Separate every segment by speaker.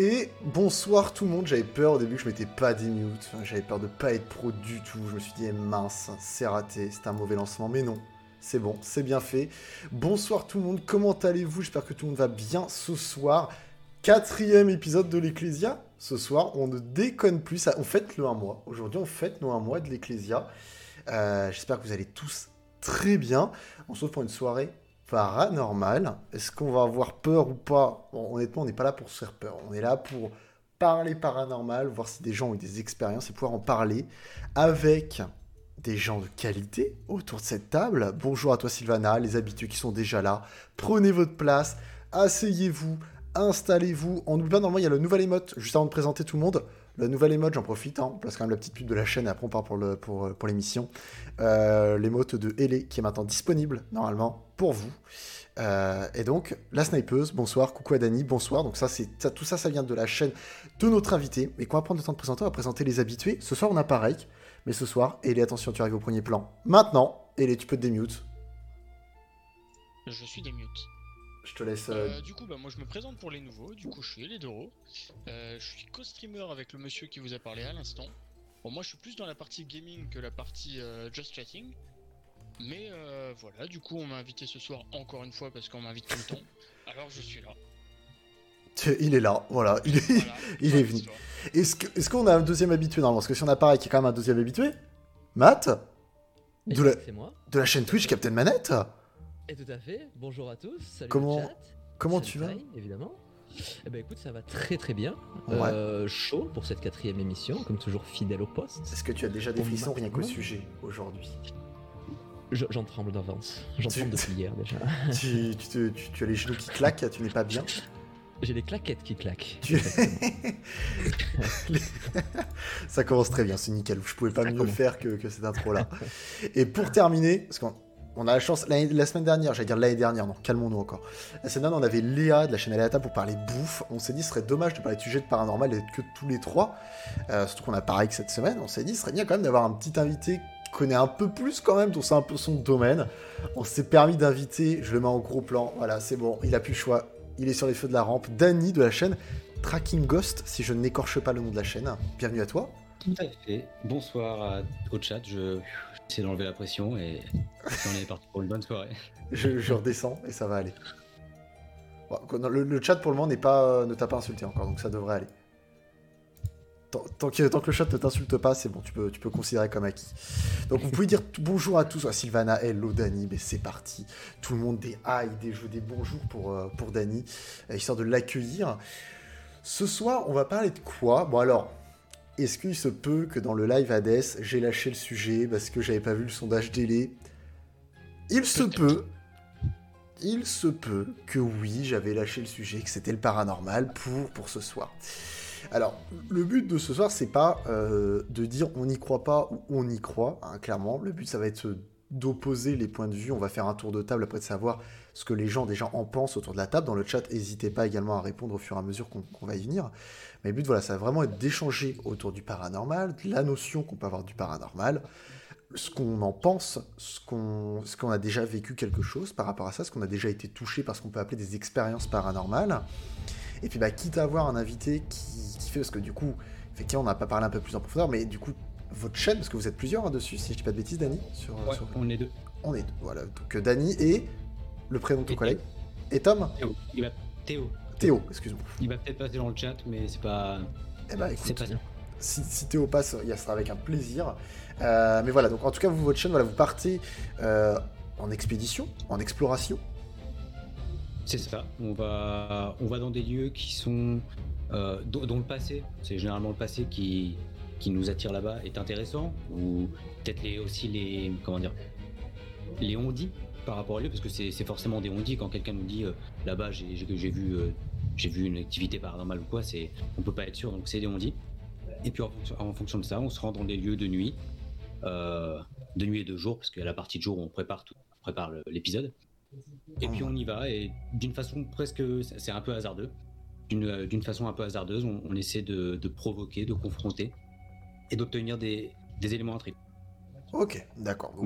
Speaker 1: Et bonsoir tout le monde, j'avais peur au début que je m'étais pas démute, j'avais peur de pas être pro du tout, je me suis dit mince, c'est raté, c'est un mauvais lancement, mais non, c'est bon, c'est bien fait. Bonsoir tout le monde, comment allez-vous? J'espère que tout le monde va bien ce soir. 4e épisode de l'Ecclésia, ce soir, on ne déconne plus, on fête le 1 mois, aujourd'hui on fête nos 1 mois de l'Ecclésia. J'espère que vous allez tous très bien, on se retrouve pour une soirée paranormal. Est-ce qu'on va avoir peur ou pas? Bon, honnêtement, on n'est pas là pour se faire peur. On est là pour parler paranormal, voir si des gens ont eu des expériences et pouvoir en parler avec des gens de qualité autour de cette table. Bonjour à toi Sylvana, les habitués qui sont déjà là. Prenez votre place, asseyez-vous, installez-vous. On n'oublie pas, normalement, il y a le nouvel emote, juste avant de présenter tout le monde. Le nouvel emote, j'en profite, on place quand même la petite pub de la chaîne et après on part pour l'émission. L'emote de Elé qui est maintenant disponible, normalement, pour vous. Et donc, la snipeuse, bonsoir, coucou à Dany, bonsoir. Donc tout ça vient de la chaîne de notre invité. Et qu'on va prendre le temps de présenter, on va présenter les habitués. Ce soir, on a pareil, mais ce soir, Elé, attention, tu arrives au premier plan. Maintenant, Elé, tu peux te démute.
Speaker 2: Je suis démute.
Speaker 1: Je te laisse...
Speaker 2: Du coup, moi je me présente pour les nouveaux, du coup je suis Eledoro. Je suis co-streamer avec le monsieur qui vous a parlé à l'instant. Bon, moi je suis plus dans la partie gaming que la partie just chatting. Mais voilà, du coup on m'a invité ce soir encore une fois parce qu'on m'invite tout le temps. Alors je suis là.
Speaker 1: Il est là, voilà, il est venu. Est-ce qu'on a un deuxième habitué normalement? Parce que si on a pareil, qui est quand même un deuxième habitué, Matt
Speaker 3: c'est moi.
Speaker 1: De la chaîne Twitch Captain Manette.
Speaker 3: Et tout à fait, bonjour à tous, salut
Speaker 1: comment
Speaker 3: le chat.
Speaker 1: Comment
Speaker 3: salut
Speaker 1: tu vas?
Speaker 3: Évidemment. Eh ben écoute, ça va très très bien.
Speaker 1: Ouais.
Speaker 3: Chaud pour cette 4e émission, comme toujours fidèle au poste.
Speaker 1: Est-ce que tu as déjà des frissons rien qu'au sujet aujourd'hui?
Speaker 3: J'en tremble d'avance, j'en tremble depuis hier déjà.
Speaker 1: tu as les genoux qui claquent, tu n'es pas bien?
Speaker 3: J'ai les claquettes qui claquent.
Speaker 1: Ça commence très bien, c'est nickel. Je pouvais pas mieux faire que cette intro-là. Et pour terminer, parce qu'on a la chance, la semaine dernière, j'allais dire l'année dernière, non, calmons-nous encore. La semaine dernière, on avait Léa de la chaîne Aléata pour parler bouffe. On s'est dit, ce serait dommage de parler de sujets de paranormal et d'être que tous les trois. Surtout qu'on a pareil que cette semaine. On s'est dit, ce serait bien quand même d'avoir un petit invité qui connaît un peu plus quand même, dont c'est un peu son domaine. On s'est permis d'inviter, je le mets en gros plan, voilà, c'est bon, il a plus le choix. Il est sur les feux de la rampe. Dany de la chaîne Tracking Ghost, si je n'écorche pas le nom de la chaîne. Bienvenue à toi.
Speaker 4: Tout à fait. Bonsoir au chat. J'essaie d'enlever la pression et on est parti pour une bonne soirée.
Speaker 1: Je redescends et ça va aller. Bon, le chat pour le moment ne t'a pas insulté encore, donc ça devrait aller. Tant que le chat ne t'insulte pas, c'est bon, tu peux considérer comme acquis. Donc vous pouvez dire bonjour à tous, à Sylvana, hello Dany, mais c'est parti. Tout le monde des hi, des jeux, des bonjours pour Dany, histoire de l'accueillir. Ce soir, on va parler de quoi? Bon alors, est-ce qu'il se peut que dans le live Hades, j'ai lâché le sujet parce que j'avais pas vu le sondage délai? Il se peut que oui, j'avais lâché le sujet, que c'était le paranormal pour ce soir. Alors, le but de ce soir, c'est pas de dire on n'y croit pas ou on y croit, hein, clairement. Le but, ça va être d'opposer les points de vue. On va faire un tour de table après de savoir ce que les gens déjà en pensent autour de la table. Dans le chat, n'hésitez pas également à répondre au fur et à mesure qu'on va y venir. Mais le but, voilà, ça va vraiment être d'échanger autour du paranormal, de la notion qu'on peut avoir du paranormal, ce qu'on en pense, ce qu'on a déjà vécu quelque chose par rapport à ça, ce qu'on a déjà été touché par ce qu'on peut appeler des expériences paranormales. Et puis, quitte à avoir un invité qui fait, parce que du coup, effectivement, on n'a pas parlé un peu plus en profondeur, mais du coup, votre chaîne, parce que vous êtes plusieurs dessus, si je dis pas de bêtises, Dany
Speaker 4: on est deux.
Speaker 1: On est deux, voilà. Donc, Dany et le prénom de ton collègue. Et Tom Théo, excuse-moi.
Speaker 4: Il va peut-être passer dans le chat, mais c'est pas...
Speaker 1: Écoute,
Speaker 4: c'est pas bien.
Speaker 1: Si Théo passe, il sera avec un plaisir. Mais voilà, donc en tout cas, votre chaîne, voilà, vous partez en expédition, en exploration.
Speaker 4: C'est ça, on va dans des lieux qui sont dont le passé, c'est généralement le passé qui nous attire là-bas, est intéressant, ou peut-être aussi les on-dit par rapport à lieu, parce que c'est forcément des on-dit quand quelqu'un nous dit là-bas j'ai vu une activité paranormale ou quoi, on peut pas être sûr, donc c'est des on-dit. Et puis en fonction de ça, on se rend dans des lieux de nuit et de jour, parce qu'à la partie de jour on prépare l'épisode. Et puis on y va, et d'une façon presque, c'est un peu hasardeux, d'une façon un peu hasardeuse, on essaie de provoquer, de confronter et d'obtenir des éléments intrigants.
Speaker 1: Ok, d'accord. Donc,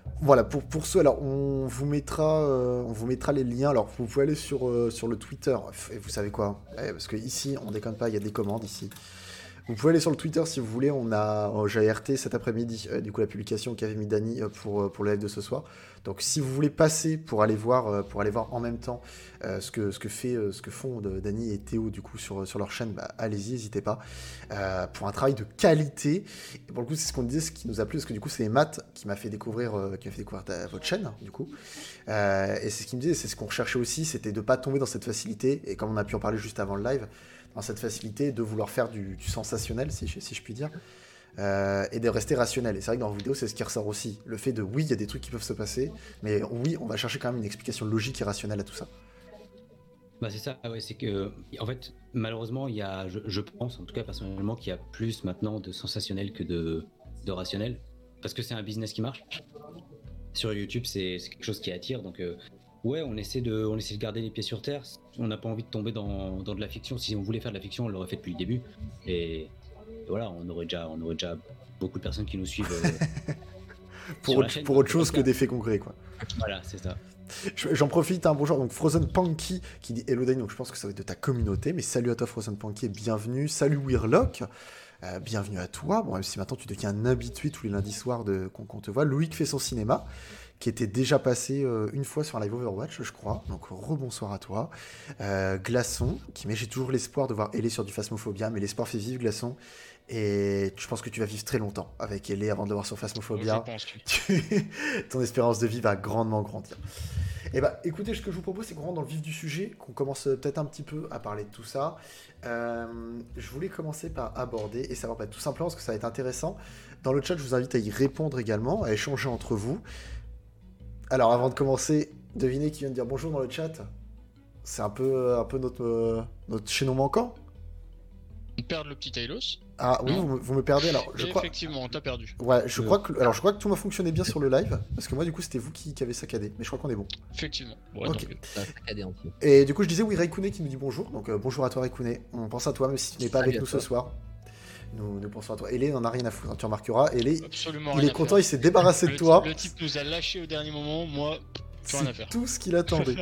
Speaker 1: Voilà, pour ceux, alors on vous mettra les liens. Alors vous pouvez aller sur le Twitter. Et vous savez quoi? Parce que ici, on déconne pas, il y a des commandes ici. Vous pouvez aller sur le Twitter si vous voulez. J'ai RT cet après-midi, du coup la publication qu'avait mis Dany pour le live de ce soir. Donc si vous voulez passer pour aller voir en même temps ce que font Dany et Théo du coup sur leur chaîne, bah, allez-y, n'hésitez pas. Pour un travail de qualité. Et pour le coup, c'est ce qu'on disait, ce qui nous a plu, parce que du coup, c'est Matt qui m'a fait découvrir votre chaîne, du coup. Et c'est ce qu'il me disait, c'est ce qu'on recherchait aussi, c'était de pas tomber dans cette facilité. Et comme on a pu en parler juste avant le live, dans cette facilité de vouloir faire du sensationnel, si je puis dire, et de rester rationnel. Et c'est vrai que dans vos vidéos, c'est ce qui ressort aussi. Le fait de, oui, il y a des trucs qui peuvent se passer, mais oui, on va chercher quand même une explication logique et rationnelle à tout ça.
Speaker 4: Bah c'est ça, ouais, c'est que, en fait, malheureusement, il y a, je pense, en tout cas personnellement, qu'il y a plus maintenant de sensationnel que de rationnel, parce que c'est un business qui marche. Sur YouTube, c'est quelque chose qui attire, donc ouais, on essaie de garder les pieds sur terre. On n'a pas envie de tomber dans de la fiction. Si on voulait faire de la fiction, on l'aurait fait depuis le début. Et voilà, on aurait déjà beaucoup de personnes qui nous suivent.
Speaker 1: pour autre chose que des faits concrets, quoi.
Speaker 4: Voilà, c'est ça.
Speaker 1: J'en profite, bonjour, donc Frozen Punky qui dit Hello Dany, donc je pense que ça va être de ta communauté, mais salut à toi Frozen Punky et bienvenue. Salut Weirlock, bienvenue à toi. Bon, même si maintenant tu deviens un habitué tous les lundis soirs qu'on te voit. Loïc fait son cinéma, qui était déjà passé une fois sur un live Overwatch, je crois. Donc rebonsoir à toi. Glaçon, qui met j'ai toujours l'espoir de voir Ellie sur du Phasmophobia, mais l'espoir fait vivre Glaçon. Et je pense que tu vas vivre très longtemps avec Ellie avant de le voir sur Phasmophobia.
Speaker 2: Je pense, oui.
Speaker 1: Ton espérance de vie va grandement grandir. Et bah écoutez, ce que je vous propose, c'est qu'on rentre dans le vif du sujet, qu'on commence peut-être un petit peu à parler de tout ça. Je voulais commencer par aborder et savoir tout simplement parce que ça va être intéressant. Dans le chat, je vous invite à y répondre également, à échanger entre vous. Alors avant de commencer, devinez qui vient de dire bonjour dans le chat. C'est un peu notre chaînon manquant.
Speaker 2: On perd le petit Talos.
Speaker 1: Ah oui, vous me perdez alors. Je crois...
Speaker 2: Effectivement, on t'a perdu.
Speaker 1: Ouais, je crois que tout m'a fonctionné bien sur le live, parce que moi du coup c'était vous qui avez saccadé, mais je crois qu'on est bon.
Speaker 2: Effectivement. Ouais,
Speaker 1: ok.
Speaker 3: Saccadé en fait.
Speaker 1: Et du coup je disais oui, Raikouné qui nous dit bonjour, donc bonjour à toi Raikouné, on pense à toi même si tu n'es pas avec nous ce soir. Nous pensons à toi. Ellie n'en a rien à foutre, hein, tu remarqueras. Ellie, il est content, il s'est débarrassé de toi.
Speaker 2: Le type nous a lâché au dernier moment, moi...
Speaker 1: C'est tout ce qu'il attendait.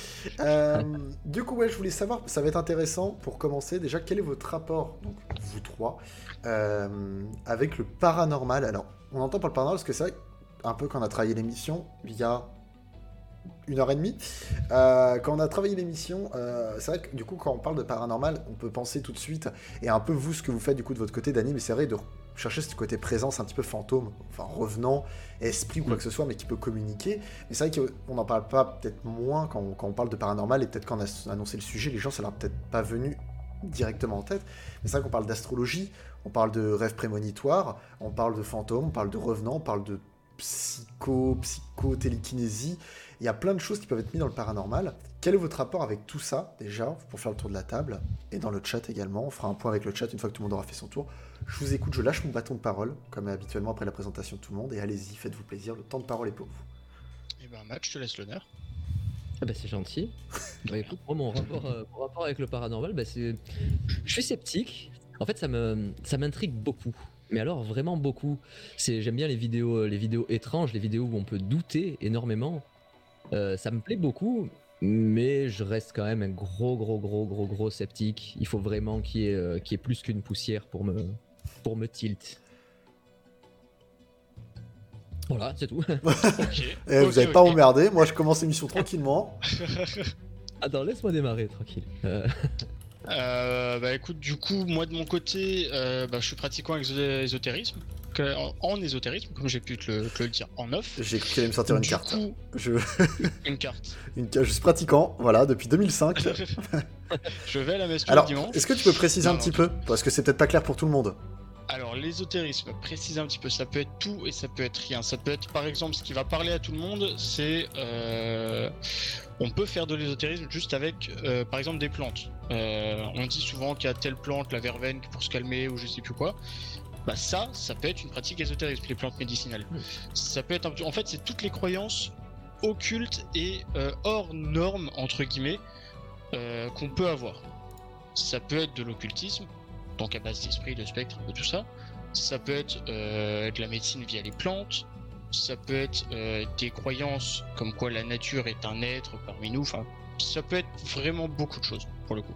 Speaker 1: Du coup, ouais, je voulais savoir, ça va être intéressant pour commencer. Déjà, quel est votre rapport, donc vous trois, avec le paranormal? Alors, on entend par le paranormal parce que c'est vrai, un peu quand on a travaillé l'émission, il y a 1h30, quand on a travaillé l'émission, c'est vrai que du coup, quand on parle de paranormal, on peut penser tout de suite, et un peu vous, ce que vous faites du coup de votre côté, Dany, mais c'est vrai de chercher ce côté présence un petit peu fantôme, enfin revenant, esprit ou quoi que ce soit, mais qui peut communiquer. Mais c'est vrai qu'on n'en parle pas peut-être moins quand on parle de paranormal, et peut-être quand on a annoncé le sujet, les gens, ça leur a peut-être pas venu directement en tête. Mais c'est vrai qu'on parle d'astrologie, on parle de rêves prémonitoires, on parle de fantômes, on parle de revenants, on parle de psychotélékinésie. Il y a plein de choses qui peuvent être mises dans le paranormal. Quel est votre rapport avec tout ça, déjà, pour faire le tour de la table? Et dans le chat également, on fera un point avec le chat une fois que tout le monde aura fait son tour. Je vous écoute, je lâche mon bâton de parole, comme habituellement après la présentation de tout le monde, et allez-y, faites-vous plaisir, le temps de parole est pour vous.
Speaker 2: Et ben Matt, je te laisse l'honneur.
Speaker 3: Ah bah c'est gentil. Bah écoute, moi mon rapport avec le paranormal, bah c'est... Je suis sceptique. En fait ça m'intrigue beaucoup. Mais alors vraiment beaucoup. J'aime bien les vidéos étranges, les vidéos où on peut douter énormément. Ça me plaît beaucoup, mais je reste quand même un gros sceptique. Il faut vraiment qu'il y ait plus qu'une poussière pour me tilt. Voilà, c'est tout.
Speaker 2: Okay.
Speaker 1: Vous n'avez pas emmerdé, moi je commence l'émission tranquillement.
Speaker 3: Attends, laisse-moi démarrer, tranquille.
Speaker 2: Bah écoute, du coup, moi de mon côté, je suis pratiquant ésotérisme. En ésotérisme, comme j'ai pu te le dire en off.
Speaker 1: J'ai cru qu'il allait me sortir une carte.
Speaker 2: Coup, une carte.
Speaker 1: Je suis pratiquant, voilà, depuis 2005.
Speaker 2: Je vais à la messe
Speaker 1: Alors,
Speaker 2: le dimanche.
Speaker 1: Est-ce que tu peux préciser un petit peu? Parce que c'est peut-être pas clair pour tout le monde.
Speaker 2: Alors, l'ésotérisme, préciser un petit peu, ça peut être tout et ça peut être rien. Ça peut être, par exemple, ce qui va parler à tout le monde, c'est... on peut faire de l'ésotérisme juste avec, par exemple, des plantes. On dit souvent qu'il y a telle plante, la verveine, pour se calmer ou je sais plus quoi. Bah ça peut être une pratique ésotérique, les plantes médicinales. Ça peut être en fait, c'est toutes les croyances occultes et hors normes, entre guillemets, qu'on peut avoir. Ça peut être de l'occultisme, donc à base d'esprit, de spectre, un peu tout ça. Ça peut être de la médecine via les plantes. ça peut être des croyances comme quoi la nature est un être parmi nous, enfin, ça peut être vraiment beaucoup de choses, pour le coup.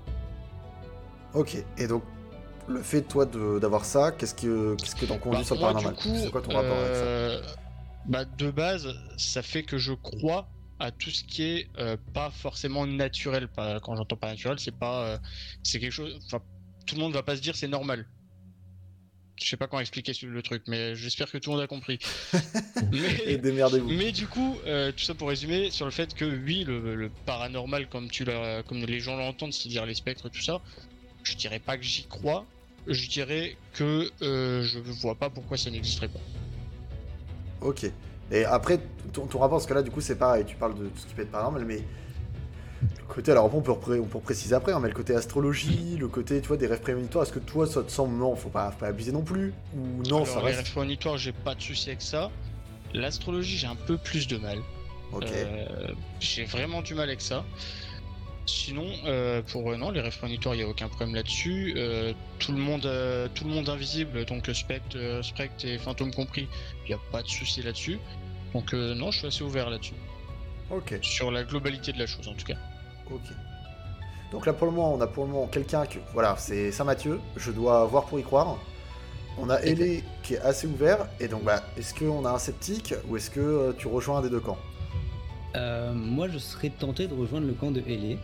Speaker 1: Ok, et donc, le fait, toi, d'avoir ça, qu'est-ce que t'en conduis sur le
Speaker 2: Moi,
Speaker 1: paranormal?
Speaker 2: du coup,
Speaker 1: C'est quoi ton rapport avec ça?
Speaker 2: de base, ça fait que je crois à tout ce qui est pas forcément naturel. Quand j'entends pas naturel, c'est pas, c'est quelque chose. Enfin, tout le monde va pas se dire c'est normal. Je sais pas comment expliquer le truc, mais j'espère que tout le monde a compris.
Speaker 1: Et
Speaker 2: mais,
Speaker 1: démerdez-vous.
Speaker 2: mais du coup, tout ça pour résumer sur le fait que oui, le paranormal, comme les gens l'entendent, c'est-à-dire les spectres, tout ça, je dirais pas que j'y crois. Je dirais que je vois pas pourquoi ça n'existerait pas.
Speaker 1: Ok. Et après, ton rapport, parce que là, du coup, c'est pareil, tu parles de tout ce qui peut être paranormal, mais le côté, alors on peut préciser après, hein, mais le côté astrologie, le côté, tu vois, des rêves prémonitoires, est-ce que toi, ça te semble, non, faut pas abuser non plus? Ou non,
Speaker 2: Alors,
Speaker 1: ça
Speaker 2: les
Speaker 1: reste...
Speaker 2: rêves prémonitoires, j'ai pas de souci avec ça. L'astrologie, j'ai un peu plus de mal.
Speaker 1: Ok.
Speaker 2: J'ai vraiment du mal avec ça. Sinon, non, les rêves prémonitoires, il n'y a aucun problème là-dessus. Tout le monde invisible, donc spectre et fantôme compris, il n'y a pas de souci là-dessus. Donc non, je suis assez ouvert là-dessus.
Speaker 1: Ok.
Speaker 2: Sur la globalité de la chose, en tout cas.
Speaker 1: Ok. Donc là, pour le moment, on a pour le moment quelqu'un que... Voilà, c'est Saint-Mathieu, je dois voir pour y croire. On a Ailé qui est assez ouvert, et donc, bah, est-ce qu'on a un sceptique, ou est-ce que tu rejoins un des deux camps?
Speaker 4: Moi, je serais tenté de rejoindre le camp de Ailé.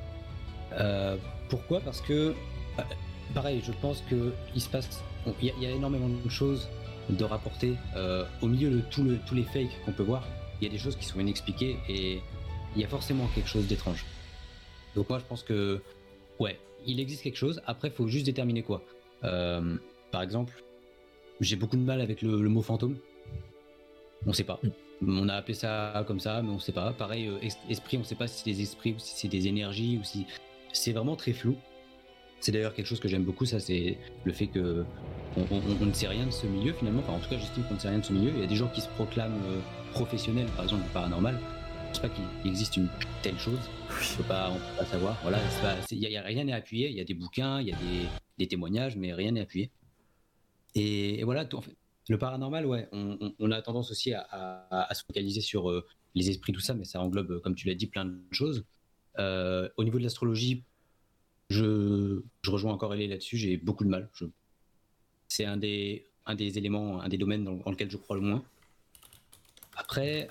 Speaker 4: Pourquoi? Parce que, pareil, je pense que il se passe, il y a énormément de choses de rapporter au milieu de tous les fakes qu'on peut voir. Il y a des choses qui sont inexpliquées et il y a forcément quelque chose d'étrange. Donc moi, je pense que, ouais, il existe quelque chose. Après, il faut juste déterminer quoi. Par exemple, j'ai beaucoup de mal avec le mot fantôme. On sait pas. On a appelé ça comme ça, mais on sait pas. Pareil, esprit, on sait pas si c'est des esprits ou si c'est des énergies ou si c'est vraiment très flou. C'est d'ailleurs quelque chose que j'aime beaucoup, ça, c'est le fait que on ne sait rien de ce milieu finalement. Enfin, en tout cas, j'estime qu'on ne sait rien de ce milieu. Il y a des gens qui se proclament professionnels, par exemple du paranormal. Je sais pas qu'il existe une telle chose. On peut pas savoir. Voilà, il y a rien n'est appuyé. Il y a des bouquins, il y a des témoignages, mais rien n'est appuyé. Et voilà, en fait, le paranormal, ouais, on a tendance aussi à se focaliser sur les esprits, tout ça, mais ça englobe, comme tu l'as dit, plein de choses. Au niveau de l'astrologie, je rejoins encore Ellie là-dessus, j'ai beaucoup de mal. C'est un des éléments, un des domaines dans lequel je crois le moins. Après,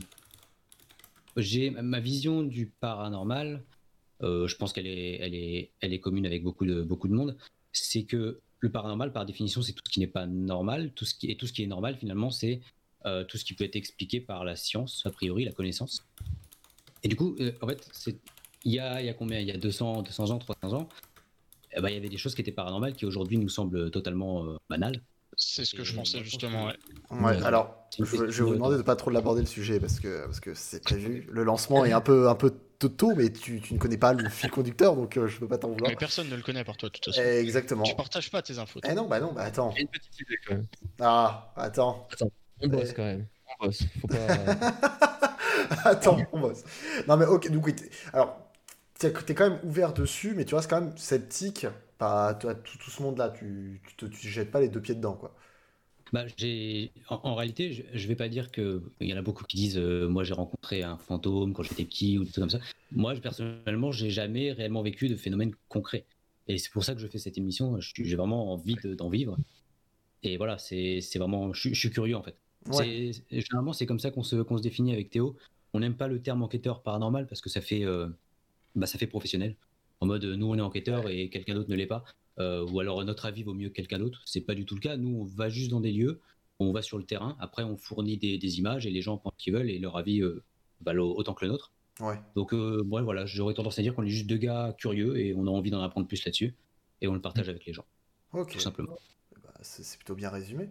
Speaker 4: j'ai ma vision du paranormal, je pense qu'elle est commune avec beaucoup de monde. C'est que le paranormal, par définition, c'est tout ce qui n'est pas normal. Tout ce qui est normal, finalement, c'est tout ce qui peut être expliqué par la science, a priori, la connaissance. Et du coup, en fait, il y a combien? Il y a 200 ans, 300 ans, il y avait des choses qui étaient paranormales qui aujourd'hui nous semblent totalement banales.
Speaker 2: C'est ce que je pensais justement, ouais.
Speaker 1: Ouais, alors, je vais vous demander de pas trop l'aborder le sujet parce que c'est prévu. Le lancement est un peu tôt, mais tu ne connais pas le fil conducteur, donc je peux pas t'en vouloir.
Speaker 2: Mais personne ne le connaît à part toi, de toute façon.
Speaker 1: Exactement.
Speaker 2: Tu partages pas tes infos.
Speaker 1: Eh non, bah attends.
Speaker 3: J'ai une petite idée quand même.
Speaker 1: Ah, attends.
Speaker 3: On bosse quand même. On bosse. Faut pas.
Speaker 1: Attends, on bosse. Non, mais ok, donc oui. Alors, t'es quand même ouvert dessus, mais tu restes quand même sceptique. Pas, toi, tout ce monde-là, tu jettes pas les deux pieds dedans, quoi.
Speaker 4: Bah, en réalité, je vais pas dire que il y en a beaucoup qui disent moi j'ai rencontré un fantôme quand j'étais petit ou des trucs comme ça. Moi, personnellement, j'ai jamais réellement vécu de phénomène concret. Et c'est pour ça que je fais cette émission. J'ai vraiment envie d'en vivre. Et voilà, c'est vraiment, je suis curieux en fait.
Speaker 1: Ouais.
Speaker 4: Généralement, c'est comme ça qu'on se définit avec Théo. On n'aime pas le terme enquêteur paranormal parce que ça fait professionnel. En mode, nous on est enquêteur et quelqu'un d'autre ne l'est pas. Ou alors notre avis vaut mieux que quelqu'un d'autre. C'est pas du tout le cas. Nous, on va juste dans des lieux, on va sur le terrain. Après, on fournit des images et les gens pensent ce qu'ils veulent et leur avis valent autant que le nôtre.
Speaker 1: Ouais.
Speaker 4: Donc, ouais, voilà, j'aurais tendance à dire qu'on est juste deux gars curieux et on a envie d'en apprendre plus là-dessus et on le partage avec les gens,
Speaker 1: Ok.
Speaker 4: tout simplement.
Speaker 1: Bah, c'est plutôt bien résumé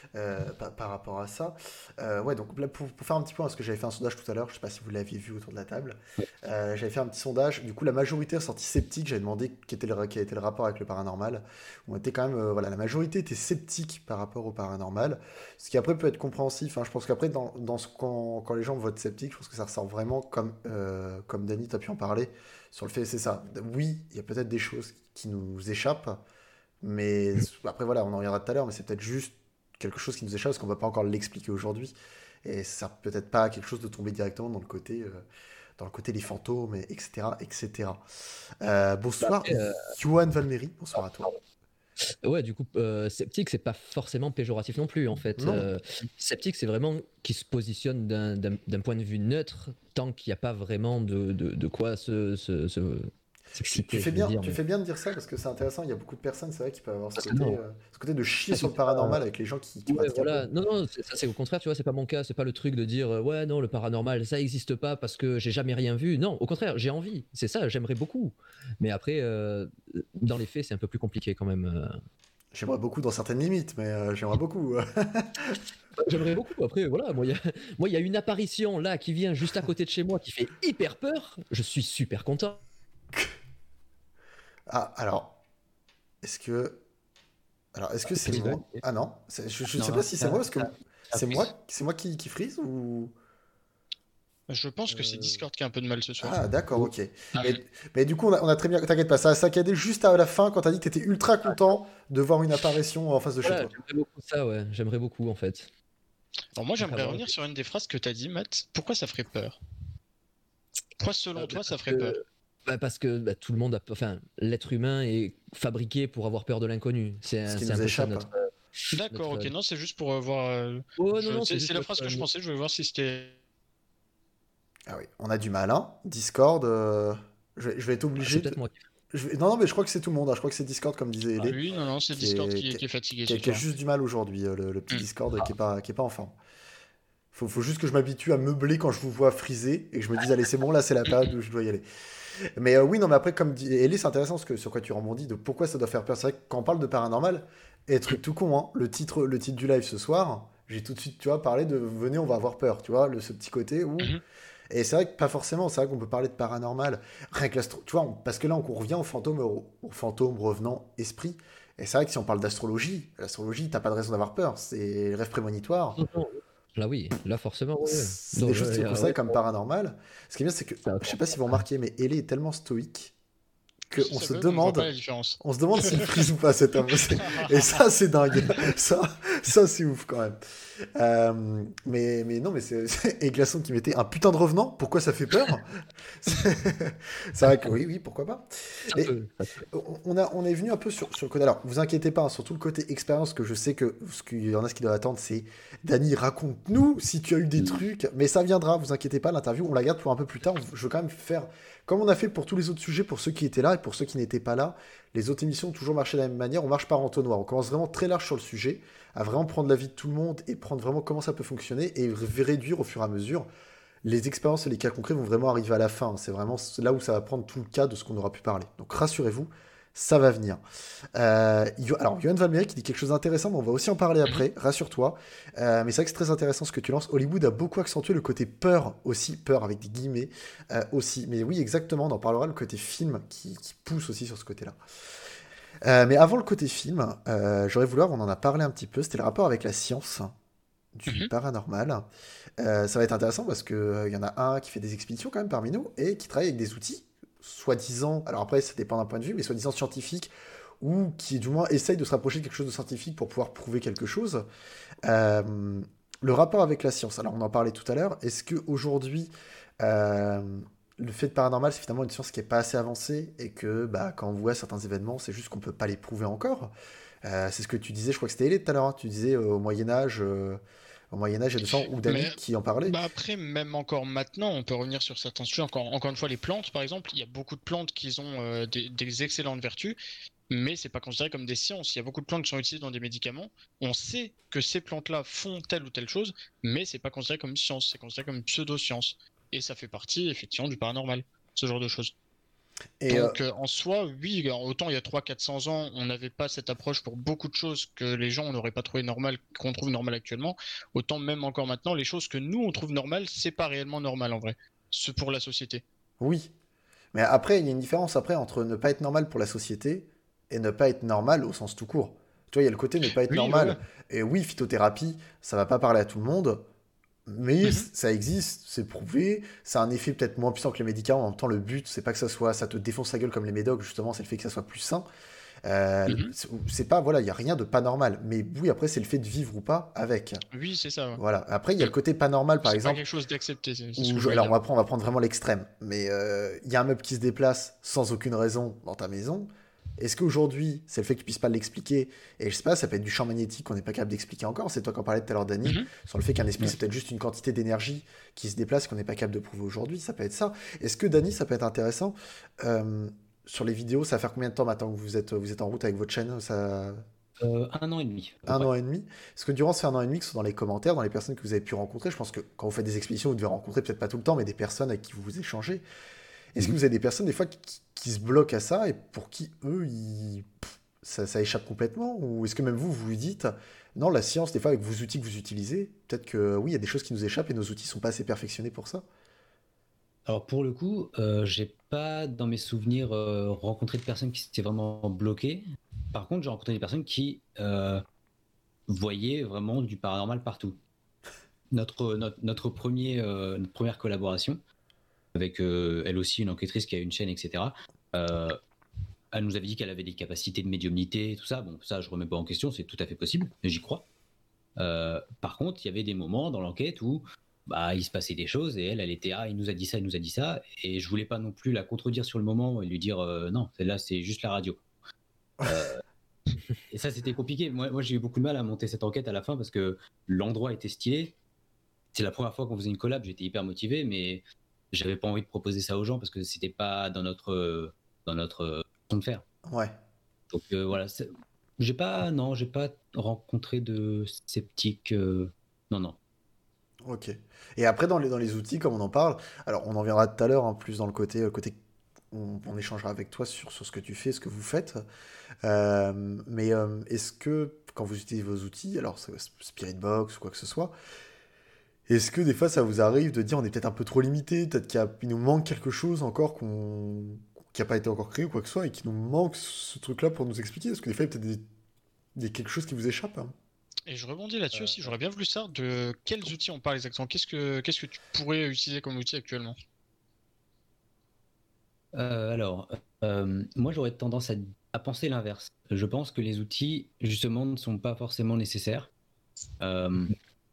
Speaker 1: par rapport à ça. Ouais, donc là, pour faire un petit point, parce que j'avais fait un sondage tout à l'heure, je sais pas si vous l'aviez vu autour de la table. J'avais fait un petit sondage. Du coup, la majorité est sortie sceptique. J'avais demandé quel était le rapport avec le paranormal. On était quand même, voilà, la majorité était sceptique par rapport au paranormal. Ce qui après peut être compréhensif, hein. Je pense qu'après, quand les gens votent sceptique, je pense que ça ressort vraiment comme Dany, tu as pu en parler, sur le fait, c'est ça. Oui, il y a peut-être des choses qui nous échappent. Mais après, voilà, on en reviendra tout à l'heure, mais c'est peut-être juste quelque chose qui nous échappe parce qu'on ne va pas encore l'expliquer aujourd'hui. et ça sert peut-être pas à quelque chose de tomber directement dans le côté les fantômes, etc. etc. Bonsoir,
Speaker 3: Après,
Speaker 1: Johan Valmery, bonsoir à toi.
Speaker 3: ouais, du coup, sceptique, c'est pas forcément péjoratif non plus, en fait.
Speaker 1: Non.
Speaker 3: Sceptique, c'est vraiment qui se positionne d'un point de vue neutre, tant qu'il n'y a pas vraiment de quoi s'exciter,
Speaker 1: Tu fais
Speaker 3: je veux
Speaker 1: bien,
Speaker 3: dire.
Speaker 1: tu
Speaker 3: Mais...
Speaker 1: fais bien de dire ça parce que c'est intéressant. Il y a beaucoup de personnes, c'est vrai, qui peuvent avoir ce
Speaker 3: Parce que
Speaker 1: côté,
Speaker 3: non.
Speaker 1: ce côté de chier
Speaker 3: Ah,
Speaker 1: sur
Speaker 3: c'est
Speaker 1: le
Speaker 3: pas-
Speaker 1: paranormal avec les gens qui
Speaker 3: Ouais,
Speaker 1: pratiquent un peu.
Speaker 3: voilà. Non, non, ça c'est au contraire, tu vois, c'est pas mon cas. C'est pas le truc de dire ouais, non, le paranormal, ça existe pas parce que j'ai jamais rien vu. Non, au contraire, j'ai envie. C'est ça, j'aimerais beaucoup. Mais après, dans les faits, c'est un peu plus compliqué quand même.
Speaker 1: J'aimerais beaucoup dans certaines limites, mais j'aimerais beaucoup.
Speaker 3: J'aimerais beaucoup. Après, voilà, moi, il y a une apparition là qui vient juste à côté de chez moi qui fait hyper peur. Je suis super content.
Speaker 1: Ah, est-ce que, est-ce que c'est
Speaker 3: Vas-y,
Speaker 1: moi?
Speaker 3: vas-y.
Speaker 1: Ah non, je ne sais
Speaker 3: Non,
Speaker 1: pas
Speaker 3: non,
Speaker 1: si c'est moi parce que
Speaker 3: ça
Speaker 1: c'est
Speaker 3: frise.
Speaker 1: moi qui frise ou.
Speaker 2: Je pense que c'est Discord qui a un peu de mal ce soir.
Speaker 1: Ah, d'accord, ok.
Speaker 2: Ah,
Speaker 1: Mais du coup, on a très bien. T'inquiète pas, ça a saccadé juste à la fin quand t'as dit que t'étais ultra content de voir une apparition en face de chez
Speaker 3: Voilà,
Speaker 1: toi.
Speaker 3: j'aimerais beaucoup ça, ouais. J'aimerais beaucoup en fait.
Speaker 2: Alors moi j'aimerais
Speaker 3: Avoir-
Speaker 2: revenir sur une des phrases que t'as dit, Matt. Pourquoi ça ferait peur? Pourquoi selon toi ça ferait peur?
Speaker 3: Parce que tout le monde a, enfin, l'être humain est fabriqué pour avoir peur de l'inconnu.
Speaker 1: Ce qui
Speaker 3: C'est un
Speaker 1: nous
Speaker 3: peu ça
Speaker 1: échappe.
Speaker 3: notre.
Speaker 2: D'accord, ok,
Speaker 3: notre-
Speaker 2: non, c'est juste pour voir.
Speaker 3: Oh non, non,
Speaker 2: C'est
Speaker 3: juste
Speaker 2: la phrase que je pensais, je voulais voir si c'était.
Speaker 1: Ah oui, on a du mal, hein. Discord, je vais être
Speaker 3: Ah,
Speaker 1: obligé
Speaker 3: c'est
Speaker 1: de.
Speaker 3: peut-être moi qui.
Speaker 1: Non, non, mais je crois que c'est tout le monde, hein. Je crois que c'est Discord, comme disait
Speaker 2: Ah
Speaker 1: Elé,
Speaker 2: oui, non, c'est
Speaker 1: qui
Speaker 2: Discord
Speaker 1: est,
Speaker 2: qui est fatigué
Speaker 1: qui
Speaker 2: ce
Speaker 1: a- qui a
Speaker 2: soir.
Speaker 1: juste du mal aujourd'hui, le petit
Speaker 2: Mm.
Speaker 1: Discord qui est pas en forme. Faut juste que je m'habitue à meubler quand je vous vois friser et que je me dise, allez, c'est bon, là, c'est la période où je dois y aller. Mais oui, non, mais après, comme dit Ellie, c'est intéressant sur quoi tu rebondis, de pourquoi ça doit faire peur. C'est vrai que quand on parle de paranormal, et truc tout con, hein, le titre du live ce soir, j'ai tout de suite, tu vois, parlé de venez, on va avoir peur, tu vois, ce petit côté où.
Speaker 2: Mhm.
Speaker 1: Et c'est vrai que pas forcément, c'est vrai qu'on peut parler de paranormal, rien que tu vois, parce que là, on revient aux fantômes, aux fantômes, revenants, esprits. Et c'est vrai que si on parle l'astrologie, t'as pas de raison d'avoir peur, c'est le rêve prémonitoire.
Speaker 3: Non, non. Là, oui, là, forcément, ouais.
Speaker 1: C'est
Speaker 3: Donc,
Speaker 1: des choses qui sont considérées
Speaker 3: ouais,
Speaker 1: comme paranormales. Ce qui est bien, c'est que,
Speaker 3: ça va
Speaker 1: je sais pas si vous remarquez, mais Ellie est tellement stoïque
Speaker 2: Si
Speaker 1: qu'on
Speaker 2: ça
Speaker 1: se
Speaker 2: bug, on voit pas
Speaker 1: demande,
Speaker 2: la différence.
Speaker 1: on se demande s'il frise ou pas cet homme. Et ça, c'est dingue. Ça, c'est ouf quand même. Mais non, mais et Glaçon qui mettait un putain de revenant. Pourquoi ça fait peur? C'est vrai que oui, pourquoi pas.
Speaker 3: ça
Speaker 1: Mais
Speaker 3: peut.
Speaker 1: on est venu un peu sur le côté. Alors, vous inquiétez pas, hein, surtout le côté expérience, que je sais que ce qu'il y en a qui doivent attendre, c'est Dany, raconte-nous si tu as eu des trucs. Mais ça viendra, vous inquiétez pas, l'interview, on la garde pour un peu plus tard. Je veux quand même faire, comme on a fait pour tous les autres sujets, pour ceux qui étaient là et pour ceux qui n'étaient pas là. Les autres émissions ont toujours marché de la même manière. On marche par entonnoir. On commence vraiment très large sur le sujet, à vraiment prendre l'avis de tout le monde et prendre vraiment comment ça peut fonctionner et réduire au fur et à mesure. Les expériences et les cas concrets vont vraiment arriver à la fin. C'est vraiment là où ça va prendre tout le cas de ce qu'on aura pu parler. Donc rassurez-vous, ça va venir. Alors, Johan Valmery qui dit quelque chose d'intéressant, mais on va aussi en parler après, rassure-toi. Mais c'est vrai que c'est très intéressant ce que tu lances. Hollywood a beaucoup accentué le côté peur aussi, peur avec des guillemets aussi. Mais oui, exactement, on en parlera, le côté film qui pousse aussi sur ce côté-là. Mais avant le côté film, j'aurais voulu voir, on en a parlé un petit peu, c'était le rapport avec la science du
Speaker 2: Mhm.
Speaker 1: paranormal. Ça va être intéressant parce qu'il y en a un qui fait des expéditions quand même parmi nous et qui travaille avec des outils, soi-disant, alors après ça dépend d'un point de vue, mais soi-disant scientifiques, ou qui du moins essaye de se rapprocher de quelque chose de scientifique pour pouvoir prouver quelque chose. Le rapport avec la science, alors on en parlait tout à l'heure, est-ce qu'aujourd'hui, euh, le fait de paranormal, c'est finalement une science qui n'est pas assez avancée et que bah, quand on voit certains événements, c'est juste qu'on ne peut pas les prouver encore. C'est ce que tu disais, je crois que c'était Hélène tout à l'heure, hein, tu disais au Moyen-Âge, il y a 200, ou Dany
Speaker 2: Mais
Speaker 1: qui en parlait.
Speaker 2: bah après, même encore maintenant, on peut revenir sur certains sujets. Encore une fois, les plantes, par exemple, il y a beaucoup de plantes qui ont des excellentes vertus, mais c'est pas considéré comme des sciences. Il y a beaucoup de plantes qui sont utilisées dans des médicaments. On sait que ces plantes-là font telle ou telle chose, mais c'est pas considéré comme une science, c'est considéré comme une pseudo-science. Et ça fait partie, effectivement, du paranormal, ce genre de choses.
Speaker 1: Et
Speaker 2: Donc en soi, oui, alors, autant il y a 300-400 ans, on n'avait pas cette approche pour beaucoup de choses que les gens n'auraient pas trouvé normal, qu'on trouve normal actuellement, autant même encore maintenant, les choses que nous on trouve normales, c'est pas réellement normal en vrai. C'est pour la société.
Speaker 1: oui, mais après, il y a une différence après entre ne pas être normal pour la société et ne pas être normal au sens tout court. Tu vois, il y a le côté ne pas être
Speaker 2: Oui,
Speaker 1: normal.
Speaker 2: voilà.
Speaker 1: Et oui, phytothérapie, ça va pas parler à tout le monde, mais
Speaker 2: Mhm.
Speaker 1: ça existe, c'est prouvé. Ça a un effet peut-être moins puissant que les médicaments. En même temps, le but, c'est pas que ça te défonce la gueule comme les médocs, justement, c'est le fait que ça soit plus sain.
Speaker 2: Mhm.
Speaker 1: C'est pas, voilà, il y a rien de pas normal. Mais oui, après, c'est le fait de vivre ou pas avec.
Speaker 2: Oui, c'est ça. Ouais.
Speaker 1: Voilà. Après, il y a
Speaker 2: Euh,
Speaker 1: le côté pas normal, par
Speaker 2: C'est pas
Speaker 1: exemple.
Speaker 2: quelque chose d'accepté, c'est ce
Speaker 1: Où
Speaker 2: que je voulais
Speaker 1: alors
Speaker 2: dire.
Speaker 1: on va prendre vraiment l'extrême, mais il y a un meuble qui se déplace sans aucune raison dans ta maison. Est-ce qu'aujourd'hui, c'est le fait que tu puisses pas l'expliquer, et je sais pas, ça peut être du champ magnétique qu'on n'est pas capable d'expliquer encore, c'est toi qui en parlais tout à l'heure, Dani,
Speaker 2: Mhm.
Speaker 1: sur le fait qu'un esprit
Speaker 4: Ouais.
Speaker 1: c'est peut-être juste une quantité d'énergie qui se déplace et qu'on n'est pas capable de prouver aujourd'hui, ça peut être ça. Est-ce que, Dani, ça peut être intéressant euh, sur les vidéos, ça va faire combien de temps maintenant que vous êtes en route avec votre chaîne ça...
Speaker 4: 1 an et demi, à peu
Speaker 1: Un
Speaker 4: près.
Speaker 1: an et demi. Est-ce que durant ces 1 an et demi, que ce soit dans les commentaires, dans les personnes que vous avez pu rencontrer, je pense que quand vous faites des expéditions, vous devez rencontrer peut-être pas tout le temps, mais des personnes avec qui vous vous échangez. Est-ce que
Speaker 4: Mhm.
Speaker 1: vous avez des personnes des fois qui se bloquent à ça et pour qui eux, ça échappe complètement? Ou est-ce que même vous, vous vous dites, non, la science, des fois, avec vos outils que vous utilisez, peut-être que oui, il y a des choses qui nous échappent et nos outils sont pas assez perfectionnés pour ça?
Speaker 4: Alors pour le coup, j'ai pas dans mes souvenirs rencontré de personnes qui s'étaient vraiment bloquées. Par contre, j'ai rencontré des personnes qui voyaient vraiment du paranormal partout. Notre première collaboration avec elle aussi une enquêtrice qui a une chaîne, etc. euh, Elle nous avait dit qu'elle avait des capacités de médiumnité et tout ça. Bon, ça, je remets pas en question, c'est tout à fait possible, j'y crois. Par contre, il y avait des moments dans l'enquête où bah, il se passait des choses et elle était ah, il nous a dit ça, il nous a dit ça, et je voulais pas non plus la contredire sur le moment et lui dire non, celle-là c'est juste la radio. Euh, et ça, c'était compliqué. Moi, j'ai eu beaucoup de mal à monter cette enquête à la fin parce que l'endroit était stylé. C'est la première fois qu'on faisait une collab, j'étais hyper motivé, mais j'avais pas envie de proposer ça aux gens parce que c'était pas dans notre façon de faire.
Speaker 1: Ouais,
Speaker 4: Donc voilà, j'ai pas rencontré de sceptiques. Non, non.
Speaker 1: ok. Et après, dans les outils, comme on en parle, alors on en viendra tout à l'heure, hein, plus dans le côté on échangera avec toi sur ce que tu fais, ce que vous faites. Mais est-ce que quand vous utilisez vos outils, alors Spirit Box ou quoi que ce soit, est-ce que des fois ça vous arrive de dire on est peut-être un peu trop limité, peut-être qu'il nous manque quelque chose encore qui n'a pas été encore créé ou quoi que ce soit et qui nous manque ce truc-là pour nous expliquer? Parce que des fois il y a peut-être quelque chose qui vous échappe, hein.
Speaker 2: Et je rebondis là-dessus aussi, j'aurais bien voulu savoir de quels outils on parle exactement. Qu'est-ce que tu pourrais utiliser comme outil actuellement?
Speaker 4: Alors, moi j'aurais tendance à penser l'inverse. Je pense que les outils, justement, ne sont pas forcément nécessaires. Euh,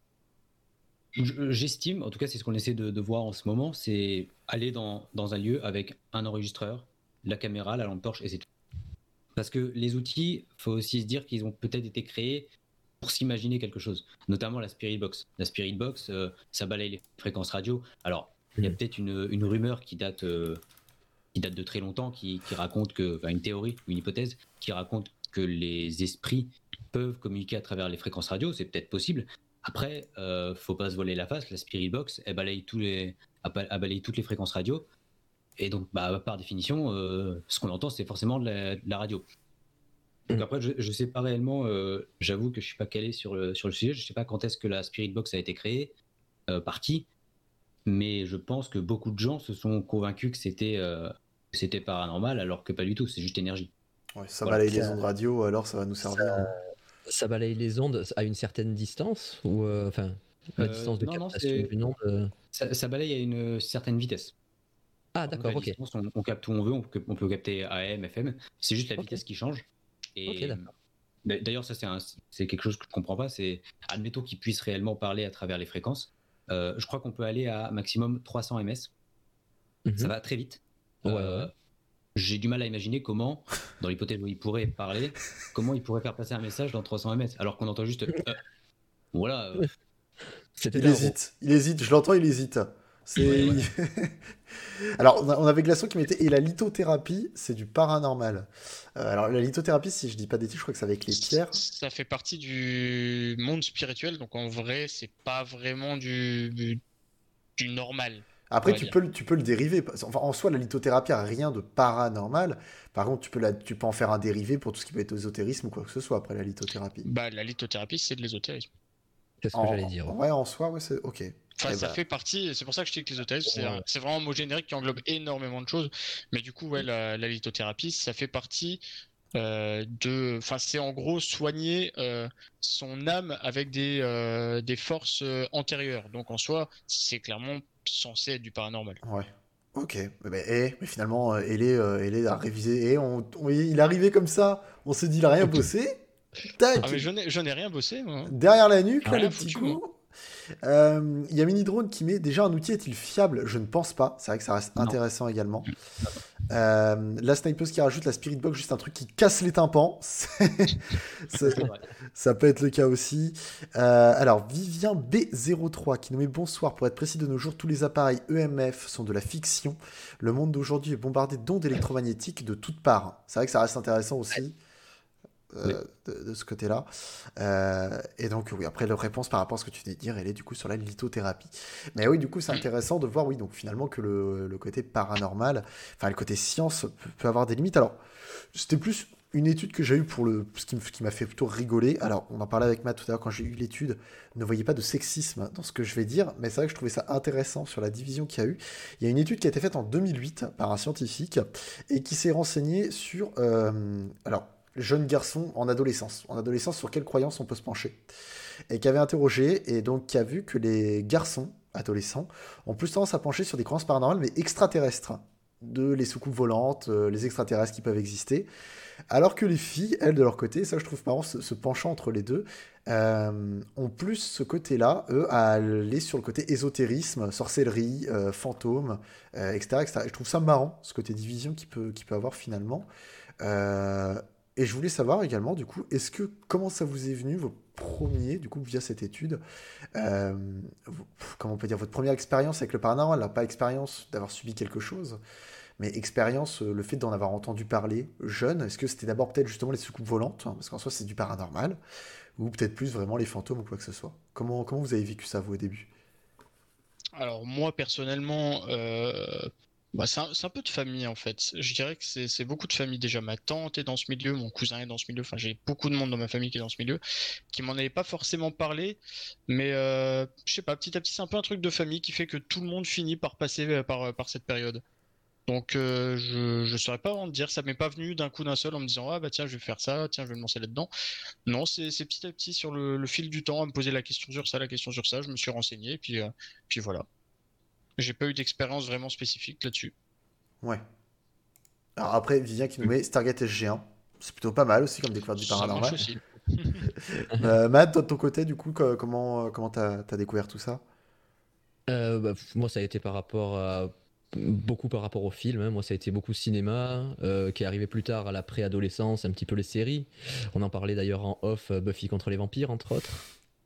Speaker 4: J'estime, en tout cas c'est ce qu'on essaie de voir en ce moment, c'est aller dans un lieu avec un enregistreur, la caméra, la lampe torche et c'est tout. Parce que les outils, faut aussi se dire qu'ils ont peut-être été créés pour s'imaginer quelque chose, notamment la Spirit Box. La Spirit Box, ça balaye les fréquences radio. Alors, il y a peut-être une rumeur qui date de très longtemps, qui raconte que, enfin une théorie ou une hypothèse, qui raconte que les esprits peuvent communiquer à travers les fréquences radio, c'est peut-être possible. Après, faut pas se voler la face, la Spirit Box, elle balaye toutes les fréquences radio, et donc, bah, par définition, ce qu'on entend, c'est forcément de la radio. Donc
Speaker 3: Mm.
Speaker 4: après, je sais pas réellement, j'avoue que je suis pas calé sur le sujet, je sais pas quand est-ce que la Spirit Box a été créée, par qui, mais je pense que beaucoup de gens se sont convaincus que c'était paranormal, alors que pas du tout, c'est juste énergie.
Speaker 1: Ouais, ça
Speaker 4: Voilà.
Speaker 1: balaye les ondes radio, alors ça va nous
Speaker 3: Ça,
Speaker 1: servir, hein.
Speaker 3: ça balaye les ondes à une certaine distance ou enfin la distance de
Speaker 4: Non, non,
Speaker 3: captation d'une onde.
Speaker 4: ça balaye à une certaine vitesse.
Speaker 3: Ah
Speaker 4: Par contre,
Speaker 3: d'accord,
Speaker 4: la
Speaker 3: ok.
Speaker 4: distance, on capte où on veut, on peut capter AM, FM, c'est juste la
Speaker 3: Ok,
Speaker 4: vitesse qui change.
Speaker 3: ok,
Speaker 4: Et
Speaker 3: d'accord.
Speaker 4: d'ailleurs, ça, c'est quelque chose que je comprends pas, c'est, admettons qu'ils puissent réellement parler à travers les fréquences. Je crois qu'on peut aller à maximum 300 ms. Ça
Speaker 3: Mhm.
Speaker 4: va très vite.
Speaker 3: Ouais, ouais.
Speaker 4: J'ai du mal à imaginer comment, dans l'hypothèse où il pourrait parler, comment il pourrait faire passer un message dans 300 ms, alors qu'on entend juste voilà.
Speaker 3: C'était
Speaker 1: Il
Speaker 3: un rond.
Speaker 1: hésite, je l'entends, il hésite.
Speaker 4: Ouais,
Speaker 1: C'est...
Speaker 4: voilà.
Speaker 1: Alors, on avait Glaçon qui mettait, et la lithothérapie, c'est du paranormal. Alors, la lithothérapie, si je dis pas d'études, je crois que c'est avec les pierres.
Speaker 2: Ça fait partie du monde spirituel, donc en vrai, c'est pas vraiment du normal, on
Speaker 1: Après,
Speaker 2: va dire.
Speaker 1: tu peux le dériver. Enfin, en soi, la lithothérapie a rien de paranormal. Par contre, tu peux en faire un dérivé pour tout ce qui peut être ésotérisme ou quoi que ce soit après la lithothérapie.
Speaker 2: Bah, la lithothérapie, c'est de l'ésotérisme.
Speaker 3: C'est ce que j'allais dire.
Speaker 1: Ouais, en soi, ouais, c'est ok.
Speaker 2: Enfin,
Speaker 1: Eh
Speaker 2: ça
Speaker 1: ben,
Speaker 2: fait partie, c'est pour ça que je dis que l'ésotérisme,
Speaker 3: Ouais.
Speaker 2: c'est vraiment un mot générique qui englobe énormément de choses. Mais du coup, ouais, la lithothérapie, ça fait partie enfin, c'est en gros soigner son âme avec des forces antérieures. Donc en soi, c'est clairement censé être du paranormal.
Speaker 1: ouais. Ok, mais finalement, elle a révisé, et il est arrivé comme ça, on s'est dit, il a rien bossé, tac,
Speaker 2: Ah mais je n'ai rien bossé moi.
Speaker 1: derrière la nuque, là,
Speaker 2: Rien
Speaker 1: le petit
Speaker 2: foutu,
Speaker 1: coup. Il y a Mini Drone qui met, déjà, un outil est-il fiable? Je ne pense pas, c'est vrai que ça reste
Speaker 4: Non.
Speaker 1: intéressant également. La snipeuse qui rajoute la Spirit Box, juste un truc qui casse les tympans. ça,
Speaker 4: C'est vrai.
Speaker 1: ça peut être le cas aussi. Alors, Vivien B03 qui nous met bonsoir. Pour être précis, de nos jours, tous les appareils EMF sont de la fiction. Le monde d'aujourd'hui est bombardé d'ondes électromagnétiques de toutes parts. C'est vrai que ça reste intéressant aussi. De ce côté-là. Et donc, oui, après, la réponse par rapport à ce que tu venais de dire, elle est du coup sur la lithothérapie. Mais oui, du coup, c'est intéressant de voir, oui, donc finalement, que le côté paranormal, enfin, le côté science peut avoir des limites. Alors, c'était plus une étude que j'ai eue pour ce qui m'a fait plutôt rigoler. Alors, on en parlait avec Matt tout à l'heure quand j'ai eu l'étude. Ne voyez pas de sexisme dans ce que je vais dire, mais c'est vrai que je trouvais ça intéressant sur la division qu'il y a eu. Il y a une étude qui a été faite en 2008 par un scientifique et qui s'est renseigné sur, alors, jeunes garçons en adolescence. En adolescence, sur quelles croyances on peut se pencher. Et qui avait interrogé, et donc qui a vu que les garçons adolescents ont plus tendance à pencher sur des croyances paranormales, mais extraterrestres. De les soucoupes volantes, les extraterrestres qui peuvent exister. Alors que les filles, elles, de leur côté, ça je trouve marrant, ce penchant entre les deux, ont plus ce côté-là, eux, à aller sur le côté ésotérisme, sorcellerie, fantômes, etc., etc. Et je trouve ça marrant, ce côté division qu'il peut avoir finalement. Et je voulais savoir également, du coup, comment ça vous est venu, vos premiers, du coup, via cette étude, euh, comment on peut dire, votre première expérience avec le paranormal, là, pas expérience d'avoir subi quelque chose, mais expérience, le fait d'en avoir entendu parler jeune, est-ce que c'était d'abord peut-être justement les soucoupes volantes, hein, parce qu'en soi c'est du paranormal, ou peut-être plus vraiment les fantômes ou quoi que ce soit. Comment vous avez vécu ça, vous, au début?
Speaker 2: Alors moi personnellement, bah, c'est un peu de famille en fait. Je dirais que c'est beaucoup de famille déjà. Ma tante est dans ce milieu, mon cousin est dans ce milieu. Enfin, j'ai beaucoup de monde dans ma famille qui est dans ce milieu, qui m'en avait pas forcément parlé, mais je sais pas. Petit à petit, c'est un peu un truc de famille qui fait que tout le monde finit par passer par cette période. Donc je saurais pas vraiment te dire. Ça m'est pas venu d'un coup d'un seul en me disant ah bah tiens je vais faire ça, tiens je vais me lancer là-dedans. Non, c'est petit à petit sur le fil du temps à me poser la question sur ça, la question sur ça. Je me suis renseigné, puis voilà. J'ai pas eu d'expérience vraiment spécifique là-dessus.
Speaker 1: Ouais. Alors après, Vivien qui nous met Stargate SG1. C'est plutôt pas mal aussi comme découverte du
Speaker 2: Ça marche
Speaker 1: paranormal.
Speaker 2: aussi.
Speaker 1: Matt, toi de ton côté, du coup, comment t'as découvert tout ça?
Speaker 3: Moi, ça a été beaucoup par rapport au film, hein. Moi, ça a été beaucoup cinéma, qui est arrivé plus tard à la préadolescence, un petit peu les séries. On en parlait d'ailleurs en off, Buffy contre les vampires, entre autres.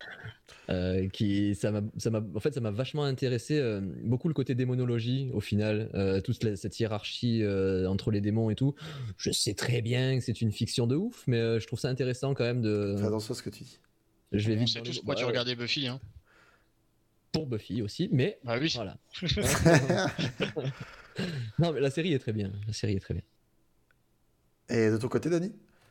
Speaker 3: En fait, ça m'a vachement intéressé, beaucoup le côté démonologie au final, cette hiérarchie entre les démons et tout. Je sais très bien que c'est une fiction de ouf, mais je trouve ça intéressant quand même
Speaker 1: Fais attention à ce que tu dis.
Speaker 3: Je vais
Speaker 2: On
Speaker 3: vite
Speaker 2: sait
Speaker 3: dans les...
Speaker 2: tous pourquoi tu regardais Buffy, hein.
Speaker 3: Pour Buffy aussi, mais
Speaker 2: Bah oui.
Speaker 3: voilà. Non, mais la série est très bien. La série est très bien.
Speaker 1: Et de ton côté, Dani?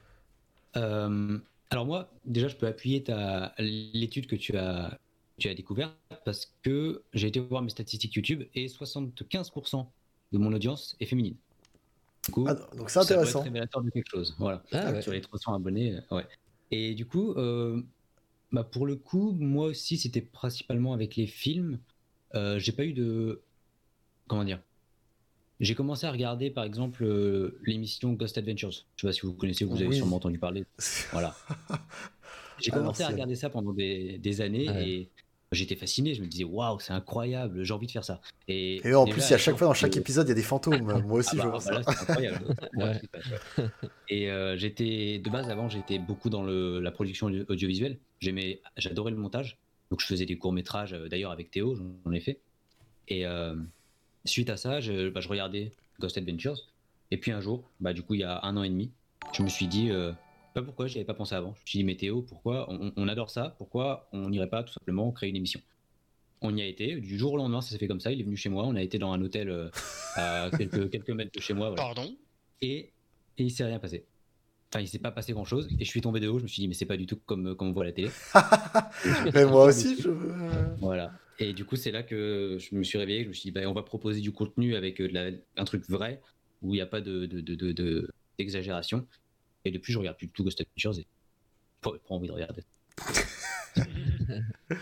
Speaker 4: Alors moi, déjà, je peux appuyer l'étude que tu as découverte parce que j'ai été voir mes statistiques YouTube et 75% de mon audience est féminine. Du coup,
Speaker 1: Ah, donc c'est
Speaker 4: ça doit être
Speaker 1: intéressant.
Speaker 4: révélateur de quelque chose. Voilà.
Speaker 3: Ah ouais.
Speaker 4: Sur les 300 abonnés, ouais. Et du coup, bah pour le coup, moi aussi, c'était principalement avec les films. J'ai pas eu de... Comment dire? J'ai commencé à regarder, par exemple, l'émission Ghost Adventures. Je sais pas si vous connaissez, vous avez
Speaker 1: Oui.
Speaker 4: sûrement entendu parler. Voilà. J'ai commencé à
Speaker 1: l'ancienne.
Speaker 4: regarder ça pendant des années
Speaker 3: Ouais.
Speaker 4: et j'étais fasciné. Je me disais, waouh, c'est incroyable, j'ai envie de faire ça.
Speaker 1: Et en plus, à chaque fois, dans chaque épisode, il y a des fantômes. Moi aussi, je vois ça.
Speaker 4: là, c'est incroyable.
Speaker 3: Ouais.
Speaker 4: Et de base, avant, j'étais beaucoup dans la production audiovisuelle. J'adorais le montage. Donc, je faisais des courts-métrages, d'ailleurs, avec Théo, j'en ai fait. Et suite à ça, je regardais Ghost Adventures. Et puis un jour, du coup, il y a 1 an et demi, je me suis dit, pas pourquoi j'y avais pas pensé avant. Je me suis dit, mais Théo, pourquoi on adore ça? Pourquoi on n'irait pas tout simplement créer une émission? On y a été. Du jour au lendemain, ça s'est fait comme ça. Il est venu chez moi. On a été dans un hôtel à quelques mètres de chez moi. Voilà.
Speaker 2: Pardon.
Speaker 4: Et il s'est rien passé. Enfin, il s'est pas passé grand chose. Et je suis tombé de haut. Je me suis dit, mais c'est pas du tout comme on voit à la télé.
Speaker 1: Mais moi aussi,
Speaker 4: Voilà. Et du coup, c'est là que je me suis réveillé. Je me suis dit, on va proposer du contenu avec un truc vrai où il n'y a pas d'exagération. Et depuis, je regarde plus du tout Ghost Adventures et pas envie de regarder.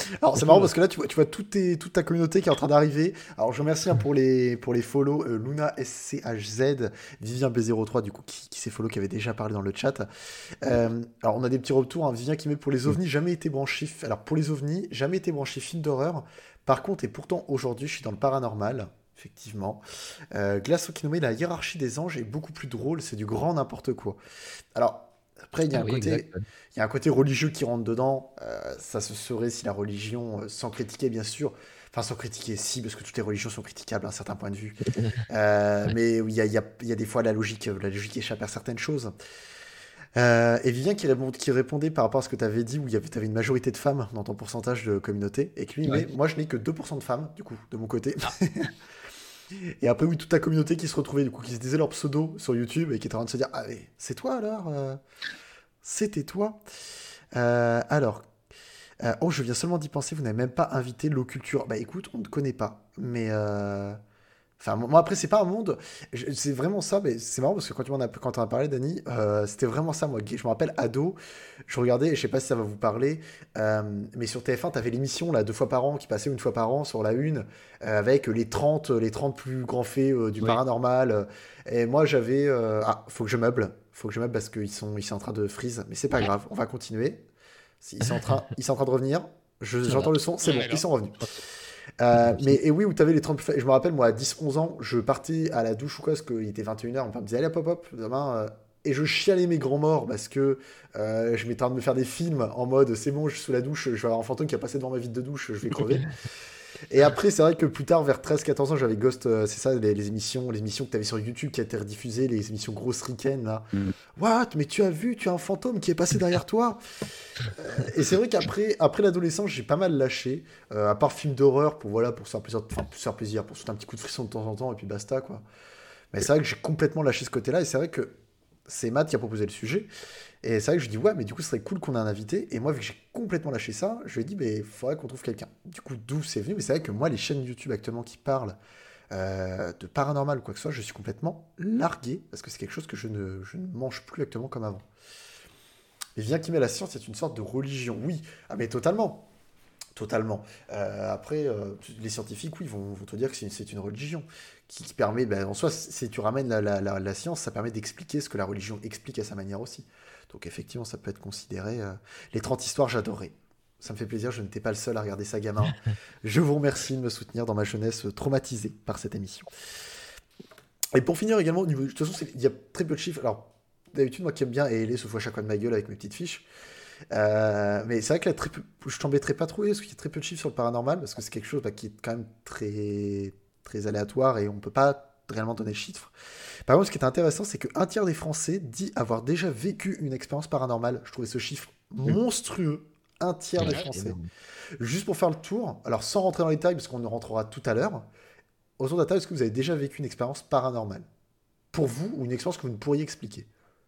Speaker 1: Alors c'est marrant parce que là tu vois toute ta communauté qui est en train d'arriver. Alors je remercie pour les follow Luna SCHZ, Vivien B03 du coup qui s'est follow, qui avait déjà parlé dans le chat. Alors on a des petits retours, hein. Vivien qui met pour les ovnis jamais été branché. Alors pour les ovnis jamais été branché film d'horreur. Par contre et pourtant aujourd'hui je suis dans le paranormal. Effectivement. Glasso qui nous met la hiérarchie des anges est beaucoup plus drôle, c'est du grand n'importe quoi. Alors après il y a il y a un côté religieux qui rentre dedans. Ça se saurait si la religion, sans critiquer bien sûr, enfin sans critiquer si, parce que toutes les religions sont critiquables à un certain point de vue. Mais il y a des fois la logique échappe à certaines choses. Et Vivien qui répondait par rapport à ce que tu avais dit, où tu avais une majorité de femmes dans ton pourcentage de communauté, et que lui,
Speaker 4: Ouais.
Speaker 1: mais moi je n'ai que 2% de femmes, du coup, de mon côté. Et après, oui, toute ta communauté qui se retrouvait, du coup, qui se disait leur pseudo sur YouTube et qui était en train de se dire, ah, mais c'est toi alors C'était toi. Alors, oh, je viens seulement d'y penser, vous n'avez même pas invité l'occulture. Bah écoute, on ne connaît pas. Mais. Enfin, moi, après, c'est pas un monde. C'est vraiment ça, mais c'est marrant parce que quand on a parlé, Dani, c'était vraiment ça. Moi, je me rappelle, ado, je regardais, et je sais pas si ça va vous parler, mais sur TF1, t'avais l'émission, là, 2 fois par an, qui passait une fois par an sur la une, avec les 30 plus grands faits du
Speaker 4: Oui.
Speaker 1: paranormal. Et moi, j'avais. Ah, faut que je meuble. Faut que je meuble parce ils sont en train de freeze. Mais c'est pas grave, on va continuer. Ils sont en train de revenir.
Speaker 3: Ça
Speaker 1: J'entends
Speaker 3: va.
Speaker 1: le son, c'est
Speaker 2: On
Speaker 1: bon,
Speaker 2: est là.
Speaker 1: ils sont revenus.
Speaker 3: Moi
Speaker 1: Mais
Speaker 3: aussi.
Speaker 1: et oui, où t'avais les 30 je me rappelle, moi, à 10-11 ans, je partais à la douche ou quoi, parce qu'il était 21h, mon père me disait, allez, hop, hop, hop, demain, et je chialais mes grands morts, parce que je m'étais en train de me faire des films en mode, c'est bon, je suis sous la douche, je vais avoir un fantôme qui a passé devant ma vitre de douche, je vais crever. Et après, c'est vrai que plus tard, vers 13-14 ans, j'avais Ghost, c'est ça, les émissions que t'avais sur YouTube qui étaient rediffusées, les émissions grosses ricaines, là.
Speaker 4: Mm.
Speaker 1: What? Mais tu as vu, tu as un fantôme qui est passé derrière toi? Et c'est vrai après l'adolescence, j'ai pas mal lâché, à part film d'horreur pour voilà pour se faire plaisir, enfin pour se faire plaisir, pour se foutre un petit coup de frisson de temps en temps et puis basta quoi. Mais c'est vrai que j'ai complètement lâché ce côté-là et c'est vrai que c'est Matt qui a proposé le sujet et c'est vrai que je dis ouais mais du coup ce serait cool qu'on ait un invité et moi vu que j'ai complètement lâché ça, je lui ai dit mais faudrait qu'on trouve quelqu'un. Du coup d'où c'est venu mais c'est vrai que moi les chaînes YouTube actuellement qui parlent de paranormal ou quoi que ce soit, je suis complètement largué parce que c'est quelque chose que je ne mange plus actuellement comme avant. Et vient qui met la science, c'est une sorte de religion. Oui, ah mais totalement. Totalement. Après, les scientifiques, oui, vont te dire que c'est une religion qui permet, ben, en soi, si tu ramènes la science, ça permet d'expliquer ce que la religion explique à sa manière aussi. Donc effectivement, ça peut être considéré. Les 30 histoires, j'adorais. Ça me fait plaisir, je n'étais pas le seul à regarder ça gamin. Je vous remercie de me soutenir dans ma jeunesse traumatisée par cette émission. Et pour finir également, de toute façon, il y a très peu de chiffres. Alors, d'habitude, moi qui aime bien et se fout à chaque fois de ma gueule avec mes petites fiches. Mais c'est vrai que là, je t'embêterai pas trop parce qu'il y a très peu de chiffres sur le paranormal parce que c'est quelque chose qui est quand même très, très aléatoire et on peut pas réellement donner de chiffres. Par contre, ce qui est intéressant, c'est qu'un tiers des Français dit avoir déjà vécu une expérience paranormale. Je trouvais ce chiffre monstrueux. Un tiers des
Speaker 2: Ouais,
Speaker 1: Français. Juste pour faire le tour, alors sans rentrer dans les détails parce qu'on en rentrera tout à l'heure, autour de la table, est-ce que vous avez déjà vécu une expérience paranormale? Pour vous, ou une expérience que vous ne pourriez expliquer?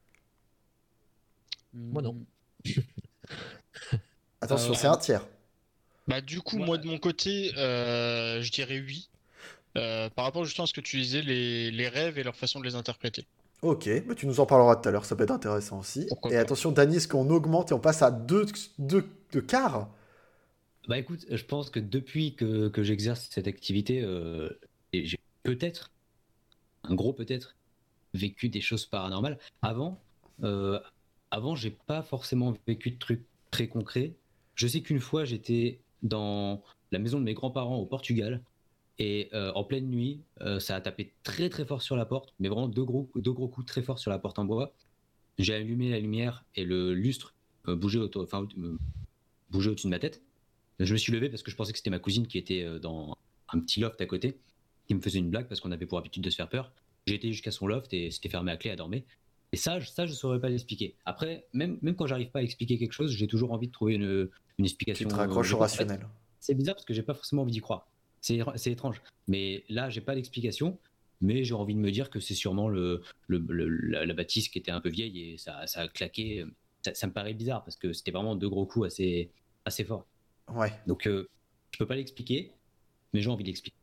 Speaker 3: Moi, non.
Speaker 1: Attention, c'est un tiers.
Speaker 2: Bah du coup,
Speaker 4: Ouais.
Speaker 2: moi de mon côté, je dirais oui. Par rapport justement à ce que tu disais, les rêves et leur façon de les interpréter.
Speaker 1: Ok, bah tu nous en parleras tout à l'heure, ça peut être intéressant aussi.
Speaker 2: Pourquoi
Speaker 1: Et
Speaker 2: pas.
Speaker 1: attention, Dany, est-ce qu'on augmente et on passe à deux quarts?
Speaker 4: Bah écoute, je pense que depuis que j'exerce cette activité, et j'ai peut-être, un gros peut-être, vécu des choses paranormales. Euh, avant, j'ai pas forcément vécu de trucs très concrets. Je sais qu'une fois, j'étais dans la maison de mes grands-parents au Portugal et en pleine nuit, ça a tapé très très fort sur la porte, mais vraiment deux gros coups très forts sur la porte en bois. J'ai allumé la lumière et le lustre bougeait au-dessus de ma tête. Je me suis levé parce que je pensais que c'était ma cousine qui était dans un petit loft à côté, qui me faisait une blague parce qu'on avait pour habitude de se faire peur. J'ai été jusqu'à son loft et c'était fermé à clé, à dormir. Et ça, je saurais pas l'expliquer. Après, même quand j'arrive pas à expliquer quelque chose, j'ai toujours envie de trouver une explication.
Speaker 1: Tu te raccroches au
Speaker 4: En fait,
Speaker 1: rationnel.
Speaker 4: c'est bizarre parce que j'ai pas forcément envie d'y croire. C'est étrange. Mais là, j'ai pas d'explication. Mais j'ai envie de me dire que c'est sûrement la bâtisse qui était un peu vieille et ça a claqué. Ça me paraît bizarre parce que c'était vraiment deux gros coups assez forts.
Speaker 1: Ouais.
Speaker 4: Donc, je peux pas l'expliquer, mais j'ai envie d'expliquer.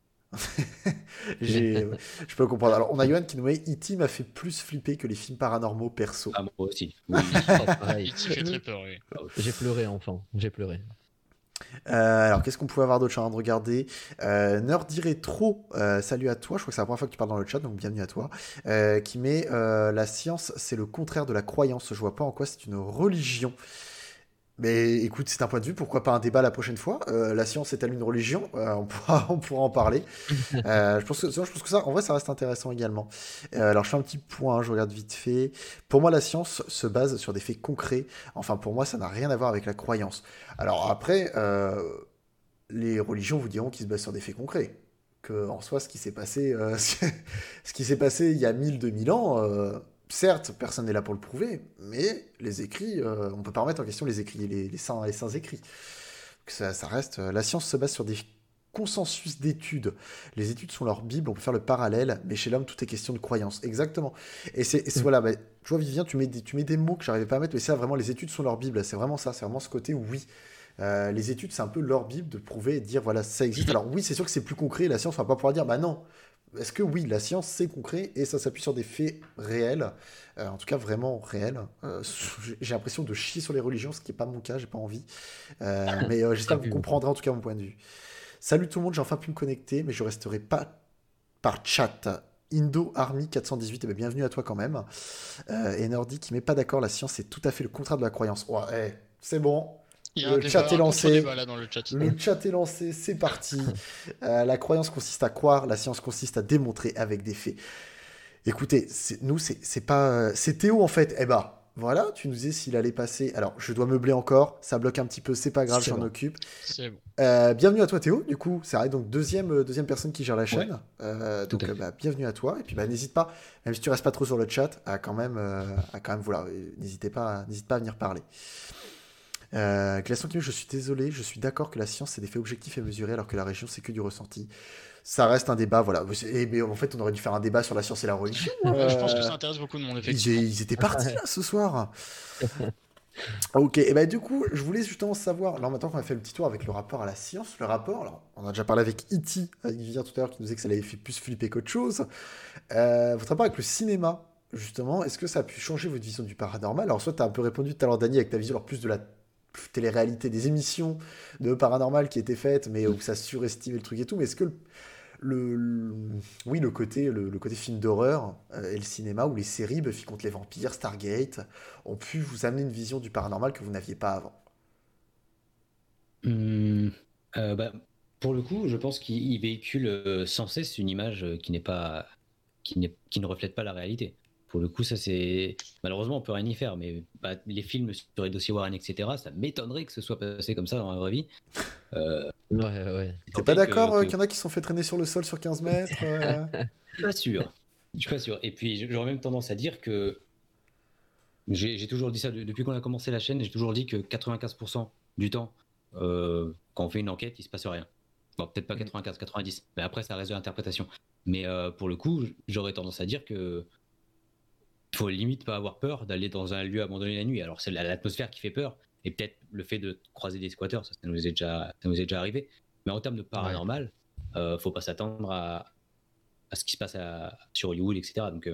Speaker 1: Je peux comprendre. Alors, on a Yohan qui nous met E.T. m'a fait plus flipper que les films paranormaux perso.
Speaker 4: Ah, moi aussi. Oui.
Speaker 3: Oh, pareil.
Speaker 2: E.T. fait très peur, oui.
Speaker 3: J'ai pleuré, enfant. J'ai pleuré.
Speaker 1: Alors, qu'est-ce qu'on pouvait avoir d'autre? Je suis en train de regarder. Nerdy Retro, salut à toi. Je crois que c'est la première fois que tu parles dans le chat, donc bienvenue à toi. Qui met la science, c'est le contraire de la croyance. Je vois pas en quoi c'est une religion. Mais écoute, c'est un point de vue, pourquoi pas un débat la prochaine fois? La science est-elle une religion? On pourra en parler. Je pense que ça, en vrai, ça reste intéressant également. Alors, je fais un petit point, je regarde vite fait. Pour moi, la science se base sur des faits concrets. Enfin, pour moi, ça n'a rien à voir avec la croyance. Alors après, les religions vous diront qu'ils se basent sur des faits concrets. Que, en soi, ce qui s'est passé, ce qui s'est passé il y a 1000, 2000 ans, certes, personne n'est là pour le prouver, mais les écrits, on peut pas remettre en question les écrits, les saints écrits. Donc ça reste, la science se base sur des consensus d'études. Les études sont leur Bible, on peut faire le parallèle, mais chez l'homme, tout est question de croyance. Exactement. Voilà, bah, tu vois, Vivien, tu mets des mots que j'arrivais pas à mettre, mais ça, vraiment, les études sont leur Bible. C'est vraiment ça, c'est vraiment ce côté, oui. Les études, c'est un peu leur Bible de prouver et de dire, voilà, ça existe. Alors oui, c'est sûr que c'est plus concret, la science, on va pas pouvoir dire, bah non. Est-ce que oui, la science, c'est concret et ça s'appuie sur des faits réels, en tout cas vraiment réels. J'ai l'impression de chier sur les religions, ce qui n'est pas mon cas, j'ai pas envie. Mais j'espère que vous comprendrez en tout cas mon point de vue. Salut tout le monde, j'ai enfin pu me connecter, mais je resterai pas par chat. Indo Army 418, eh bien, bienvenue à toi quand même. Et Nordi qui met pas d'accord, la science c'est tout à fait le contraire de la croyance. Ouais, c'est bon.
Speaker 2: Il y a un
Speaker 1: Le chat est
Speaker 2: débat, un
Speaker 1: lancé.
Speaker 2: contre-débat là dans le chat.
Speaker 1: Le chat est lancé, c'est parti. La croyance consiste à croire, la science consiste à démontrer avec des faits. Écoutez, c'est pas. C'est Théo en fait. Eh ben, voilà, tu nous disais s'il allait passer. Alors, je dois meubler encore, ça bloque un petit peu, c'est pas grave,
Speaker 3: C'est
Speaker 1: j'en
Speaker 3: bon.
Speaker 1: occupe.
Speaker 2: C'est bon.
Speaker 1: Bienvenue à toi Théo, du coup, c'est vrai, donc deuxième personne qui gère la chaîne. Donc,
Speaker 4: à fait.
Speaker 1: bienvenue à toi. Et puis, n'hésite pas, même si tu restes pas trop sur le chat, à quand même voilà, n'hésite pas à venir parler. Glaçon qui dit, je suis désolé, je suis d'accord que la science c'est des faits objectifs et mesurés alors que la religion c'est que du ressenti. Ça reste un débat, voilà. Mais en fait, on aurait dû faire un débat sur la science et la religion.
Speaker 2: Je pense que ça intéresse beaucoup de monde, effectivement.
Speaker 1: Ils étaient partis là ce soir. Ok, et du coup, je voulais justement savoir, alors maintenant qu'on a fait le petit tour avec le rapport à la science, le rapport, alors on a déjà parlé avec E.T., avec Vivien tout à l'heure qui nous disait que ça l'avait fait plus flipper qu'autre chose. Votre rapport avec le cinéma, justement, est-ce que ça a pu changer votre vision du paranormal? Alors soit tu as un peu répondu tout à l'heure, Dany, avec ta vision alors plus de la télé-réalité, des émissions de paranormal qui étaient faites, mais où ça surestimait le truc et tout, mais est-ce que oui, le côté film d'horreur et le cinéma ou les séries Buffy contre les vampires, Stargate ont pu vous amener une vision du paranormal que vous n'aviez pas avant?
Speaker 4: Hum, bah, pour le coup, je pense qu'il véhicule sans cesse une image qui ne reflète pas la réalité. Pour le coup, ça c'est malheureusement on peut rien y faire, mais les films sur les dossiers Warren, etc. Ça m'étonnerait que ce soit passé comme ça dans la vraie vie.
Speaker 3: Ouais.
Speaker 1: T'es pas
Speaker 4: que-
Speaker 1: d'accord
Speaker 4: que-
Speaker 1: qu'il y en a qui se sont fait traîner sur le sol sur 15 mètres
Speaker 4: Je suis pas sûr. Je suis pas sûr. Et puis j'aurais même tendance à dire que j'ai toujours dit ça depuis qu'on a commencé la chaîne. J'ai toujours dit que 95% du temps, quand on fait une enquête, il se passe rien. Bon, peut-être pas 95, 90, mais après ça reste de l'interprétation. Mais pour le coup, j'aurais tendance à dire que faut limite pas avoir peur d'aller dans un lieu abandonné la nuit. Alors c'est l'atmosphère qui fait peur, et peut-être le fait de croiser des squatteurs, ça nous est déjà arrivé. Mais en termes de paranormal, faut pas s'attendre à ce qui se passe sur Hollywood, etc. Donc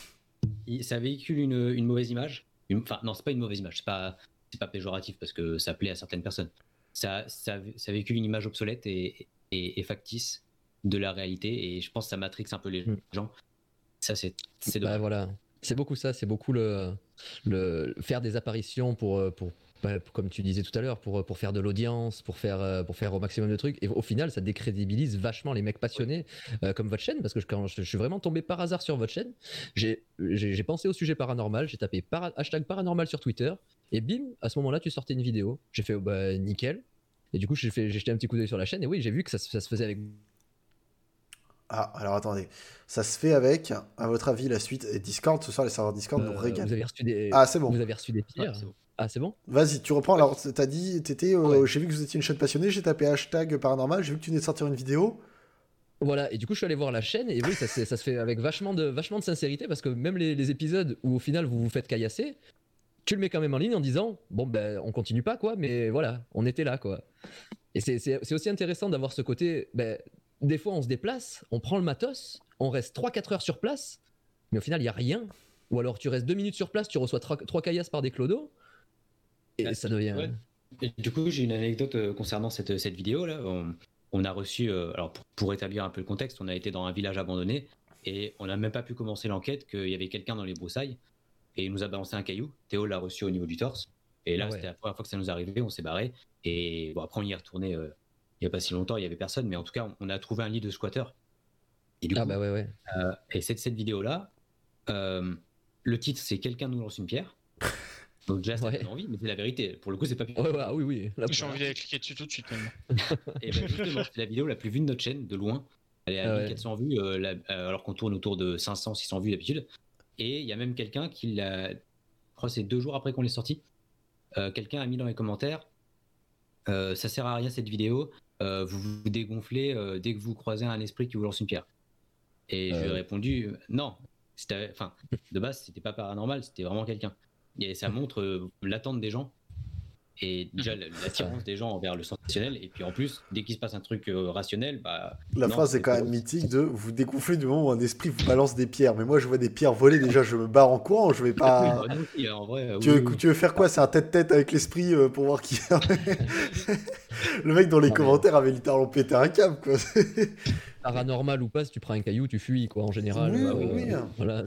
Speaker 4: ça véhicule une mauvaise image. Enfin non, c'est pas une mauvaise image, c'est pas péjoratif parce que ça plaît à certaines personnes. Ça véhicule une image obsolète et factice de la réalité, et je pense que ça matrixe un peu les gens. Ça c'est dommage.
Speaker 3: Voilà. C'est beaucoup ça, c'est beaucoup le faire des apparitions pour comme tu disais tout à l'heure, pour faire de l'audience, pour faire au maximum de trucs. Et au final, ça décrédibilise vachement les mecs passionnés comme votre chaîne, parce que quand je suis vraiment tombé par hasard sur votre chaîne, j'ai pensé au sujet paranormal, j'ai tapé hashtag paranormal sur Twitter, et bim, à ce moment-là, tu sortais une vidéo. J'ai fait nickel. Et du coup, j'ai jeté un petit coup d'œil sur la chaîne, et oui, j'ai vu que ça se faisait avec.
Speaker 1: Ah, alors attendez. Ça se fait avec, à votre avis, la suite et Discord, ce soir, les serveurs Discord nous
Speaker 3: Vous
Speaker 1: régalent.
Speaker 3: avez reçu des.
Speaker 1: Ah, c'est bon.
Speaker 3: Vous avez reçu des pires.
Speaker 4: Ouais, c'est bon.
Speaker 3: Ah, c'est bon.
Speaker 1: Vas-y, tu reprends. Alors, t'as dit,
Speaker 3: Ouais.
Speaker 1: j'ai vu que vous étiez une chaîne passionnée, j'ai tapé hashtag paranormal, j'ai vu que tu venais de sortir une vidéo.
Speaker 3: Voilà, et du coup je suis allé voir la chaîne, et oui, ça se fait avec vachement de sincérité, parce que même les épisodes où au final vous vous faites caillasser, tu le mets quand même en ligne en disant bon ben on continue pas quoi, mais voilà, on était là quoi. Et c'est aussi intéressant d'avoir ce côté, des fois on se déplace, on prend le matos, on reste 3-4 heures sur place, mais au final il y a rien, ou alors tu restes 2 minutes sur place, tu reçois 3 caillasses par des clodos, et ça devient...
Speaker 4: Ouais. Et du coup, j'ai une anecdote concernant cette vidéo là. On a reçu, alors pour établir un peu le contexte, on a été dans un village abandonné et on n'a même pas pu commencer l'enquête qu'il y avait quelqu'un dans les broussailles et il nous a balancé un caillou. Théo l'a reçu au niveau du torse et là,
Speaker 3: Ah ouais.
Speaker 4: c'était la première fois que ça nous arrivait. On s'est barré et bon, après on y est retourné. Il n'y a pas si longtemps, il y avait personne, mais en tout cas, on a trouvé un lit de squatter. Et du
Speaker 3: Ah
Speaker 4: coup,
Speaker 3: bah ouais.
Speaker 4: et cette vidéo là, le titre c'est Quelqu'un nous lance une pierre. Donc déjà, ça
Speaker 3: Ouais.
Speaker 4: donne envie, mais c'est la vérité. Pour le coup, c'est pas
Speaker 3: Ouais, ouais, ah oui, oui. Là,
Speaker 2: J'ai envie d'aller cliquer dessus tout de suite même.
Speaker 4: Et ben justement, c'est la vidéo la plus vue de notre chaîne, de loin. Elle est à
Speaker 3: Ah ouais.
Speaker 4: 1400 vues, alors qu'on tourne autour de 500, 600 vues d'habitude. Et il y a même quelqu'un qui l'a, je crois que c'est 2 jours après qu'on l'ait sorti, quelqu'un a mis dans les commentaires, ça sert à rien cette vidéo, vous vous dégonflez dès que vous croisez un esprit qui vous lance une pierre. Et je lui ai répondu, non, enfin, de base, c'était pas paranormal, c'était vraiment quelqu'un. Et ça montre l'attente des gens. Et déjà l'attirance des gens envers le sensationnel, et puis en plus, dès qu'il se passe un truc rationnel, bah.
Speaker 1: La
Speaker 4: non,
Speaker 1: phrase est
Speaker 4: c'est
Speaker 1: quand
Speaker 4: pas
Speaker 1: même
Speaker 4: bon.
Speaker 1: mythique de vous dégonflez du moment où un esprit vous balance des pierres. Mais moi, je vois des pierres voler, déjà, je me barre en courant, je vais
Speaker 4: Oui,
Speaker 1: pas.
Speaker 4: bah, nous aussi, en vrai, oui.
Speaker 1: Tu veux faire quoi? C'est un tête-tête avec l'esprit pour voir qui. Le mec dans les
Speaker 3: Ah, mais
Speaker 1: commentaires avait littéralement pété un câble, quoi.
Speaker 3: paranormal ou pas, si tu prends un caillou, tu fuis, quoi, en général.
Speaker 1: Oui, oui, oui.
Speaker 3: Voilà.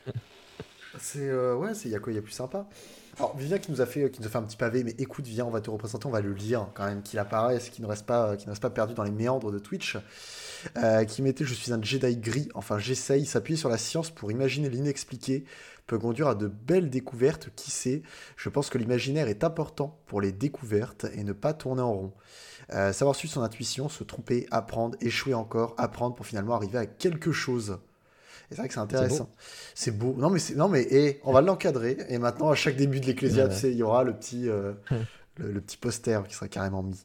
Speaker 1: C'est ouais, il y a quoi, il y a plus sympa. Alors Vivien qui nous a fait un petit pavé, mais écoute, viens, on va te représenter, on va le lire quand même, qu'il apparaisse, qu'il ne reste pas perdu dans les méandres de Twitch. Qui mettait je suis un Jedi gris, enfin j'essaye, s'appuyer sur la science pour imaginer l'inexpliqué peut conduire à de belles découvertes, qui sait. Je pense que l'imaginaire est important pour les découvertes et ne pas tourner en rond. Savoir suivre son intuition, se tromper, apprendre, échouer encore, apprendre pour finalement arriver à quelque chose. Et c'est vrai que c'est
Speaker 3: C'est beau.
Speaker 1: intéressant. C'est beau. Non mais non mais on va l'encadrer. Et maintenant à chaque début de l'Ecclésia,
Speaker 3: Ouais.
Speaker 1: tu sais, il y aura le petit le petit poster qui sera carrément mis.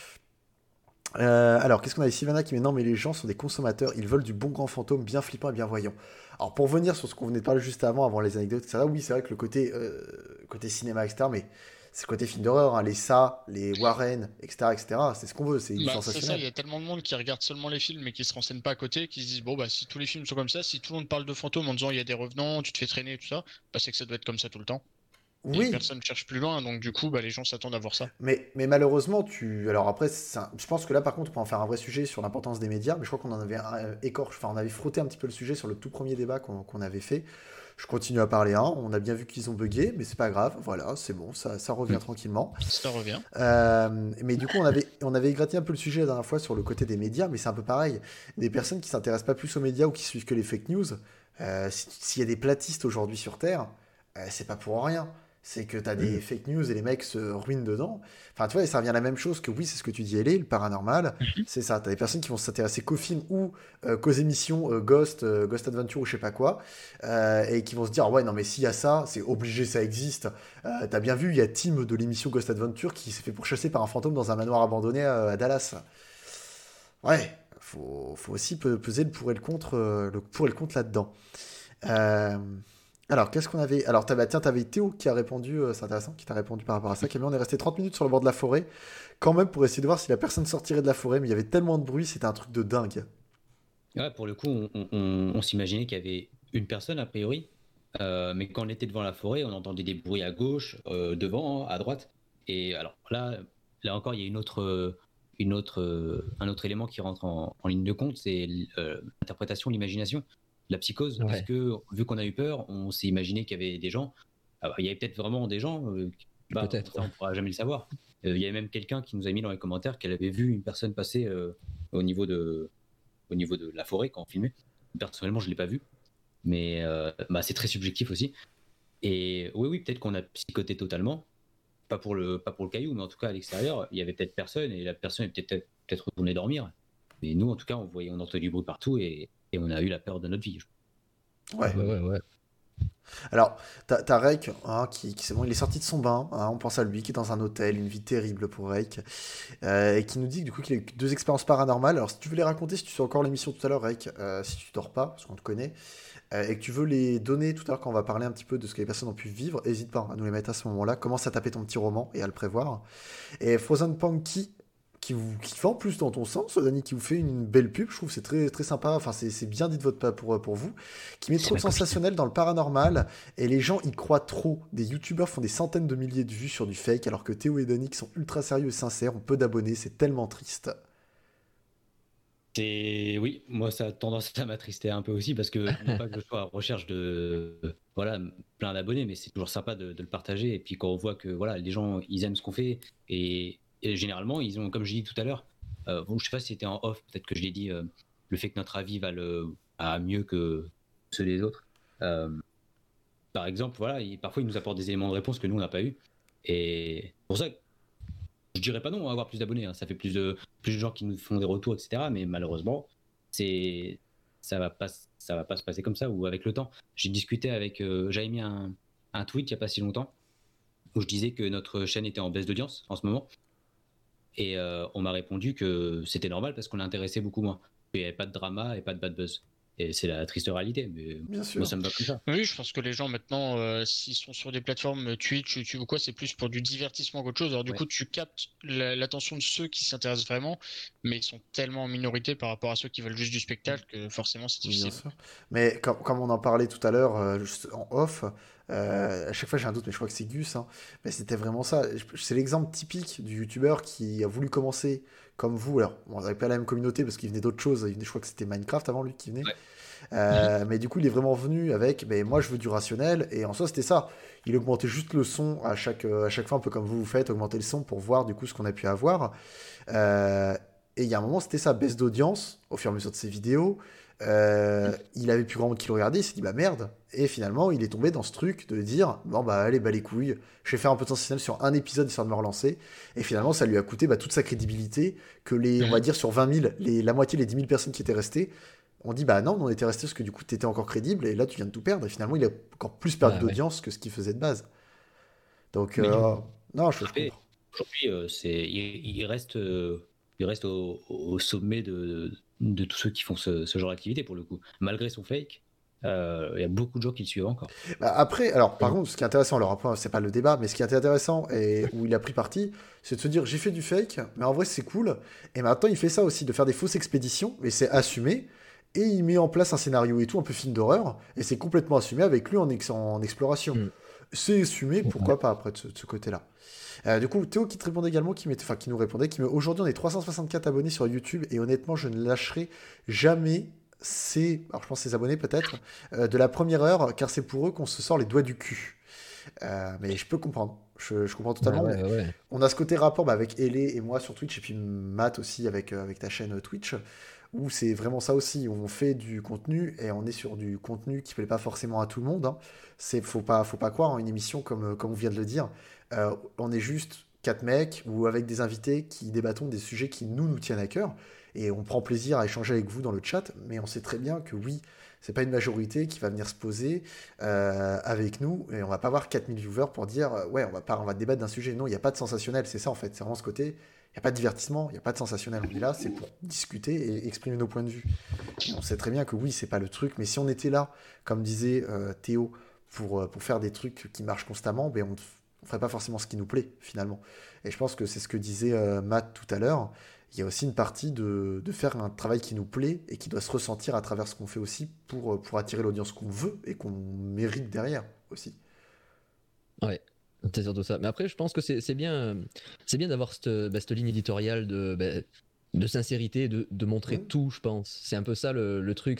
Speaker 1: Alors, qu'est-ce qu'on a ici? Sylvana qui met non, mais les gens sont des consommateurs, ils veulent du bon grand fantôme bien flippant et bien voyant. Alors, pour revenir sur ce qu'on venait de parler juste avant les anecdotes, etc., oui, c'est vrai que le côté cinéma, etc., mais c'est le côté film d'horreur, hein, les Ça, les Warren, etc., c'est ce qu'on veut, c'est du
Speaker 2: Bah, c'est ça, il
Speaker 1: sensationnel.
Speaker 2: y a tellement de monde qui regarde seulement les films et qui se renseigne pas à côté, qui se disent bon bah si tous les films sont comme ça, si tout le monde parle de fantômes en disant il y a des revenants, tu te fais traîner et tout ça, bah c'est que ça doit être comme ça tout le temps. Et
Speaker 1: Oui,
Speaker 2: personne cherche plus loin, donc du coup bah les gens s'attendent à voir ça.
Speaker 1: mais malheureusement, alors après, je pense que là, par contre, on peut en faire un vrai sujet sur l'importance des médias, mais je crois qu'on en avait enfin, on avait frotté un petit peu le sujet sur le tout premier débat qu'on avait fait. Je continue à parler, hein. On a bien vu qu'ils ont bugué, mais c'est pas grave, voilà, c'est bon, ça revient tranquillement.
Speaker 2: Ça revient.
Speaker 1: Mais du coup, on avait égratigné un peu le sujet la dernière fois sur le côté des médias, mais c'est un peu pareil. Des personnes qui s'intéressent pas plus aux médias ou qui suivent que les fake news, s'il y a des platistes aujourd'hui sur Terre, c'est pas pour rien. C'est que t'as des fake news et les mecs se ruinent dedans. Enfin, tu vois, et ça revient à la même chose que oui, c'est ce que tu dis, Ellie, le paranormal. C'est ça. T'as des personnes qui vont s'intéresser qu'aux films ou qu'aux émissions Ghost Adventure ou je sais pas quoi, et qui vont se dire, ouais, non, mais s'il y a ça, c'est obligé, ça existe. T'as bien vu, il y a Tim de l'émission Ghost Adventure qui s'est fait pourchasser par un fantôme dans un manoir abandonné à Dallas. Ouais, faut aussi peser le pour et le contre, là-dedans. Euh, alors, qu'est-ce qu'on avait? Alors, t'avais Théo qui a répondu, c'est intéressant, qui t'a répondu par rapport à ça. Camille, on est resté 30 minutes sur le bord de la forêt, quand même, pour essayer de voir si la personne sortirait de la forêt, mais il y avait tellement de bruit, c'était un truc de dingue.
Speaker 4: Ouais, pour le coup, on s'imaginait qu'il y avait une personne a priori, mais quand on était devant la forêt, on entendait des bruits à gauche, devant, à droite. Et alors là encore, il y a un autre élément qui rentre en ligne de compte, c'est l'interprétation, l'imagination, la psychose. Parce
Speaker 3: Ouais,
Speaker 4: que vu qu'on a eu peur, on s'est imaginé qu'il y avait des gens. Alors, il y avait peut-être vraiment des gens,
Speaker 3: peut-être.
Speaker 4: ça on pourra jamais le savoir. Il y avait même quelqu'un qui nous a mis dans les commentaires qu'elle avait vu une personne passer au niveau de la forêt quand on filmait. Personnellement, je ne l'ai pas vu, mais c'est très subjectif aussi. Et oui, peut-être qu'on a psychoté totalement, pas pour le caillou, mais en tout cas à l'extérieur, il y avait peut-être personne et la personne est peut-être retournée dormir. Mais nous, en tout cas, on entendait du bruit partout et on a eu la peur de notre vie.
Speaker 3: Ah
Speaker 1: Ouais.
Speaker 3: bah ouais.
Speaker 1: Alors, t'as Rake, hein, c'est bon, il est sorti de son bain, hein, on pense à lui, qui est dans un hôtel, une vie terrible pour Rake, et qui nous dit du coup qu'il a eu 2 expériences paranormales. Alors, si tu veux les raconter, si tu suis encore l'émission tout à l'heure, Rake, si tu dors pas, parce qu'on te connaît, et que tu veux les donner tout à l'heure quand on va parler un petit peu de ce que les personnes ont pu vivre, n'hésite pas à nous les mettre à ce moment-là. Commence à taper ton petit roman et à le prévoir. Et Frozen Punky, qui va en plus dans ton sens, Dany, qui vous fait une belle pub, je trouve que c'est très, très sympa, enfin c'est bien dit de votre part pour vous, qui met
Speaker 3: C'est
Speaker 1: trop de
Speaker 3: ma copine.
Speaker 1: sensationnel dans le paranormal, et les gens y croient trop. Des youtubeurs font des centaines de milliers de vues sur du fake, alors que Théo et Dany, qui sont ultra sérieux et sincères, ont peu d'abonnés, c'est tellement triste.
Speaker 4: Oui, moi ça a tendance à m'attrister un peu aussi parce que non pas que je sois à la recherche de voilà plein d'abonnés, mais c'est toujours sympa de le partager. Et puis quand on voit que voilà les gens ils aiment ce qu'on fait et généralement ils ont, comme je dis tout à l'heure, bon, je sais pas si c'était en off, peut-être que je l'ai dit, le fait que notre avis à mieux que ceux des autres. Euh, Par exemple, voilà, parfois ils nous apportent des éléments de réponse que nous on n'a pas eu. Et pour ça, je dirais pas non à avoir plus d'abonnés, hein. Ça fait plus de gens qui nous font des retours, etc. Mais malheureusement, c'est ça va pas se passer comme ça ou avec le temps. J'ai discuté avec, j'avais mis un tweet il y a pas si longtemps où je disais que notre chaîne était en baisse d'audience en ce moment et on m'a répondu que c'était normal parce qu'on l'intéressait beaucoup moins. Il n'y avait pas de drama et pas de bad buzz. Et c'est la triste réalité, mais
Speaker 1: Bien sûr.
Speaker 4: moi ça me va comme ça.
Speaker 2: Oui, je pense que les gens maintenant, s'ils sont sur des plateformes Twitch, YouTube ou quoi, c'est plus pour du divertissement qu'autre chose. Alors du
Speaker 4: Ouais.
Speaker 2: coup, tu captes l'attention de ceux qui s'intéressent vraiment, mais ils sont tellement en minorité par rapport à ceux qui veulent juste du spectacle que forcément c'est
Speaker 1: Bien
Speaker 2: difficile.
Speaker 1: sûr. Mais comme on en parlait tout à l'heure, juste en off, à chaque fois j'ai un doute, mais je crois que c'est Gus, hein, mais c'était vraiment ça. C'est l'exemple typique du youtubeur qui a voulu commencer comme vous. Alors, bon, on n'avait pas la même communauté parce qu'il venait d'autre chose. Je crois que c'était Minecraft avant lui qui venait.
Speaker 4: Ouais.
Speaker 1: Mais du coup, il est vraiment venu avec, ben, moi je veux du rationnel, et en soi c'était ça. Il augmentait juste le son à chaque fois, un peu comme vous faites, augmenter le son pour voir du coup ce qu'on a pu avoir. Euh, et il y a un moment, c'était ça, baisse d'audience au fur et à mesure de ses vidéos. Il avait plus grand monde qui le regardait, il s'est dit bah merde. Et finalement, il est tombé dans ce truc de dire bon bah allez, bah les couilles, je vais faire un peu de sensationnel sur un épisode histoire de me relancer. Et finalement, ça lui a coûté bah, toute sa crédibilité. Que on va dire sur 20 000, la moitié, les 10 000 personnes qui étaient restées, on dit bah non, on était resté parce que du coup, t'étais encore crédible et là, tu viens de tout perdre. Et finalement, il a encore plus perdu
Speaker 3: Bah ouais.
Speaker 1: d'audience que ce qu'il faisait de base. Donc,
Speaker 4: Mais
Speaker 1: non, je
Speaker 4: après,
Speaker 1: comprends.
Speaker 4: aujourd'hui, il reste au sommet de tous ceux qui font ce genre d'activité pour le coup. Malgré son fake, il y a beaucoup de gens qui le suivent encore.
Speaker 1: Bah, après, alors par
Speaker 3: Mm.
Speaker 1: contre, ce qui est intéressant, alors après, c'est pas le débat, mais ce qui est intéressant et où il a pris parti, c'est de se dire j'ai fait du fake, mais en vrai c'est cool. Et maintenant il fait ça aussi, de faire des fausses expéditions, mais c'est assumé. Et il met en place un scénario et tout, un peu film d'horreur, et c'est complètement assumé avec lui en exploration.
Speaker 3: Mm.
Speaker 1: C'est assumé,
Speaker 3: Ouais.
Speaker 1: pourquoi pas après de ce côté-là. Du coup, Théo qui te répondait également, qui nous répondait, qui met aujourd'hui on est 364 abonnés sur YouTube et honnêtement je ne lâcherai jamais alors je pense ses abonnés peut-être, de la première heure car c'est pour eux qu'on se sort les doigts du cul. Mais je peux comprendre, je comprends
Speaker 3: Bah
Speaker 1: totalement. Mais
Speaker 3: ouais, ouais, ouais.
Speaker 1: on a ce côté rapport bah, avec Elé et moi sur Twitch et puis Matt aussi avec ta chaîne Twitch où c'est vraiment ça aussi, où on fait du contenu et on est sur du contenu qui plaît pas forcément à tout le monde, hein. Faut pas croire en une émission comme on vient de le dire. On est juste quatre mecs ou avec des invités qui débattons des sujets qui nous tiennent à cœur et on prend plaisir à échanger avec vous dans le chat, mais on sait très bien que oui, c'est pas une majorité qui va venir se poser avec nous et on va pas avoir 4000 viewers pour dire ouais, on va débattre d'un sujet. Non, il n'y a pas de sensationnel, c'est ça en fait, c'est vraiment ce côté. Il n'y a pas de divertissement, il n'y a pas de sensationnel. On est là, c'est pour discuter et exprimer nos points de vue. Et on sait très bien que oui, c'est pas le truc, mais si on était là, comme disait Théo, pour faire des trucs qui marchent constamment, ben on ferait pas forcément ce qui nous plaît finalement. Et je pense que c'est ce que disait Matt tout à l'heure. Il y a aussi une partie de faire un travail qui nous plaît et qui doit se ressentir à travers ce qu'on fait aussi pour attirer l'audience qu'on veut et qu'on mérite derrière aussi.
Speaker 3: Ouais, c'est surtout ça. Mais après, je pense que c'est bien d'avoir cette ligne éditoriale de sincérité, de montrer
Speaker 1: Mhm.
Speaker 3: tout, je pense. C'est un peu ça le truc.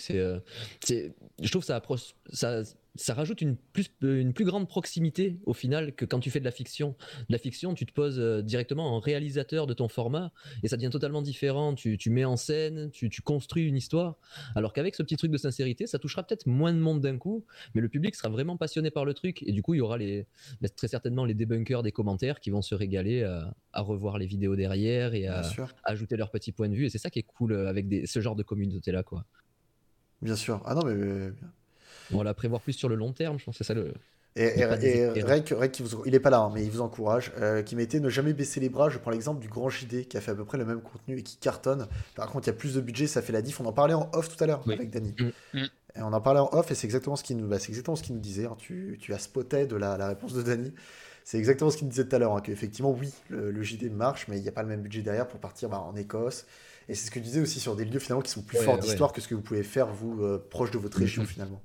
Speaker 3: Je trouve que ça rajoute une plus grande proximité au final que quand tu fais de la fiction. De la fiction, tu te poses directement en réalisateur de ton format et ça devient totalement différent. Tu mets en scène, tu construis une histoire. Alors qu'avec ce petit truc de sincérité, ça touchera peut-être moins de monde d'un coup, mais le public sera vraiment passionné par le truc et du coup, il y aura très certainement les débunkers des commentaires qui vont se régaler à revoir les vidéos derrière et
Speaker 1: Bien
Speaker 3: à
Speaker 1: sûr,
Speaker 3: ajouter leur petit point de vue. Et c'est ça qui est cool avec ce genre de communauté-là, quoi.
Speaker 1: bien sûr. Ah non, mais
Speaker 3: Voilà, prévoir plus sur le long terme, je pense que c'est ça
Speaker 1: Et,
Speaker 3: ne pas désespérer.
Speaker 1: Rec il est pas là, hein, mais il vous encourage, qui mettait ne jamais baisser les bras. Je prends l'exemple du Grand JD qui a fait à peu près le même contenu et qui cartonne. Par contre, il y a plus de budget, ça fait la diff. On en parlait en off tout à l'heure
Speaker 4: Oui.
Speaker 1: avec Dany.
Speaker 3: Mm.
Speaker 2: Mm.
Speaker 1: Et on en parlait en off et c'est exactement ce qu'il nous disait, hein. Tu as spoté de la réponse de Dany. C'est exactement ce qu'il disait tout à l'heure, hein, qu'effectivement, oui, le JD marche, mais il n'y a pas le même budget derrière pour partir en Écosse. Et c'est ce que je disais aussi sur des lieux finalement qui sont plus forts
Speaker 3: Ouais, ouais.
Speaker 1: d'histoire que ce que vous pouvez faire, vous, proche de votre région,
Speaker 3: Mhm.
Speaker 1: finalement.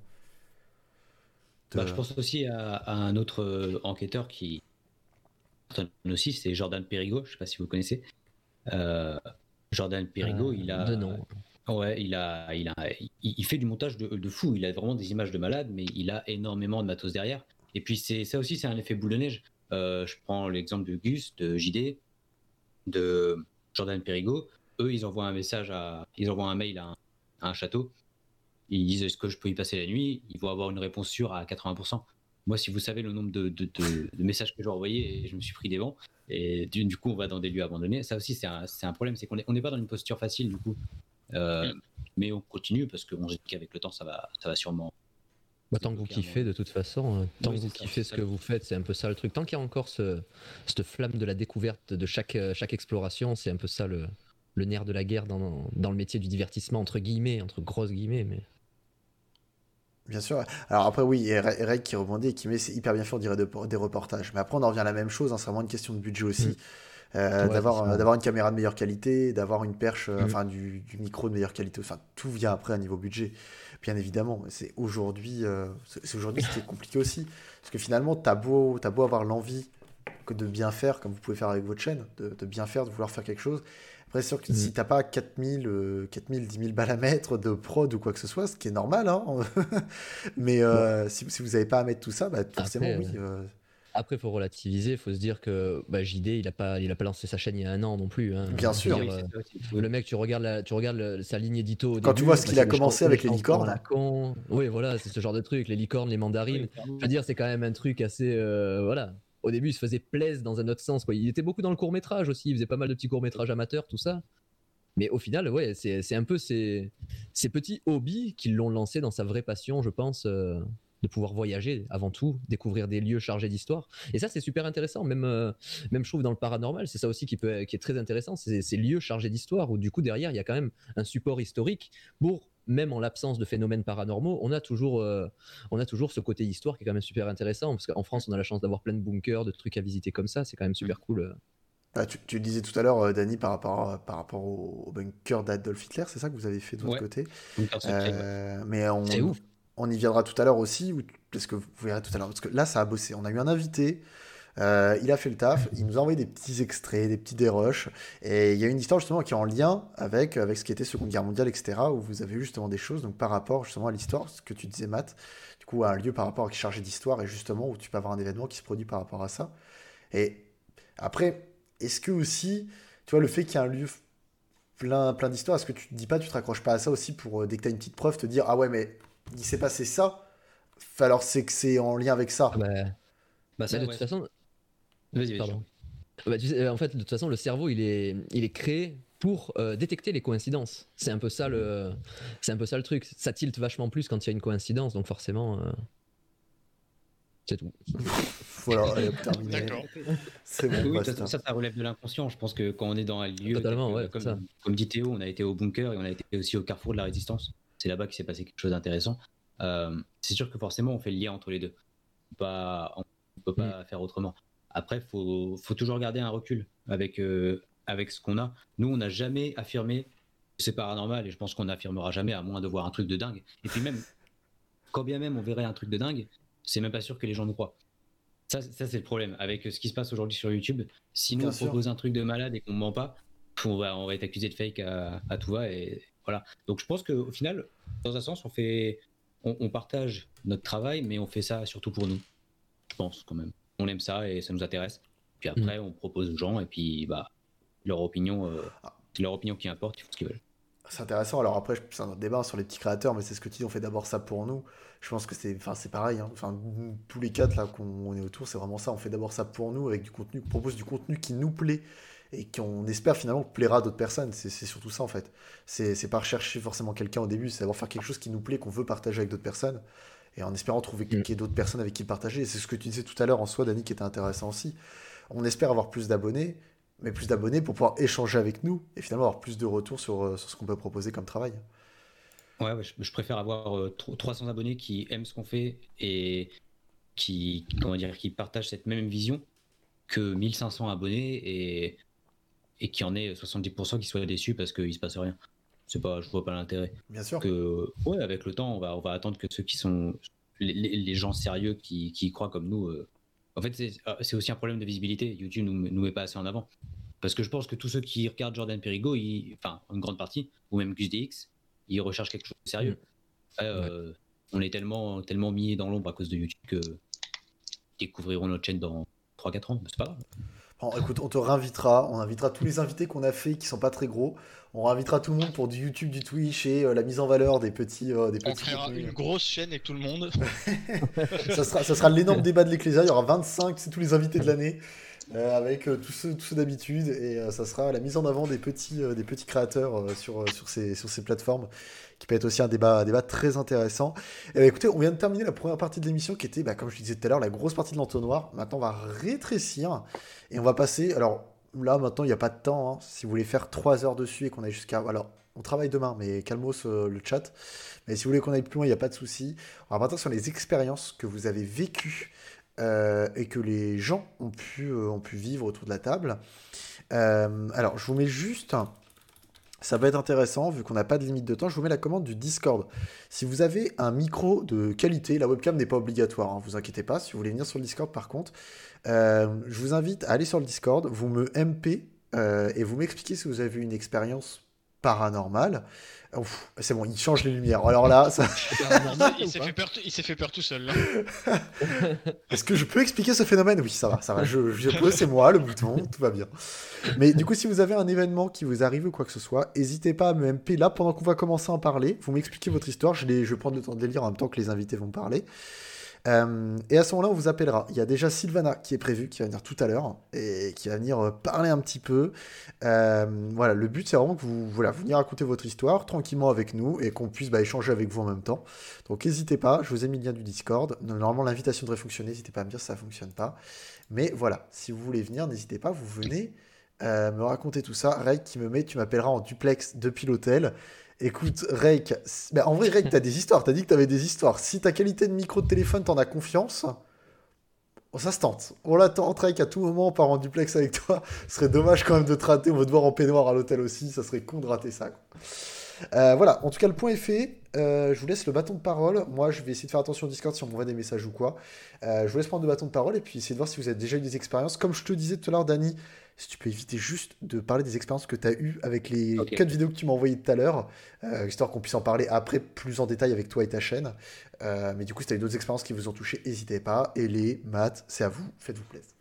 Speaker 4: Je pense aussi à un autre enquêteur qui aussi, c'est Jordan Perigo. Je sais pas si vous connaissez. Euh, Jordan Perigo,
Speaker 3: De nom.
Speaker 4: ouais, il fait du montage de fou. Il a vraiment des images de malade, mais il a énormément de matos derrière. Et puis ça aussi, c'est un effet boule de neige. Je prends l'exemple de Gus, de JD, de Jordan Perigo. Eux, ils envoient un mail à un château. Ils disent est-ce que je peux y passer la nuit? Ils vont avoir une réponse sûre à 80%. Moi, si vous savez le nombre de messages que j'ai envoyés, je me suis pris des vents. Et du coup, on va dans des lieux abandonnés. Ça aussi, c'est un problème, c'est qu'on n'est pas dans une posture facile du coup. Mais on continue parce qu'on se dit qu'avec le temps, ça va sûrement.
Speaker 3: Bah, tant que vous kiffez, de toute façon, tant
Speaker 4: Oui,
Speaker 3: que vous
Speaker 4: c'est ça,
Speaker 3: kiffez
Speaker 4: c'est
Speaker 3: ce
Speaker 4: ça.
Speaker 3: que vous faites, c'est un peu ça le truc. Tant qu'il y a encore cette flamme de la découverte de chaque exploration, c'est un peu ça le nerf de la guerre dans le métier du divertissement, entre guillemets, entre grosses guillemets. Mais...
Speaker 1: Bien sûr. Alors après, oui, et Reg qui rebondit et qui met c'est hyper bien fait, on dirait des reportages. Mais après, on en revient à la même chose, hein, c'est vraiment une question de budget aussi.
Speaker 3: Ouais, c'est ça.
Speaker 1: D'avoir une caméra de meilleure qualité, d'avoir une perche,
Speaker 3: Mm.
Speaker 1: enfin du micro de meilleure qualité. Enfin, tout vient après à niveau budget, bien évidemment. C'est aujourd'hui, c'est aujourd'hui ce qui est compliqué aussi. Parce que finalement, t'as beau avoir l'envie de bien faire, comme vous pouvez faire avec votre chaîne, de bien faire, de vouloir faire quelque chose. Après, c'est sûr que si t'as pas 4000, 10 000 balles à mettre de prod ou quoi que ce soit, ce qui est normal, hein, mais si vous n'avez pas à mettre tout ça, bah, forcément,
Speaker 3: Après,
Speaker 1: oui.
Speaker 3: Après, faut relativiser, faut se dire que bah, JD, il a pas lancé sa chaîne il y a un an non plus. Hein.
Speaker 1: Bien
Speaker 3: Je veux
Speaker 1: sûr.
Speaker 3: dire,
Speaker 4: Oui, c'est ça aussi. Oui.
Speaker 3: le mec, tu regardes sa ligne édito au
Speaker 1: Quand tu
Speaker 3: début,
Speaker 1: vois ce
Speaker 3: bah,
Speaker 1: qu'il
Speaker 3: c'est
Speaker 1: a commencé avec les
Speaker 3: chansons à
Speaker 1: licornes,
Speaker 3: la con. Oui, voilà, c'est ce genre de truc, les licornes, les mandarines.
Speaker 4: Oui, clairement.
Speaker 3: Je veux dire, c'est quand même un truc assez, voilà. Au début, il se faisait plaisir dans un autre sens, quoi. Il était beaucoup dans le court métrage aussi. Il faisait pas mal de petits courts métrages amateurs, tout ça. Mais au final, ouais, c'est un peu ces petits hobbies qui l'ont lancé dans sa vraie passion, je pense, de pouvoir voyager avant tout, découvrir des lieux chargés d'histoire. Et ça, c'est super intéressant. Même je trouve dans le paranormal, c'est ça aussi qui est très intéressant, c'est ces lieux chargés d'histoire où du coup derrière, il y a quand même un support historique pour, même en l'absence de phénomènes paranormaux, on a toujours ce côté histoire qui est quand même super intéressant parce qu'en France, on a la chance d'avoir plein de bunkers, de trucs à visiter comme ça. C'est quand même super cool.
Speaker 1: ah, tu le disais tout à l'heure, Dany, par rapport au bunker d'Adolf Hitler, c'est ça que vous avez fait de votre
Speaker 4: Ouais.
Speaker 1: côté.
Speaker 4: Donc, un secret, ouais.
Speaker 1: Mais
Speaker 3: C'est ouf.
Speaker 1: on y viendra tout à l'heure aussi, parce que vous verrez tout à l'heure. Parce que là, ça a bossé. On a eu un invité, il a fait le taf, il nous a envoyé des petits extraits, des petits dérushs. Et il y a une histoire justement qui est en lien avec ce qui était Seconde Guerre mondiale, etc., où vous avez eu justement des choses, donc par rapport justement à l'histoire, ce que tu disais, Matt, du coup, à un lieu par rapport qui est chargé d'histoire, et justement où tu peux avoir un événement qui se produit par rapport à ça. Et après, est-ce que aussi, tu vois, le fait qu'il y ait un lieu plein d'histoires, est-ce que tu te dis pas, tu te raccroches pas à ça aussi pour, dès que tu as une petite preuve, te dire, ah ouais, mais il s'est passé ça, alors c'est que c'est en lien avec ça.
Speaker 3: Bah,
Speaker 4: Ça,
Speaker 3: de
Speaker 4: ouais.
Speaker 3: toute façon,
Speaker 4: Vas-y,
Speaker 3: pardon. Bah, tu sais, en fait, de toute façon, le cerveau, il est créé pour détecter les coïncidences. C'est un peu ça le truc. Ça tilte vachement plus quand il y a une coïncidence, donc forcément, c'est tout.
Speaker 1: Voilà, allez, hop, terminé.
Speaker 2: D'accord.
Speaker 1: C'est bon,
Speaker 4: Oui,
Speaker 1: basta.
Speaker 4: ça relève de l'inconscient. Je pense que quand on est dans un lieu,
Speaker 3: Totalement, ouais,
Speaker 4: comme,
Speaker 3: c'est ça.
Speaker 4: comme dit Théo, on a été au bunker et on a été aussi au carrefour de la résistance. C'est là-bas qu'il s'est passé quelque chose d'intéressant. C'est sûr que forcément, on fait le lien entre les deux. On peut pas faire autrement. Après, faut toujours garder un recul avec ce qu'on a. Nous, on n'a jamais affirmé que c'est paranormal et je pense qu'on n'affirmera jamais à moins de voir un truc de dingue. Et puis même, quand bien même on verrait un truc de dingue, c'est même pas sûr que les gens nous croient. Ça c'est le problème avec ce qui se passe aujourd'hui sur YouTube. Si nous
Speaker 1: Bien
Speaker 4: on
Speaker 1: sûr.
Speaker 4: propose un truc de malade et qu'on ment pas, on va être accusé de fake à tout va et voilà. Donc je pense qu'au final, dans un sens, on partage notre travail, mais on fait ça surtout pour nous. Je pense quand même. On aime ça et ça nous intéresse. Puis après, on propose aux gens et puis bah leur opinion, c'est leur opinion qui importe. Ils font ce qu'ils veulent.
Speaker 1: C'est intéressant. Alors après, c'est un autre débat sur les petits créateurs, mais c'est ce que tu dis, on fait d'abord ça pour nous. Je pense que c'est pareil, hein. Enfin, tous les quatre là qu'on est autour, c'est vraiment ça. On fait d'abord ça pour nous, avec du contenu, on propose du contenu qui nous plaît et qu'on espère finalement plaira à d'autres personnes. C'est surtout ça en fait. C'est pas rechercher forcément quelqu'un au début, c'est d'abord faire quelque chose qui nous plaît, qu'on veut partager avec d'autres personnes, et en espérant trouver qu'il y ait d'autres personnes avec qui le partager. Et c'est ce que tu disais tout à l'heure en soi, Dany, qui était intéressant aussi. On espère avoir plus d'abonnés, mais plus d'abonnés pour pouvoir échanger avec nous et finalement avoir plus de retours sur ce qu'on peut proposer comme travail.
Speaker 4: Ouais, je préfère avoir 300 abonnés qui aiment ce qu'on fait et qui partagent cette même vision que 1500 abonnés et qu'il y en ait 70% qui soient déçus parce qu'il se passe rien. Je vois pas l'intérêt.
Speaker 1: Bien sûr.
Speaker 4: Ouais, avec le temps, on va attendre que ceux qui sont les gens sérieux qui y croient comme nous. En fait, c'est aussi un problème de visibilité. YouTube nous met pas assez en avant. Parce que je pense que tous ceux qui regardent Jordan Perigo, enfin, une grande partie, ou même GusDX, ils recherchent quelque chose de sérieux. On est tellement mis dans l'ombre à cause de YouTube que ils découvriront notre chaîne dans 3-4 ans. C'est pas grave.
Speaker 1: Bon, écoute, on te réinvitera. On invitera tous les invités qu'on a fait qui sont pas très gros. On réinvitera tout le monde pour du YouTube, du Twitch et la mise en valeur des petits.
Speaker 2: On créera une grosse chaîne avec tout le monde.
Speaker 1: Ça sera l'énorme débat de l'Ecclésia. Il y aura 25, c'est tous les invités de l'année. Avec tous ceux d'habitude, et ça sera la mise en avant des petits créateurs sur ces plateformes, qui peut être aussi un débat très intéressant. Et écoutez, on vient de terminer la première partie de l'émission qui était, comme je le disais tout à l'heure, la grosse partie de l'entonnoir. Maintenant, on va rétrécir et on va passer. Alors là, maintenant, il n'y a pas de temps. Si vous voulez faire 3 heures dessus et qu'on aille jusqu'à. Alors, on travaille demain, mais calmos le chat. Mais si vous voulez qu'on aille plus loin, il n'y a pas de souci. On va partir sur les expériences que vous avez vécues. Et que les gens ont pu vivre autour de la table. Alors, je vous mets juste... Ça va être intéressant, vu qu'on n'a pas de limite de temps, je vous mets la commande du Discord. Si vous avez un micro de qualité, la webcam n'est pas obligatoire, vous inquiétez pas. Si vous voulez venir sur le Discord, par contre, je vous invite à aller sur le Discord, vous me MP, et vous m'expliquez si vous avez eu une expérience paranormale. Ouf, c'est bon, il change les lumières. Alors là, ça...
Speaker 2: il s'est fait peur tout seul. Là.
Speaker 1: Est-ce que je peux expliquer ce phénomène? Oui, ça va. C'est moi, le bouton, tout va bien. Mais du coup, si vous avez un événement qui vous arrive ou quoi que ce soit, n'hésitez pas à me MP là pendant qu'on va commencer à en parler. Vous m'expliquez votre histoire, je vais prendre le temps de les lire en même temps que les invités vont parler. Et à ce moment-là, on vous appellera. Il y a déjà Sylvana qui est prévue, qui va venir tout à l'heure et qui va venir parler un petit peu. Voilà, le but c'est vraiment que vous venir raconter votre histoire tranquillement avec nous et qu'on puisse échanger avec vous en même temps. Donc n'hésitez pas, je vous ai mis le lien du Discord. Normalement l'invitation devrait fonctionner, n'hésitez pas à me dire si ça fonctionne pas. Mais voilà, si vous voulez venir, n'hésitez pas, vous venez me raconter tout ça. Ray qui me met, tu m'appelleras en duplex depuis l'hôtel. Écoute, Rake, en vrai, Rake, t'as des histoires, t'as dit que t'avais des histoires. Si ta qualité de micro de téléphone, t'en as confiance, ça se tente. On l'attend, Rake, à tout moment, on part en duplex avec toi. Ce serait dommage quand même de te rater, on va te voir en peignoir à l'hôtel aussi, ça serait con de rater ça. Voilà, en tout cas, le point est fait. Je vous laisse le bâton de parole. Moi, je vais essayer de faire attention au Discord si on m'envoie des messages ou quoi. Je vous laisse prendre le bâton de parole et puis essayer de voir si vous avez déjà eu des expériences. Comme je te disais tout à l'heure, Dany, si tu peux éviter juste de parler des expériences que tu as eues avec les 4 vidéos que tu m'as envoyées tout à l'heure, histoire qu'on puisse en parler après plus en détail avec toi et ta chaîne. Mais du coup, si tu as eu d'autres expériences qui vous ont touché, n'hésitez pas. Et les maths, c'est à vous, faites-vous plaisir.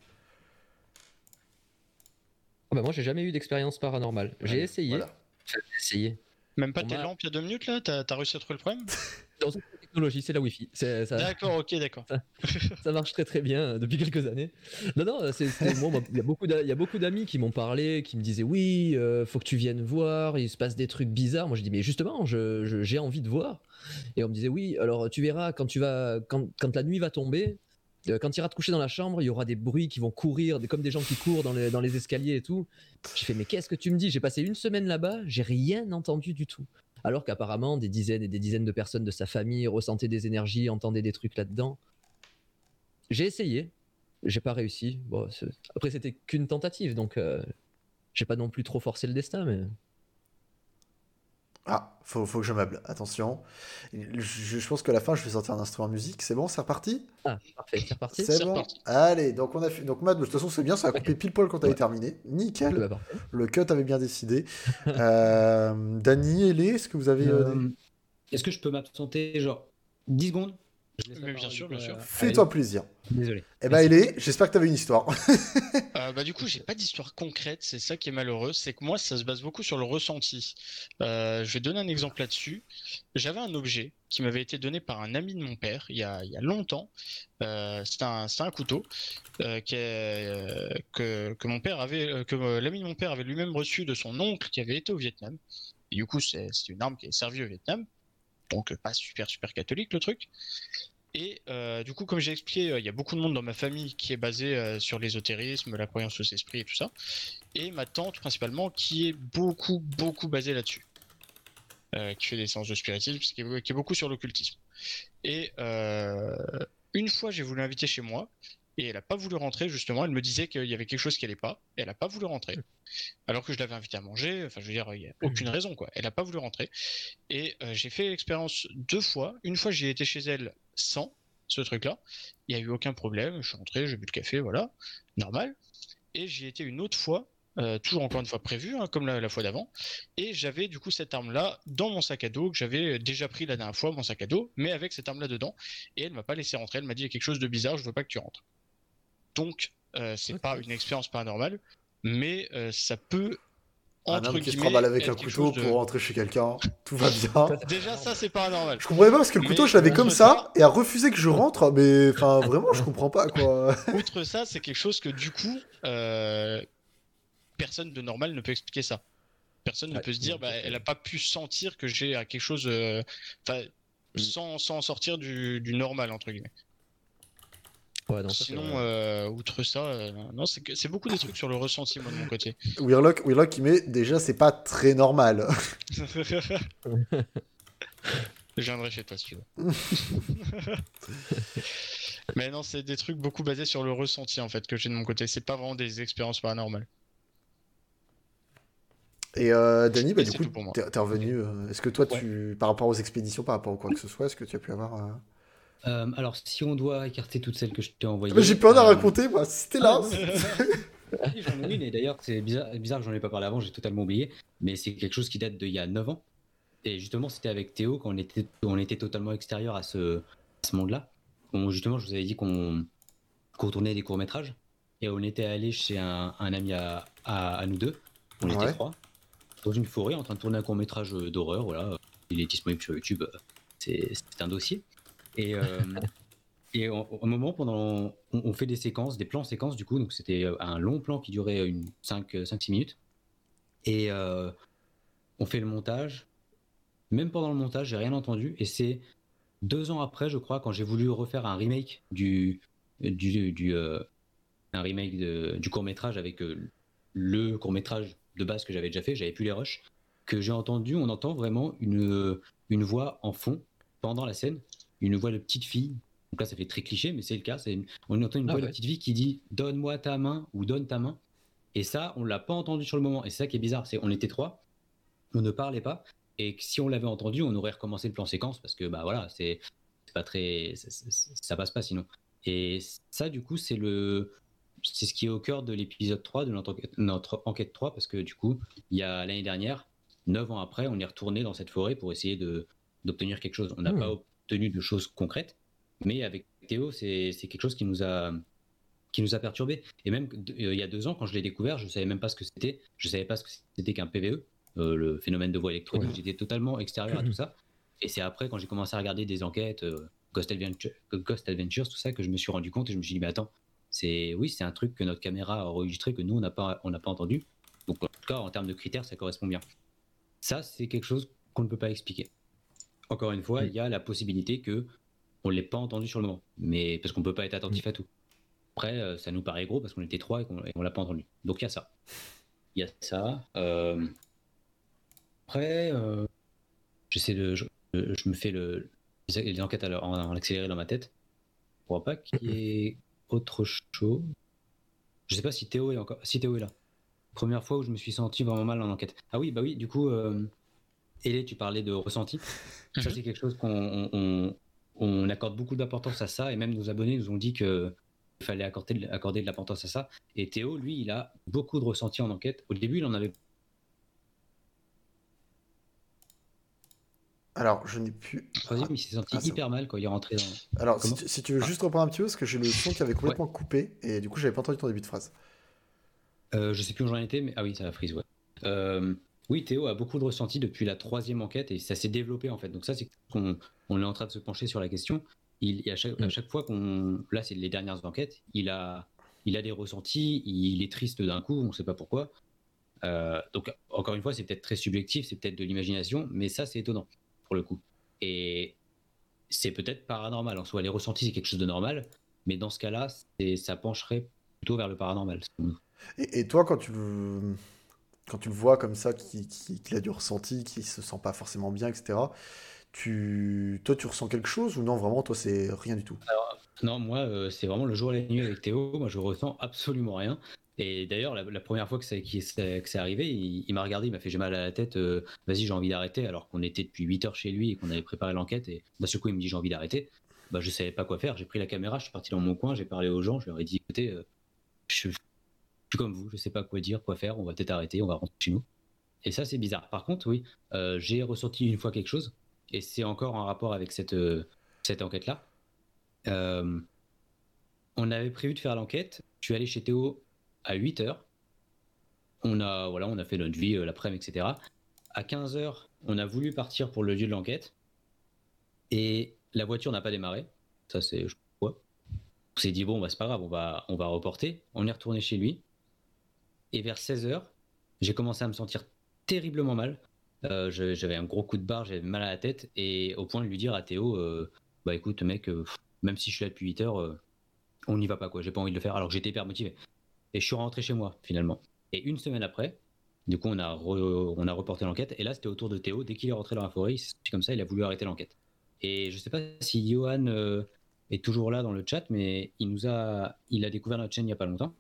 Speaker 3: Moi, j'ai jamais eu d'expérience paranormale. J'ai essayé.
Speaker 1: Voilà.
Speaker 3: J'ai essayé.
Speaker 2: Même pas tes lampes il y a 2 minutes là? T'as réussi à trouver le problème?
Speaker 3: Dans cette technologie, c'est la Wi-Fi.
Speaker 2: D'accord, ok, d'accord.
Speaker 3: Ça marche très très bien depuis quelques années. Non, il y a beaucoup d'amis qui m'ont parlé, qui me disaient oui, faut que tu viennes voir, il se passe des trucs bizarres. Moi je dis mais justement, j'ai envie de voir. Et on me disait oui, alors tu verras quand la nuit va tomber. Quand tu iras te coucher dans la chambre, il y aura des bruits qui vont courir, comme des gens qui courent dans les escaliers et tout. J'ai fait, mais qu'est-ce que tu me dis? J'ai passé 1 semaine là-bas, j'ai rien entendu du tout. Alors qu'apparemment, des dizaines et des dizaines de personnes de sa famille ressentaient des énergies, entendaient des trucs là-dedans. J'ai essayé, j'ai pas réussi. Bon, après, c'était qu'une tentative, donc j'ai pas non plus trop forcé le destin, mais...
Speaker 1: Ah, faut que je meuble, attention. Je pense qu'à la fin, je vais sortir un instrument de musique. C'est bon, c'est reparti?
Speaker 3: Ah, parfait, c'est reparti.
Speaker 1: C'est bon. Allez, donc on a fait. Donc Matt, de toute façon, c'est bien, ça a coupé pile poil quand t'avais terminé. Nickel. Le cut avait bien décidé. Dany, Elé, est-ce que vous avez.
Speaker 4: Est-ce que je peux m'absenter genre 10 secondes?
Speaker 2: Mais bien sûr, bien sûr.
Speaker 1: Fais-toi plaisir.
Speaker 4: Désolé.
Speaker 1: Eh ben, Elé, j'espère que t'avais une histoire.
Speaker 2: Du coup, j'ai pas d'histoire concrète, c'est ça qui est malheureux, c'est que moi, ça se base beaucoup sur le ressenti. Je vais donner un exemple là-dessus. J'avais un objet qui m'avait été donné par un ami de mon père il y a longtemps. C'était un couteau que mon père avait, que l'ami de mon père avait lui-même reçu de son oncle qui avait été au Vietnam. Et du coup, c'est une arme qui est servie au Vietnam, donc pas super catholique le truc. Et du coup, comme j'ai expliqué, il y a beaucoup de monde dans ma famille qui est basé sur l'ésotérisme, la croyance aux esprits et tout ça. Et ma tante principalement qui est beaucoup basée là-dessus. Qui fait des séances de spiritisme, qui est beaucoup sur l'occultisme. Et une fois, j'ai voulu l'inviter chez moi. et elle a pas voulu rentrer justement. Elle me disait qu'il y avait quelque chose qui allait pas, et elle a pas voulu rentrer. Alors que je l'avais invitée à manger. Enfin, je veux dire, il y a aucune raison quoi. Elle a pas voulu rentrer. Et j'ai fait l'expérience 2 fois. Une fois, j'ai été chez elle sans ce truc-là. Il y a eu aucun problème. Je suis rentré, j'ai bu le café, voilà, normal. Et j'y étais une autre fois. Toujours encore une fois prévu, hein, comme la fois d'avant, et j'avais du coup cette arme-là dans mon sac à dos que j'avais déjà pris la dernière fois, mon sac à dos, mais avec cette arme-là dedans, et elle m'a pas laissé rentrer. Elle m'a dit il y a quelque chose de bizarre, je veux pas que tu rentres. Donc c'est pas une expérience paranormale, mais ça peut
Speaker 1: Un
Speaker 2: entre
Speaker 1: homme qui se
Speaker 2: guillemets
Speaker 1: trimballe avec
Speaker 2: être
Speaker 1: un
Speaker 2: quelque
Speaker 1: couteau
Speaker 2: chose de...
Speaker 1: pour rentrer chez quelqu'un, tout va bien.
Speaker 2: Déjà ça c'est paranormal.
Speaker 1: Je comprenais pas parce que le couteau,
Speaker 2: Mais
Speaker 1: je l'avais comme
Speaker 2: outre
Speaker 1: ça, et à refuser que je rentre, mais enfin, vraiment, je comprends pas, quoi.
Speaker 2: Outre ça, c'est quelque chose que du coup, personne de normal ne peut expliquer ça. Personne ne peut se dire, elle a pas pu sentir que j'ai quelque chose, sans sortir du normal entre guillemets.
Speaker 3: Ouais, non, ça, c'est
Speaker 2: Sinon,
Speaker 3: vrai.
Speaker 2: outre ça, non, c'est beaucoup des trucs sur le ressenti moi de mon côté.
Speaker 1: Weirlock, il met déjà, c'est pas très normal.
Speaker 2: Je viendrai chez toi si tu veux. Mais non, c'est des trucs beaucoup basés sur le ressenti en fait que j'ai de mon côté. C'est pas vraiment des expériences paranormales.
Speaker 1: Et Dany,
Speaker 2: Et
Speaker 1: du
Speaker 2: c'est
Speaker 1: coup,
Speaker 2: tout pour moi.
Speaker 1: t'es revenu. Est-ce que toi,
Speaker 4: Ouais.
Speaker 1: par rapport aux expéditions, par rapport à quoi que ce soit, est-ce que tu as pu avoir.
Speaker 4: Alors, si on doit écarter toutes celles que je t'ai envoyées.
Speaker 1: Mais j'ai plus rien à raconter, moi. C'était là.
Speaker 4: non, oui, j'en ai une, et d'ailleurs, c'est bizarre que j'en ai pas parlé avant, j'ai totalement oublié. Mais c'est quelque chose qui date d'il y a 9 ans. Et justement, c'était avec Théo quand on était totalement extérieur à ce monde-là. Justement, je vous avais dit qu'on tournait des courts-métrages. Et on était allé chez un ami à nous deux. On était
Speaker 1: Ouais.
Speaker 4: 3. Dans une forêt, en train de tourner un court-métrage d'horreur. Voilà. Il est disponible sur YouTube. C'est un dossier. Et et un moment, on fait des séquences, des plans séquences du coup. Donc c'était un long plan qui durait 5-6 minutes. Et on fait le montage. Même pendant le montage, j'ai rien entendu. Et c'est 2 ans après, je crois, quand j'ai voulu refaire un remake du court-métrage avec le court-métrage de base que j'avais déjà fait, j'avais plus les rushs, que on entend vraiment une voix en fond pendant la scène, une voix de petite fille. Donc là, ça fait très cliché, mais c'est le cas. On entend une voix de petite fille qui dit « Donne-moi ta main » ou « Donne ta main ». Et ça, on l'a pas entendu sur le moment. Et c'est ça qui est bizarre, on était 3, on ne parlait pas. Et si on l'avait entendu, on aurait recommencé le plan séquence parce que bah voilà, c'est pas très, ça passe pas sinon. Et ça, du coup, c'est ce qui est au cœur de l'épisode 3 de notre enquête 3, parce que du coup, il y a l'année dernière, 9 ans après, on est retourné dans cette forêt pour essayer d'obtenir quelque chose. On n'a pas obtenu de choses concrètes, mais avec Théo, c'est quelque chose qui nous a perturbé. Et même il y a 2 ans, quand je l'ai découvert, je savais même pas ce que c'était. Je savais pas ce que c'était qu'un PVE. Le phénomène de voix électronique, j'étais totalement extérieur à tout ça. Et c'est après, quand j'ai commencé à regarder des enquêtes, Ghost Adventures, tout ça, que je me suis rendu compte et je me suis dit, mais attends, c'est un truc que notre caméra a enregistré, que nous, on n'a pas entendu. Donc, en tout cas, en termes de critères, ça correspond bien. Ça, c'est quelque chose qu'on ne peut pas expliquer. Encore une fois, il y a la possibilité qu'on ne l'ait pas entendu sur le moment, mais parce qu'on ne peut pas être attentif à tout. Après, ça nous paraît gros parce qu'on était 3 et qu'on ne l'a pas entendu. Donc, il y a ça. Il y a ça. Après, je me fais les enquêtes en accéléré dans ma tête. Je crois pas qu'il y ait autre chose. Je sais pas si Théo est là. Première fois où je me suis senti vraiment mal en enquête. Ah oui, bah oui, du coup, Hélé, tu parlais de ressenti. Ça, c'est quelque chose on accorde beaucoup d'importance à ça, et même nos abonnés nous ont dit qu'il fallait accorder de l'importance à ça. Et Théo, lui, il a beaucoup de ressenti en enquête. Au début, il en avait.
Speaker 1: Alors, je n'ai plus.
Speaker 4: Mais il s'est senti hyper mal quand il est rentré dans.
Speaker 1: Alors, si tu veux juste reprendre un petit peu, parce que j'ai le son qui avait complètement coupé, et du coup, j'avais pas entendu ton début de phrase.
Speaker 4: Je sais plus où j'en étais, mais ah oui, ça a freeze, ouais. Oui, Théo a beaucoup de ressenti depuis la 3e enquête, et ça s'est développé en fait. Donc ça, c'est qu'on est en train de se pencher sur la question. À chaque fois là, c'est les dernières enquêtes, il a des ressentis, il est triste d'un coup, on ne sait pas pourquoi. Donc encore une fois, c'est peut-être très subjectif, c'est peut-être de l'imagination, mais ça, c'est étonnant pour le coup. Et c'est peut-être paranormal en soi. Les ressentis, c'est quelque chose de normal, mais dans ce cas-là, ça pencherait plutôt vers le paranormal.
Speaker 1: Et toi, quand tu le vois comme ça, qu'il a du ressenti, qu'il se sent pas forcément bien, etc., toi, tu ressens quelque chose ou non, vraiment, toi, c'est rien du tout?
Speaker 4: Non, moi, c'est vraiment le jour et la nuit avec Théo. Moi, je ressens absolument rien. Et d'ailleurs, la première fois que c'est arrivé, il m'a regardé, il m'a fait j'ai mal à la tête, vas-y, j'ai envie d'arrêter, alors qu'on était depuis 8 heures chez lui et qu'on avait préparé l'enquête. Et d'un seul coup, il me dit j'ai envie d'arrêter. Bah, je savais pas quoi faire. J'ai pris la caméra, je suis parti dans mon coin, j'ai parlé aux gens, je leur ai dit écoutez, je suis comme vous, je sais pas quoi dire, quoi faire, on va peut-être arrêter, on va rentrer chez nous. Et ça, c'est bizarre. Par contre, oui, j'ai ressenti une fois quelque chose, et c'est encore en rapport avec cette enquête-là. Euh, on avait prévu de faire l'enquête. Je suis allé chez Théo à 8 heures. On a fait notre vie l'après-midi, etc. À 15 heures, on a voulu partir pour le lieu de l'enquête. Et la voiture n'a pas démarré. Ça, c'est. Je sais pas quoi. On s'est dit, bon, bah, c'est pas grave, on va reporter. On est retourné chez lui. Et vers 16 heures, j'ai commencé à me sentir terriblement mal. J'avais un gros coup de barre, j'avais mal à la tête. Et au point de lui dire à Théo, bah écoute, mec, même si je suis là depuis 8 heures, on n'y va pas, quoi. J'ai pas envie de le faire, alors que j'étais hyper motivé. Et je suis rentré chez moi, finalement. Et une semaine après, du coup, on a reporté l'enquête. Et là, c'était au tour de Théo. Dès qu'il est rentré dans la forêt, c'est comme ça, il a voulu arrêter l'enquête. Et je sais pas si Johan est toujours là dans le chat, mais il a découvert notre chaîne il y a pas longtemps.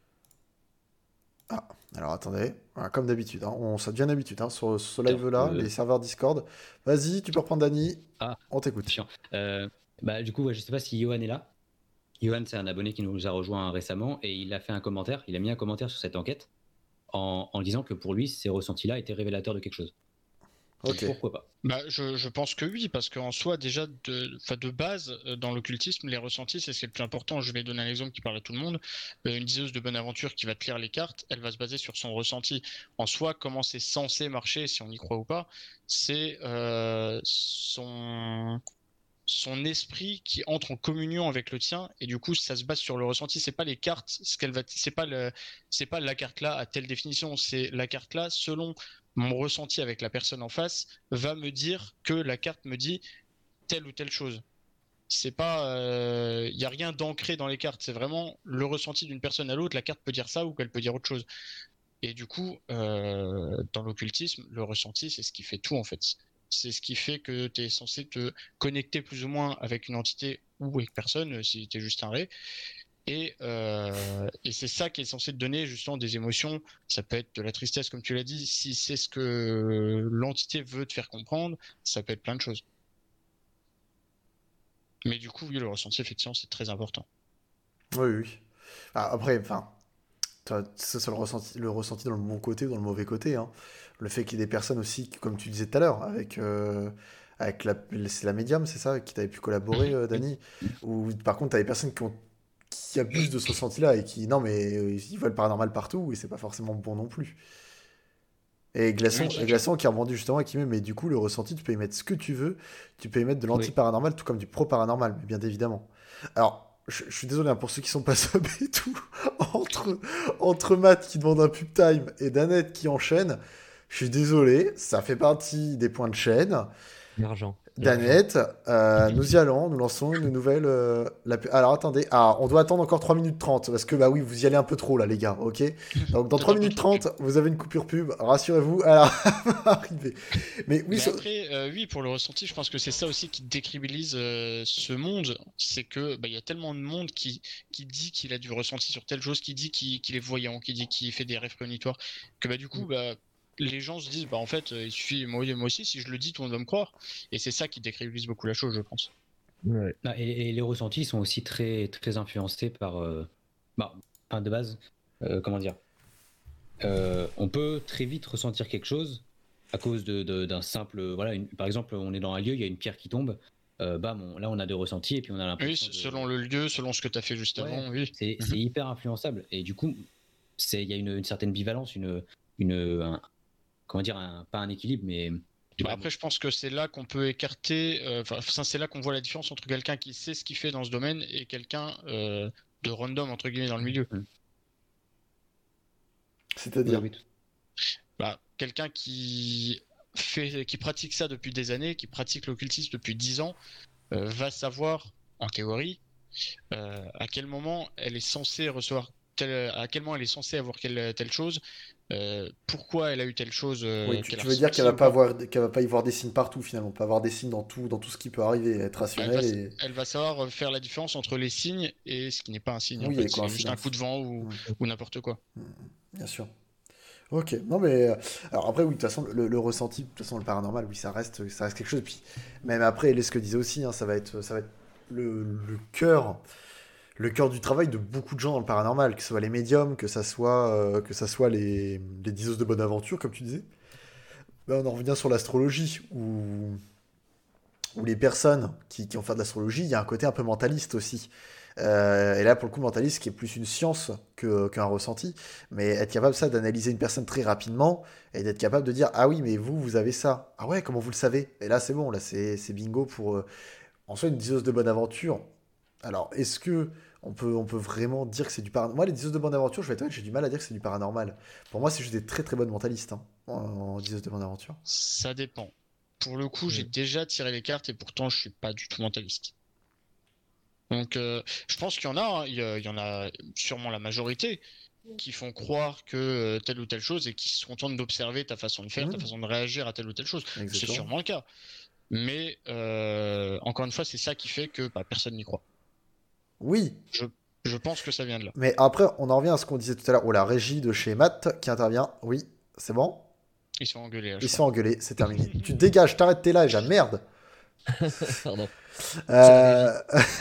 Speaker 1: Ah, alors attendez, voilà, comme d'habitude, hein, ça devient d'habitude hein, sur ce live-là, les serveurs Discord. Vas-y, tu peux reprendre Dany, on t'écoute.
Speaker 4: Chiant. Bah, du coup, ouais, je sais pas si Johan est là. Johan, c'est un abonné qui nous a rejoint récemment et il a fait un commentaire, il a mis un commentaire sur cette enquête en disant que pour lui, ces ressentis-là étaient révélateurs de quelque chose.
Speaker 1: Ok.
Speaker 4: Pourquoi pas?
Speaker 2: Bah, je pense que oui, parce qu'en soi, déjà, de base, dans l'occultisme, les ressentis, c'est ce qui est le plus important. Je vais donner un exemple qui parle à tout le monde. Une diseuse de bonne aventure qui va te lire les cartes, elle va se baser sur son ressenti. En soi, comment c'est censé marcher, si on y croit ou pas, c'est son esprit qui entre en communion avec le tien, et du coup ça se base sur le ressenti. C'est pas les cartes, c'est pas la carte là à telle définition, c'est la carte là selon mon ressenti avec la personne en face va me dire que la carte me dit telle ou telle chose. C'est pas, y a rien d'ancré dans les cartes, c'est vraiment le ressenti d'une personne à l'autre. La carte peut dire ça ou qu'elle peut dire autre chose. Et du coup, dans l'occultisme, le ressenti, c'est ce qui fait tout en fait. C'est ce qui fait que tu es censé te connecter plus ou moins avec une entité ou avec personne, si tu es juste un ré. Et c'est ça qui est censé te donner justement des émotions. Ça peut être de la tristesse, comme tu l'as dit, si c'est ce que l'entité veut te faire comprendre, ça peut être plein de choses. Mais du coup, oui, le ressenti, effectivement, c'est très important.
Speaker 1: Oui, oui. Après, enfin, c'est le ressenti dans le bon côté ou dans le mauvais côté. Hein. Le fait qu'il y ait des personnes aussi, comme tu disais tout à l'heure, avec c'est la médium, c'est ça, qui t'avait pu collaborer, Dany. Ou par contre, t'as des personnes qui abusent de ce ressenti-là et qui, non, mais ils voient le paranormal partout et c'est pas forcément bon non plus. Et Glaçon qui a rebondi justement et qui met, mais du coup, le ressenti, tu peux y mettre ce que tu veux. Tu peux y mettre de l'anti-paranormal, tout comme du pro-paranormal, mais bien évidemment. Alors, je suis désolé hein, pour ceux qui sont pas sub et tout. Entre Matt qui demande un pub time et Danette qui enchaîne, je suis désolé, ça fait partie des points de chaîne.
Speaker 3: L'argent.
Speaker 1: Danette, nous y allons, nous lançons une nouvelle. Alors attendez, on doit attendre encore 3 minutes 30 parce que bah oui, vous y allez un peu trop là, les gars, ok? Donc dans 3 minutes 30, vous avez une coupure pub, rassurez-vous, elle va arriver. Mais oui,
Speaker 2: après, oui, pour le ressenti, je pense que c'est ça aussi qui décrédibilise ce monde. C'est que il y a tellement de monde qui dit qu'il a du ressenti sur telle chose, qui dit qu'il est voyant, qui dit qu'il fait des rêves prémonitoires, que du coup, les gens se disent en fait il suffit, moi aussi si je le dis tout le monde va me croire, et c'est ça qui décrédibilise beaucoup la chose, je pense.
Speaker 3: Ouais.
Speaker 4: Et les ressentis sont aussi très, très influencés par de base, comment dire, on peut très vite ressentir quelque chose à cause d'un simple par exemple on est dans un lieu, il y a une pierre qui tombe, là on a des ressentis et puis on a l'impression
Speaker 2: selon le lieu, selon ce que tu as fait juste avant, oui.
Speaker 4: C'est hyper influençable, et du coup il y a une certaine bivalence, pas un équilibre, mais
Speaker 2: après, je pense que c'est là qu'on peut écarter, c'est là qu'on voit la différence entre quelqu'un qui sait ce qu'il fait dans ce domaine et quelqu'un de random entre guillemets dans le milieu.
Speaker 1: C'est-à-dire
Speaker 2: quelqu'un qui pratique ça depuis des années, qui pratique l'occultisme depuis 10 ans, va savoir en théorie à quel moment elle est censée recevoir à quel moment elle est censée avoir telle chose, pourquoi elle a eu telle chose
Speaker 1: Oui,
Speaker 2: qu'elle a
Speaker 1: tu veux dire
Speaker 2: ressentie ou pas.
Speaker 1: qu'elle va pas y voir des signes partout finalement, pas avoir des signes dans tout ce qui peut arriver, être
Speaker 2: Elle va,
Speaker 1: rationnel et.
Speaker 2: elle va savoir faire la différence entre les signes et ce qui n'est pas un signe en
Speaker 1: Oui, et
Speaker 2: fait.
Speaker 1: les
Speaker 2: C'est juste un coup
Speaker 1: coïncidences.
Speaker 2: de vent
Speaker 1: Mm,
Speaker 2: ou n'importe quoi.
Speaker 1: bien sûr. Ok, non mais alors après oui de toute façon le ressenti, de toute façon le paranormal, oui ça reste quelque chose. Et puis même après, elle est ce que disait aussi, hein, ça va être le cœur du travail de beaucoup de gens dans le paranormal, que ce soit les médiums, que ça soit les diseuses de bonne aventure comme tu disais. Ben, on en revient sur l'astrologie où les personnes qui ont fait de l'astrologie, il y a un côté un peu mentaliste aussi. Et là, pour le coup, mentaliste, qui est plus une science qu'un ressenti, mais être capable, ça, d'analyser une personne très rapidement et d'être capable de dire, ah oui, mais vous avez ça. Ah ouais, comment vous le savez? Et là, c'est bon, là, c'est bingo pour, en soi, une diseuse de bonne aventure. Alors, est-ce que on peut vraiment dire que c'est du paranormal? Moi, les diseuses de bonne aventure, je vais être honnête, j'ai du mal à dire que c'est du paranormal. Pour moi, c'est juste des très très bonnes mentalistes, hein, en diseuses de bonne aventure.
Speaker 2: Ça dépend. Pour le coup, j'ai
Speaker 3: Mm.
Speaker 2: déjà tiré les cartes et pourtant je suis pas du tout mentaliste. Donc, je pense qu'il y en a, hein, il y en a sûrement la majorité qui font croire que telle ou telle chose et qui se contentent d'observer ta façon de faire, ta
Speaker 1: Mhm,
Speaker 2: façon de réagir à telle ou telle chose. C'est
Speaker 1: exactement.
Speaker 2: sûrement le cas. Mais encore une fois, c'est ça qui fait que bah, personne n'y croit.
Speaker 1: Oui,
Speaker 2: Je, je pense que ça vient de là.
Speaker 1: mais après, on en revient à ce qu'on disait tout à l'heure. Oh, la régie de chez Matt qui intervient. Oui, c'est bon.
Speaker 2: Ils sont engueulés, là, je
Speaker 1: Ils se
Speaker 2: crois.
Speaker 1: font engueuler, c'est terminé. Tu te dégages, t'arrêtes tes lives, la merde.
Speaker 3: Pardon. C'est la régie.
Speaker 1: Euh,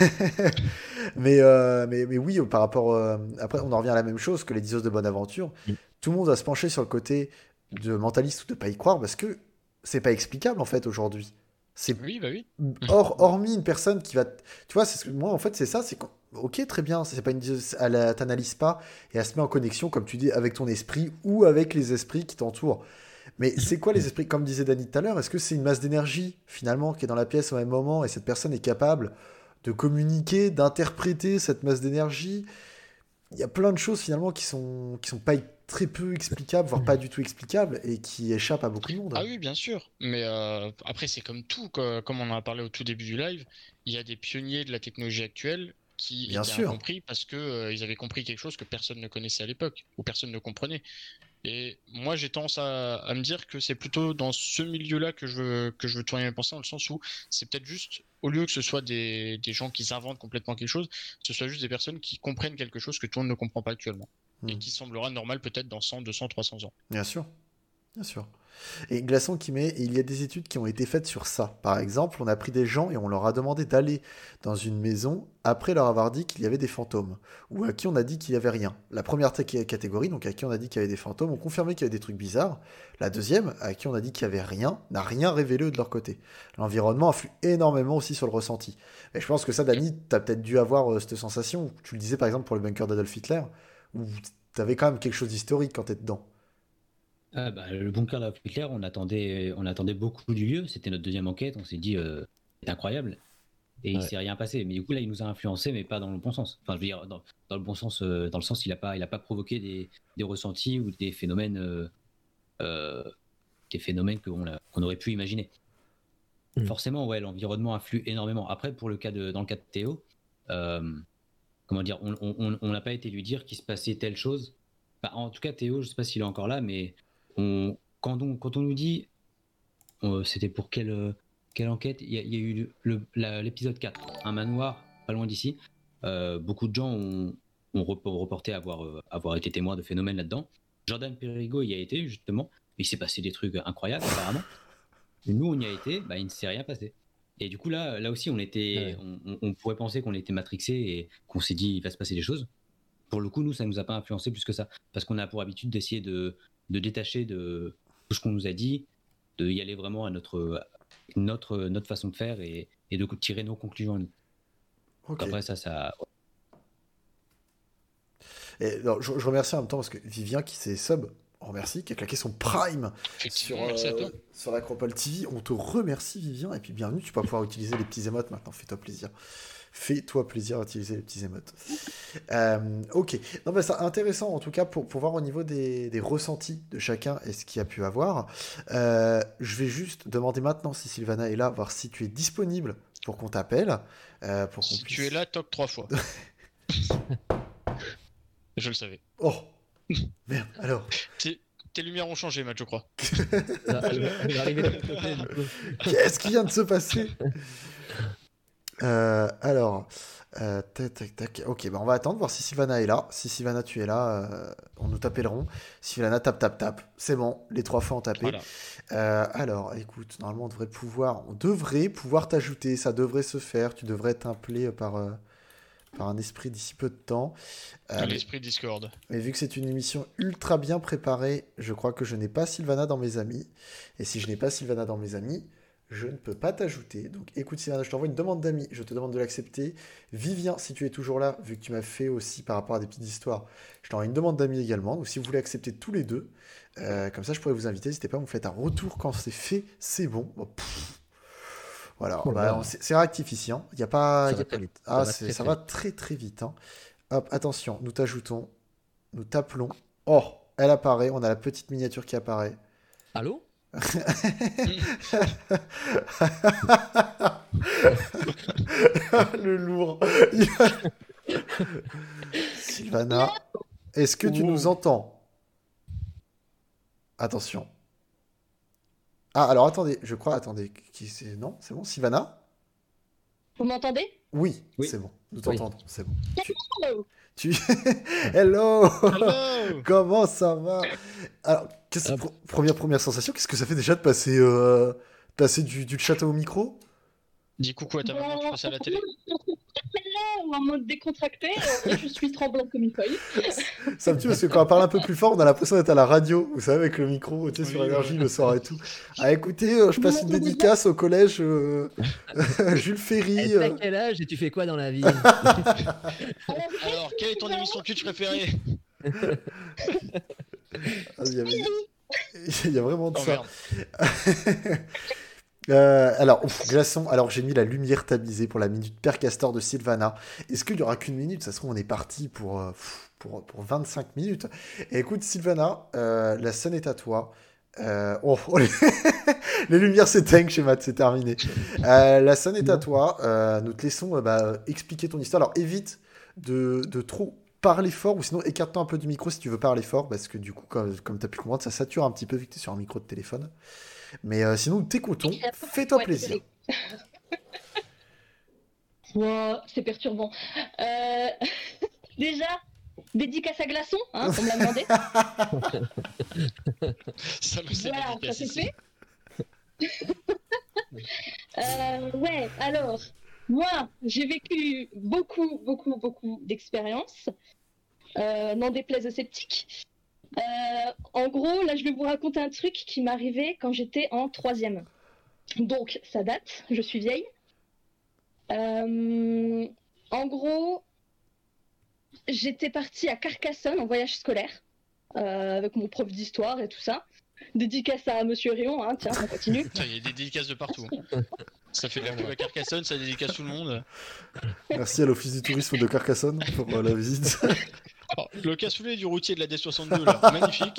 Speaker 1: mais oui, par rapport. Après, on en revient à la même chose que les diseuses de bonne aventure.
Speaker 3: Mm.
Speaker 1: Tout le monde va se pencher sur le côté de mentaliste ou de pas y croire parce que c'est pas explicable en fait aujourd'hui. C'est
Speaker 2: Oui, bah oui.
Speaker 1: hormis une personne qui va. Tu vois, moi en fait, c'est ça. Ok, très bien. C'est pas une diseuse. T'analyse pas et elle se met en connexion, comme tu dis, avec ton esprit ou avec les esprits qui t'entourent. Mais c'est quoi les esprits? Comme disait Danny tout à l'heure, est-ce que c'est une masse d'énergie finalement qui est dans la pièce au même moment et cette personne est capable de communiquer, d'interpréter cette masse d'énergie? Il y a plein de choses finalement qui sont pas très peu explicables, voire pas du tout explicables et qui échappent à beaucoup de
Speaker 2: Ah
Speaker 1: monde.
Speaker 2: oui, bien sûr. Mais après, c'est comme tout, comme on en a parlé au tout début du live, il y a des pionniers de la technologie actuelle qui
Speaker 1: Bien
Speaker 2: étaient
Speaker 1: sûr.
Speaker 2: incompris parce que ils avaient compris quelque chose que personne ne connaissait à l'époque ou personne ne comprenait. Et moi, j'ai tendance à me dire que c'est plutôt dans ce milieu-là que je veux tourner mes pensées, dans le sens où c'est peut-être juste, au lieu que ce soit des gens qui s'inventent complètement quelque chose, ce soit juste des personnes qui comprennent quelque chose que tout le monde ne comprend pas actuellement. Et
Speaker 1: Hmm.
Speaker 2: qui semblera normal peut-être dans 100, 200, 300 ans.
Speaker 1: Bien sûr. Bien sûr. Et Glaçon qui met, il y a des études qui ont été faites sur ça. Par exemple, on a pris des gens et on leur a demandé d'aller dans une maison après leur avoir dit qu'il y avait des fantômes, ou à qui on a dit qu'il n'y avait rien. La première catégorie, donc à qui on a dit qu'il y avait des fantômes, ont confirmé qu'il y avait des trucs bizarres. La deuxième, à qui on a dit qu'il n'y avait rien, n'a rien révélé eux de leur côté. L'environnement influe énormément aussi sur le ressenti. Et je pense que ça, Dani, t'as peut-être dû avoir cette sensation. Tu le disais par exemple pour le bunker d'Adolf Hitler, où t'avais quand même quelque chose d'historique quand t'es dedans.
Speaker 4: Ah bah, le bunker d'Adolf Hitler, on attendait beaucoup du lieu. C'était notre deuxième enquête. On s'est dit, c'est incroyable. Et il
Speaker 3: Ouais.
Speaker 4: s'est rien passé. Mais du coup, là, il nous a influencé, mais pas dans le bon sens. Enfin, je veux dire, dans le bon sens, dans le sens, il a pas provoqué des ressentis ou euh, des phénomènes qu'on aurait pu imaginer.
Speaker 3: Mm.
Speaker 4: Forcément, ouais, l'environnement influe énormément. Après, dans le cas de Théo, euh, comment dire, on n'a pas été lui dire qu'il se passait telle chose. Enfin, en tout cas, Théo, je sais pas s'il est encore là, mais quand on nous dit, c'était pour quelle enquête? Il y a eu l'épisode 4, un manoir pas loin d'ici. Beaucoup de gens ont reporté avoir été témoins de phénomènes là-dedans. Jordan Perrigo y a été, justement. Il s'est passé des trucs incroyables, apparemment. Et nous, on y a été, bah, il ne s'est rien passé. Et du coup, là aussi,
Speaker 3: Ouais.
Speaker 4: on pourrait penser qu'on était matrixé et qu'on s'est dit, il va se passer des choses. Pour le coup, nous, ça ne nous a pas influencé plus que ça. Parce qu'on a pour habitude d'essayer de détacher de tout ce qu'on nous a dit, de y aller vraiment à notre façon de faire et de tirer nos conclusions à nous.
Speaker 1: Ok.
Speaker 4: Après, ça.
Speaker 1: Et, alors, je remercie en même temps parce que Vivien qui s'est sub, on remercie, qui a claqué son prime
Speaker 2: Effectivement, merci à toi.
Speaker 1: sur Acropole TV. On te remercie Vivien et puis bienvenue, tu vas pouvoir utiliser les petits émotes maintenant, fais-toi plaisir. Fais-toi plaisir d'utiliser les petits émotes. Ok, non, bah, c'est intéressant en tout cas pour voir au niveau des ressentis de chacun et ce qu'il a pu avoir. Je vais juste demander maintenant si Sylvana est là, voir si tu es disponible pour qu'on t'appelle, pour qu'on
Speaker 2: Si
Speaker 1: puisse...
Speaker 2: tu es là, toque 3 fois. Je le savais.
Speaker 1: Oh, merde, alors.
Speaker 2: Tes lumières ont changé, Matt, je crois.
Speaker 3: Elle va arriver de l'autre côté, du coup.
Speaker 1: Qu'est-ce qui vient de se passer? Alors, tac, tac, tac. Ok, bah on va attendre, voir si Sylvana est là. Si Sylvana, tu es là, on nous t'appellerons. Sylvana, tape. C'est bon, les 3 fois ont tapé.
Speaker 2: Voilà.
Speaker 1: Alors, écoute, normalement, on devrait pouvoir t'ajouter. Ça devrait se faire. Tu devrais être appelé par un esprit d'ici peu de temps.
Speaker 2: L'esprit Discord.
Speaker 1: Mais vu que c'est une émission ultra bien préparée, je crois que je n'ai pas Sylvana dans mes amis. Et si je n'ai pas Sylvana dans mes amis, je ne peux pas t'ajouter. Donc écoute Sylvana, je t'envoie une demande d'amis, je te demande de l'accepter. Vivien, si tu es toujours là, vu que tu m'as fait aussi par rapport à des petites histoires, je t'envoie une demande d'amis également. Donc si vous voulez accepter tous les deux, comme ça je pourrais vous inviter. N'hésitez pas, vous me faites un retour quand c'est fait, c'est bon. Bon, voilà,
Speaker 3: Oh là là.
Speaker 1: c'est réactif ici. Hein. Il y a pas,
Speaker 3: Ça
Speaker 1: y
Speaker 3: va
Speaker 1: a
Speaker 3: très
Speaker 1: pas-
Speaker 3: vite.
Speaker 1: Ah,
Speaker 3: Ça va très,
Speaker 1: ça
Speaker 3: très
Speaker 1: va très très vite. Hein. Hop, attention, nous t'ajoutons, nous t'appelons. Oh, elle apparaît, on a la petite miniature qui apparaît.
Speaker 3: Allô?
Speaker 1: Le lourd. Sylvana, est-ce que tu nous entends? Attention. Ah, alors attendez, je crois, attendez. Non, c'est bon, Sylvana?
Speaker 5: Vous m'entendez?
Speaker 1: Oui,
Speaker 4: Oui.
Speaker 1: c'est bon, nous
Speaker 3: Oui.
Speaker 1: t'entendons, c'est bon.
Speaker 5: Hello.
Speaker 1: Tu... Hello.
Speaker 2: Hello.
Speaker 1: Comment ça va? Alors, première sensation, qu'est-ce que ça fait déjà de passer du château au micro?
Speaker 2: Dis coucou à ta maman, tu passes à la télé.
Speaker 5: Hello, en mode décontracté, je suis tremblante comme une feuille.
Speaker 1: Ça me tue parce que quand on parle un peu plus fort, on a l'impression d'être à la radio, vous savez, avec le micro, tu sais, sur
Speaker 2: Oui,
Speaker 1: énergie
Speaker 2: ouais.
Speaker 1: le soir et tout. Ah, écoutez, je passe une dédicace au collège Jules Ferry.
Speaker 3: T'as quel âge et tu fais quoi dans la vie?
Speaker 2: Alors, quelle est ton émission culte préférée?
Speaker 1: Ah, il y a vraiment de
Speaker 2: Oh
Speaker 1: ça.
Speaker 2: merde.
Speaker 1: Alors, glaçon, alors j'ai mis la lumière tamisée pour la minute Père Castor de Sylvana. Est-ce qu'il n'y aura qu'une minute? Ça se trouve, on est parti pour 25 minutes. Et écoute, Sylvana, la scène est à toi. Les lumières s'éteignent chez Matt, c'est terminé. La scène est à toi. Nous te laissons expliquer ton histoire. Alors, évite de trop parler fort, ou sinon écarte-toi un peu du micro si tu veux parler fort, parce que du coup, comme tu as pu comprendre, ça sature un petit peu vu que tu es sur un micro de téléphone. Mais sinon, t'écoutons, fais-toi
Speaker 5: Ouais,
Speaker 1: plaisir.
Speaker 5: Wow, c'est perturbant. Déjà, dédicace à Glaçon, hein, on me l'a demandé.
Speaker 2: Ça me s'est
Speaker 5: Voilà,
Speaker 2: dédicace
Speaker 5: ça c'est
Speaker 2: ici.
Speaker 5: fait. Ouais, alors, moi, j'ai vécu beaucoup d'expériences. N'en déplaise aux sceptiques. En gros, là, je vais vous raconter un truc qui m'est arrivé quand j'étais en 3e. Donc, ça date, je suis vieille. En gros, j'étais partie à Carcassonne en voyage scolaire avec mon prof d'histoire et tout ça. Dédicace à Monsieur Rion, hein, tiens, on continue.
Speaker 2: Putain, il y a des dédicaces de partout. Ça fait de la pub à Carcassonne, ça dédicace tout le monde.
Speaker 1: Merci à l'Office du tourisme de Carcassonne pour la visite.
Speaker 2: Oh, le cassoulet du routier de la D62, là, magnifique.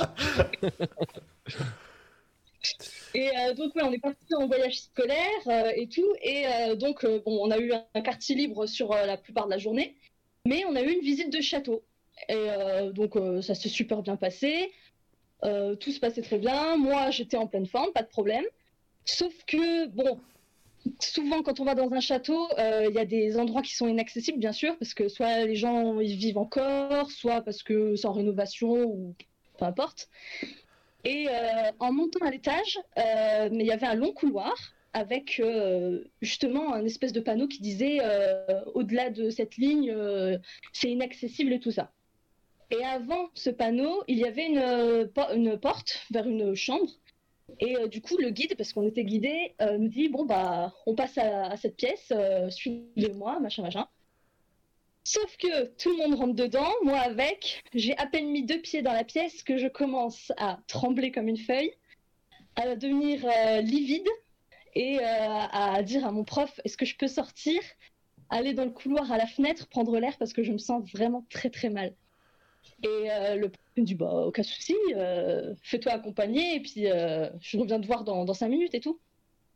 Speaker 5: Et donc ouais, on est parti en voyage scolaire et tout, et donc bon, on a eu un quartier libre sur la plupart de la journée, mais on a eu une visite de château. Et donc ça s'est super bien passé, tout se passait très bien, moi j'étais en pleine forme, pas de problème. Sauf que bon, souvent quand on va dans un château, il y a des endroits qui sont inaccessibles bien sûr, parce que soit les gens y vivent encore, soit parce que c'est en rénovation ou peu importe. Et en montant à l'étage, il y avait un long couloir avec justement un espèce de panneau qui disait au-delà de cette ligne, c'est inaccessible et tout ça. Et avant ce panneau, il y avait une porte vers une chambre. Et du coup, le guide, parce qu'on était guidés, nous dit bon bah on passe à cette pièce, suivez-moi, machin machin. Sauf que tout le monde rentre dedans, moi avec, j'ai à peine mis 2 pieds dans la pièce que je commence à trembler comme une feuille, à devenir livide et à dire à mon prof, est-ce que je peux sortir, aller dans le couloir à la fenêtre, prendre l'air parce que je me sens vraiment très très mal. Et le prof me dit, bah aucun souci, fais-toi accompagner et puis je reviens te voir dans 5 minutes et tout.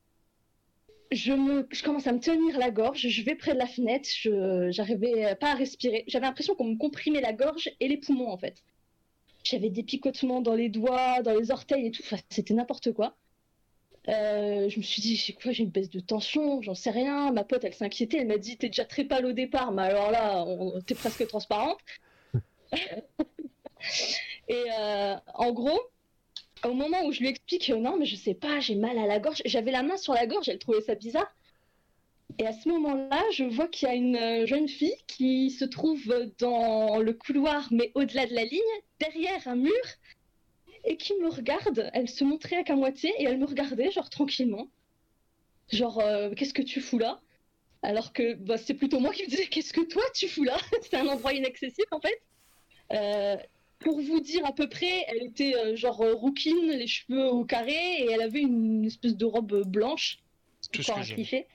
Speaker 5: Je commence à me tenir la gorge, je vais près de la fenêtre, j'arrivais pas à respirer. J'avais l'impression qu'on me comprimait la gorge et les poumons en fait. J'avais des picotements dans les doigts, dans les orteils et tout. Enfin, c'était n'importe quoi. Je me suis dit, c'est quoi, j'ai une baisse de tension, j'en sais rien. Ma pote, elle s'inquiétait, elle m'a dit, t'es déjà très pâle au départ, mais alors là, t'es presque transparente. Et en gros, au moment où je lui explique, non, mais je sais pas, j'ai mal à la gorge, j'avais la main sur la gorge, elle trouvait ça bizarre. Et à ce moment-là, je vois qu'il y a une jeune fille qui se trouve dans le couloir, mais au-delà de la ligne, derrière un mur, et qui me regarde. Elle se montrait qu'à moitié et elle me regardait, genre tranquillement. Genre, qu'est-ce que tu fous là? Alors que bah, c'est plutôt moi qui me disais, qu'est-ce que toi tu fous là? C'est un endroit inaccessible en fait. Pour vous dire à peu près, elle était genre rouquine, les cheveux au carré, et elle avait une espèce de robe blanche.
Speaker 2: Tout ce
Speaker 5: Encore
Speaker 2: que
Speaker 5: un
Speaker 2: j'aime.
Speaker 5: cliché.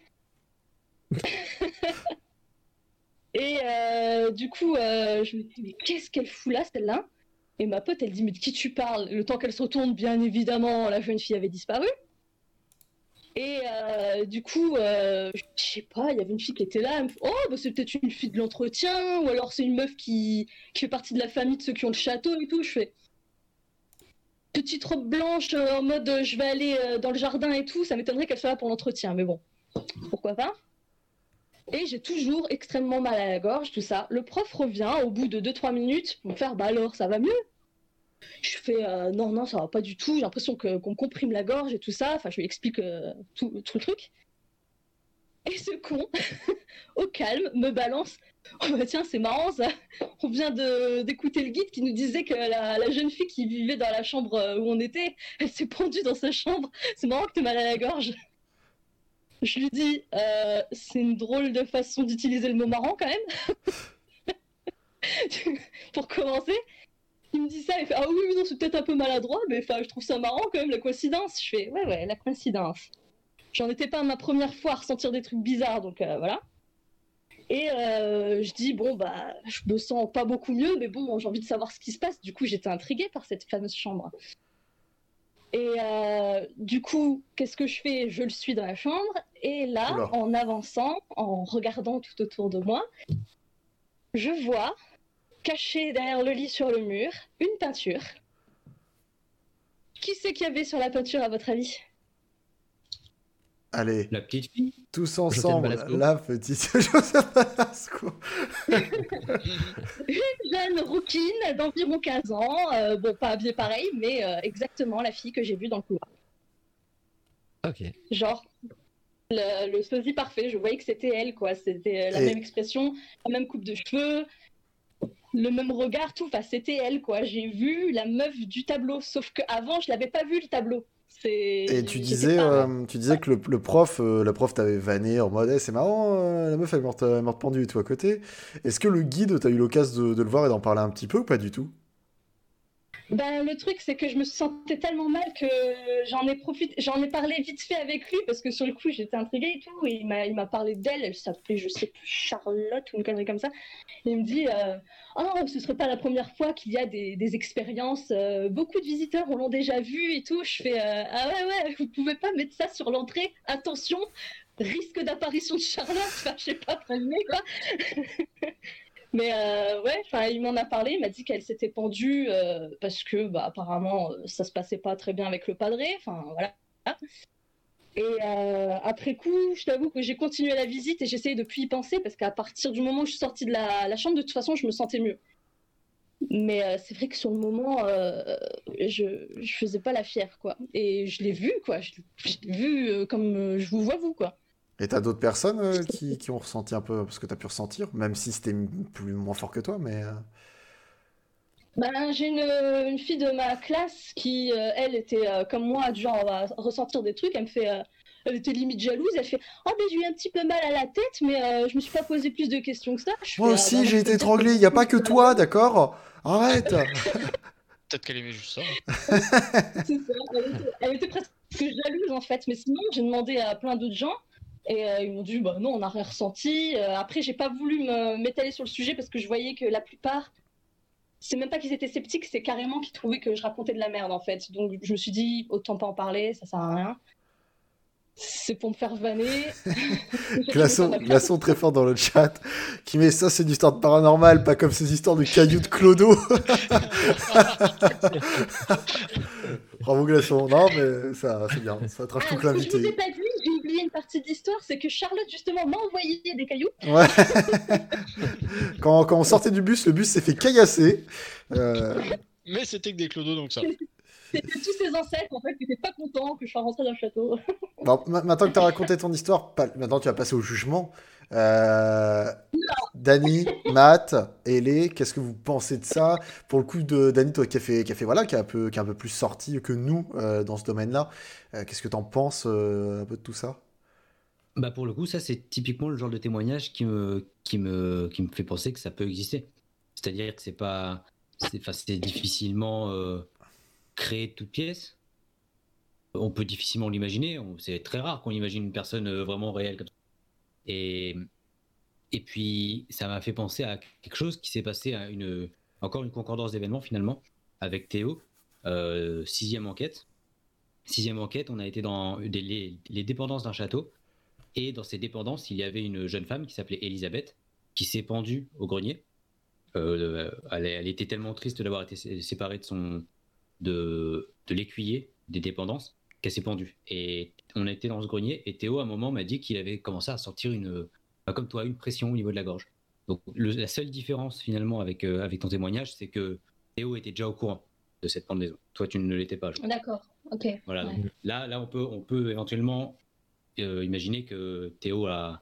Speaker 5: Et du coup, je me dis, mais qu'est-ce qu'elle fout là, celle-là? Et ma pote, elle dit, mais de qui tu parles? Le temps qu'elle se retourne, bien évidemment, la jeune fille avait disparu. Et du coup, je sais pas, il y avait une fille qui était là, elle me fait, oh, bah, c'est peut-être une fille de l'entretien, ou alors c'est une meuf qui fait partie de la famille de ceux qui ont le château et tout. Je fais, petite robe blanche en mode je vais aller dans le jardin et tout, ça m'étonnerait qu'elle soit là pour l'entretien, mais bon, pourquoi pas. Et j'ai toujours extrêmement mal à la gorge, tout ça. Le prof revient au bout de 2-3 minutes pour me faire, bah alors, ça va mieux? Je fais, non, ça va pas du tout, j'ai l'impression qu'on me comprime la gorge et tout ça. Enfin, je lui explique tout le truc. Et ce con, au calme, me balance, oh bah tiens, c'est marrant ça, on vient d'écouter le guide qui nous disait que la jeune fille qui vivait dans la chambre où on était, elle s'est pendue dans sa chambre, c'est marrant que t'aies mal à la gorge. Je lui dis, c'est une drôle de façon d'utiliser le mot marrant quand même. Pour commencer, il me dit ça, il fait, ah oui, non, c'est peut-être un peu maladroit, mais je trouve ça marrant quand même, la coïncidence. Je fais, ouais, la coïncidence. J'en étais pas à ma première fois à ressentir des trucs bizarres, donc voilà. Et je dis, bon, bah, je me sens pas beaucoup mieux, mais bon, j'ai envie de savoir ce qui se passe. Du coup, j'étais intriguée par cette fameuse chambre. Et du coup, qu'est-ce que je fais? Je le suis dans la chambre, et là,
Speaker 1: Oula.
Speaker 5: en avançant, en regardant tout autour de moi, je vois, caché derrière le lit sur le mur, une peinture. Qui c'est qu'il y avait sur la peinture, à votre avis?
Speaker 1: Allez,
Speaker 4: La petite fille.
Speaker 1: tous
Speaker 3: Joseph
Speaker 1: ensemble,
Speaker 3: Balasco.
Speaker 1: la petite Joseph Balasco.
Speaker 5: Jeune rouquine d'environ 15 ans, bon, pas habillée pareil, mais exactement la fille que j'ai vue dans le couloir.
Speaker 3: Ok.
Speaker 5: Genre, le sosie parfait, je voyais que c'était elle, quoi. C'était la
Speaker 1: Et-
Speaker 5: même expression, la même coupe de cheveux, le même regard, tout. Enfin, c'était elle, quoi. J'ai vu la meuf du tableau, sauf qu'avant, je l'avais pas vu, le tableau.
Speaker 1: Et tu
Speaker 5: J'étais
Speaker 1: disais,
Speaker 5: pas-
Speaker 1: que le prof, la prof t'avait vanné en mode, Eh, c'est marrant, la meuf elle est morte pendue et tout à côté. Est-ce que le guide, t'as eu l'occasion de le voir et d'en parler un petit peu ou pas du tout?
Speaker 5: Ben, le truc, c'est que je me sentais tellement mal que j'en ai parlé vite fait avec lui parce que sur le coup, j'étais intriguée et tout. Et il m'a parlé d'elle, elle s'appelait, je sais plus, Charlotte ou une connerie comme ça. Et il me dit, oh, ce serait pas la première fois qu'il y a des expériences. Beaucoup de visiteurs l'ont déjà vu et tout. Je fais, ah ouais, vous pouvez pas mettre ça sur l'entrée. Attention, risque d'apparition de Charlotte. Enfin, je sais pas, prévenez quoi. Mais ouais, il m'en a parlé, il m'a dit qu'elle s'était pendue parce que bah, apparemment ça se passait pas très bien avec le padré, enfin voilà. Et après coup, je t'avoue que j'ai continué la visite et j'essayais de plus y penser parce qu'à partir du moment où je suis sortie de la chambre, de toute façon, je me sentais mieux. Mais c'est vrai que sur le moment, je faisais pas la fière, quoi. Et je l'ai vu, quoi. Je l'ai vu comme je vous vois, vous, quoi.
Speaker 1: Et t'as d'autres personnes qui ont ressenti un peu ce que t'as pu ressentir, même si c'était moins fort que toi, mais...
Speaker 5: Ben, j'ai une fille de ma classe qui, elle, était comme moi, du genre à ressentir des trucs. Elle me fait, elle était limite jalouse. Elle fait, oh ben j'ai eu un petit peu mal à la tête, mais je me suis pas posé plus de questions que ça. Je
Speaker 1: Moi
Speaker 5: fais,
Speaker 1: aussi,
Speaker 5: bah,
Speaker 1: j'ai
Speaker 5: je peux
Speaker 1: été
Speaker 5: te dire
Speaker 1: étranglé, il n'y a pas que toi, d'accord? Arrête!
Speaker 2: Peut-être qu'elle aimait juste ça.
Speaker 5: C'est ça. Elle était presque jalouse en fait. Mais sinon, j'ai demandé à plein d'autres gens. Et ils m'ont dit, bah non, on n'a rien ressenti. Après, j'ai pas voulu m'étaler sur le sujet parce que je voyais que la plupart, c'est même pas qu'ils étaient sceptiques, c'est carrément qu'ils trouvaient que je racontais de la merde en fait. Donc je me suis dit, autant pas en parler, ça sert à rien. c'est pour me faire vanner.
Speaker 1: Glaçon très fort dans le chat, qui met ça, c'est une histoire de paranormal, pas comme ces histoires de cailloux de clodo. Bravo Glaçon, non mais ça c'est bien, ça trash tout
Speaker 5: Ce que je vous ai
Speaker 1: l'invité.
Speaker 5: pas dit, j'ai oublié une partie de l'histoire, c'est que Charlotte justement m'a envoyé des cailloux.
Speaker 1: Ouais. Quand on sortait du bus, le bus s'est fait caillasser.
Speaker 2: Mais c'était que des clodos, donc ça.
Speaker 5: C'était tous ses ancêtres en fait qui étaient pas contents que je sois rentrée dans le château.
Speaker 1: Bon, maintenant que tu as raconté ton histoire, maintenant tu vas passer au jugement. Dany, Matt, Elé, qu'est-ce que vous pensez de ça? Pour le coup de Dany, toi voilà, qui est un peu plus sorti que nous dans ce domaine-là, qu'est-ce que t'en penses un peu de tout ça?
Speaker 4: Bah pour le coup, ça c'est typiquement le genre de témoignage qui me fait penser que ça peut exister. C'est-à-dire que c'est difficilement créé de toutes pièces. On peut difficilement l'imaginer. C'est très rare qu'on imagine une personne vraiment réelle comme ça. Et puis ça m'a fait penser à quelque chose qui s'est passé encore une concordance d'événements finalement avec Théo. Sixième enquête. Sixième enquête, on a été dans les dépendances d'un château. Et dans ces dépendances, il y avait une jeune femme qui s'appelait Elisabeth, qui s'est pendue au grenier. Elle était tellement triste d'avoir été séparée de l'écuyer des dépendances qu'elle s'est pendue. Et on était dans ce grenier et Théo, à un moment, m'a dit qu'il avait commencé à sentir comme toi, une pression au niveau de la gorge. Donc la seule différence finalement avec ton témoignage, c'est que Théo était déjà au courant de cette pendaison. Toi, tu ne l'étais pas.
Speaker 5: D'accord, ok.
Speaker 4: Voilà.
Speaker 5: Ouais.
Speaker 4: Donc, là, on peut éventuellement imaginer que Théo a.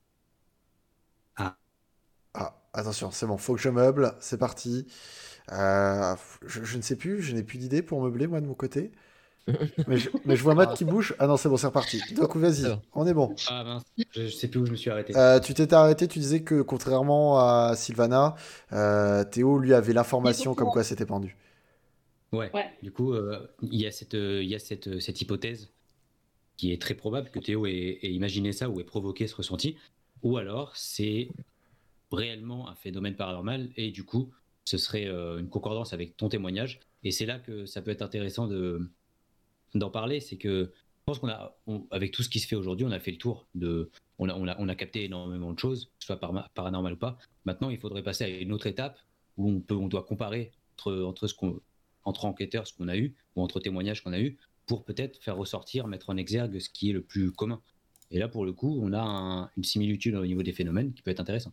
Speaker 1: Ah, attention, c'est bon, faut que je meuble, c'est parti. Je ne sais plus, je n'ai plus d'idée pour meubler moi de mon côté. Mais je vois Matt qui bouge. Ah non, c'est bon, c'est reparti. Donc vas-y,
Speaker 3: Alors.
Speaker 1: on est bon.
Speaker 4: Ah mince, je sais plus où je me suis arrêté.
Speaker 1: Tu t'étais arrêté, tu disais que contrairement à Sylvana, Théo lui avait l'information comme quoi c'était pendu.
Speaker 4: Ouais. Du coup, il y a cette hypothèse qui est très probable que Théo ait imaginé ça ou ait provoqué ce ressenti, ou alors c'est réellement un phénomène paranormal et du coup, ce serait une concordance avec ton témoignage. Et c'est là que ça peut être intéressant d'en parler, c'est que je pense avec tout ce qui se fait aujourd'hui, on a fait le tour on a capté énormément de choses, que ce soit paranormal ou pas. Maintenant, il faudrait passer à une autre étape où on doit comparer entre enquêteurs ce qu'on a eu ou entre témoignages qu'on a eu pour peut-être faire ressortir, mettre en exergue ce qui est le plus commun. Et là, pour le coup, on a une similitude au niveau des phénomènes qui peut être intéressant.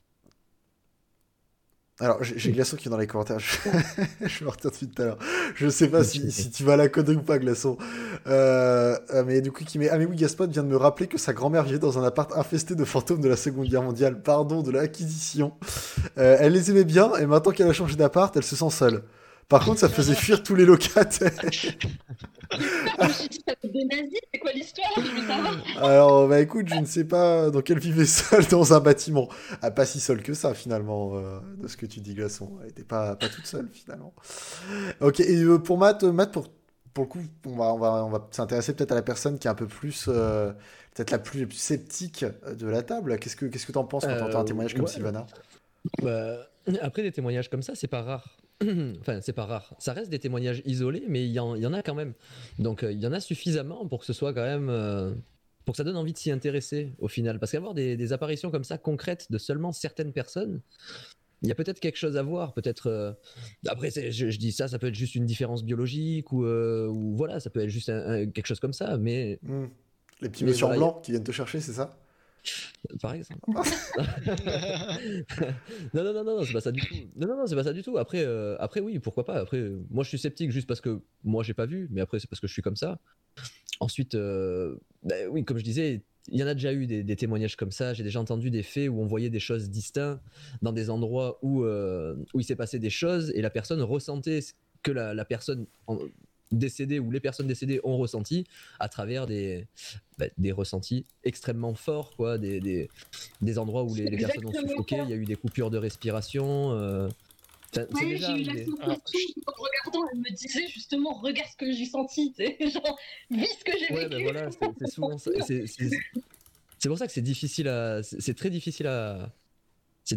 Speaker 1: Alors, j'ai Glaçon qui est dans les commentaires. Je me retiens depuis tout à l'heure. Je sais pas si tu vas à la connerie ou pas, Glaçon. Mais du coup, ah mais oui, Gaspard vient de me rappeler que sa grand-mère vivait dans un appart infesté de fantômes de la Seconde Guerre mondiale. Pardon, de l'Inquisition. Elle les aimait bien et maintenant qu'elle a changé d'appart, elle se sent seule. Par contre, ça faisait fuir tous les locataires.
Speaker 5: Des nazis, c'est quoi l'histoire? Je veux savoir.
Speaker 1: Alors, bah écoute, je ne sais pas donc elle vivait seule dans un bâtiment. Ah, pas si seule que ça, finalement, de ce que tu dis, Glaçon. Elle n'était pas toute seule, finalement. Ok, et pour Matt, pour le coup, on va s'intéresser peut-être à la personne qui est un peu plus, peut-être la plus sceptique de la table. Qu'est-ce que t'en penses quand t'entends un témoignage comme
Speaker 3: ouais.
Speaker 1: Sylvana?
Speaker 3: Bah, après, des témoignages comme ça, c'est pas rare. Enfin, c'est pas rare. Ça reste des témoignages isolés, mais il y en a quand même. Donc, il y en a suffisamment pour que ce soit quand même. Pour que ça donne envie de s'y intéresser au final. Parce qu'avoir des apparitions comme ça concrètes de seulement certaines personnes, il y a peut-être quelque chose à voir. Peut-être. Après, je dis ça peut être juste une différence biologique ou voilà, ça peut être juste quelque chose comme ça. Mais.
Speaker 1: Les petits
Speaker 3: Mais
Speaker 1: messieurs
Speaker 3: voilà,
Speaker 1: blancs qui viennent te chercher, c'est ça?
Speaker 3: Par exemple. Non, c'est pas ça du tout. Non, c'est pas ça du tout. Après, oui, pourquoi pas. Après, moi, je suis sceptique juste parce que moi, j'ai pas vu, mais après, c'est parce que je suis comme ça. Ensuite, oui, comme je disais, il y en a déjà eu des témoignages comme ça. J'ai déjà entendu des faits où on voyait des choses distinctes dans des endroits où il s'est passé des choses et la personne ressentait ce que la personne décédée ou les personnes décédées ont ressenti à travers des ressentis extrêmement forts, quoi, des endroits où les personnes ont suffoqué, il y a eu des coupures de respiration.
Speaker 5: Ouais, j'ai eu la sensation en regardant, elle me disait justement, regarde ce que j'ai senti, genre, vis ce que j'ai vécu.
Speaker 3: Ben voilà, c'est souvent ça. C'est pour ça que c'est difficile c'est très difficile à. C'est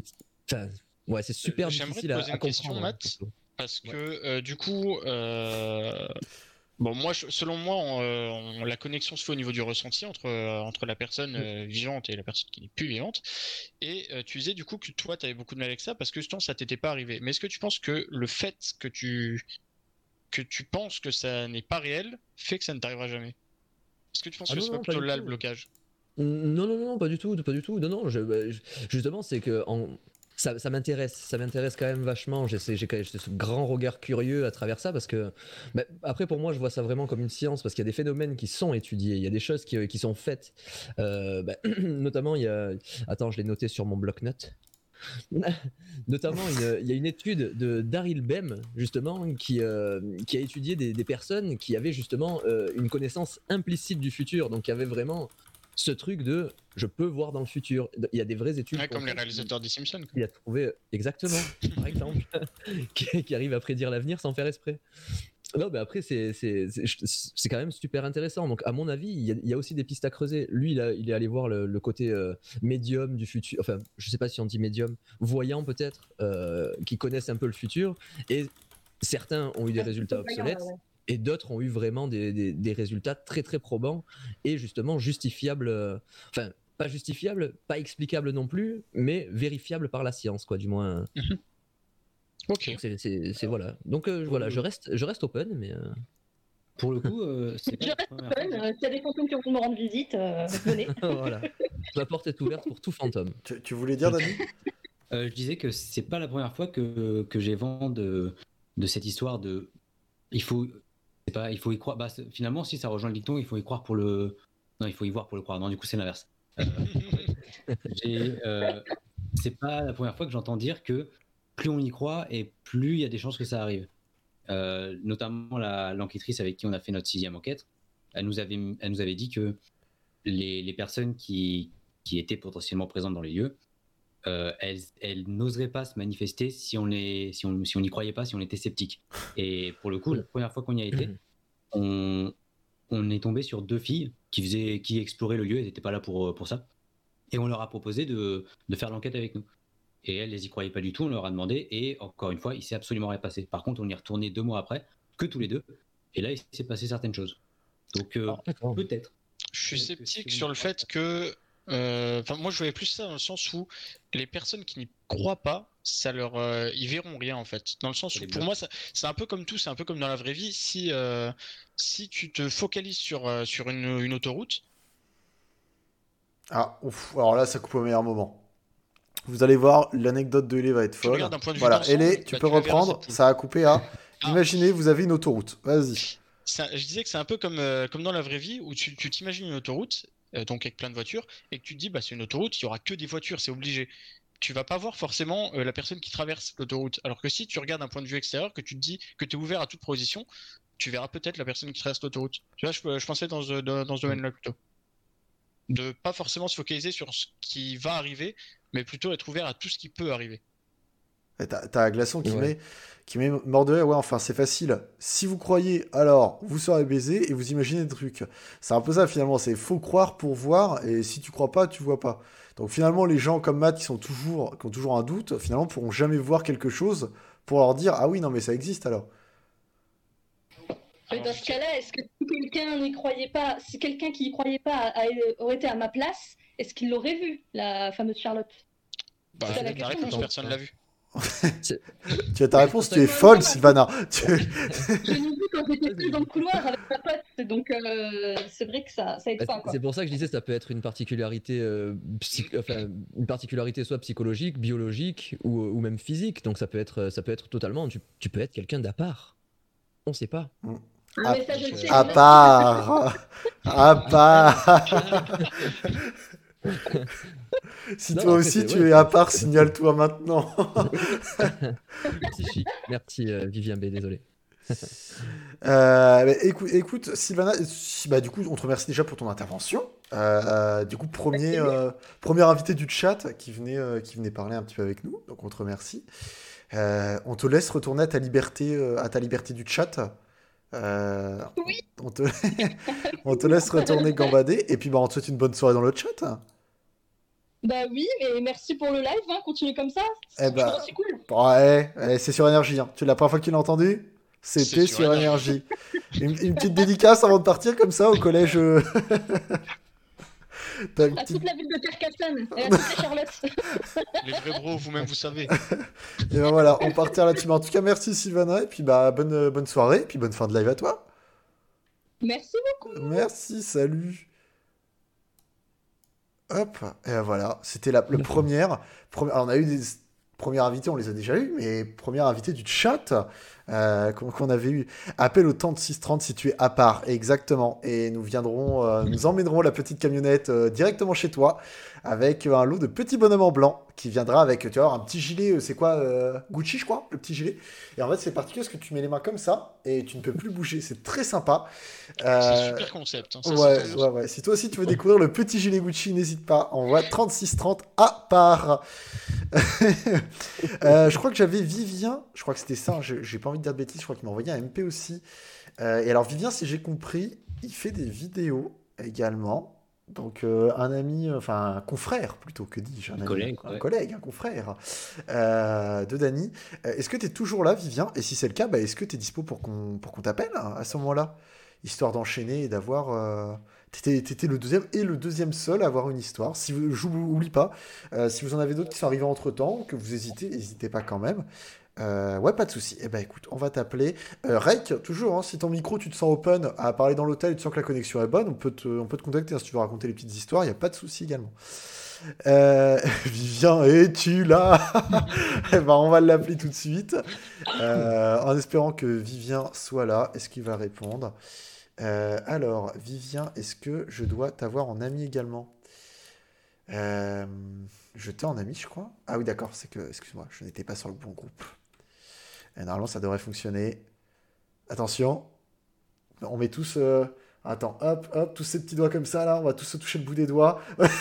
Speaker 3: super difficile à comprendre.
Speaker 2: Question, Matt, parce que du coup, Bon, moi, selon moi, la connexion se fait au niveau du ressenti entre la personne vivante et la personne qui n'est plus vivante. Et tu disais du coup que toi, tu avais beaucoup de mal avec ça parce que justement, ça t'était pas arrivé. Mais est-ce que tu penses que le fait que tu penses que ça n'est pas réel fait que ça ne t'arrivera jamais? Est-ce que tu penses
Speaker 3: Ah
Speaker 2: que
Speaker 3: non,
Speaker 2: c'est pas
Speaker 3: non, pas
Speaker 2: plutôt
Speaker 3: du
Speaker 2: là le
Speaker 3: tout.
Speaker 2: blocage?
Speaker 3: Non, non, non, pas du tout, pas du tout. Non, non, justement, c'est que ça m'intéresse quand même vachement. J'ai ce grand regard curieux à travers ça parce que, bah, après, pour moi, je vois ça vraiment comme une science parce qu'il y a des phénomènes qui sont étudiés, il y a des choses qui sont faites. Bah, notamment, il y a. Attends, je l'ai noté sur mon bloc-notes. Notamment, il y a une étude de Daryl Bem, justement, qui a étudié des personnes qui avaient justement une connaissance implicite du futur, donc qui avaient vraiment ce truc de je peux voir dans le futur. Il y a des vraies études.
Speaker 2: Ouais, comme les réalisateurs des Simpsons.
Speaker 3: Il a trouvé, exactement, par exemple, qui arrive à prédire l'avenir sans faire exprès. Non, mais après, c'est quand même super intéressant. Donc, à mon avis, il y a aussi des pistes à creuser. Lui, il est allé voir le côté médium du futur. Enfin, je sais pas si on dit médium, voyant peut-être, qui connaissent un peu le futur. Et certains ont eu des résultats obsolètes.
Speaker 5: Ouais.
Speaker 3: Et d'autres ont eu vraiment des résultats très très probants et justement justifiables. Enfin, pas justifiables, pas explicables non plus, mais vérifiables par la science, quoi, du moins.
Speaker 2: Ok.
Speaker 3: Donc c'est voilà. Donc voilà, je reste open, mais.
Speaker 4: Pour le coup, c'est pas
Speaker 5: Je
Speaker 4: la
Speaker 5: reste
Speaker 4: première fois que-
Speaker 5: open, s'il y a des fantômes qui vont me rendre visite, venez.
Speaker 3: Voilà. Ma porte est ouverte pour tout fantôme.
Speaker 1: Tu voulais dire, Dani?
Speaker 4: Je disais que c'est pas la première fois que j'ai vent de cette histoire de. Il faut y croire. Bah, finalement, si ça rejoint le dicton, il faut y croire pour le. Non, il faut y voir pour le croire. Non, du coup, c'est l'inverse. C'est pas la première fois que j'entends dire que plus on y croit et plus il y a des chances que ça arrive. Notamment l'enquêtrice avec qui on a fait notre 6e enquête, elle nous avait dit que les personnes qui étaient potentiellement présentes dans les lieux, elles n'oseraient pas se manifester si on n'y croyait pas, si on était sceptique. Et pour le coup, la première fois qu'on y a été, on est tombé sur 2 filles qui exploraient le lieu, elles n'étaient pas là pour ça. Et on leur a proposé de faire l'enquête avec nous. Et elles y croyaient pas du tout, on leur a demandé, et encore une fois, il s'est absolument rien passé. Par contre, on y est retourné 2 mois après, que tous les deux, et là, il s'est passé certaines choses. Donc, peut-être.
Speaker 2: Je suis sceptique sur le fait que. Moi, je voyais plus ça dans le sens où les personnes qui n'y croient pas, ils verront rien en fait. Dans le sens où, pour moi, c'est un peu comme tout, c'est un peu comme dans la vraie vie. Si tu te focalises sur une autoroute.
Speaker 1: Ah, ouf, alors là, ça coupe au meilleur moment. Vous allez voir, l'anecdote de Elé va être
Speaker 2: Tu
Speaker 1: folle.
Speaker 2: regardes d'un point de vue
Speaker 1: Voilà,
Speaker 2: d'ensemble,
Speaker 1: Elé, tu
Speaker 2: bah,
Speaker 1: peux
Speaker 2: tu la verras,
Speaker 1: reprendre,
Speaker 2: cette
Speaker 1: ça a coupé à...
Speaker 2: Ah.
Speaker 1: Imaginez, vous avez une autoroute, vas-y.
Speaker 2: Je disais que c'est un peu comme dans la vraie vie où tu t'imagines une autoroute, donc avec plein de voitures, et que tu te dis, bah, c'est une autoroute, il y aura que des voitures, c'est obligé. Tu vas pas voir forcément la personne qui traverse l'autoroute. Alors que si tu regardes d'un point de vue extérieur, que tu te dis que tu es ouvert à toute proposition, tu verras peut-être la personne qui traverse l'autoroute. Tu vois, je pensais dans ce domaine-là plutôt. De pas forcément se focaliser sur ce qui va arriver, mais plutôt être ouvert à tout ce qui peut arriver.
Speaker 1: Et t'as un glaçon
Speaker 3: Ouais.
Speaker 1: qui met mort de rire. Ouais, enfin, c'est facile. Si vous croyez, alors, vous serez baisé et vous imaginez des trucs. C'est un peu ça, finalement. C'est faut croire pour voir, et si tu crois pas, tu vois pas. Donc, finalement, les gens comme Matt qui ont toujours un doute, finalement, pourront jamais voir quelque chose pour leur dire, ah oui, non, mais ça existe, alors.
Speaker 5: Mais dans ce cas-là, est-ce que si quelqu'un n'y croyait pas, si quelqu'un qui n'y croyait pas aurait été à ma place, est-ce qu'il l'aurait vu, la fameuse Charlotte?
Speaker 2: Bah,
Speaker 5: C'est la
Speaker 2: la
Speaker 5: question,
Speaker 2: réponse,
Speaker 5: je
Speaker 2: personne l'a vu.
Speaker 1: Tu as ta réponse, tu es folle, Sylvana.
Speaker 5: Je l'ai vu quand j'étais seule dans le couloir avec ma pote, donc c'est vrai que ça aide pas, quoi.
Speaker 3: C'est pour ça que je disais ça peut être une particularité, enfin, une particularité soit psychologique, biologique ou même physique. Donc ça peut être totalement. Tu peux être quelqu'un d'à part. On sait pas.
Speaker 5: Ah, mais ça, je le sais.
Speaker 1: À part. À part. Si
Speaker 3: Non,
Speaker 1: toi
Speaker 3: après,
Speaker 1: aussi
Speaker 3: c'est-
Speaker 1: tu
Speaker 3: ouais,
Speaker 1: es à part, signale-toi maintenant.
Speaker 3: Merci Chi. Merci Vivien B. Désolé.
Speaker 1: Mais écoute, Sylvana, bah, du coup, on te remercie déjà pour ton intervention. Du coup, premier invité du chat qui venait parler un petit peu avec nous, donc on te remercie. On te laisse retourner à ta liberté du chat.
Speaker 5: Oui.
Speaker 1: On te laisse retourner gambader, et puis bah, on te souhaite une bonne soirée dans le chat.
Speaker 5: Bah oui, mais merci pour le live, hein, continue comme ça.
Speaker 1: Eh bah,
Speaker 5: C'est cool.
Speaker 1: ouais, c'est sur énergie. Hein. Tu la première fois que tu l'as entendu? C'était
Speaker 2: sur
Speaker 1: sur Énergie. Une petite dédicace avant de partir comme ça au collège. T'as une
Speaker 5: À
Speaker 1: petite-
Speaker 5: toute la ville de Carcassonne et à toutes les Charlottes.
Speaker 2: Les vrais bros, vous-même, vous savez.
Speaker 1: Et ben voilà, on partira là-dessus. Mais en tout cas, merci Sylvana, et puis bah bonne soirée, et puis bonne fin de live à toi.
Speaker 5: Merci.
Speaker 1: Merci, salut. Hop, et ben voilà, c'était le première. Alors, on a eu des premiers invités, on les a déjà eu, mais premier invité du chat qu'on avait eu. Appel au temps de 6h30 situé à part, exactement. Et nous nous emmènerons la petite camionnette directement chez toi avec un lot de petits bonhommes en blanc qui viendra avec, tu vois, un petit gilet, c'est quoi, Gucci, je crois, le petit gilet. Et en fait, c'est particulier parce que tu mets les mains comme ça et tu ne peux plus bouger. C'est très sympa.
Speaker 2: C'est super concept. Hein. Ça,
Speaker 1: Ouais,
Speaker 2: c'est
Speaker 1: ouais, ouais. Si toi aussi tu veux découvrir le petit gilet Gucci, n'hésite pas. Envoie 3630 à part. Je crois que j'avais Vivien. Je crois que c'était ça. J'ai pas envie de dire de bêtises. Je crois qu'il m'a envoyé un MP aussi. Et alors, Vivien, si j'ai compris, il fait des vidéos également. Donc, un ami, enfin, un confrère plutôt, que dis-je, un ami,
Speaker 4: collègue,
Speaker 1: un
Speaker 4: ouais.
Speaker 1: collègue, un confrère de Dany. Est-ce que tu es toujours là, Vivien? Et si c'est le cas, bah, est-ce que tu es dispo pour qu'on t'appelle à ce moment-là? Histoire d'enchaîner et d'avoir. T'étais le deuxième et le deuxième seul à avoir une histoire. Si vous, j'oublie pas, si vous en avez d'autres qui sont arrivés entre temps, que vous hésitez, n'hésitez pas quand même. Ouais, pas de souci. Eh ben écoute, on va t'appeler. Rake, toujours, hein, si ton micro, tu te sens open à parler dans l'hôtel et tu sens que la connexion est bonne, on peut te contacter hein, si tu veux raconter les petites histoires, il n'y a pas de souci également. Vivien, es-tu là? Eh ben, on va l'appeler tout de suite. En espérant que Vivien soit là. Est-ce qu'il va répondre? Alors, Vivien, est-ce que je dois t'avoir en ami également? Je t'ai en ami, je crois. Ah oui, d'accord, c'est que, excuse-moi, je n'étais pas sur le bon groupe. Normalement, ça devrait fonctionner. Attention, on met tous. Attends, hop, hop, tous ces petits doigts comme ça, là, on va tous se toucher le bout des doigts.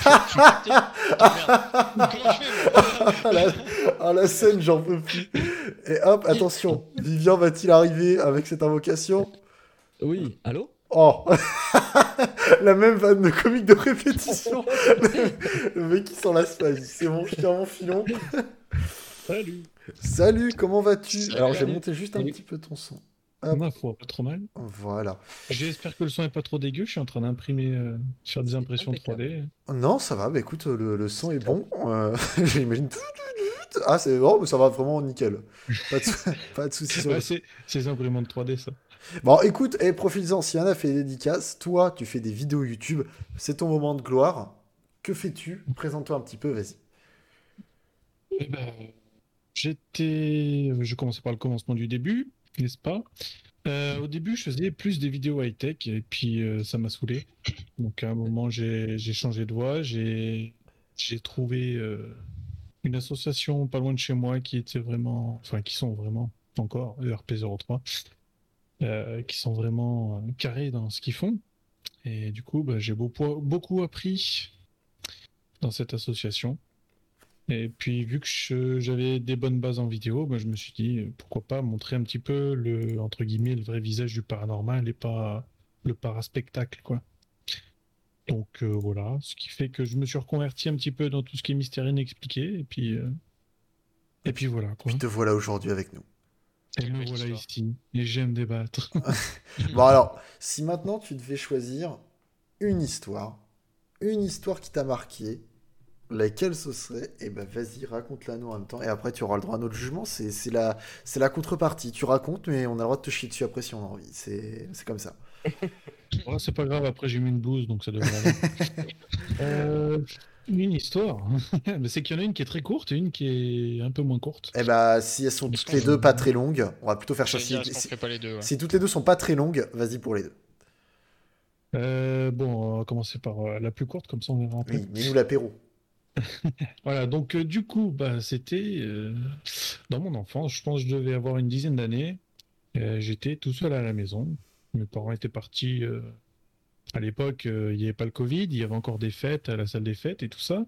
Speaker 2: Comment je fais, moi
Speaker 1: La scène, j'en peux plus. Et hop, attention, Vivien va-t-il arriver avec cette invocation?
Speaker 3: Oui, allô?
Speaker 1: Oh, la même vanne de comique de répétition. Le mec qui s'en lasse pas, il dit, c'est bon, je tiens mon filon.
Speaker 6: Salut.
Speaker 1: Salut, comment vas-tu?
Speaker 2: Salut.
Speaker 1: Alors, j'ai monté juste un petit peu ton son. Hop.
Speaker 6: Ma foi, pas trop mal.
Speaker 1: Voilà.
Speaker 6: J'espère que le son est pas trop dégueu. Je suis en train d'imprimer, faire des impressions
Speaker 3: impeccable.
Speaker 6: 3D.
Speaker 1: Non, ça va, bah écoute, le son est bon. J'imagine. Ah, c'est bon, mais ça va vraiment nickel. Pas de, pas de soucis sur
Speaker 6: Ouais,
Speaker 1: le
Speaker 6: c'est les imprimantes 3D, ça.
Speaker 1: Bon, écoute, profites-en, si Anna fait des dédicaces, toi, tu fais des vidéos YouTube, c'est ton moment de gloire. Que fais-tu? Présente-toi un petit peu, vas-y.
Speaker 6: Eh ben, je commençais par le commencement du début, n'est-ce pas? Au début, je faisais plus des vidéos high-tech et puis ça m'a saoulé. Donc à un moment, j'ai changé de voie. J'ai trouvé une association pas loin de chez moi qui était vraiment, enfin qui sont vraiment encore ERP 03, qui sont vraiment carrés dans ce qu'ils font. Et du coup, bah, j'ai beaucoup appris dans cette association. Et puis, vu que j'avais des bonnes bases en vidéo, bah, je me suis dit, pourquoi pas montrer un petit peu entre guillemets, le vrai visage du paranormal et pas le paraspectacle, quoi. Donc voilà, ce qui fait que je me suis reconverti un petit peu dans tout ce qui est mystère inexpliqué, et puis voilà, quoi.
Speaker 1: Puis te voilà aujourd'hui avec nous.
Speaker 6: Et
Speaker 2: Quelle
Speaker 6: me
Speaker 2: belle
Speaker 6: voilà
Speaker 2: histoire.
Speaker 6: ici, et j'aime débattre.
Speaker 1: Bon, alors, si maintenant tu devais choisir une histoire qui t'a marqué, laquelle ce serait? Eh ben, vas-y, raconte-la nous en même temps. Et après, tu auras le droit à notre jugement. C'est la contrepartie. Tu racontes, mais on a le droit de te chier dessus après si on a envie. C'est comme ça.
Speaker 6: Voilà, c'est pas grave, après j'ai mis une blouse, donc ça devrait aller. Une histoire. Mais c'est qu'il y en a une qui est très courte et une qui est un peu moins courte.
Speaker 1: Eh ben, si elles sont
Speaker 2: Est-ce
Speaker 1: toutes
Speaker 2: qu'on
Speaker 1: les deux pas très longues, on va plutôt faire ça.
Speaker 2: J'allais dire, est-ce qu'on ferait pas les deux, ouais.
Speaker 1: Si toutes les deux sont pas très longues, vas-y pour les deux.
Speaker 6: Bon, on va commencer par la plus courte, comme ça on verra après.
Speaker 1: Oui, mets-nous l'apéro.
Speaker 6: Voilà, donc du coup, bah, c'était dans mon enfance, je pense que je devais avoir une dizaine d'années. J'étais tout seul à la maison. Mes parents étaient partis. À l'époque, il n'y avait pas le Covid, il y avait encore des fêtes à la salle des fêtes et tout ça.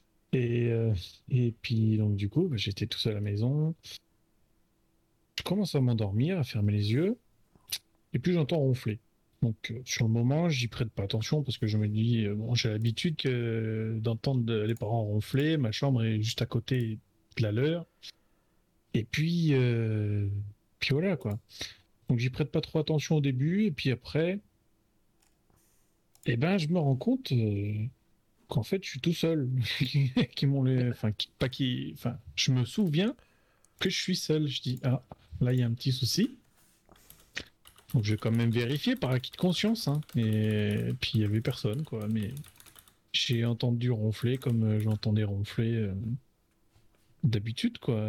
Speaker 6: Et puis, donc du coup, bah, j'étais tout seul à la maison. Je commence à m'endormir, à fermer les yeux, et puis j'entends ronfler. Donc sur le moment, j'y prête pas attention parce que je me dis, bon, j'ai l'habitude d'entendre les parents ronfler, ma chambre est juste à côté de la leur. Et puis voilà quoi. Donc j'y prête pas trop attention au début, et puis après, eh ben, je me rends compte qu'en fait, je suis tout seul. Qui m'ont les... Enfin, pas qui... Enfin, je me souviens que je suis seul. Je dis, ah, là, il y a un petit souci. Donc je vais quand même vérifier par acquis de conscience, hein. Et puis il y avait personne, quoi. Mais j'ai entendu ronfler comme j'entendais ronfler d'habitude, quoi.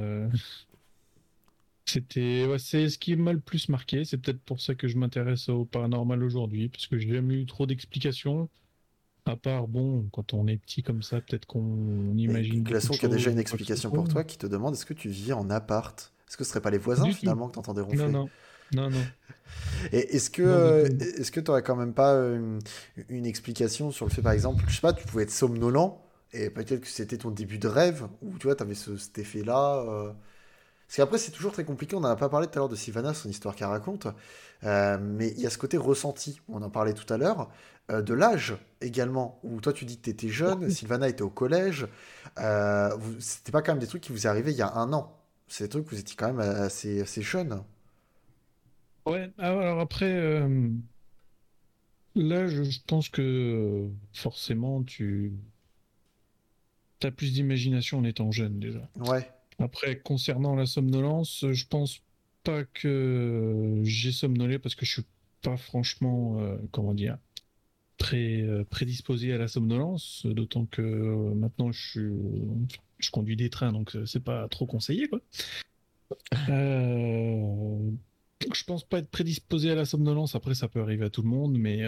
Speaker 6: Ouais, c'est ce qui m'a le plus marqué. C'est peut-être pour ça que je m'intéresse au paranormal aujourd'hui, parce que j'ai jamais eu trop d'explications. À part, bon, quand on est petit comme ça, peut-être qu'on
Speaker 1: Et
Speaker 6: imagine beaucoup
Speaker 1: Glaçon
Speaker 6: de
Speaker 1: qui a déjà
Speaker 6: choses
Speaker 1: une
Speaker 6: ou quoi que ce
Speaker 1: explication pour
Speaker 6: soit.
Speaker 1: toi, qui te demande est-ce que tu vis en appart? Est-ce que ce serait pas les voisins
Speaker 6: Du tout.
Speaker 1: finalement que t'entendais
Speaker 6: Non,
Speaker 1: ronfler?
Speaker 6: non. Non, non.
Speaker 1: Et
Speaker 6: Non, du tout. Non.
Speaker 1: est-ce que t'aurais quand même pas une explication sur le fait, par exemple, je sais pas, tu pouvais être somnolent, et peut-être que c'était ton début de rêve, ou tu vois, t'avais cet effet-là. Parce qu'après, c'est toujours très compliqué. On n'en a pas parlé tout à l'heure de Sylvana, son histoire qu'elle raconte. Mais il y a ce côté ressenti, on en parlait tout à l'heure, de l'âge également. Où toi, tu dis que tu étais jeune, Sylvana était au collège. C'était pas quand même des trucs qui vous arrivaient il y a un an. C'est des trucs que vous étiez quand même assez jeune.
Speaker 6: Ouais, alors après, là, je pense que forcément, tu as plus d'imagination en étant jeune déjà.
Speaker 1: Ouais.
Speaker 6: Après, concernant la somnolence, je pense pas que j'ai somnolé parce que je suis pas franchement, comment dire, très prédisposé à la somnolence, d'autant que maintenant je conduis des trains, donc c'est pas trop conseillé, quoi. Je pense pas être prédisposé à la somnolence. Après, ça peut arriver à tout le monde, mais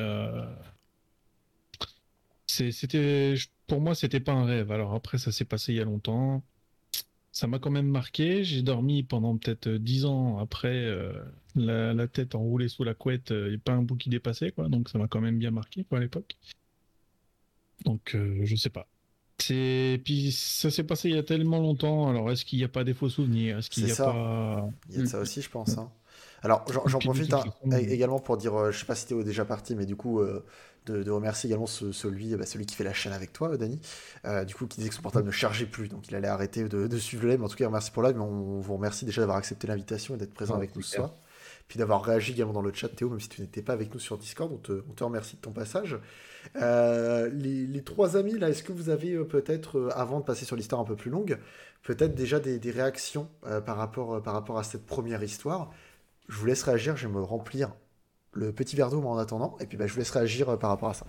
Speaker 6: pour moi, c'était pas un rêve. Alors après, ça s'est passé il y a longtemps. Ça m'a quand même marqué. J'ai dormi pendant peut-être 10 ans après, la tête enroulée sous la couette, et pas un bout qui dépassait, quoi. Donc ça m'a quand même bien marqué, quoi, à l'époque. Donc je sais pas. Puis ça s'est passé il y a tellement longtemps. Alors est-ce qu'il n'y a pas des faux souvenirs? Est-ce qu'il
Speaker 1: C'est
Speaker 6: n'y a
Speaker 1: ça.
Speaker 6: pas...
Speaker 1: Il y a de ça aussi, je pense, hein. Alors, j'en
Speaker 6: Puis de
Speaker 1: profite
Speaker 6: toute
Speaker 1: hein,
Speaker 6: façon,
Speaker 1: également pour dire, je sais pas si t'es déjà parti, mais du coup, de remercier également celui qui fait la chaîne avec toi, Dany, du coup, qui disait que son portable ne chargeait plus, donc il allait arrêter de suivre le live. Mais en tout cas, merci pour live, mais on vous remercie déjà d'avoir accepté l'invitation et d'être présent avec nous ce soir. Puis d'avoir réagi également dans le chat, Théo, même si tu n'étais pas avec nous sur Discord, on te remercie de ton passage. Les trois amis, là, est-ce que vous avez peut-être, avant de passer sur l'histoire un peu plus longue, peut-être déjà des réactions par rapport à cette première histoire? Je vous laisse réagir, je vais me remplir le petit verre d'eau moi, en attendant, et puis je vous laisse réagir par rapport à ça.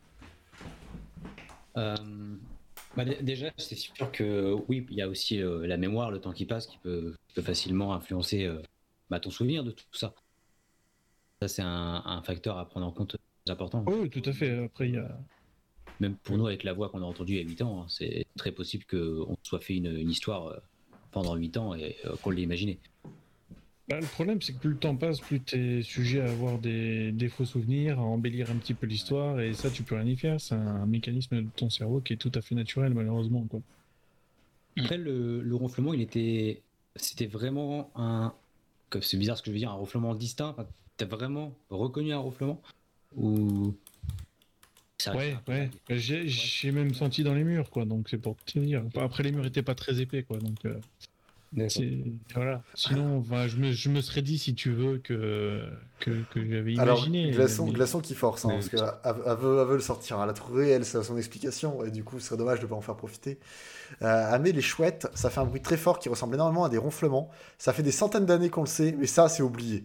Speaker 4: Déjà, c'est sûr que oui, il y a aussi la mémoire, le temps qui passe, qui peut facilement influencer ton souvenir de tout ça. Ça, c'est un facteur à prendre en compte important.
Speaker 6: Oui, tout à fait. Après, il y a...
Speaker 4: Même pour nous, avec la voix qu'on a entendue il y a 8 ans, hein, c'est très possible qu'on soit fait une histoire pendant 8 ans et qu'on l'ait imaginée.
Speaker 6: Le problème, c'est que plus le temps passe, plus tu es sujet à avoir des faux souvenirs, à embellir un petit peu l'histoire, et ça, tu peux rien y faire. C'est un mécanisme de ton cerveau qui est tout à fait naturel, malheureusement, quoi.
Speaker 4: Après, le ronflement, c'était vraiment c'est bizarre ce que je veux dire, un ronflement distinct. Enfin, t'as vraiment reconnu un ronflement ou...
Speaker 6: Ouais. J'ai même senti dans les murs, quoi. Donc c'est pour te dire. Après, les murs étaient pas très épais, quoi. Donc voilà. Sinon, je me serais dit, si tu veux, que j'avais imaginé.
Speaker 1: Alors, Glaçon qui force, hein, parce qu'elle veut le sortir. Elle a trouvé, elle, son explication, et du coup, ce serait dommage de ne pas en faire profiter. Amé, les chouettes, ça fait un bruit très fort qui ressemble énormément à des ronflements. Ça fait des centaines d'années qu'on le sait, mais ça, c'est oublié.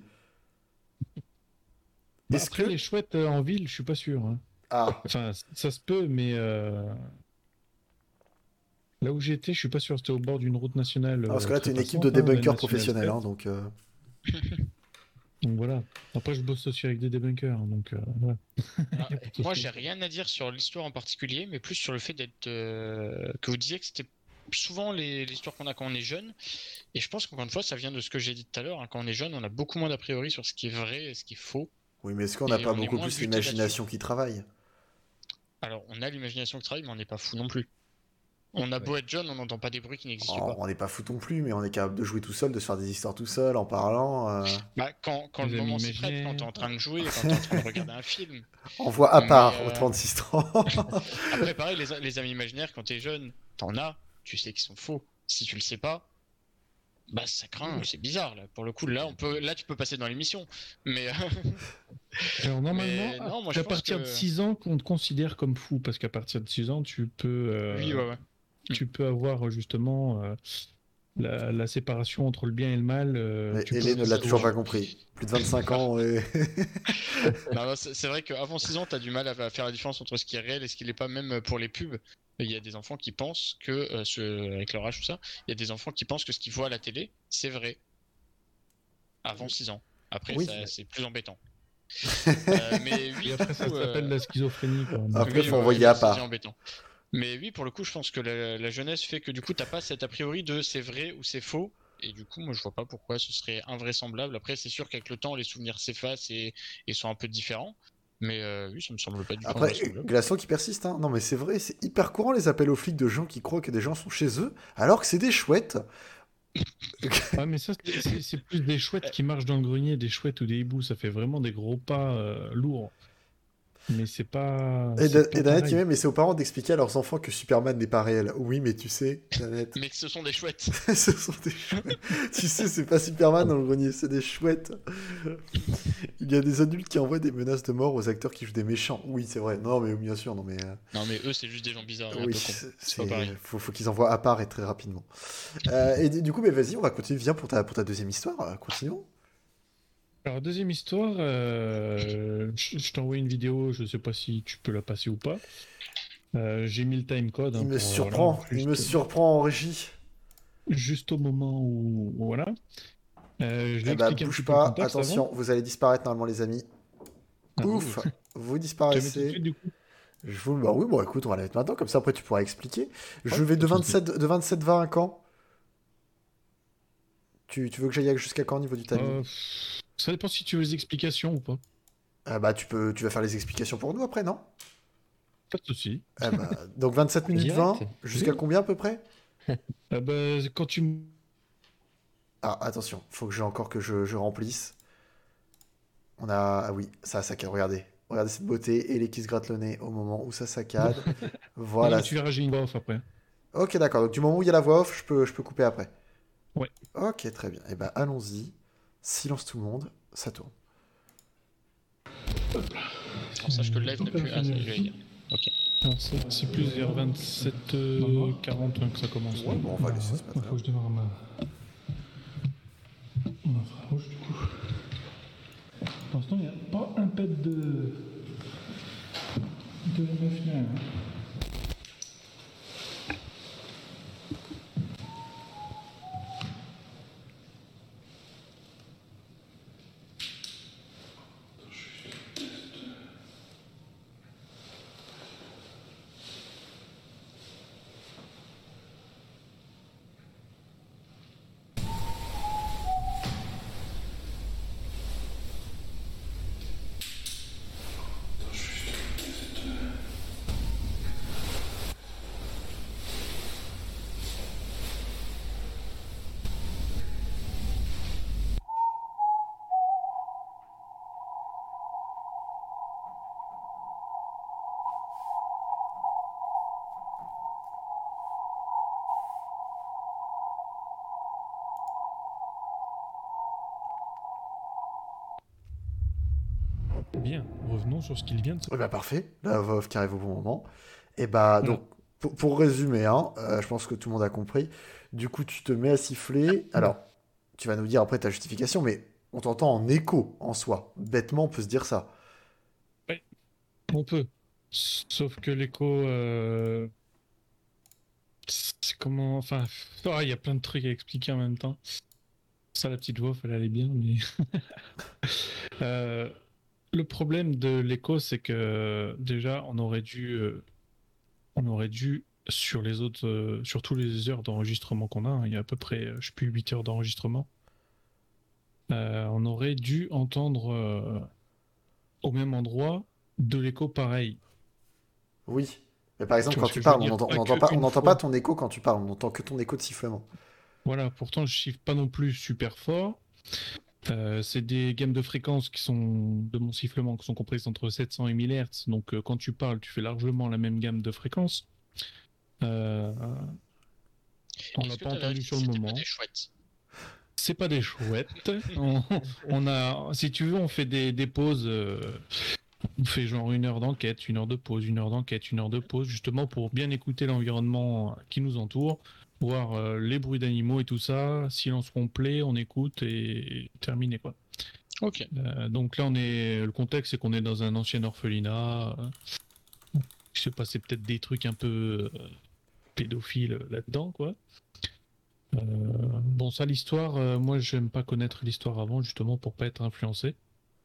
Speaker 6: Après, les chouettes en ville, je suis pas sûr. Hein.
Speaker 1: Ah.
Speaker 6: Enfin, ça se peut, mais là où j'étais, je suis pas sûr. C'était au bord d'une route nationale.
Speaker 1: Parce que là, t'es une équipe de débunkers professionnels, hein, donc.
Speaker 6: Donc voilà. Après, je bosse aussi avec des débunkers, donc voilà.
Speaker 2: Moi, j'ai rien à dire sur l'histoire en particulier, mais plus sur le fait d'être que vous disiez que c'était souvent l'histoire qu'on a quand on est jeune. Et je pense qu'encore une fois, ça vient de ce que j'ai dit tout à l'heure. Hein, quand on est jeune, on a beaucoup moins d'a priori sur ce qui est vrai et ce qui est faux.
Speaker 1: Oui, mais est-ce qu'on n'a pas beaucoup plus l'imagination qui travaille?
Speaker 2: Alors, on a l'imagination qui travaille, mais on n'est pas fou non plus. On a beau être jeune, on n'entend pas des bruits qui n'existent pas.
Speaker 1: On n'est pas fou non plus, mais on est capable de jouer tout seul, de se faire des histoires tout seul, en parlant.
Speaker 2: Quand le moment s'y prête, quand t'es en train de jouer, quand t'es en train de regarder un film.
Speaker 1: On voit à part au 36 ans.
Speaker 2: Après, pareil, les amis imaginaires, quand t'es jeune, t'en as, tu sais qu'ils sont faux. Si tu le sais pas, Bah ça craint, c'est bizarre là. Pour le coup, là tu peux passer dans l'émission. Mais
Speaker 6: Alors, normalement,
Speaker 2: Mais non, moi, je
Speaker 6: à
Speaker 2: pense
Speaker 6: partir
Speaker 2: que-
Speaker 6: de 6 ans, on te considère comme fou, parce qu'à partir de 6 ans, tu peux,
Speaker 2: oui, ouais.
Speaker 6: tu peux avoir justement la séparation entre le bien et le mal.
Speaker 1: Mais
Speaker 6: tu peux
Speaker 1: Hélène ne
Speaker 6: faire
Speaker 1: l'a
Speaker 6: ça
Speaker 1: toujours
Speaker 6: au-
Speaker 1: pas compris. Plus de 25 ans et...
Speaker 2: Non, c'est vrai qu'avant 6 ans, t'as du mal à faire la différence entre ce qui est réel et ce qui l'est pas, même pour les pubs. Il y a des enfants qui pensent que, avec leur âge ou ça, il y a des enfants qui pensent que ce qu'ils voient à la télé, c'est vrai. Avant 6 ans. Après,
Speaker 1: Oui,
Speaker 2: ça,
Speaker 1: mais-
Speaker 2: c'est plus embêtant. Mais oui,
Speaker 6: Et après,
Speaker 2: du
Speaker 6: ça
Speaker 2: coup,
Speaker 6: s'appelle la schizophrénie. Quoi.
Speaker 1: Après,
Speaker 2: oui,
Speaker 1: faut
Speaker 2: ouais,
Speaker 1: envoyer
Speaker 2: là,
Speaker 1: à
Speaker 2: ça
Speaker 1: part.
Speaker 2: devient embêtant. Mais oui, pour le coup, je pense que la jeunesse fait que du coup, t'as pas cet a priori de c'est vrai ou c'est faux. Et du coup, moi, je vois pas pourquoi ce serait invraisemblable. Après, c'est sûr qu'avec le temps, les souvenirs s'effacent et sont un peu différents. Mais oui, ça me semble pas du tout
Speaker 1: Après,
Speaker 2: invraisemblable.
Speaker 1: Glaçon qui persiste, hein. Non mais c'est vrai, c'est hyper courant les appels aux flics de gens qui croient que des gens sont chez eux, alors que c'est des chouettes.
Speaker 6: Ah, mais ça, c'est plus des chouettes qui marchent dans le grenier, des chouettes ou des hiboux. Ça fait vraiment des gros pas lourds. Mais c'est pas.
Speaker 1: Et
Speaker 6: c'est pas
Speaker 1: Danette qui
Speaker 6: pareil.
Speaker 1: met, mais c'est aux parents d'expliquer à leurs enfants que Superman n'est pas réel. Oui, mais tu sais, Danette,
Speaker 2: Mais que ce sont des chouettes.
Speaker 1: ce sont des chouettes. Tu sais, c'est pas Superman dans le grenier, c'est des chouettes. Il y a des adultes qui envoient des menaces de mort aux acteurs qui jouent des méchants. Oui, c'est vrai. Non, mais bien sûr, non, mais...
Speaker 2: Non, mais eux, c'est juste des gens bizarres et un
Speaker 1: oui,
Speaker 2: peu cons. C'est pas pareil.
Speaker 1: faut qu'ils envoient à part et très rapidement. Et du coup, mais vas-y, on va continuer. Viens pour ta deuxième histoire. Continuons.
Speaker 6: Alors, deuxième histoire, je t'ai envoyé une vidéo, je sais pas si tu peux la passer ou pas. J'ai mis le timecode.
Speaker 1: Il me
Speaker 6: pour,
Speaker 1: surprend.
Speaker 6: voilà,
Speaker 1: Il me surprend en régie.
Speaker 6: juste au moment où voilà. Je
Speaker 1: Eh
Speaker 6: vais
Speaker 1: bah,
Speaker 6: expliquer un
Speaker 1: bouge
Speaker 6: petit peu le
Speaker 1: pas.
Speaker 6: contexte
Speaker 1: Attention,
Speaker 6: avant.
Speaker 1: vous allez disparaître normalement, les amis.
Speaker 6: Ah,
Speaker 1: Ouf, vous
Speaker 6: Tu vas mettre tout de
Speaker 1: disparaissez.
Speaker 6: suite, du coup.
Speaker 1: Bah oui, bon, écoute, on va la mettre maintenant, comme ça après tu pourras expliquer. Je vais
Speaker 6: pas
Speaker 1: de
Speaker 6: de souci.
Speaker 1: 27-20 à quand? Tu veux que j'aille jusqu'à quand au niveau du timing?
Speaker 6: Ça dépend si tu veux les explications ou pas.
Speaker 1: Bah tu vas faire les explications pour nous après, non?
Speaker 6: Pas de souci.
Speaker 1: Donc 27 minutes
Speaker 3: Direct.
Speaker 1: 20, jusqu'à
Speaker 3: Oui.
Speaker 1: combien à peu près?
Speaker 6: Quand tu
Speaker 1: Ah, attention, faut que encore que je remplisse. Ah oui, ça saccade, regardez. Regardez cette beauté, et les qui se gratte le nez au moment où ça saccade.
Speaker 6: Non,
Speaker 1: Voilà.
Speaker 6: mais tu verras, j'ai une voix off après.
Speaker 1: Ok, d'accord, donc du moment où il y a la voix off, je peux couper après.
Speaker 6: Ouais.
Speaker 1: Ok, très bien. Et bah allons-y. Silence tout le monde, ça tourne.
Speaker 2: On sache que le live n'a plus. Ah, ça, je vais dire.
Speaker 6: Alors, c'est plus vers 27-40 que ça commence.
Speaker 1: Ouais, bon, on va laisser, c'est pas
Speaker 6: Il
Speaker 1: très
Speaker 6: faut que je démarre ma infrarouge du coup. Pour l'instant, il n'y a pas un pet de MF là. Bien, revenons sur ce qu'il vient de se
Speaker 1: Eh bah parfait, la voix off qui arrive au bon moment. Et bah
Speaker 6: Voilà.
Speaker 1: donc, pour résumer, hein, je pense que tout le monde a compris. Du coup, tu te mets à siffler. Alors, tu vas nous dire après ta justification, mais on t'entend en écho en soi. Bêtement, on peut se dire ça.
Speaker 6: On peut. Sauf que l'écho. C'est comment. Enfin. Il y a plein de trucs à expliquer en même temps. Ça, la petite voix, off, elle allait bien, mais. Le problème de l'écho, c'est que déjà, on aurait dû sur les autres, sur tous les heures d'enregistrement qu'on a, hein, il y a à peu près, je sais plus, 8 heures d'enregistrement, on aurait dû entendre au même endroit de l'écho pareil.
Speaker 1: Oui. Mais par exemple,
Speaker 6: Tu vois
Speaker 1: quand
Speaker 6: ce
Speaker 1: tu
Speaker 6: que je veux
Speaker 1: parles,
Speaker 6: dire,
Speaker 1: on
Speaker 6: pas
Speaker 1: n'entend
Speaker 6: que
Speaker 1: pas,
Speaker 6: une
Speaker 1: pas
Speaker 6: fois.
Speaker 1: ton écho quand tu parles, on n'entend que ton écho de sifflement.
Speaker 6: Voilà, pourtant je chiffre pas non plus super fort. C'est des gammes de fréquences qui sont de mon sifflement qui sont comprises entre 700 et 1000 Hz. Donc quand tu parles, tu fais largement la même gamme de fréquences. On l'a
Speaker 2: Est-ce que
Speaker 6: pas
Speaker 2: t'as
Speaker 6: entendu
Speaker 2: vérifié
Speaker 6: sur
Speaker 2: si
Speaker 6: le
Speaker 2: c'était pas
Speaker 6: moment.
Speaker 2: des chouettes?
Speaker 6: c'est pas des chouettes. On a, si tu veux, on fait des pauses. On fait genre 1 heure d'enquête, 1 heure de pause, 1 heure d'enquête, 1 heure de pause, justement pour bien écouter l'environnement qui nous entoure, voir les bruits d'animaux et tout ça. Silence complet, on écoute et terminé quoi.
Speaker 2: Ok.
Speaker 6: Donc là, le contexte, c'est qu'on est dans un ancien orphelinat. Il s'est passé peut-être des trucs un peu pédophiles là-dedans, quoi. Bon, ça, l'histoire, moi, j'aime pas connaître l'histoire avant, justement, pour pas être influencé.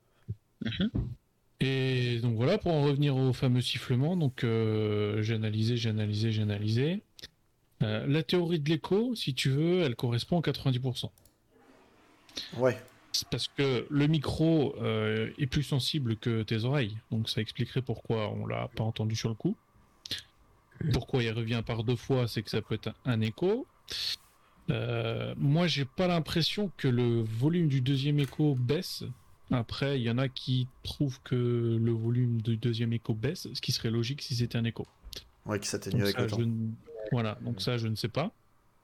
Speaker 6: Et donc voilà, pour en revenir au fameux sifflement, donc j'ai analysé. La théorie de l'écho, si tu veux, elle correspond à 90%.
Speaker 1: Ouais.
Speaker 6: C'est parce que le micro est plus sensible que tes oreilles, donc ça expliquerait pourquoi on l'a pas entendu sur le coup. Pourquoi il revient par 2 fois, c'est que ça peut être un écho. Moi, j'ai pas l'impression que le volume du deuxième écho baisse. Après, il y en a qui trouvent que le volume du deuxième écho baisse, ce qui serait logique si c'était un écho.
Speaker 1: Ouais, qui s'atténue
Speaker 6: Donc
Speaker 1: avec le temps.
Speaker 6: Voilà, donc ça, je ne sais pas.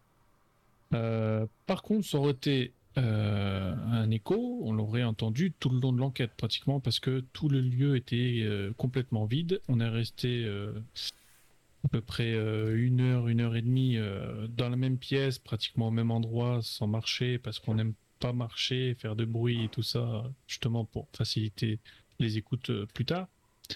Speaker 6: Par contre, ça aurait été un écho, on l'aurait entendu tout le long de l'enquête pratiquement, parce que tout le lieu était complètement vide. On est resté à peu près 1 heure, 1 heure et demie dans la même pièce, pratiquement au même endroit, sans marcher, parce qu'on n'aime pas marcher, faire de bruit et tout ça, justement pour faciliter les écoutes plus tard.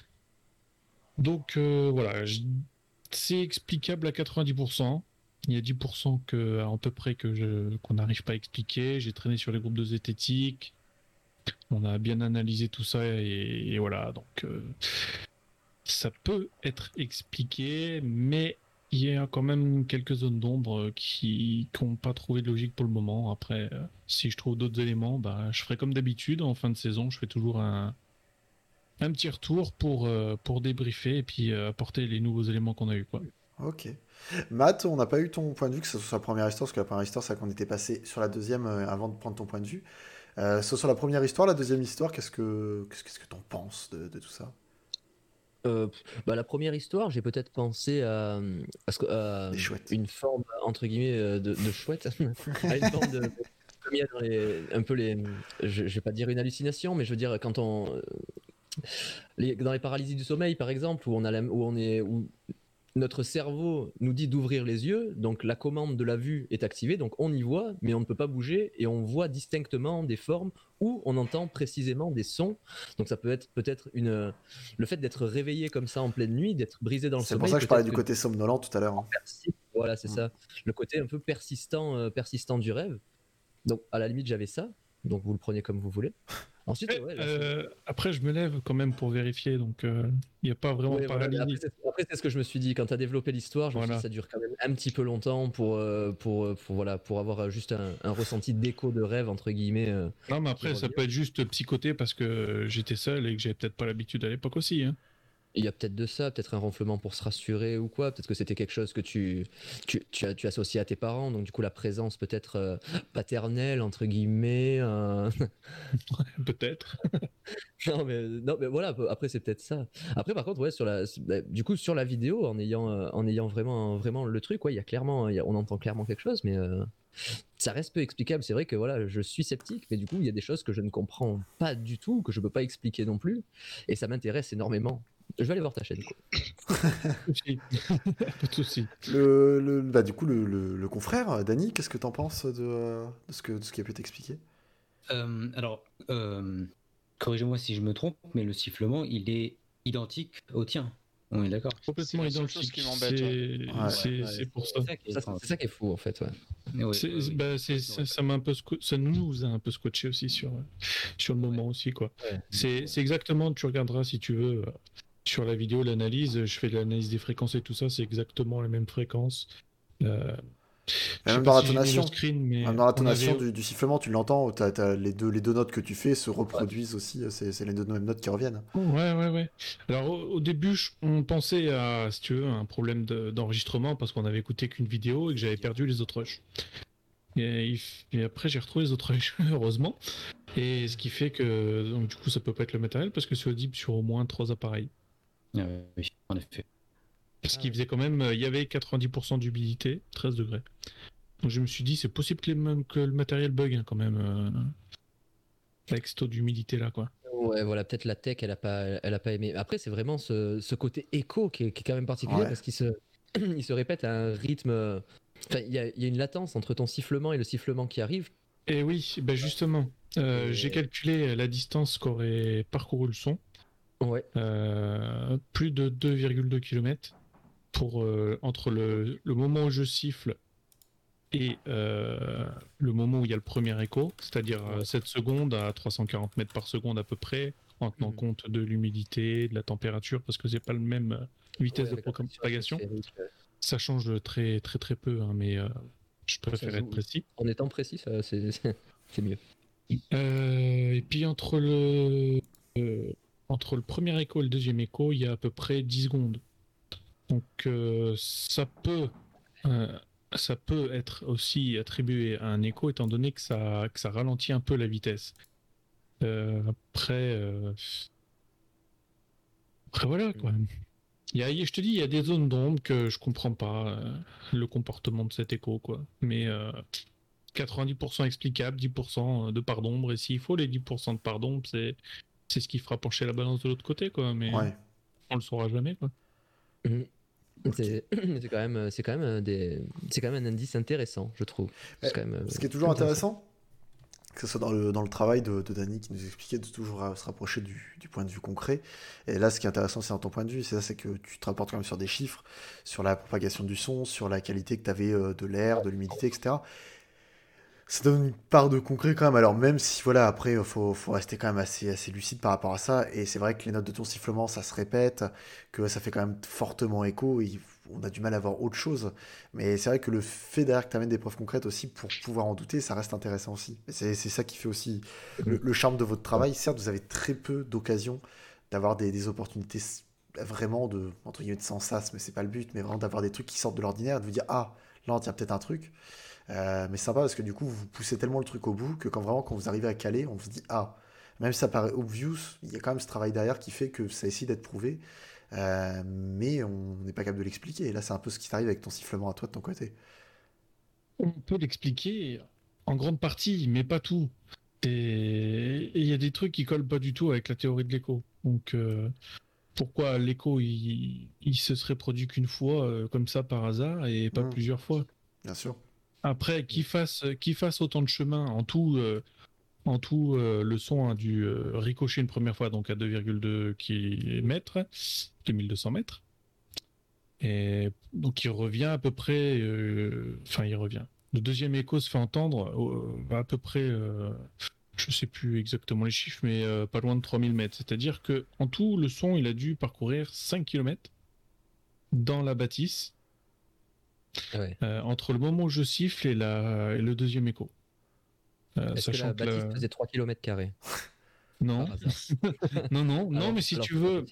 Speaker 6: Donc voilà, c'est explicable à 90%. Il y a 10% à peu près qu'on n'arrive pas à expliquer. J'ai traîné sur les groupes de zététique. On a bien analysé tout ça et voilà. Donc ça peut être expliqué, mais il y a quand même quelques zones d'ombre qui n'ont pas trouvé de logique pour le moment. Après, si je trouve d'autres éléments, bah, je ferai comme d'habitude. En fin de saison, je fais toujours un petit retour pour débriefer et puis apporter les nouveaux éléments qu'on a eu, quoi.
Speaker 1: Ok. Matt, on n'a pas eu ton point de vue, que ce soit la première histoire, parce que la première histoire, c'est qu'on était passé sur la deuxième avant de prendre ton point de vue. Sur la première histoire, la deuxième histoire, qu'est-ce que t'en penses de tout ça?
Speaker 3: La première histoire, j'ai peut-être pensé à
Speaker 1: Des chouettes.
Speaker 3: une forme entre guillemets de chouette, à une forme de comme il y a dans un peu je vais pas dire une hallucination, mais je veux dire quand dans les paralysies du sommeil par exemple, où notre cerveau nous dit d'ouvrir les yeux, donc la commande de la vue est activée, donc on y voit, mais on ne peut pas bouger et on voit distinctement des formes ou on entend précisément des sons. Donc ça peut être peut-être le fait d'être réveillé comme ça en pleine nuit, d'être brisé dans le
Speaker 1: C'est
Speaker 3: sommeil.
Speaker 1: pour ça que je parlais du côté somnolent tout à l'heure.
Speaker 3: Voilà, c'est ça. Le côté un peu persistant du rêve. Donc à la limite j'avais ça. Donc vous le prenez comme vous voulez. Ensuite,
Speaker 6: après, je me lève quand même pour vérifier, donc il n'y a pas vraiment de paralysie.
Speaker 3: Voilà. Après, c'est ce que je me suis dit. Quand tu as développé l'histoire, je me suis dit ça dure quand même un petit peu longtemps pour avoir juste un ressenti d'écho de rêve, entre guillemets.
Speaker 6: Non, mais après, ça peut être juste psychoté parce que j'étais seul et que j'avais peut-être pas l'habitude à l'époque aussi. Hein.
Speaker 3: Il y a peut-être de ça, peut-être un ronflement pour se rassurer ou quoi. Peut-être que c'était quelque chose que tu associais à tes parents. Donc du coup, la présence peut-être paternelle, entre guillemets.
Speaker 6: Peut-être.
Speaker 3: non, mais voilà, après c'est peut-être ça. Après par contre, ouais, sur la vidéo, en ayant vraiment le truc, ouais, il y a clairement, on entend clairement quelque chose, mais ça reste peu explicable. C'est vrai que voilà, je suis sceptique, mais du coup, il y a des choses que je ne comprends pas du tout, que je peux pas expliquer non plus, et ça m'intéresse énormément. Je vais aller voir ta chaîne, quoi.
Speaker 6: Pas de souci.
Speaker 1: Du coup, le confrère, Dany, qu'est-ce que t'en penses de ce qui a pu t'expliquer?
Speaker 4: Corrigez-moi si je me trompe, mais le sifflement, il est identique au tien. On est d'accord.
Speaker 6: Complètement identique.
Speaker 2: Chose qui m'embête.
Speaker 6: C'est pour ça.
Speaker 3: C'est ça qui est fou, en fait. Ouais.
Speaker 6: Ça nous a un peu scotché aussi sur le moment aussi, quoi. Ouais. C'est exactement, tu regarderas si tu veux sur la vidéo, l'analyse, je fais de l'analyse des fréquences et tout ça, c'est exactement les mêmes fréquences.
Speaker 1: Même dans l'intonation, du sifflement, tu l'entends, les deux notes que tu fais se reproduisent aussi, c'est les deux mêmes notes qui reviennent.
Speaker 6: Ouais. Alors au début, on pensait à, si tu veux, un problème d'enregistrement parce qu'on avait écouté qu'une vidéo et que j'avais perdu les autres rushs. Et après, j'ai retrouvé les autres rushs, heureusement. Et ce qui fait que, donc, du coup, ça peut pas être le matériel parce que c'est audible sur au moins 3 appareils.
Speaker 4: Oui, en effet.
Speaker 6: Parce qu'il faisait quand même, il y avait 90% d'humidité, 13 degrés. Donc je me suis dit, c'est possible que le matériel bug hein, quand même. Avec ce taux d'humidité là, quoi.
Speaker 3: Ouais, voilà, peut-être la tech, elle a pas aimé. Après, c'est vraiment ce côté écho qui est quand même particulier
Speaker 1: Ouais.
Speaker 3: parce qu'il il se répète à un rythme. Enfin, il y a une latence entre ton sifflement et le sifflement qui arrive.
Speaker 6: Et oui, ben justement, j'ai calculé la distance qu'aurait parcouru le son.
Speaker 3: Ouais.
Speaker 6: Plus de 2,2 km pour, entre le moment où je siffle et le moment où il y a le premier écho, c'est-à-dire 7 secondes à 340 mètres par seconde à peu près, en tenant compte de l'humidité, de la température, parce que c'est pas le même vitesse de propagation. Ça change très très très peu, hein, mais je préfère être précis.
Speaker 3: En étant précis, c'est mieux.
Speaker 6: Et puis entre le premier écho et le deuxième écho, il y a à peu près 10 secondes. Donc ça peut être aussi attribué à un écho, étant donné que ça ralentit un peu la vitesse. Après voilà quoi. Je te dis, il y a des zones d'ombre que je comprends pas le comportement de cet écho, quoi. Mais 90% explicable, 10% de part d'ombre, et s'il faut les 10% de part d'ombre, c'est ce qui fera pencher la balance de l'autre côté, quoi. Mais on le saura jamais, quoi.
Speaker 3: Okay. C'est quand même un indice intéressant, je trouve.
Speaker 1: Ce qui est toujours intéressant, que ce soit dans le travail de Dany qui nous expliquait de toujours se rapprocher du point de vue concret. Et là, ce qui est intéressant, c'est dans ton point de vue, c'est que tu te rapportes quand même sur des chiffres, sur la propagation du son, sur la qualité que tu avais de l'air, de l'humidité, etc. Ça donne une part de concret quand même. Alors même si, voilà, après, faut rester quand même assez lucide par rapport à ça. Et c'est vrai que les notes de ton sifflement, ça se répète, que ça fait quand même fortement écho. Et on a du mal à voir autre chose. Mais c'est vrai que le fait derrière que tu amènes des preuves concrètes aussi pour pouvoir en douter, ça reste intéressant aussi. Et c'est ça qui fait aussi le charme de votre travail. Certes, vous avez très peu d'occasions d'avoir des opportunités vraiment de, entre guillemets, de sensas, mais c'est pas le but, mais vraiment d'avoir des trucs qui sortent de l'ordinaire, de vous dire, ah, là, on tient peut-être un truc. Mais c'est sympa parce que du coup vous poussez tellement le truc au bout que quand vous arrivez à caler, on se dit ah, même si ça paraît obvious, il y a quand même ce travail derrière qui fait que ça essaie d'être prouvé, mais on n'est pas capable de l'expliquer. Et là c'est un peu ce qui t'arrive avec ton sifflement à toi de ton côté.
Speaker 6: On peut l'expliquer en grande partie, mais pas tout. Et il y a des trucs qui collent pas du tout avec la théorie de l'écho. Donc pourquoi l'écho il se serait produit qu'une fois comme ça par hasard et pas plusieurs fois?
Speaker 1: Bien sûr.
Speaker 6: Après, qu'il fasse autant de chemin en tout, le son a dû ricocher une première fois, donc à 2,2 km, 2200 mètres. Et donc il revient à peu près, il revient. Le deuxième écho se fait entendre à peu près, je sais plus exactement les chiffres, mais pas loin de 3000 mètres. C'est-à-dire que en tout, le son, il a dû parcourir 5 km dans la bâtisse.
Speaker 3: Ouais.
Speaker 6: Entre le moment où je siffle et le deuxième écho.
Speaker 3: Est-ce que la bâtisse faisait 3 km²?
Speaker 6: Non. non, mais si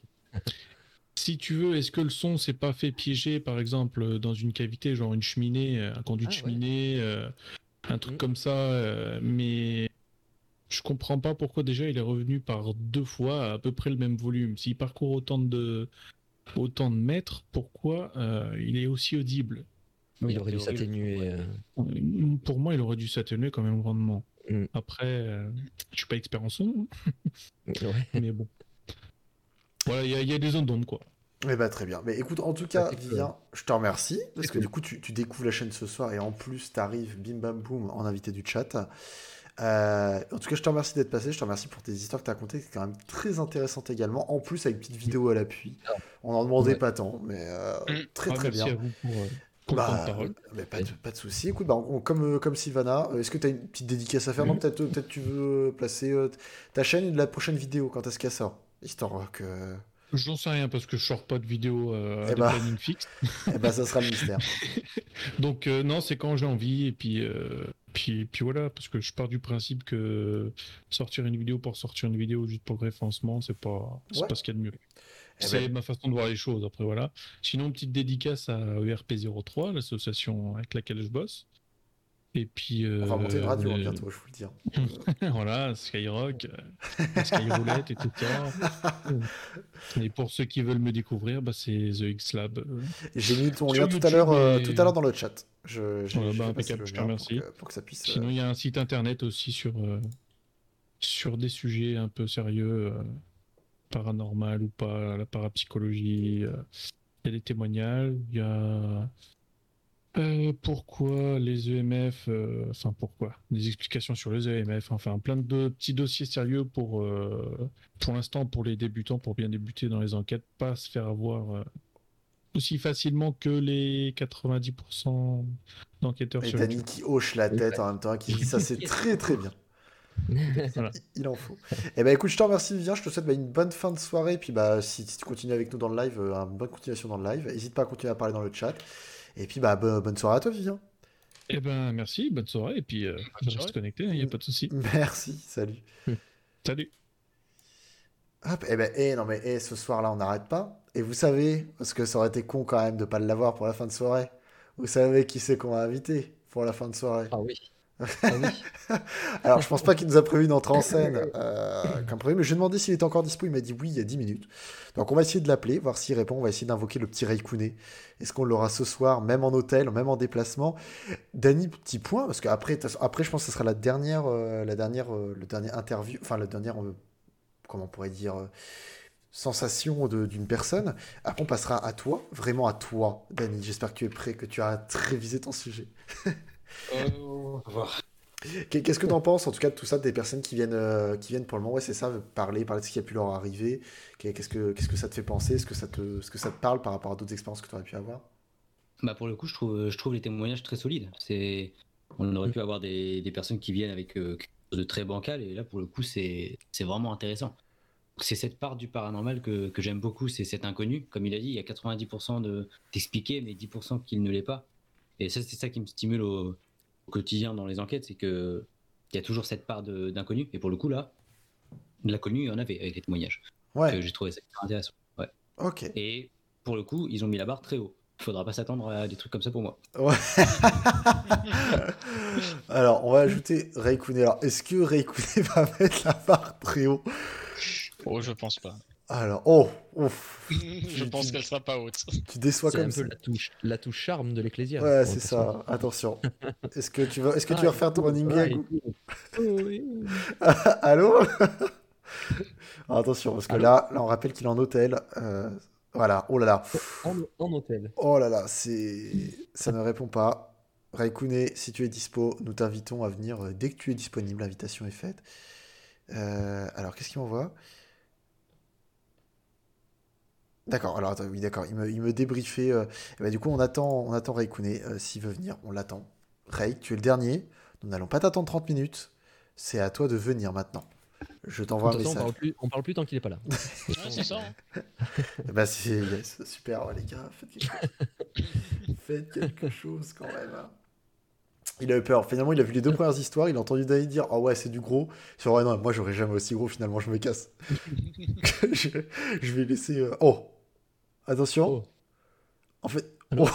Speaker 6: tu veux, est-ce que le son s'est pas fait piéger, par exemple, dans une cavité, genre une cheminée, un conduit de cheminée, un truc comme ça, mais je comprends pas pourquoi déjà il est revenu par 2 fois à peu près le même volume. S'il parcourt autant de mètres, pourquoi il est aussi audible?
Speaker 3: Il aurait dû s'atténuer.
Speaker 6: Pour moi, il aurait dû s'atténuer quand même grandement. Après, je suis pas expert en son, mais bon. Voilà, il y a des zones d'ombre, quoi.
Speaker 1: Eh bah, très bien. Mais écoute, en tout cas, Vivien, je te remercie, parce que du coup, tu découvres la chaîne ce soir, et en plus, t'arrives, bim bam boum, en invité du chat. En tout cas, je te remercie d'être passé, je te remercie pour tes histoires que tu as racontées, c'est quand même très intéressante également, en plus avec une petite vidéo à l'appui. On n'en demandait pas tant, mais très
Speaker 6: merci
Speaker 1: bien.
Speaker 6: À vous pour le temps de parole.
Speaker 1: Pas de souci. Écoute, comme Sylvana, est-ce que tu as une petite dédicace à faire? Non, peut-être tu veux placer ta chaîne et la prochaine vidéo, quand est-ce qu'elle sort? Histoire que...
Speaker 6: J'en sais rien parce que je sors pas de vidéo de planning fixe.
Speaker 1: Ça sera le mystère.
Speaker 6: Donc non, c'est quand j'ai envie et puis voilà, parce que je pars du principe que sortir une vidéo pour sortir une vidéo juste pour le référencement, c'est pas ce qu'il y a de mieux. C'est ma façon de voir les choses, après voilà. Sinon, petite dédicace à ERP03, l'association avec laquelle je bosse. Et puis.
Speaker 1: On va monter une radio bientôt, je vous le dis.
Speaker 6: Voilà, Skyrock, Skyroulette et tout ça. Et pour ceux qui veulent me découvrir, c'est The X-Lab.
Speaker 1: J'ai mis ton
Speaker 6: Sur
Speaker 1: lien tout à l'heure
Speaker 6: YouTube
Speaker 1: dans le chat. J'ai
Speaker 6: impeccable,
Speaker 1: passé
Speaker 6: je te
Speaker 1: le lien
Speaker 6: remercie.
Speaker 1: pour que ça puisse.
Speaker 6: Sinon, il y a un site internet aussi sur des sujets un peu sérieux, paranormal ou pas, la parapsychologie. Il y a des témoignages, il y a pourquoi les EMF, pourquoi des explications sur les EMF, enfin plein de petits dossiers sérieux pour l'instant pour les débutants, pour bien débuter dans les enquêtes, pas se faire avoir aussi facilement que les 90% d'enquêteurs
Speaker 1: Et
Speaker 6: sur
Speaker 1: Dany
Speaker 6: YouTube.
Speaker 1: qui hoche la tête en même temps, qui dit ça, c'est très très bien.
Speaker 6: Voilà.
Speaker 1: Il en faut. Et écoute, je te remercie Vivien, je te souhaite une bonne fin de soirée, et puis si tu continues avec nous dans le live, une bonne continuation dans le live. N'hésite pas à continuer à parler dans le chat. Et puis bonne soirée à toi Vivien.
Speaker 6: Eh ben merci, bonne soirée, et puis je reste connecté, il n'y a pas de souci.
Speaker 1: Merci, salut.
Speaker 6: Salut.
Speaker 1: Hop, ce soir-là, on n'arrête pas. Et vous savez, parce que ça aurait été con quand même de pas l'avoir pour la fin de soirée, vous savez qui c'est qu'on va inviter pour la fin de soirée?
Speaker 3: Ah oui. Ah oui.
Speaker 1: Alors, je pense pas qu'il nous a prévu d'entrer en scène comme prévu, mais je lui ai demandé s'il était encore dispo. Il m'a dit oui, il y a 10 minutes. Donc, on va essayer de l'appeler, voir s'il répond. On va essayer d'invoquer le petit Raikouné. Est-ce qu'on l'aura ce soir, même en hôtel, même en déplacement? Dany, petit point, parce qu'après, je pense que ce sera le dernier interview, enfin, la dernière, comment on pourrait dire, sensation d'une personne. Après, on passera à toi, vraiment à toi, Dany. J'espère que tu es prêt, que tu as révisé ton sujet.
Speaker 4: On va voir.
Speaker 1: Qu'est-ce que tu en penses, en tout cas, de tout ça, des personnes qui viennent pour le moment, ouais, c'est ça, parler de ce qui a pu leur arriver. Qu'est-ce que ça te fait penser? Est-ce que ça te parle par rapport à d'autres expériences que tu aurais pu avoir?
Speaker 4: Pour le coup, je trouve les témoignages très solides. On aurait pu avoir des personnes qui viennent avec quelque chose de très bancal, et là, pour le coup, c'est vraiment intéressant. C'est cette part du paranormal que j'aime beaucoup, c'est cet inconnu. Comme il a dit, il y a 90% d'expliquer, mais 10% qu'il ne l'est pas. Et ça, c'est ça qui me stimule au quotidien dans les enquêtes, c'est qu'il y a toujours cette part d'inconnu. Et pour le coup, là, de l'inconnu, il y en avait avec les témoignages.
Speaker 1: Ouais.
Speaker 4: J'ai trouvé ça intéressant. Ouais.
Speaker 1: Ok.
Speaker 4: Et pour le coup, ils ont mis la barre très haut. Il faudra pas s'attendre à des trucs comme ça pour moi.
Speaker 1: Ouais. Alors, on va ajouter Raikouné. Alors, est-ce que Raikouné va mettre la barre très haut?
Speaker 2: Oh, je pense pas.
Speaker 1: Alors,
Speaker 2: je pense qu'elle sera pas haute.
Speaker 1: Tu déçois
Speaker 3: C'est
Speaker 1: comme
Speaker 3: un
Speaker 1: ça.
Speaker 3: peu la touche charme de l'Ecclésia.
Speaker 1: Ouais, c'est ça. Attention. Est-ce que tu vas refaire ton running gag
Speaker 3: Oui.
Speaker 1: Allô? Attention, parce que là, on rappelle qu'il est en hôtel. Voilà. Oh là là.
Speaker 3: En hôtel.
Speaker 1: Oh là là, ça ne répond pas. Raikouné, si tu es dispo, nous t'invitons à venir dès que tu es disponible. L'invitation est faite. Alors, qu'est-ce qu'il m'envoie? D'accord, alors attends, oui, d'accord, il me débriefait. Du coup, on attend Raikouné s'il veut venir, on l'attend. Ray, tu es le dernier, nous n'allons pas t'attendre 30 minutes, c'est à toi de venir maintenant. Je t'envoie un message.
Speaker 3: On parle plus tant qu'il est pas là.
Speaker 2: Ouais, c'est ça.
Speaker 1: C'est yes, super, les gars, faites quelque chose quand même. Hein. Il a eu peur. Finalement, il a vu les 2 premières histoires. Il a entendu Dany dire oh ouais, c'est du gros. Sur ouais, non, moi, j'aurais jamais aussi gros. Finalement, je me casse. je vais laisser. Oh, attention.
Speaker 3: Oh.
Speaker 1: En fait,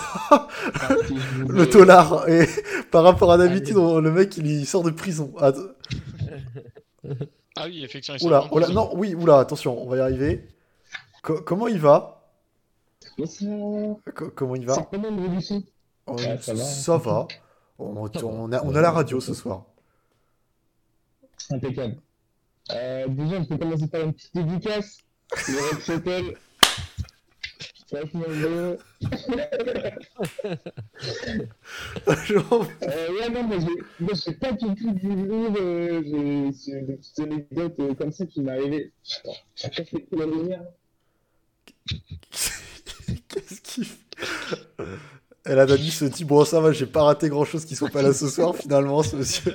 Speaker 1: le tolard. Et par rapport à d'habitude, le mec, il sort de prison.
Speaker 2: Ah oui, effectivement.
Speaker 1: Oula, non, oui, oula, attention, on va y arriver. Comment il va? Comment il va? Ça va. On a la radio ce soir.
Speaker 7: Impeccable. Déjà, on peut commencer par une petite dédicace. Le Rex Hotel. Moi, j'ai pas du tout du lourd. J'ai une petite anecdote comme ça qui m'est arrivée. J'ai pas fait la lumière.
Speaker 1: Qu'est-ce qu'il fait? Elle a dit ce type, bon ça va, j'ai pas raté grand chose qui soit pas là ce soir finalement ce monsieur.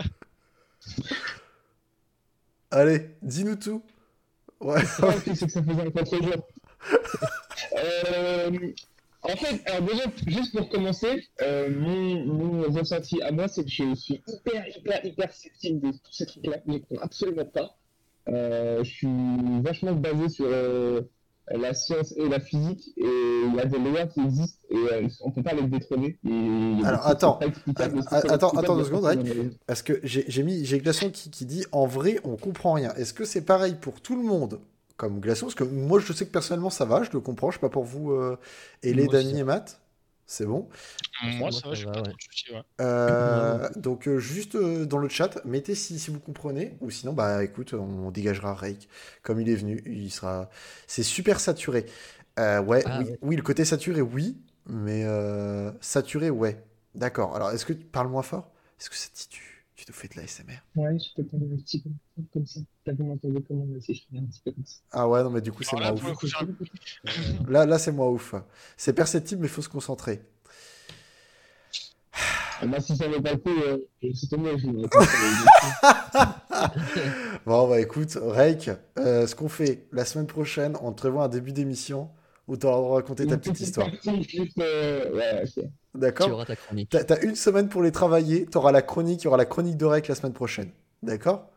Speaker 1: Allez, dis-nous tout. Ouais.
Speaker 7: C'est que ça faisait un contre-jour. En fait, alors déjà, juste pour commencer, mon ressenti à moi, c'est que je suis hyper sceptique de tous ces trucs-là. Je ne comprends absolument pas. Je suis vachement basé sur la science et la physique, et il y a des lois qui existent, et on peut pas les détrôner. Et il y a des
Speaker 1: Alors,
Speaker 7: trucs qui sont
Speaker 1: attends.
Speaker 7: pas explicables, c'est pas
Speaker 1: Attends
Speaker 7: expliquable
Speaker 1: 2
Speaker 7: de
Speaker 1: secondes,
Speaker 7: façon
Speaker 1: Rek. Parce que j'ai Glaçon qui dit en vrai, on comprend rien. Est-ce que c'est pareil pour tout le monde comme Glaçon? Parce que moi, je sais que personnellement, ça va, je le comprends. Je sais pas pour vous, Elé,
Speaker 4: Moi aussi,
Speaker 1: Dany
Speaker 4: ça
Speaker 1: et Matt. C'est bon.
Speaker 2: Moi,
Speaker 3: Moi,
Speaker 2: ça va,
Speaker 3: ça
Speaker 2: j'ai
Speaker 3: va,
Speaker 2: pas
Speaker 3: ouais.
Speaker 2: trop de soucis, ouais.
Speaker 1: Donc, juste dans le chat, mettez si vous comprenez. Ou sinon, bah écoute, on dégagera Rake. Comme il est venu, il sera. C'est super saturé. Ouais,
Speaker 3: Ah,
Speaker 1: oui,
Speaker 3: ouais.
Speaker 1: oui, le côté saturé, oui. Mais saturé, ouais. D'accord. Alors, est-ce que tu parles moins fort? Est-ce que ça te dit tu te fais de la SMR?
Speaker 7: Ouais, je peux parler un petit peu comme ça. T'as vu m'entendre comment c'est un petit peu comme ça.
Speaker 1: Ah ouais, non, mais du coup, c'est
Speaker 2: Alors là,
Speaker 1: moins
Speaker 2: pour
Speaker 1: ouf.
Speaker 2: le coup, j'ai un-
Speaker 1: Là, c'est moins ouf. C'est perceptible, mais il faut se concentrer.
Speaker 7: Moi, si ça n'est pas le coup, c'est moi, je vais pas
Speaker 1: Bon, bah écoute, Rake, ce qu'on fait la semaine prochaine, on te prévoit un début d'émission où tu auras le droit de raconter ta
Speaker 7: une
Speaker 1: petite
Speaker 7: petite
Speaker 1: histoire.
Speaker 7: partie, juste, ouais, ok.
Speaker 3: Tu
Speaker 1: D'accord?
Speaker 3: auras ta chronique.
Speaker 1: T'as une semaine pour les travailler, t'auras la chronique, il y aura la chronique de Rake la semaine prochaine. D'accord?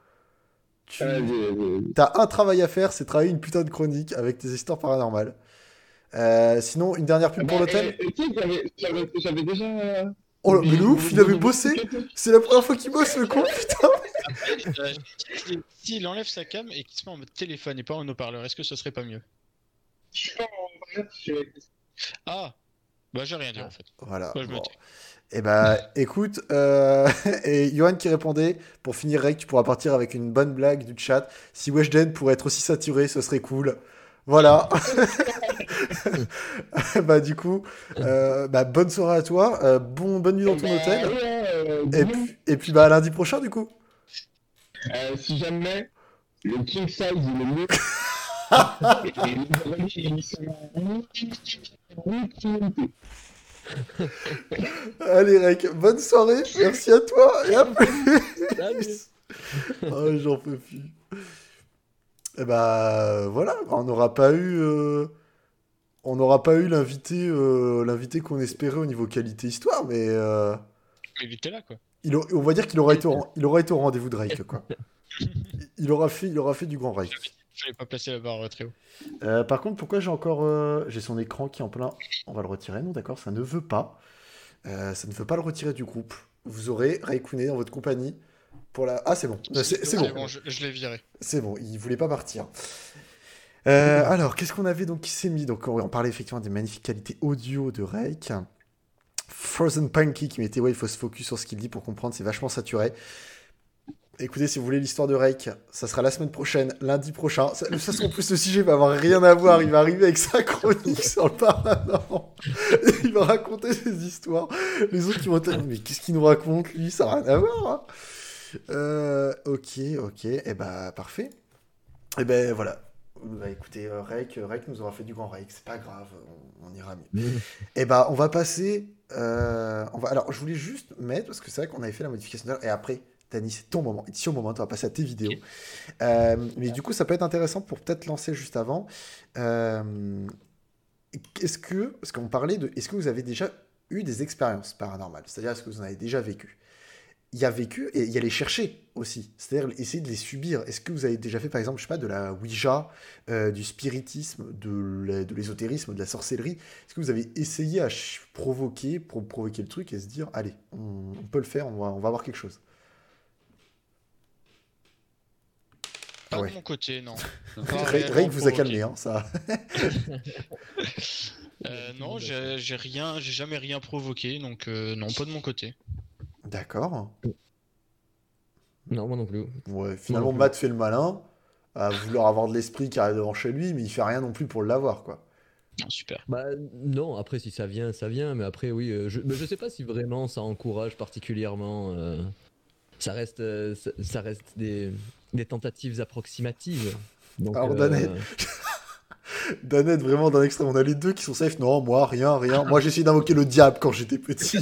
Speaker 1: T'as un travail à faire, c'est travailler une putain de chronique avec tes histoires paranormales. Sinon, une dernière pub pour l'hôtel?
Speaker 7: Tu sais, j'avais déjà.
Speaker 1: Oh là, mais le ouf, il avait bossé! C'est la première fois qu'il bosse, le con, putain!
Speaker 2: S'il enlève sa cam et qu'il se met en mode téléphone et pas en haut-parleur, est-ce que ce serait pas mieux? Ah, bah j'ai rien dit en fait.
Speaker 1: Voilà.
Speaker 2: Ouais, je me
Speaker 1: Bon.
Speaker 2: tais.
Speaker 1: Eh bah, écoute, et Johan qui répondait, pour finir, Rek, tu pourras partir avec une bonne blague du chat. Si Weshden pourrait être aussi saturé, ce serait cool. Voilà. Bah, du coup, bah, bonne soirée à toi, bonne nuit dans ton hôtel. Et puis, bah, à lundi prochain, du coup.
Speaker 7: Si jamais le king size il est mieux.
Speaker 1: Allez, Rek, bonne soirée. Merci à toi. Et à plus. Oh, j'en peux plus. Et bah, voilà. On n'aura pas eu. On n'aura pas eu l'invité qu'on espérait au niveau qualité histoire, mais
Speaker 2: Mais il était là quoi.
Speaker 1: on va dire qu'il aura été au rendez-vous de Rake, quoi. Il aura fait du grand Rake.
Speaker 2: Fallait pas placer la barre très haut.
Speaker 1: Par contre, pourquoi j'ai son écran qui est en plein... On va le retirer, non, d'accord, ça ne veut pas. Ça ne veut pas le retirer du groupe. Vous aurez Raikouné dans votre compagnie pour la... Ah, c'est bon. C'est bon.
Speaker 2: Bon, je l'ai viré.
Speaker 1: C'est bon, il voulait pas partir. Alors, qu'est-ce qu'on avait donc qui s'est mis? Donc, on parlait effectivement des magnifiques qualités audio de Rake. Frozen Punky qui mettait, ouais, il faut se focus sur ce qu'il dit pour comprendre, c'est vachement saturé. Écoutez, si vous voulez l'histoire de Rake, ça sera la semaine prochaine, lundi prochain. Ça, en plus, le sujet va avoir rien à voir. Il va arriver avec sa chronique sur le paranormal. Il va raconter ses histoires. Les autres qui vont être... Mais qu'est-ce qu'il nous raconte, lui? Ça n'a rien à voir. Ok. Eh bah, parfait. Eh ben, voilà. Bah, écoutez, Rake nous aura fait du grand Rake. C'est pas grave, on ira mieux. Eh bah, on va passer... Alors, je voulais juste mettre, parce que c'est vrai qu'on avait fait la modification d'heure, et après... Dany, c'est ton moment. It's your moment, tu vas passer à tes vidéos. Mais du coup, ça peut être intéressant pour peut-être lancer juste avant. Parce qu'on parlait de... Est-ce que vous avez déjà eu des expériences paranormales? C'est-à-dire, est-ce que vous en avez déjà vécu? Il y a vécu et il y a les chercher aussi. C'est-à-dire, essayer de les subir. Est-ce que vous avez déjà fait, par exemple, je sais pas, de la Ouija, du spiritisme, de l'ésotérisme, de la sorcellerie? Est-ce que vous avez essayé à provoquer le truc et se dire, allez, on peut le faire, on va avoir quelque chose?
Speaker 2: Pas
Speaker 1: ouais.
Speaker 2: de mon côté, non.
Speaker 1: Rake vous a calmé, hein, ça.
Speaker 2: Non, j'ai jamais rien provoqué, donc non, pas de mon côté.
Speaker 1: D'accord.
Speaker 3: Non, moi non plus.
Speaker 1: Ouais, finalement, Matt fait le malin, à vouloir avoir de l'esprit qui arrive devant chez lui, mais il fait rien non plus pour l'avoir, quoi.
Speaker 2: Non, super.
Speaker 3: Bah non, après si ça vient, ça vient, mais après oui, je sais pas si vraiment ça encourage particulièrement. Ça reste des tentatives approximatives. Donc,
Speaker 1: alors, Danette, vraiment d'un extrême. On a les deux qui sont safe. Non, moi, rien. Moi, j'ai essayé d'invoquer le diable quand j'étais petit.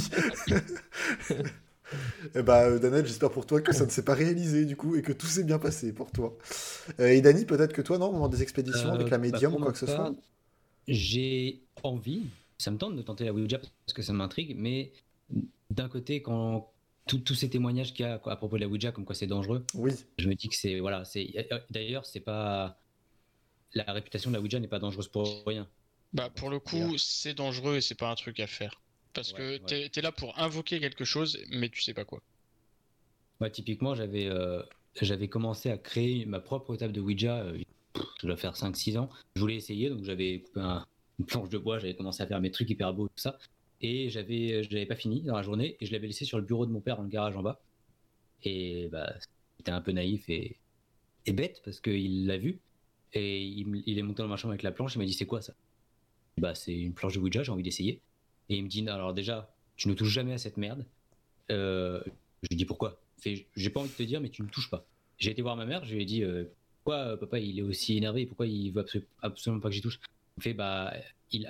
Speaker 1: Et bah, Danette, j'espère pour toi que ça ne s'est pas réalisé, du coup, et que tout s'est bien passé pour toi. Et Dany, peut-être que toi, non, au moment des expéditions avec la médium ou quoi que ce soit?
Speaker 4: J'ai envie, ça me tente de tenter la Ouija parce que ça m'intrigue, mais d'un côté, quand tous ces témoignages qu'il y a à propos de la Ouija, comme quoi c'est dangereux,
Speaker 1: oui.
Speaker 4: Je me dis que c'est... Voilà, d'ailleurs, c'est pas... la réputation de la Ouija n'est pas dangereuse pour rien.
Speaker 2: Bah, pour le coup, c'est dangereux et c'est pas un truc à faire. Parce que t'es là pour invoquer quelque chose, mais tu sais pas quoi.
Speaker 4: Moi, typiquement, j'avais commencé à créer ma propre table de Ouija, ça doit faire 5-6 ans. Je voulais essayer, donc j'avais coupé une planche de bois, j'avais commencé à faire mes trucs hyper beaux, tout ça. Et je l'avais pas fini dans la journée, et je l'avais laissé sur le bureau de mon père dans le garage en bas. Et bah, c'était un peu naïf et bête, parce qu'il l'a vu. Et il est monté dans ma chambre avec la planche, il m'a dit, c'est quoi ça? Bah, c'est une planche de Ouija, j'ai envie d'essayer. Et il me dit, non, alors déjà, tu ne touches jamais à cette merde. Je lui dis pourquoi? J'ai pas envie de te dire, mais tu ne touches pas. J'ai été voir ma mère, je lui ai dit, pourquoi papa il est aussi énervé, pourquoi il veut absolument pas que j'y touche? Il fait, bah, il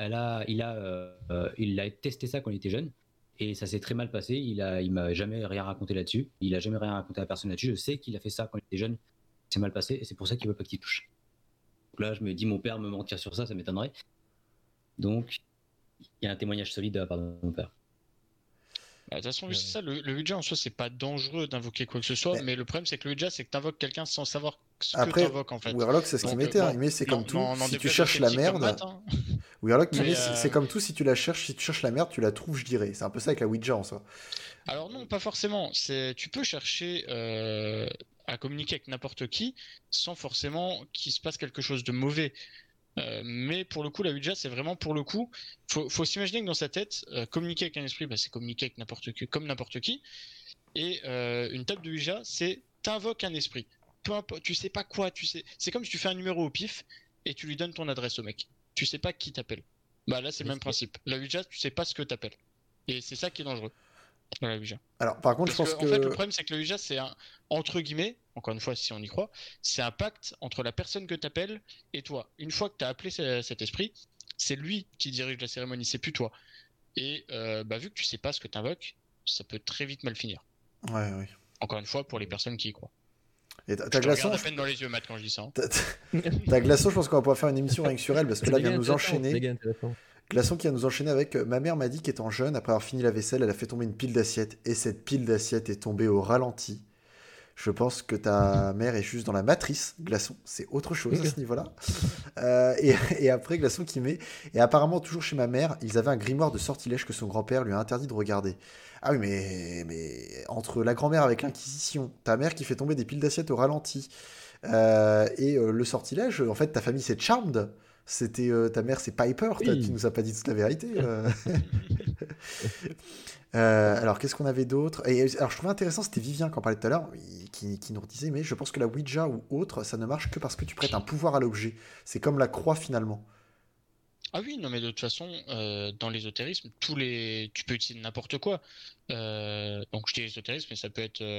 Speaker 4: a testé ça quand il était jeune, et ça s'est très mal passé. Il m'a jamais rien raconté là-dessus, il a jamais rien raconté à personne là-dessus. Je sais qu'il a fait ça quand il était jeune, c'est mal passé, et c'est pour ça qu'il veut pas que tu touches. Donc là, je me dis, mon père me mentir sur ça m'étonnerait. Donc, il y a un témoignage solide de la part de mon père.
Speaker 2: De toute façon, c'est ça, le Ouija en soi, c'est pas dangereux d'invoquer quoi que ce soit, mais le problème, c'est que le Ouija, c'est que t'invoques quelqu'un sans savoir ce que t'invoques en fait.
Speaker 1: Weirlock, c'est ce qu'il mettait, il met c'est comme tout, si tu cherches la merde. Weirlock, c'est comme tout, si tu la cherches, si tu cherches la merde, tu la trouves, je dirais. C'est un peu ça avec la Ouija en soi.
Speaker 2: Alors non, pas forcément. Tu peux chercher à communiquer avec n'importe qui sans forcément qu'il se passe quelque chose de mauvais. Mais pour le coup, la Ouija, c'est vraiment pour le coup. Faut s'imaginer que dans sa tête, communiquer avec un esprit, bah, c'est communiquer avec n'importe qui, comme n'importe qui. Et une table de Ouija, c'est t'invoques un esprit. Peu importe, tu sais pas quoi, c'est comme si tu fais un numéro au pif et tu lui donnes ton adresse au mec. Tu sais pas qui t'appelle. Bah là, c'est le même principe. La Ouija, tu sais pas ce que t'appelles. Et c'est ça qui est dangereux. La Ouija.
Speaker 1: Alors, par contre, je pense que.
Speaker 2: En fait, le problème, c'est que la Ouija, c'est un, entre guillemets, encore une fois, si on y croit, c'est un pacte entre la personne que tu appelles et toi. Une fois que tu as appelé cet esprit, c'est lui qui dirige la cérémonie, c'est plus toi. Et vu que tu sais pas ce que tu invoques, ça peut très vite mal finir.
Speaker 1: Ouais.
Speaker 2: Encore une fois, pour les personnes qui y croient.
Speaker 1: Et t'as Glaçon.
Speaker 2: À peine dans les yeux, Matt, quand je dis ça.
Speaker 1: T'as Glaçon, je pense qu'on va pouvoir faire une émission rien que sur elle, parce que là, elle vient nous enchaîner. Glaçon qui va nous enchaîner avec ma mère m'a dit qu'étant jeune, après avoir fini la vaisselle, elle a fait tomber une pile d'assiettes et cette pile d'assiettes est tombée au ralenti. Je pense que ta mère est juste dans la matrice, Glaçon, c'est autre chose à ce niveau-là. Et après, Glaçon qui met, et apparemment toujours chez ma mère, ils avaient un grimoire de sortilèges que son grand-père lui a interdit de regarder. Ah oui, mais entre la grand-mère avec l'Inquisition, ta mère qui fait tomber des piles d'assiettes au ralenti, et le sortilège, en fait ta famille c'est Charmed. C'était ta mère, c'est Piper, oui. Tu nous as pas dit toute la vérité. Alors, qu'est-ce qu'on avait d'autre? Alors, je trouvais intéressant, c'était Vivien qui en parlait tout à l'heure, qui nous disait, mais je pense que la Ouija ou autre, ça ne marche que parce que tu prêtes un pouvoir à l'objet. C'est comme la croix finalement.
Speaker 2: Ah oui, non mais de toute façon, dans l'ésotérisme, tu peux utiliser n'importe quoi. Donc je dis l'ésotérisme, mais ça peut être...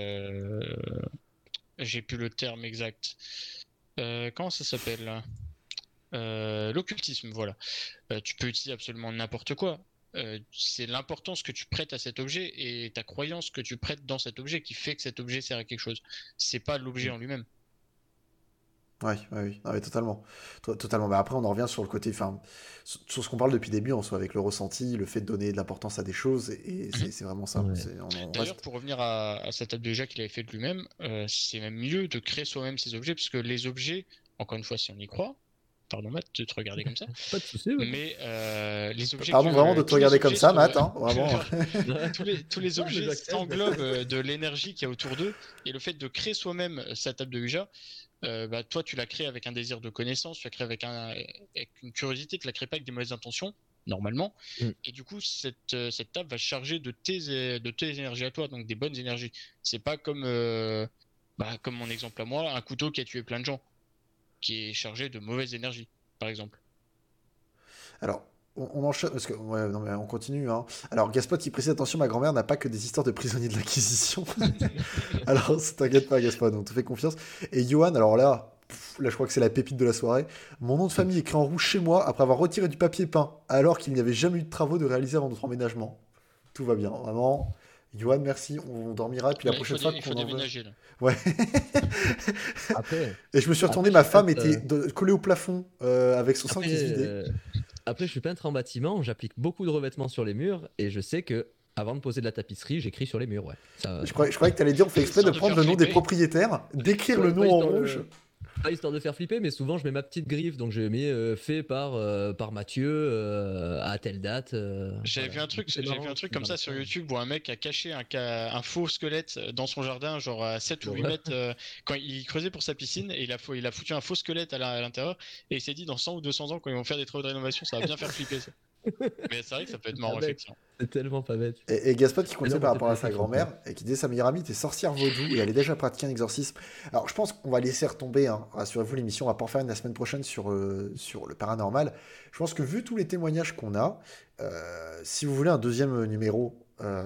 Speaker 2: J'ai plus le terme exact. Comment ça s'appelle là? L'occultisme, voilà. Tu peux utiliser absolument n'importe quoi. C'est l'importance que tu prêtes à cet objet et ta croyance que tu prêtes dans cet objet qui fait que cet objet sert à quelque chose. C'est pas l'objet en lui-même.
Speaker 1: Oui, non, mais totalement. Totalement. Bah après, on en revient sur le côté, sur ce qu'on parle depuis le début, en soi, avec le ressenti, le fait de donner de l'importance à des choses, et c'est vraiment ça.
Speaker 2: Ouais. D'ailleurs, pour revenir à cette table de Ouija qu'il avait fait de lui-même, c'est même mieux de créer soi-même ces objets, parce que les objets, encore une fois, si on y croit, pardon Matt de te regarder comme ça.
Speaker 3: Pas de soucis. Ouais.
Speaker 2: Mais les objets.
Speaker 1: Pardon vraiment de te regarder comme ça, Matt. Hein, vraiment.
Speaker 2: tous les objets s'englobent de l'énergie qu'il y a autour d'eux. Et le fait de créer soi-même sa table de Ouija, toi tu l'as créé avec un désir de connaissance, tu l'as créé avec une curiosité, tu l'as créé pas avec des mauvaises intentions, normalement. Et du coup, cette table va se charger de tes énergies à toi, donc des bonnes énergies. C'est pas comme mon exemple à moi, un couteau qui a tué plein de gens, qui est chargé de mauvaises énergies, par exemple.
Speaker 1: Alors, on enchaîne, parce que, ouais, non mais on continue, hein. Alors, Gaspot, il précise, attention, ma grand-mère n'a pas que des histoires de prisonniers de l'Inquisition. Alors, t'inquiète pas, Gaspot, on te fait confiance. Et Johan, alors là, je crois que c'est la pépite de la soirée. Mon nom de famille est écrit en rouge chez moi, après avoir retiré du papier peint, alors qu'il n'y avait jamais eu de travaux de réaliser avant notre emménagement. Tout va bien, vraiment. Johan, merci, on dormira, et puis la prochaine fois qu'on
Speaker 2: déménager, là.
Speaker 1: Ouais.
Speaker 3: Après,
Speaker 1: et je me suis retourné, ma femme était collée au plafond avec son sein qui se vidait.
Speaker 3: Après, je suis peintre en bâtiment, j'applique beaucoup de revêtements sur les murs, et je sais que avant de poser de la tapisserie, j'écris sur les murs. Ouais.
Speaker 1: Je croyais que tu allais dire, on fait exprès de prendre le nom des propriétaires, d'écrire le nom en rouge.
Speaker 3: Pas histoire de faire flipper, mais souvent je mets ma petite griffe, donc je mets fait par Mathieu à telle date.
Speaker 2: J'avais
Speaker 3: Voilà.
Speaker 2: vu un truc,
Speaker 3: C'est
Speaker 2: j'avais vu
Speaker 3: marrant,
Speaker 2: un truc
Speaker 3: c'est
Speaker 2: comme ça
Speaker 3: marrant.
Speaker 2: sur YouTube où un mec a caché un faux squelette dans son jardin, genre à 7 ou 8
Speaker 3: Voilà.
Speaker 2: mètres, quand il creusait pour sa piscine, et il a foutu un faux squelette à l'intérieur, et il s'est dit dans 100 ou 200 ans, quand ils vont faire des travaux de rénovation, ça va bien faire flipper ça. Mais c'est vrai que ça peut être
Speaker 3: C'est
Speaker 2: marrant,
Speaker 3: pas bête.
Speaker 2: effectivement.
Speaker 3: C'est tellement pas bête.
Speaker 1: Et Gaspard qui
Speaker 3: Mais
Speaker 1: comptait
Speaker 3: non,
Speaker 1: par
Speaker 3: mais
Speaker 1: rapport à
Speaker 3: c'est
Speaker 1: sa
Speaker 3: pas
Speaker 1: grand-mère et qui disait sa meilleure amie était sorcière vaudou et elle est déjà pratiqué un exorcisme. Alors je pense qu'on va laisser retomber, hein. Rassurez-vous, l'émission, on va pas en faire une la semaine prochaine sur le paranormal. Je pense que vu tous les témoignages qu'on a, si vous voulez un deuxième numéro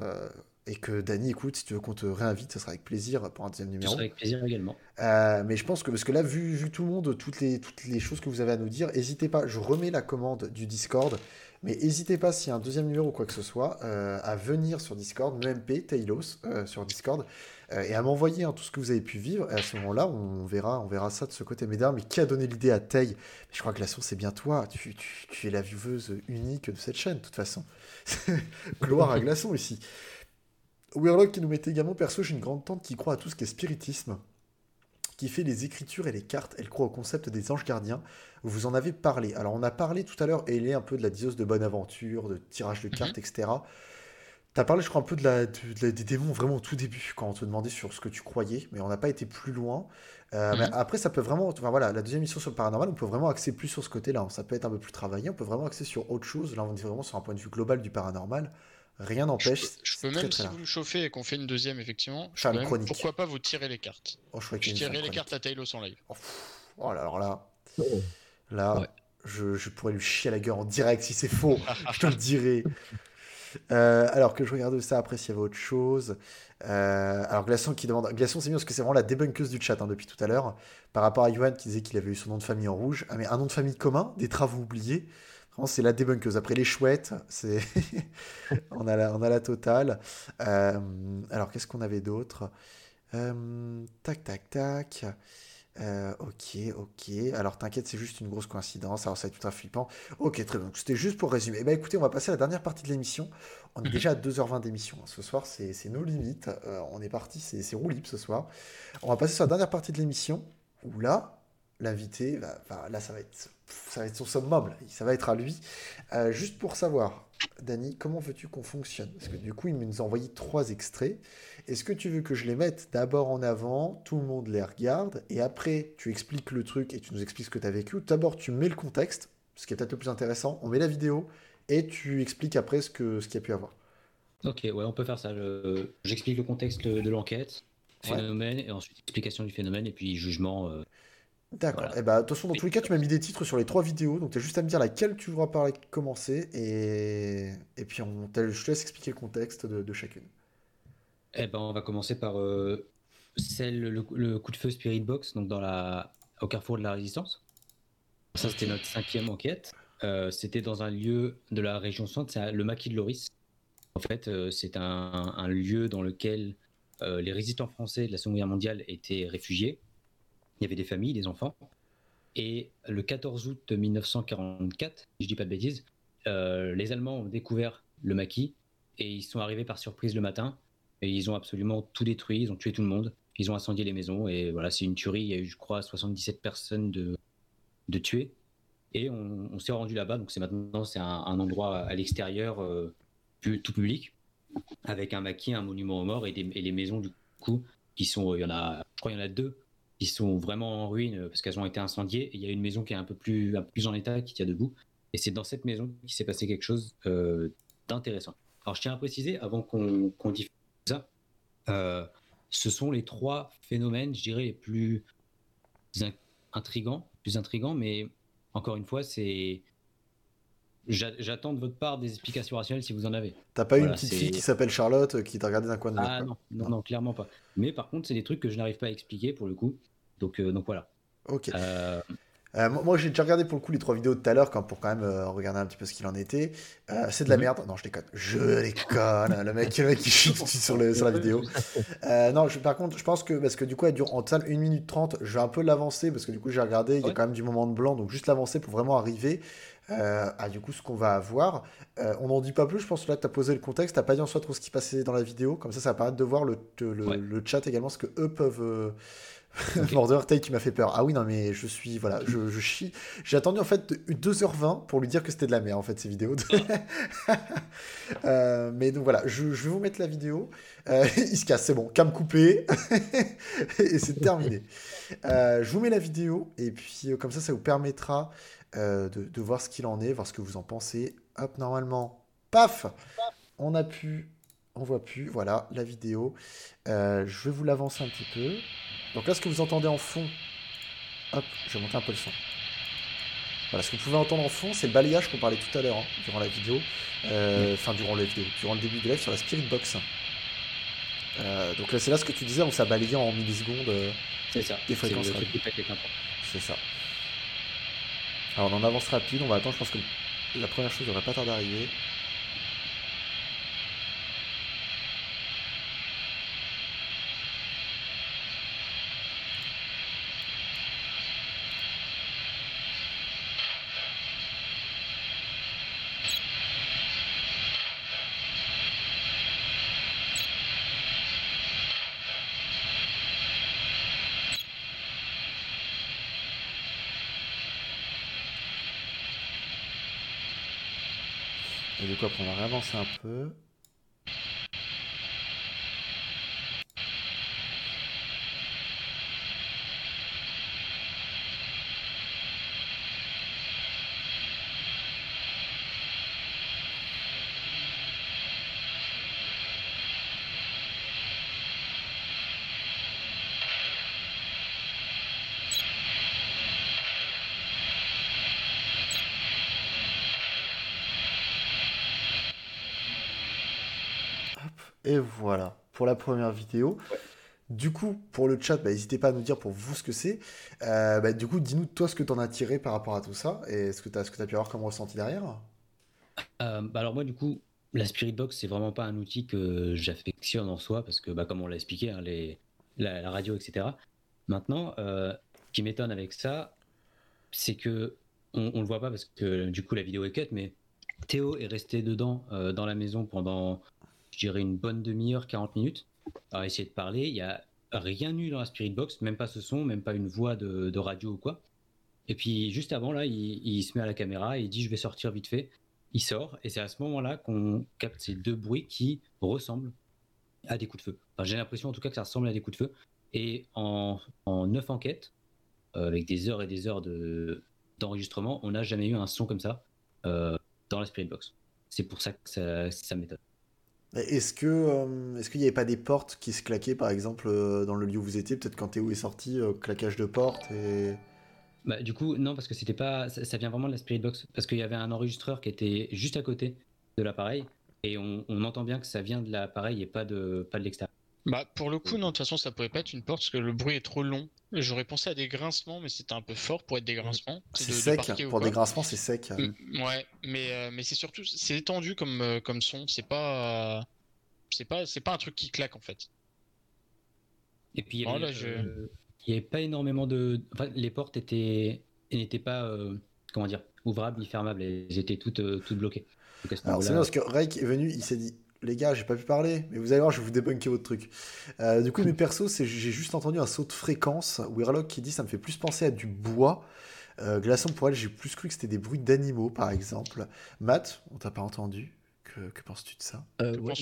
Speaker 1: et que Dany écoute, si tu veux qu'on te réinvite, ça sera avec plaisir pour un deuxième
Speaker 4: Ce
Speaker 1: numéro.
Speaker 4: serait avec plaisir également.
Speaker 1: Mais je pense que, parce que là, vu tout le monde, toutes les choses que vous avez à nous dire, n'hésitez pas, je remets la commande du Discord, mais n'hésitez pas, s'il y a un deuxième numéro ou quoi que ce soit, à venir sur Discord, MEMP, Tailos, sur Discord, et à m'envoyer tout ce que vous avez pu vivre, et à ce moment-là, on verra ça de ce côté. Mais d'ailleurs, mais qui a donné l'idée à Tay? Je crois que la source, c'est bien toi, tu es la vieweuse unique de cette chaîne, de toute façon. Gloire à Glaçon, ici. Weirlock qui nous mettait également, perso, j'ai une grande tante qui croit à tout ce qui est spiritisme, qui fait les écritures et les cartes. Elle croit au concept des anges gardiens. Vous en avez parlé. Alors, on a parlé tout à l'heure, et elle est un peu de la diseuse de bonne aventure, de tirage de cartes, etc. T'as parlé, je crois, un peu des démons vraiment au tout début, quand on te demandait sur ce que tu croyais, mais on n'a pas été plus loin. Mais après, ça peut vraiment. Enfin, voilà, la deuxième mission sur le paranormal, on peut vraiment axer plus sur ce côté-là, hein. Ça peut être un peu plus travaillé, on peut vraiment axer sur autre chose. Là, on est vraiment sur un point de vue global du paranormal. Rien n'empêche,
Speaker 2: Je
Speaker 1: c'est
Speaker 2: peux
Speaker 1: très
Speaker 2: même,
Speaker 1: très
Speaker 2: si vous
Speaker 1: large.
Speaker 2: me chauffez et qu'on fait une deuxième, effectivement, je
Speaker 1: Faire
Speaker 2: peux
Speaker 1: une
Speaker 2: même,
Speaker 1: chronique.
Speaker 2: pourquoi pas vous tirer les cartes.
Speaker 1: Oh, je croyais
Speaker 2: Je
Speaker 1: qu'il y avait une
Speaker 2: tirerai les
Speaker 1: chronique.
Speaker 2: cartes à Talos en live.
Speaker 1: Oh, oh là, alors là,
Speaker 3: Oh.
Speaker 1: là,
Speaker 3: Ouais.
Speaker 1: je pourrais lui chier à la gueule en direct si c'est faux. Je te le dirai. Alors que je regarde ça après s'il y avait autre chose. Alors Glaçon qui demande. Glaçon, c'est mieux parce que c'est vraiment la débunkeuse du chat, depuis tout à l'heure. Par rapport à Yohan qui disait qu'il avait eu son nom de famille en rouge. Ah, mais un nom de famille commun, des travaux oubliés. Vraiment, c'est la débunkeuse. Après les chouettes, c'est. on a la totale. Alors qu'est-ce qu'on avait d'autre? Tac, tac, tac. Ok. Alors t'inquiète, c'est juste une grosse coïncidence. Alors ça va être tout un flippant. Ok, très bien. Donc, c'était juste pour résumer. Eh ben écoutez, on va passer à la dernière partie de l'émission. On est déjà à 2h20 d'émission, hein. Ce soir, c'est nos limites. On est parti, c'est roue libre ce soir. On va passer sur la dernière partie de l'émission où là, l'invité, là, ça va être son summum. Là. Ça va être à lui. Juste pour savoir, Dany, comment veux-tu qu'on fonctionne? Parce que du coup, il nous a envoyé 3 extraits. Est-ce que tu veux que je les mette d'abord en avant, tout le monde les regarde, et après tu expliques le truc et tu nous expliques ce que tu as vécu, ou d'abord tu mets le contexte, ce qui est peut-être le plus intéressant, on met la vidéo, et tu expliques après ce qu'il y a pu avoir.
Speaker 4: Ok, ouais, on peut faire ça. J'explique le contexte de l'enquête,
Speaker 1: Ouais.
Speaker 4: phénomène, et ensuite explication du phénomène, et puis jugement.
Speaker 1: D'accord.
Speaker 4: Voilà.
Speaker 1: Et bah, de toute façon, dans tous les cas, tu m'as mis des titres sur les 3 vidéos, donc tu as juste à me dire laquelle tu voudras commencer, et puis je te laisse expliquer le contexte de chacune.
Speaker 4: Eh ben, on va commencer par le coup de feu Spirit Box, donc au carrefour de la Résistance. Ça, c'était notre 5e enquête. C'était dans un lieu de la région centre, c'est le maquis de Loris. En fait, c'est un lieu dans lequel les résistants français de la Seconde Guerre mondiale étaient réfugiés. Il y avait des familles, des enfants. Et le 14 août 1944, si je dis pas de bêtises, les Allemands ont découvert le maquis et ils sont arrivés par surprise le matin et ils ont absolument tout détruit, ils ont tué tout le monde, ils ont incendié les maisons et voilà, c'est une tuerie. Il y a eu, je crois, 77 personnes de tuées et on s'est rendu là-bas. Donc maintenant c'est un endroit à l'extérieur, tout public, avec un maquis, un monument aux morts et les maisons du coup qui sont, je crois il y en a 2 qui sont vraiment en ruine parce qu'elles ont été incendiées. Et il y a une maison qui est un peu plus en état qui tient debout. Et c'est dans cette maison qu'il s'est passé quelque chose d'intéressant. Alors je tiens à préciser avant qu'on diffuse ça, ce sont les 3 phénomènes, je dirais, les plus intrigants, mais encore une fois, j'attends de votre part des explications rationnelles si vous en avez.
Speaker 1: T'as pas eu une
Speaker 4: Voilà,
Speaker 1: petite fille qui s'appelle Charlotte qui t'a regardé d'un coin de mur,
Speaker 4: Ah
Speaker 1: quoi.
Speaker 4: non, clairement pas. Mais par contre, c'est des trucs que je n'arrive pas à expliquer pour le coup. Donc voilà.
Speaker 1: Ok. Moi, j'ai déjà regardé pour le coup les 3 vidéos de tout à l'heure pour quand même regarder un petit peu ce qu'il en était. C'est de la merde. Non, je déconne. Je déconne. Le mec qui chie sur la vidéo. Non, par contre, je pense que, parce que du coup, elle dure en total 1 minute 30. Je vais un peu l'avancer parce que du coup, j'ai regardé. Il y a quand même du moment de blanc. Donc, juste l'avancer pour vraiment arriver à du coup ce qu'on va avoir. On n'en dit pas plus. Je pense que là, tu as posé le contexte. Tu n'as pas dit en soi trop ce qui passait dans la vidéo. Comme ça va permettre de voir le chat également, ce que eux peuvent Border Tail qui m'a fait peur. Ah oui, non, mais je suis. Voilà, je chie. J'ai attendu en fait 2h20 pour lui dire que c'était de la merde en fait ces vidéos. Mais donc voilà, je vais vous mettre la vidéo. Il se casse, c'est bon, cam coupé. Et c'est terminé. Je vous mets la vidéo et puis comme ça vous permettra de voir ce qu'il en est, voir ce que vous en pensez. Hop, normalement, paf, on voit plus, voilà, la vidéo. Je vais vous l'avancer un petit peu. Donc là, ce que vous entendez en fond, hop, je vais monter un peu le son. Voilà, ce que vous pouvez entendre en fond, c'est le balayage qu'on parlait tout à l'heure, durant la vidéo. Enfin, durant la vidéo, durant le début du live sur la Spirit Box. Donc là, c'est là ce que tu disais, où ça balayait en millisecondes
Speaker 4: C'est ça.
Speaker 1: des fréquences.
Speaker 4: C'est le truc qui pète les tympans.
Speaker 1: C'est ça. Alors, on en avance rapide, on va attendre, je pense que la première chose devrait pas tarder d'arriver. Et du coup, après, on va réavancer un peu. Et voilà, pour la première vidéo. Du coup, pour le chat, n'hésitez pas à nous dire pour vous ce que c'est. Du coup, dis-nous toi ce que tu en as tiré par rapport à tout ça et ce que tu as pu avoir comme ressenti derrière.
Speaker 4: Alors moi, du coup, la Spirit Box, c'est vraiment pas un outil que j'affectionne en soi, parce que comme on l'a expliqué, hein, la radio, etc. Maintenant, ce qui m'étonne avec ça, c'est que on le voit pas parce que du coup la vidéo est cut, mais Théo est resté dedans dans la maison pendant, je dirais, une bonne demi-heure, 40 minutes, à essayer de parler. Il y a rien eu dans la Spirit Box, même pas ce son, même pas une voix de radio ou quoi. Et puis juste avant là, il se met à la caméra et il dit je vais sortir vite fait. Il sort et c'est à ce moment-là qu'on capte ces deux bruits qui ressemblent à des coups de feu. Enfin, j'ai l'impression en tout cas que ça ressemble à des coups de feu. Et en 9 enquêtes, avec des heures et des heures d'enregistrement, on n'a jamais eu un son comme ça dans la Spirit Box. C'est pour ça que ça m'étonne.
Speaker 1: Est-ce qu'il n'y avait pas des portes qui se claquaient, par exemple, dans le lieu où vous étiez? Peut-être quand Théo est sorti, claquage de porte et...
Speaker 4: Du coup, non, parce que c'était pas, ça vient vraiment de la Spirit Box. Parce qu'il y avait un enregistreur qui était juste à côté de l'appareil. Et on entend bien que ça vient de l'appareil et pas de l'extérieur.
Speaker 2: Pour le coup, non, de toute façon, ça pourrait pas être une porte parce que le bruit est trop long. J'aurais pensé à des grincements, mais c'était un peu fort pour être des grincements.
Speaker 1: C'est sec, pour des grincements, c'est sec.
Speaker 2: Ouais, mais c'est surtout, c'est étendu comme son. C'est pas un truc qui claque en fait.
Speaker 4: Et puis il y avait pas énormément de, enfin, les portes n'étaient pas comment dire, ouvrables ni fermables. Elles étaient toutes bloquées. Donc
Speaker 1: alors c'est bien parce que Rake est venu, il s'est dit les gars, j'ai pas pu parler, mais vous allez voir, je vais vous débunker votre truc. Du coup, mes persos, j'ai juste entendu un saut de fréquence. Weirlock qui dit ça me fait plus penser à du bois. Glaçon, pour elle, j'ai plus cru que c'était des bruits d'animaux, par exemple. Matt, on t'a pas entendu. Que penses-tu de ça?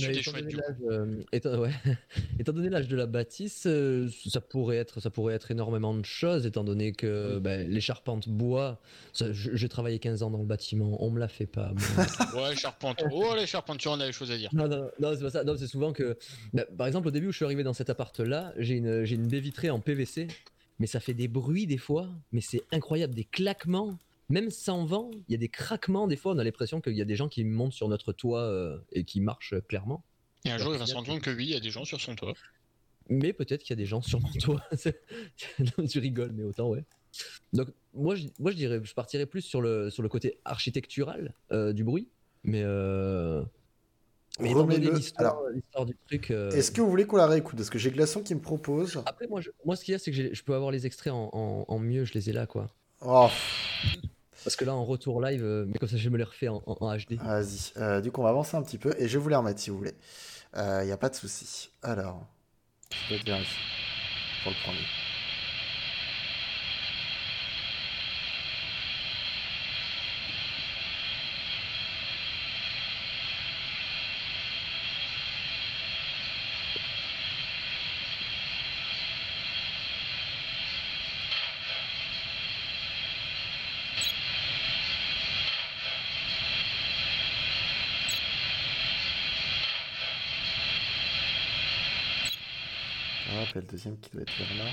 Speaker 3: Étant donné l'âge de la bâtisse, ça pourrait être énormément de choses, étant donné que les charpentes bois, j'ai travaillé 15 ans dans le bâtiment, on me la fait pas.
Speaker 2: Ouais, charpente. Oh, les charpentures, on a des choses à dire.
Speaker 3: Non, c'est pas ça. Non, c'est souvent que, par exemple, au début où je suis arrivé dans cet appart-là, j'ai une baie vitrée en PVC, mais ça fait des bruits des fois, mais c'est incroyable, des claquements. Même sans vent, il y a des craquements. Des fois, on a l'impression qu'il y a des gens qui montent sur notre toit et qui marchent clairement.
Speaker 2: Et un jour, il va se rendre compte que oui, il y a des gens sur son toit.
Speaker 3: Mais peut-être qu'il y a des gens sur mon toit. Tu rigoles, mais autant, ouais. Donc, moi, je dirais, je partirais plus sur le côté architectural du bruit. Mais
Speaker 1: remets-le.
Speaker 3: L'histoire du truc.
Speaker 1: Est-ce que vous voulez qu'on la réécoute? Parce que j'ai Glaçon qui me propose.
Speaker 3: Après, moi ce qu'il y a, c'est que je peux avoir les extraits en mieux, je les ai là, quoi.
Speaker 1: Oh.
Speaker 3: Parce que là, en retour live, mais comme ça, je me les refais en HD.
Speaker 1: Vas-y. Du coup, on va avancer un petit peu et je vais vous les remettre si vous voulez. Y a pas de souci. Alors, je vais te vérifier pour le premier. Hop, et le deuxième qui doit être vers là.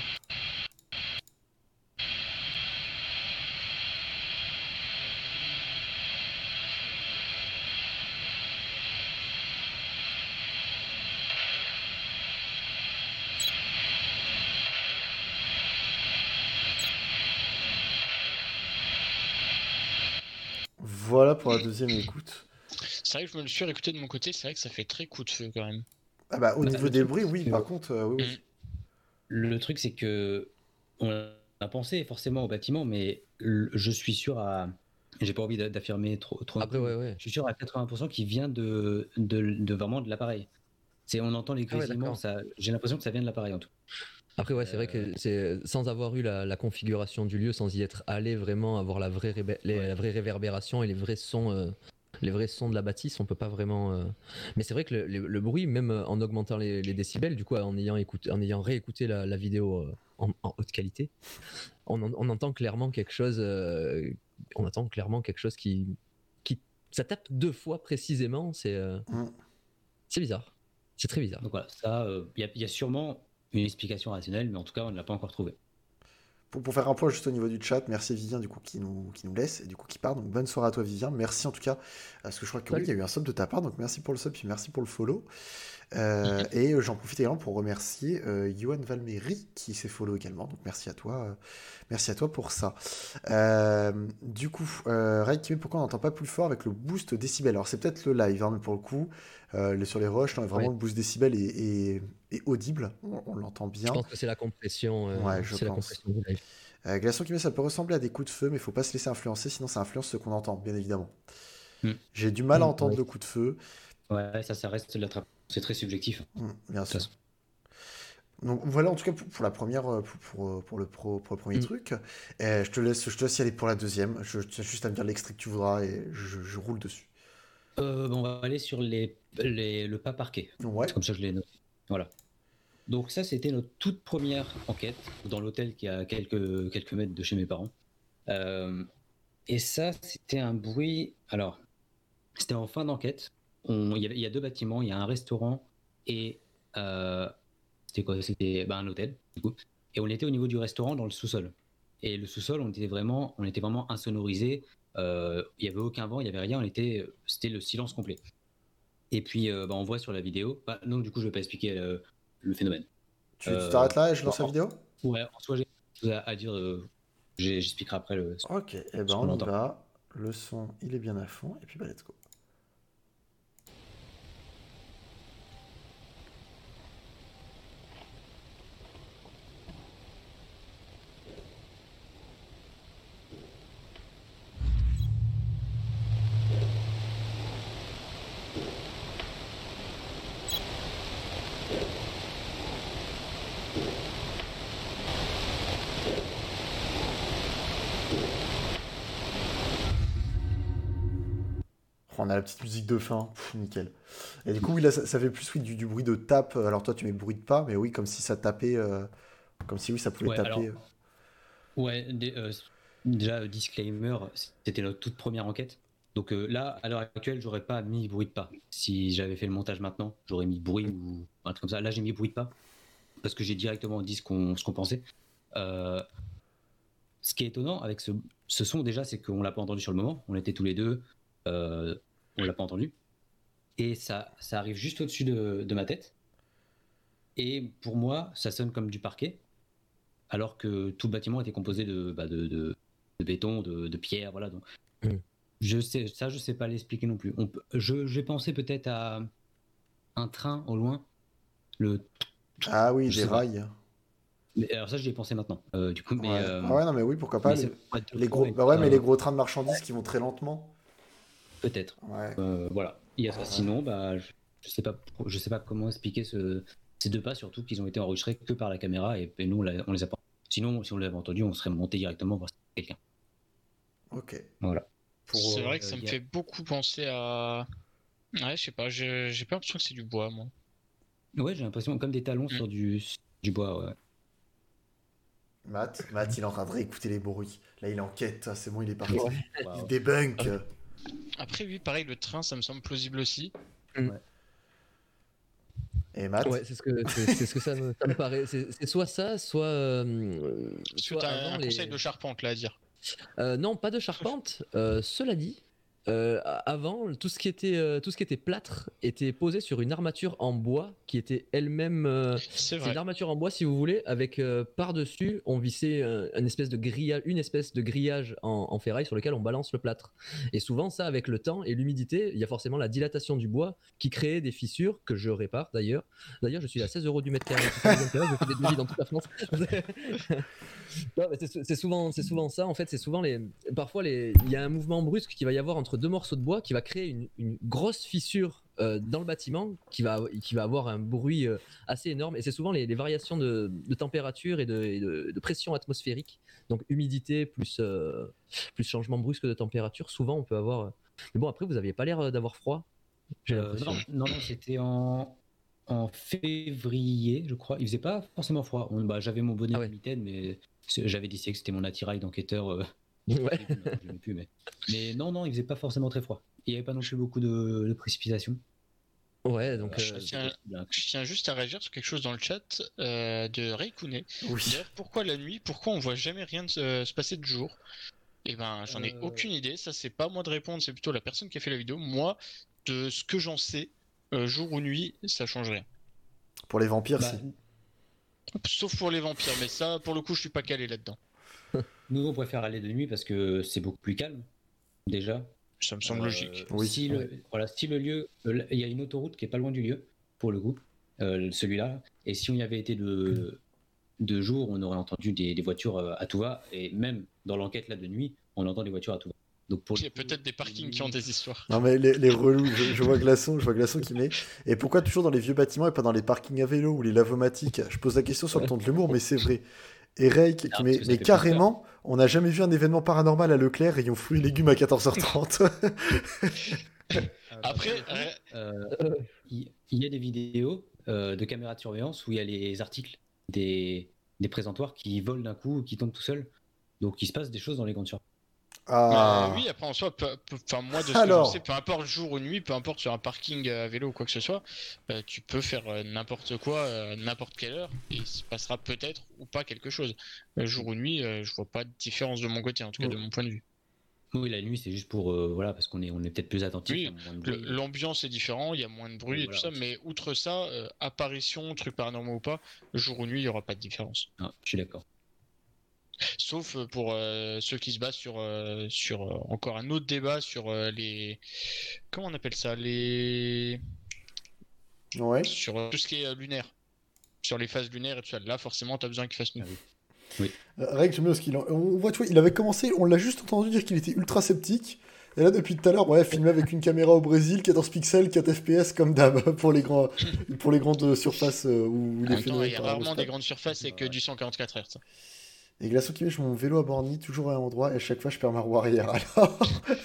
Speaker 1: Voilà pour la deuxième écoute.
Speaker 2: C'est vrai que je me le suis réécouté de mon côté, c'est vrai que ça fait très coup de feu quand même.
Speaker 1: Ah bah, au
Speaker 4: Bah,
Speaker 1: niveau
Speaker 4: le
Speaker 1: des
Speaker 4: truc,
Speaker 1: bruits,
Speaker 4: c'est
Speaker 1: oui,
Speaker 4: que-
Speaker 1: par contre, oui, oui.
Speaker 4: Le truc, c'est que on a pensé forcément au bâtiment, mais je suis sûr à. J'ai pas envie d'affirmer trop.
Speaker 3: Après, ouais.
Speaker 4: Je suis sûr à 80% qu'il vient de vraiment de l'appareil. On entend les
Speaker 3: Ah ouais,
Speaker 4: grésillements,
Speaker 3: d'accord.
Speaker 4: j'ai l'impression que ça vient de l'appareil en tout.
Speaker 3: Après, ouais, c'est vrai que c'est sans avoir eu la configuration du lieu, sans y être allé vraiment, avoir la vraie, la vraie réverbération et les vrais sons. Les vrais sons de la bâtisse, on peut pas vraiment. Mais c'est vrai que le bruit, même en augmentant les décibels, du coup, en ayant réécouté la vidéo en haute qualité, on entend clairement quelque chose. On entend clairement quelque chose qui ça tape 2 fois précisément.
Speaker 1: Mm.
Speaker 3: C'est bizarre. C'est très bizarre.
Speaker 4: Donc voilà, ça, il y a sûrement une explication rationnelle, mais en tout cas, on ne l'a pas encore trouvée.
Speaker 1: Pour faire un point juste au niveau du chat, merci Vivien du coup qui nous laisse et du coup qui part. Donc bonne soirée à toi Vivien, merci en tout cas parce que je crois que oui, il y a eu un sub de ta part, donc merci pour le sub puis merci pour le follow. Et j'en profite également pour remercier Johan Valmery qui s'est follow également, donc merci à toi pour ça. Du coup, Ray qui met pourquoi on n'entend pas plus fort avec le boost décibel. Alors c'est peut-être le live, hein, mais pour le coup, sur les rushs, vraiment
Speaker 3: Ouais.
Speaker 1: le boost décibel est audible, on l'entend bien.
Speaker 3: Je pense que c'est la compression.
Speaker 1: Ouais, je
Speaker 3: c'est la
Speaker 1: pense.
Speaker 3: compression du live.
Speaker 1: Glaçon qui met ça peut ressembler à des coups de feu, mais il faut pas se laisser influencer, sinon ça influence ce qu'on entend, bien évidemment. J'ai du mal à entendre le coup de feu.
Speaker 4: Ouais, ça reste de l'attrape. C'est très subjectif.
Speaker 1: Bien sûr.
Speaker 4: De toute façon.
Speaker 1: Donc voilà en tout cas pour la première pour le premier truc. Je te laisse y aller pour la deuxième. Je tiens juste à me dire l'extrait que tu voudras et je roule dessus.
Speaker 4: On va aller sur le pas parquet.
Speaker 1: Ouais.
Speaker 4: C'est comme ça que je l'ai noté. Voilà. Donc ça, c'était notre toute première enquête dans l'hôtel qui est à quelques mètres de chez mes parents. Et ça, c'était un bruit. Alors, c'était en fin d'enquête. Il y a 2 bâtiments. Il y a un restaurant et c'était quoi? C'était un hôtel, du coup. Et on était au niveau du restaurant dans le sous-sol. Et le sous-sol, on était vraiment insonorisé. Il y avait aucun vent, il y avait rien. C'était le silence complet. Et puis, on voit sur la vidéo. Donc, du coup, je vais pas expliquer le phénomène.
Speaker 1: Tu t'arrêtes là et je lance la vidéo?
Speaker 4: Ouais, en soi, j'ai quelque chose à dire. J'expliquerai après le.
Speaker 1: Ok, et ben on y va. Le son, il est bien à fond. Et puis, let's go. On a la petite musique de fin, nickel. Et du coup, oui, là, ça fait plus du bruit de tape. Alors toi, tu mets le bruit de pas, mais oui, comme si ça tapait, comme si oui, ça pouvait taper.
Speaker 4: Alors, ouais, déjà, disclaimer, c'était notre toute première enquête. Donc là, à l'heure actuelle, j'aurais pas mis bruit de pas. Si j'avais fait le montage maintenant, j'aurais mis bruit ou un truc comme ça. Là, j'ai mis bruit de pas parce que j'ai directement dit ce qu'on pensait. Ce qui est étonnant avec ce son, déjà, c'est qu'on l'a pas entendu sur le moment. On était tous les deux. On l'a pas entendu et ça arrive juste au-dessus de ma tête et pour moi ça sonne comme du parquet alors que tout le bâtiment était composé de béton, de pierre, voilà. Donc je sais pas l'expliquer non plus. J'ai pensé peut-être à un train au loin,
Speaker 1: Ah oui, des rails.
Speaker 4: Mais alors ça j'y ai pensé maintenant du coup, mais
Speaker 1: ouais, non mais oui, pourquoi pas, les gros mais les gros trains de marchandises qui vont très lentement.
Speaker 4: Peut-être.
Speaker 1: Ouais.
Speaker 4: Voilà. Il y a ça. Sinon, je sais pas comment expliquer ces 2 pas, surtout qu'ils ont été enregistrés que par la caméra et nous on les a pas. Sinon, si on l'avait entendu, on serait monté directement voir quelqu'un.
Speaker 1: Ok.
Speaker 4: Voilà.
Speaker 2: C'est vrai que ça me fait beaucoup penser à. Ouais, je sais pas, j'ai pas l'impression que c'est du bois, moi.
Speaker 4: Ouais, j'ai l'impression comme des talons sur du bois. Ouais.
Speaker 1: Matt, il est en train de réécouter les bruits. Là, il est en quête. C'est bon, il est parti.
Speaker 3: Ouais.
Speaker 1: Il débunk.
Speaker 2: Après, oui, pareil, le train, ça me semble plausible aussi.
Speaker 1: Et Et Matt?
Speaker 3: Ouais, c'est ce que ça me paraît. C'est soit ça, soit.
Speaker 2: Est-ce que
Speaker 3: soit
Speaker 2: t'as
Speaker 3: avant
Speaker 2: un
Speaker 3: les-
Speaker 2: conseil de charpente là à dire?
Speaker 3: Non, pas de charpente. Cela dit, avant, tout ce qui était plâtre était posé sur une armature en bois qui était elle-même.
Speaker 2: C'est
Speaker 3: C'est
Speaker 2: vrai.
Speaker 3: une armature en bois, si vous voulez, avec par-dessus, on vissait une espèce de grillage en ferraille sur lequel on balance le plâtre. Et souvent, ça, avec le temps et l'humidité, il y a forcément la dilatation du bois qui crée des fissures que je répare d'ailleurs. D'ailleurs, je suis à 16 € du mètre carré. Si ça vous intéresse, je fais des devis dans toute la France. Non, mais c'est souvent ça. En fait, c'est souvent parfois il y a un mouvement brusque qui va y avoir entre deux morceaux de bois qui va créer une grosse fissure dans le bâtiment qui va avoir un bruit assez énorme. Et c'est souvent les variations de température et de pression atmosphérique, donc humidité plus changement brusque de température. Souvent, on peut avoir. Mais bon, après, vous aviez pas l'air d'avoir froid. J'ai l'impression.
Speaker 4: Non, c'était en février, je crois. Il faisait pas forcément froid. J'avais mon bonnet
Speaker 3: Ah ouais.
Speaker 4: mitaine, mais j'avais décidé que c'était mon attirail d'enquêteur.
Speaker 3: Ouais.
Speaker 4: Je l'aime plus, mais non, il faisait pas forcément très froid. Il n'y avait pas non plus beaucoup de précipitations.
Speaker 3: Ouais, donc.
Speaker 2: Je tiens juste à réagir sur quelque chose dans le chat de Reikune.
Speaker 1: Oui.
Speaker 2: D'ailleurs, pourquoi la nuit? Pourquoi on voit jamais rien se passer de jour? Eh ben, j'en ai aucune idée. Ça, c'est pas à moi de répondre, c'est plutôt la personne qui a fait la vidéo. Moi, de ce que j'en sais, jour ou nuit, ça change rien.
Speaker 1: Pour les vampires,
Speaker 4: Bah,
Speaker 1: si.
Speaker 2: Sauf pour les vampires, mais ça, pour le coup, je suis pas calé là-dedans.
Speaker 4: Nous, on préfère aller de nuit parce que c'est beaucoup plus calme, déjà.
Speaker 2: Ça me semble logique.
Speaker 1: Oui.
Speaker 4: Si le lieu, il y a une autoroute qui est pas loin du lieu, pour le coup, celui-là. Et si on y avait été de jour, on aurait entendu des voitures à tout va. Et même dans l'enquête là de nuit, on entend des voitures à tout va. Donc pour
Speaker 2: Il y a peut-être des parkings qui ont des histoires.
Speaker 1: Non mais les relous, je vois Glaçon qui met. Et pourquoi toujours dans les vieux bâtiments et pas dans les parkings à vélo ou les lavomatiques? Je pose la question sur le ton de l'humour, mais c'est vrai. Et Ray qui
Speaker 4: parce
Speaker 1: met,
Speaker 4: que ça
Speaker 1: mais
Speaker 4: fait
Speaker 1: carrément, on n'a jamais vu un événement paranormal à Leclerc rayon fruits et légumes à 14h30.
Speaker 2: Après,
Speaker 4: il y a des vidéos de caméras de surveillance où il y a les articles des présentoirs qui volent d'un coup ou qui tombent tout seuls. Donc il se passe des choses dans les grandes surfaces.
Speaker 1: Ah.
Speaker 2: oui, après en soi, moi de ce que
Speaker 1: Alors.
Speaker 2: je sais, peu importe jour ou nuit, peu importe sur un parking à vélo ou quoi que ce soit, tu peux faire n'importe quoi, n'importe quelle heure, et il se passera peut-être ou pas quelque chose. Jour ou nuit, je vois pas de différence de mon côté, en tout cas de mon point de vue.
Speaker 4: Oui, la nuit c'est juste pour voilà parce qu'on est peut-être plus attentif.
Speaker 2: Oui,
Speaker 4: moins de bruit.
Speaker 2: l'ambiance est différente, il y a moins de bruit et
Speaker 4: Voilà,
Speaker 2: tout ça, mais outre ça, apparition, truc paranormal ou pas, jour ou nuit, il y aura pas de différence.
Speaker 4: Ah, je suis d'accord.
Speaker 2: Sauf pour ceux qui se basent sur encore un autre débat sur les... Comment on appelle ça?
Speaker 1: Ouais.
Speaker 2: Sur tout ce qui est lunaire. Sur les phases lunaires et tout ça. Là, forcément, t'as besoin qu'il fasse nuit.
Speaker 1: Ray, j'aime bien parce on voit, tu vois, il avait commencé, on l'a juste entendu dire qu'il était ultra sceptique. Et là, depuis tout à l'heure, bref, filmé avec une caméra au Brésil, 14 pixels, 4 FPS comme d'hab pour les grandes surfaces où
Speaker 2: En
Speaker 1: il est
Speaker 2: même
Speaker 1: fait
Speaker 2: temps, il y a
Speaker 1: par
Speaker 2: rarement
Speaker 1: l'aérostat.
Speaker 2: des grandes surfaces et que du 144 Hz.
Speaker 1: Et Glaçon qui met, je mets mon vélo à Borny, toujours à un endroit, et à chaque fois je perds ma roue arrière. Alors,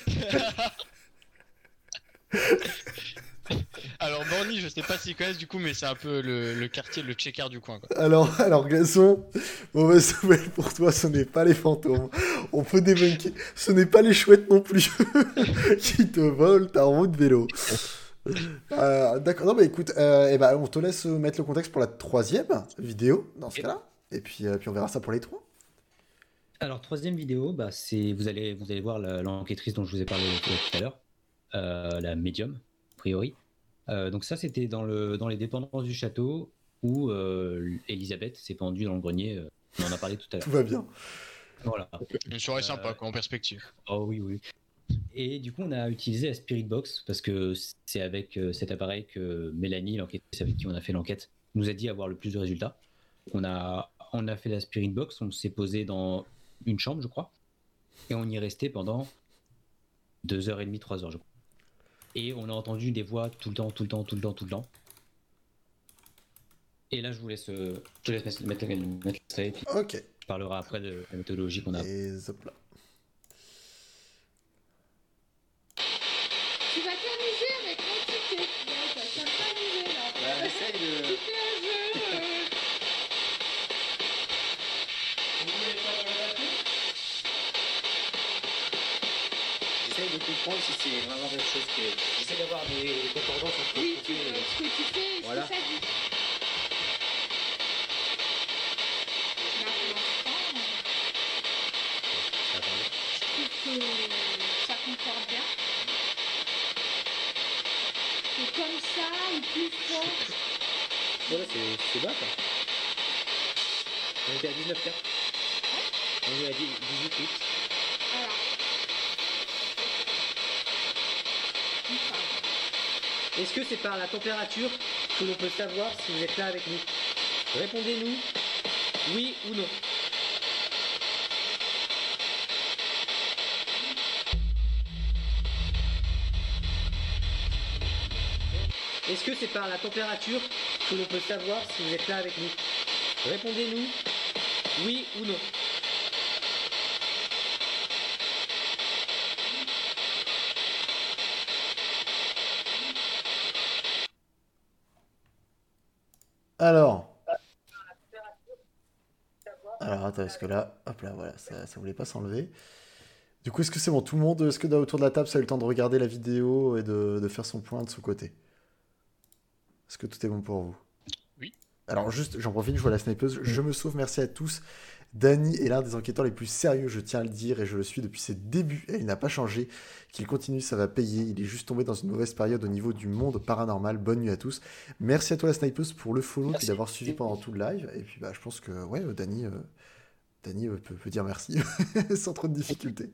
Speaker 2: Alors, Borny, je sais pas s'ils connaissent du coup, mais c'est un peu le quartier, le checker du coin, quoi.
Speaker 1: alors Glaçon, mauvaise nouvelle pour toi, ce n'est pas les fantômes. On peut débunker. Ce n'est pas les chouettes non plus qui te volent ta roue de vélo. D'accord, non mais écoute, on te laisse mettre le contexte pour la 3e vidéo, dans ce cas-là. Et puis on verra ça pour les 3.
Speaker 4: Alors troisième vidéo, vous allez voir l'enquêtrice dont je vous ai parlé tout à l'heure, la médium a priori. Donc ça c'était dans les dépendances du château où Elisabeth s'est pendue dans le grenier. On en a parlé tout à l'heure.
Speaker 1: Tout va bien.
Speaker 4: Voilà.
Speaker 2: Une soirée sympa, quoi, en perspective.
Speaker 4: Oh oui. Et du coup on a utilisé la Spirit Box parce que c'est avec cet appareil que Mélanie, l'enquêtrice avec qui on a fait l'enquête, nous a dit avoir le plus de résultats. On a fait la Spirit Box, on s'est posé dans une chambre, je crois, et on y est resté pendant 2h30, 3h, je crois. Et on a entendu des voix tout le temps. Et là, je vous laisse mettre l'extrait, et puis
Speaker 1: Ok.
Speaker 4: je parlerai après de la méthodologie qu'on a.
Speaker 1: Et hop là.
Speaker 8: Tu vas t'amuser avec l'entité. Tu vas t'amuser là.
Speaker 9: Essaye de...
Speaker 8: Tu fais un jeu.
Speaker 9: Essaye de comprendre si c'est vraiment quelque chose qui est... J'essaie d'avoir des concordances entre
Speaker 8: Oui,
Speaker 9: ce qu'on fait et-
Speaker 8: ce que tu fais,
Speaker 9: Voilà.
Speaker 8: c'est ça. ça ou plus fort.
Speaker 4: Voilà, c'est bas, quoi. On était à 19 4. On est à 18 8.
Speaker 8: Voilà.
Speaker 10: Est-ce que c'est par la température que l'on peut savoir si vous êtes là avec nous? Répondez-nous, oui ou non. Est-ce que c'est par la température que l'on peut savoir si vous êtes là avec nous? Répondez-nous, oui ou non.
Speaker 1: Alors, attends, est-ce que là, hop là, voilà, ça voulait pas s'enlever. Du coup, est-ce que c'est bon, tout le monde, est-ce que autour de la table, ça a eu le temps de regarder la vidéo et de faire son point de son côté? Est-ce que tout est bon pour vous?
Speaker 2: Oui.
Speaker 1: Alors juste, j'en profite, je vois la snipeuse, je me sauve, merci à tous. Dany est l'un des enquêteurs les plus sérieux, je tiens à le dire, et je le suis depuis ses débuts, et il n'a pas changé. Qu'il continue, ça va payer, il est juste tombé dans une mauvaise période au niveau du monde paranormal. Bonne nuit à tous. Merci à toi la snipeuse pour le follow et d'avoir suivi pendant tout le live, et puis bah, je pense que, ouais, Dany peut dire merci, sans trop de difficultés.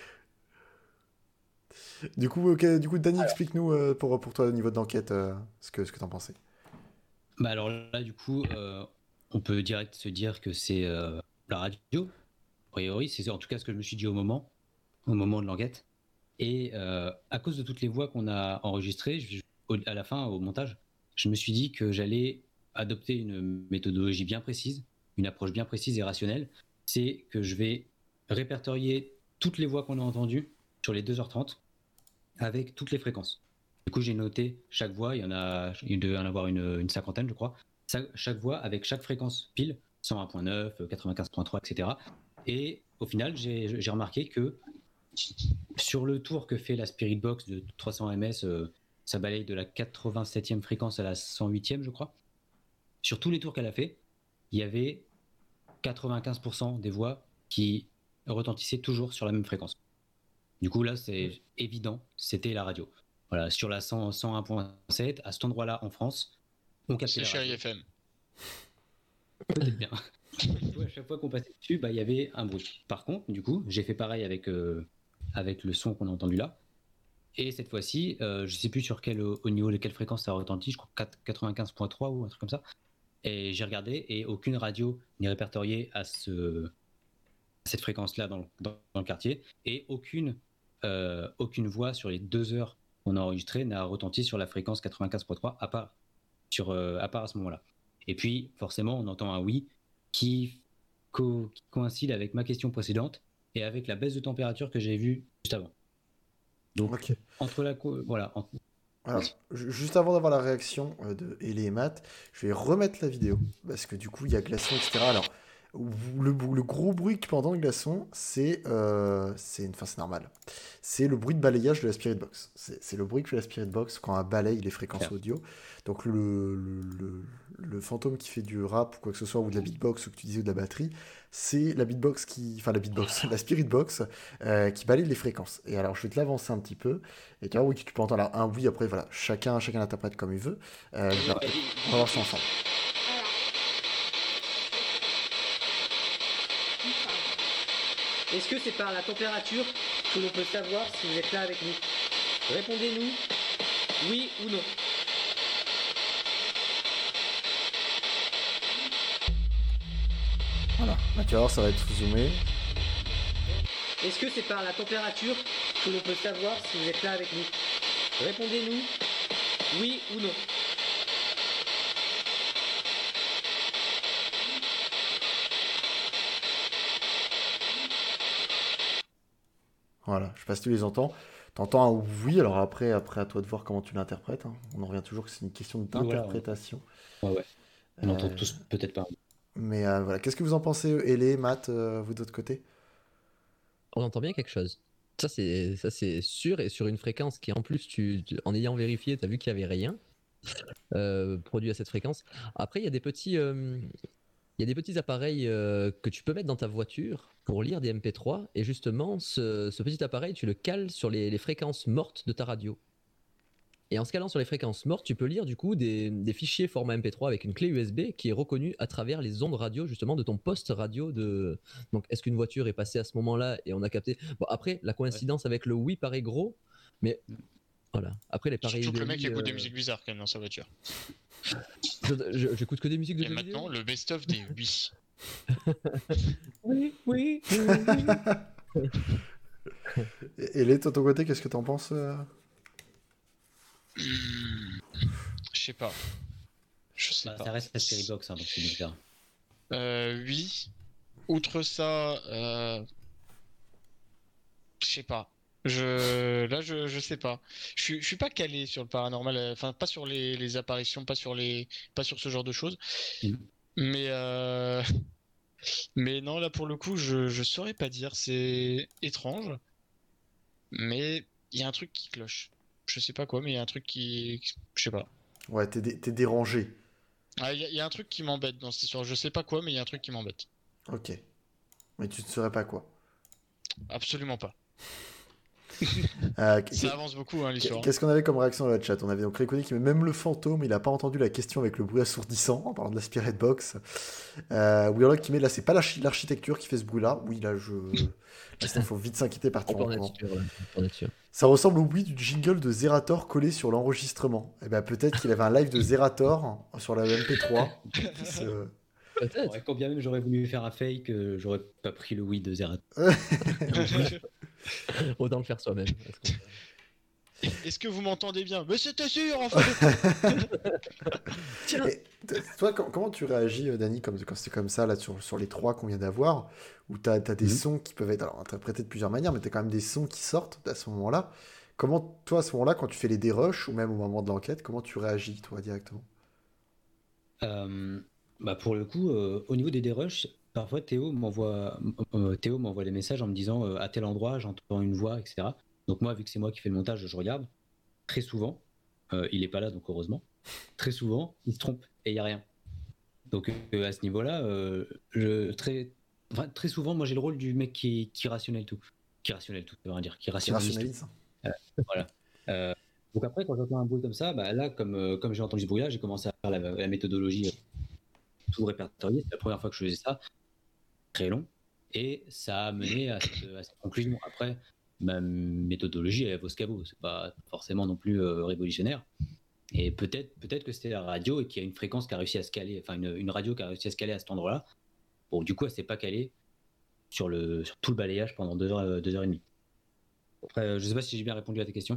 Speaker 1: Du coup, Dany, explique-nous pour toi au niveau de l'enquête ce que t'en pensais.
Speaker 4: Bah alors là, du coup, on peut direct se dire que c'est la radio. A priori, c'est en tout cas ce que je me suis dit au moment de l'enquête. Et à cause de toutes les voix qu'on a enregistrées, à la fin, au montage, je me suis dit que j'allais adopter une méthodologie bien précise, une approche bien précise et rationnelle. C'est que je vais répertorier toutes les voix qu'on a entendues sur les 2h30 avec toutes les fréquences. Du coup, j'ai noté chaque voix, il devait en avoir une cinquantaine, je crois. Chaque voix avec chaque fréquence pile, 101.9, 95.3, etc. Et au final, j'ai remarqué que sur le tour que fait la Spirit Box de 300 ms, ça balaye de la 87e fréquence à la 108e, je crois. Sur tous les tours qu'elle a fait, il y avait 95% des voix qui retentissaient toujours sur la même fréquence. Du coup, là, c'est évident, c'était la radio. Voilà, sur la 101.7, à cet endroit-là en France, on captait la radio.
Speaker 2: C'est Chérie FM.
Speaker 4: Peut-être bien. À chaque fois qu'on passait dessus, il y avait un bruit. Par contre, du coup, j'ai fait pareil avec le son qu'on a entendu là. Et cette fois-ci, je ne sais plus au niveau de quelle fréquence ça retentit, je crois 95.3 ou un truc comme ça. Et j'ai regardé et aucune radio n'est répertoriée à cette fréquence-là dans le quartier. Et aucune voix sur les 2 heures qu'on a enregistrées n'a retenti sur la fréquence 95.3 à part à ce moment-là. Et puis, forcément, on entend un oui qui coïncide avec ma question précédente et avec la baisse de température que j'ai vue juste avant. Donc, entre la... Voilà.
Speaker 1: Alors, juste avant d'avoir la réaction de Ellie et Matt, je vais remettre la vidéo, parce que du coup, il y a Glaçon, etc. Alors, le gros bruit que tu peux entendre, Glaçon, c'est normal. C'est le bruit de balayage de la Spirit Box. C'est le bruit que fait la Spirit Box quand elle balaye les fréquences audio. Donc le fantôme qui fait du rap ou quoi que ce soit, ou de la beatbox, ou que tu disais, ou de la batterie, c'est la beatbox la Spirit Box qui balaye les fréquences. Et alors, je vais te l'avancer un petit peu. Et tu vois, oui, tu peux entendre un oui, après, voilà, chacun l'interprète comme il veut. On va voir ça ensemble.
Speaker 10: Est-ce que c'est par la température que l'on peut savoir si vous êtes là avec nous? Répondez-nous, oui ou non.
Speaker 1: Voilà, là, tu vas voir, ça va être zoomé.
Speaker 10: Est-ce que c'est par la température que l'on peut savoir si vous êtes là avec nous? Répondez-nous, oui ou non.
Speaker 1: Voilà, je sais pas si tu les entends. T'entends un oui, alors après à toi de voir comment tu l'interprètes. Hein. On en revient toujours que c'est une question d'interprétation.
Speaker 4: Ouais. On entend tous peut-être pas.
Speaker 1: Mais voilà, qu'est-ce que vous en pensez, Ellie, Matt, vous d'autre côté?
Speaker 3: On entend bien quelque chose. Ça c'est sûr, et sur une fréquence qui en plus, en ayant vérifié, tu as vu qu'il n'y avait rien produit à cette fréquence. Après, il y a des petits appareils que tu peux mettre dans ta voiture pour lire des MP3, et justement, ce petit appareil, tu le cales sur les fréquences mortes de ta radio. Et en scalant sur les fréquences mortes, tu peux lire du coup des fichiers format MP3 avec une clé USB qui est reconnue à travers les ondes radio justement de ton poste radio de. Donc est-ce qu'une voiture est passée à ce moment-là et on a capté. Bon après la coïncidence avec le oui paraît gros, mais voilà. Après les pareils.
Speaker 2: Surtout que le mec écoute des musiques bizarres quand même dans sa voiture.
Speaker 3: J'écoute que des musiques de
Speaker 2: Et
Speaker 3: jeux
Speaker 2: maintenant
Speaker 3: vidéo.
Speaker 2: le best-of des oui.
Speaker 3: Oui.
Speaker 1: Et les, toi, de ton côté, qu'est-ce que t'en penses
Speaker 2: Je sais pas. Je sais
Speaker 4: Bah,
Speaker 2: pas.
Speaker 4: ça reste la série box, hein, donc c'est bizarre.
Speaker 2: Oui. Outre ça, je sais pas. Je sais pas. Je suis pas calé sur le paranormal, enfin pas sur les apparitions, pas sur ce genre de choses.
Speaker 4: Mhm.
Speaker 2: Mais mais non, là pour le coup, je saurais pas dire. C'est étrange, mais il y a un truc qui cloche. Je sais pas quoi, mais il y a un truc qui, je sais pas.
Speaker 1: Ouais, t'es dérangé.
Speaker 2: Ah, il y a un truc qui m'embête dans cette histoire. Je sais pas quoi, mais il y a un truc qui m'embête.
Speaker 1: Ok. Mais tu ne saurais pas quoi.
Speaker 2: Absolument pas.
Speaker 1: Euh,
Speaker 2: Ça avance beaucoup, hein, l'histoire.
Speaker 1: Qu'est-ce qu'on avait comme réaction dans le chat? On avait donc Réconi qui met même le fantôme, il a pas entendu la question avec le bruit assourdissant en parlant de la Spirit Box. Weirlock qui met là, c'est pas l'architecture qui fait ce bruit-là. Oui, là, il faut vite s'inquiéter, partir en courant. Ça ressemble au bruit du jingle de Zerator collé sur l'enregistrement. Et ben peut-être qu'il avait un live de Zerator sur la MP3.
Speaker 3: Peut-être.
Speaker 4: Ouais, quand bien même j'aurais voulu faire un fake, j'aurais pas pris le oui de Zerat.
Speaker 3: Autant le faire soi-même.
Speaker 2: Est-ce que vous m'entendez bien? Mais c'était sûr en fait.
Speaker 3: Tiens.
Speaker 1: Et toi, comment tu réagis, Dany, quand c'est comme ça, là, sur les 3 qu'on vient d'avoir, où t'as des sons qui peuvent être interprétés de plusieurs manières, mais t'as quand même des sons qui sortent à ce moment-là. Comment, toi, à ce moment-là, quand tu fais les dérushs, ou même au moment de l'enquête, comment tu réagis, toi, directement?
Speaker 4: Bah pour le coup, au niveau des dérushs, parfois Théo m'envoie des messages en me disant à tel endroit j'entends une voix, etc. Donc moi, vu que c'est moi qui fais le montage, je regarde. Très souvent, il est pas là, donc heureusement. Très souvent, il se trompe et il y a rien. Donc à ce niveau-là, très souvent, moi j'ai le rôle du mec qui rationnalise tout. Qui rationnalise tout, ça veut rien dire. Qui rationalise tout. Voilà. Donc après, quand j'entends un bruit comme ça, bah là, comme j'ai entendu ce bruit-là, j'ai commencé à faire la méthodologie tout répertorié. C'est la première fois que je faisais ça, très long, et ça a mené à cette conclusion. Après, ma méthodologie, elle vaut ce qu'elle vaut. C'est pas forcément non plus révolutionnaire. Et peut-être que c'était la radio et qu'il y a une fréquence qui a réussi à se caler, enfin une radio qui a réussi à se caler à cet endroit-là. Bon, du coup, elle s'est pas calée sur tout le balayage pendant 2h30. Après, je sais pas si j'ai bien répondu à tes questions.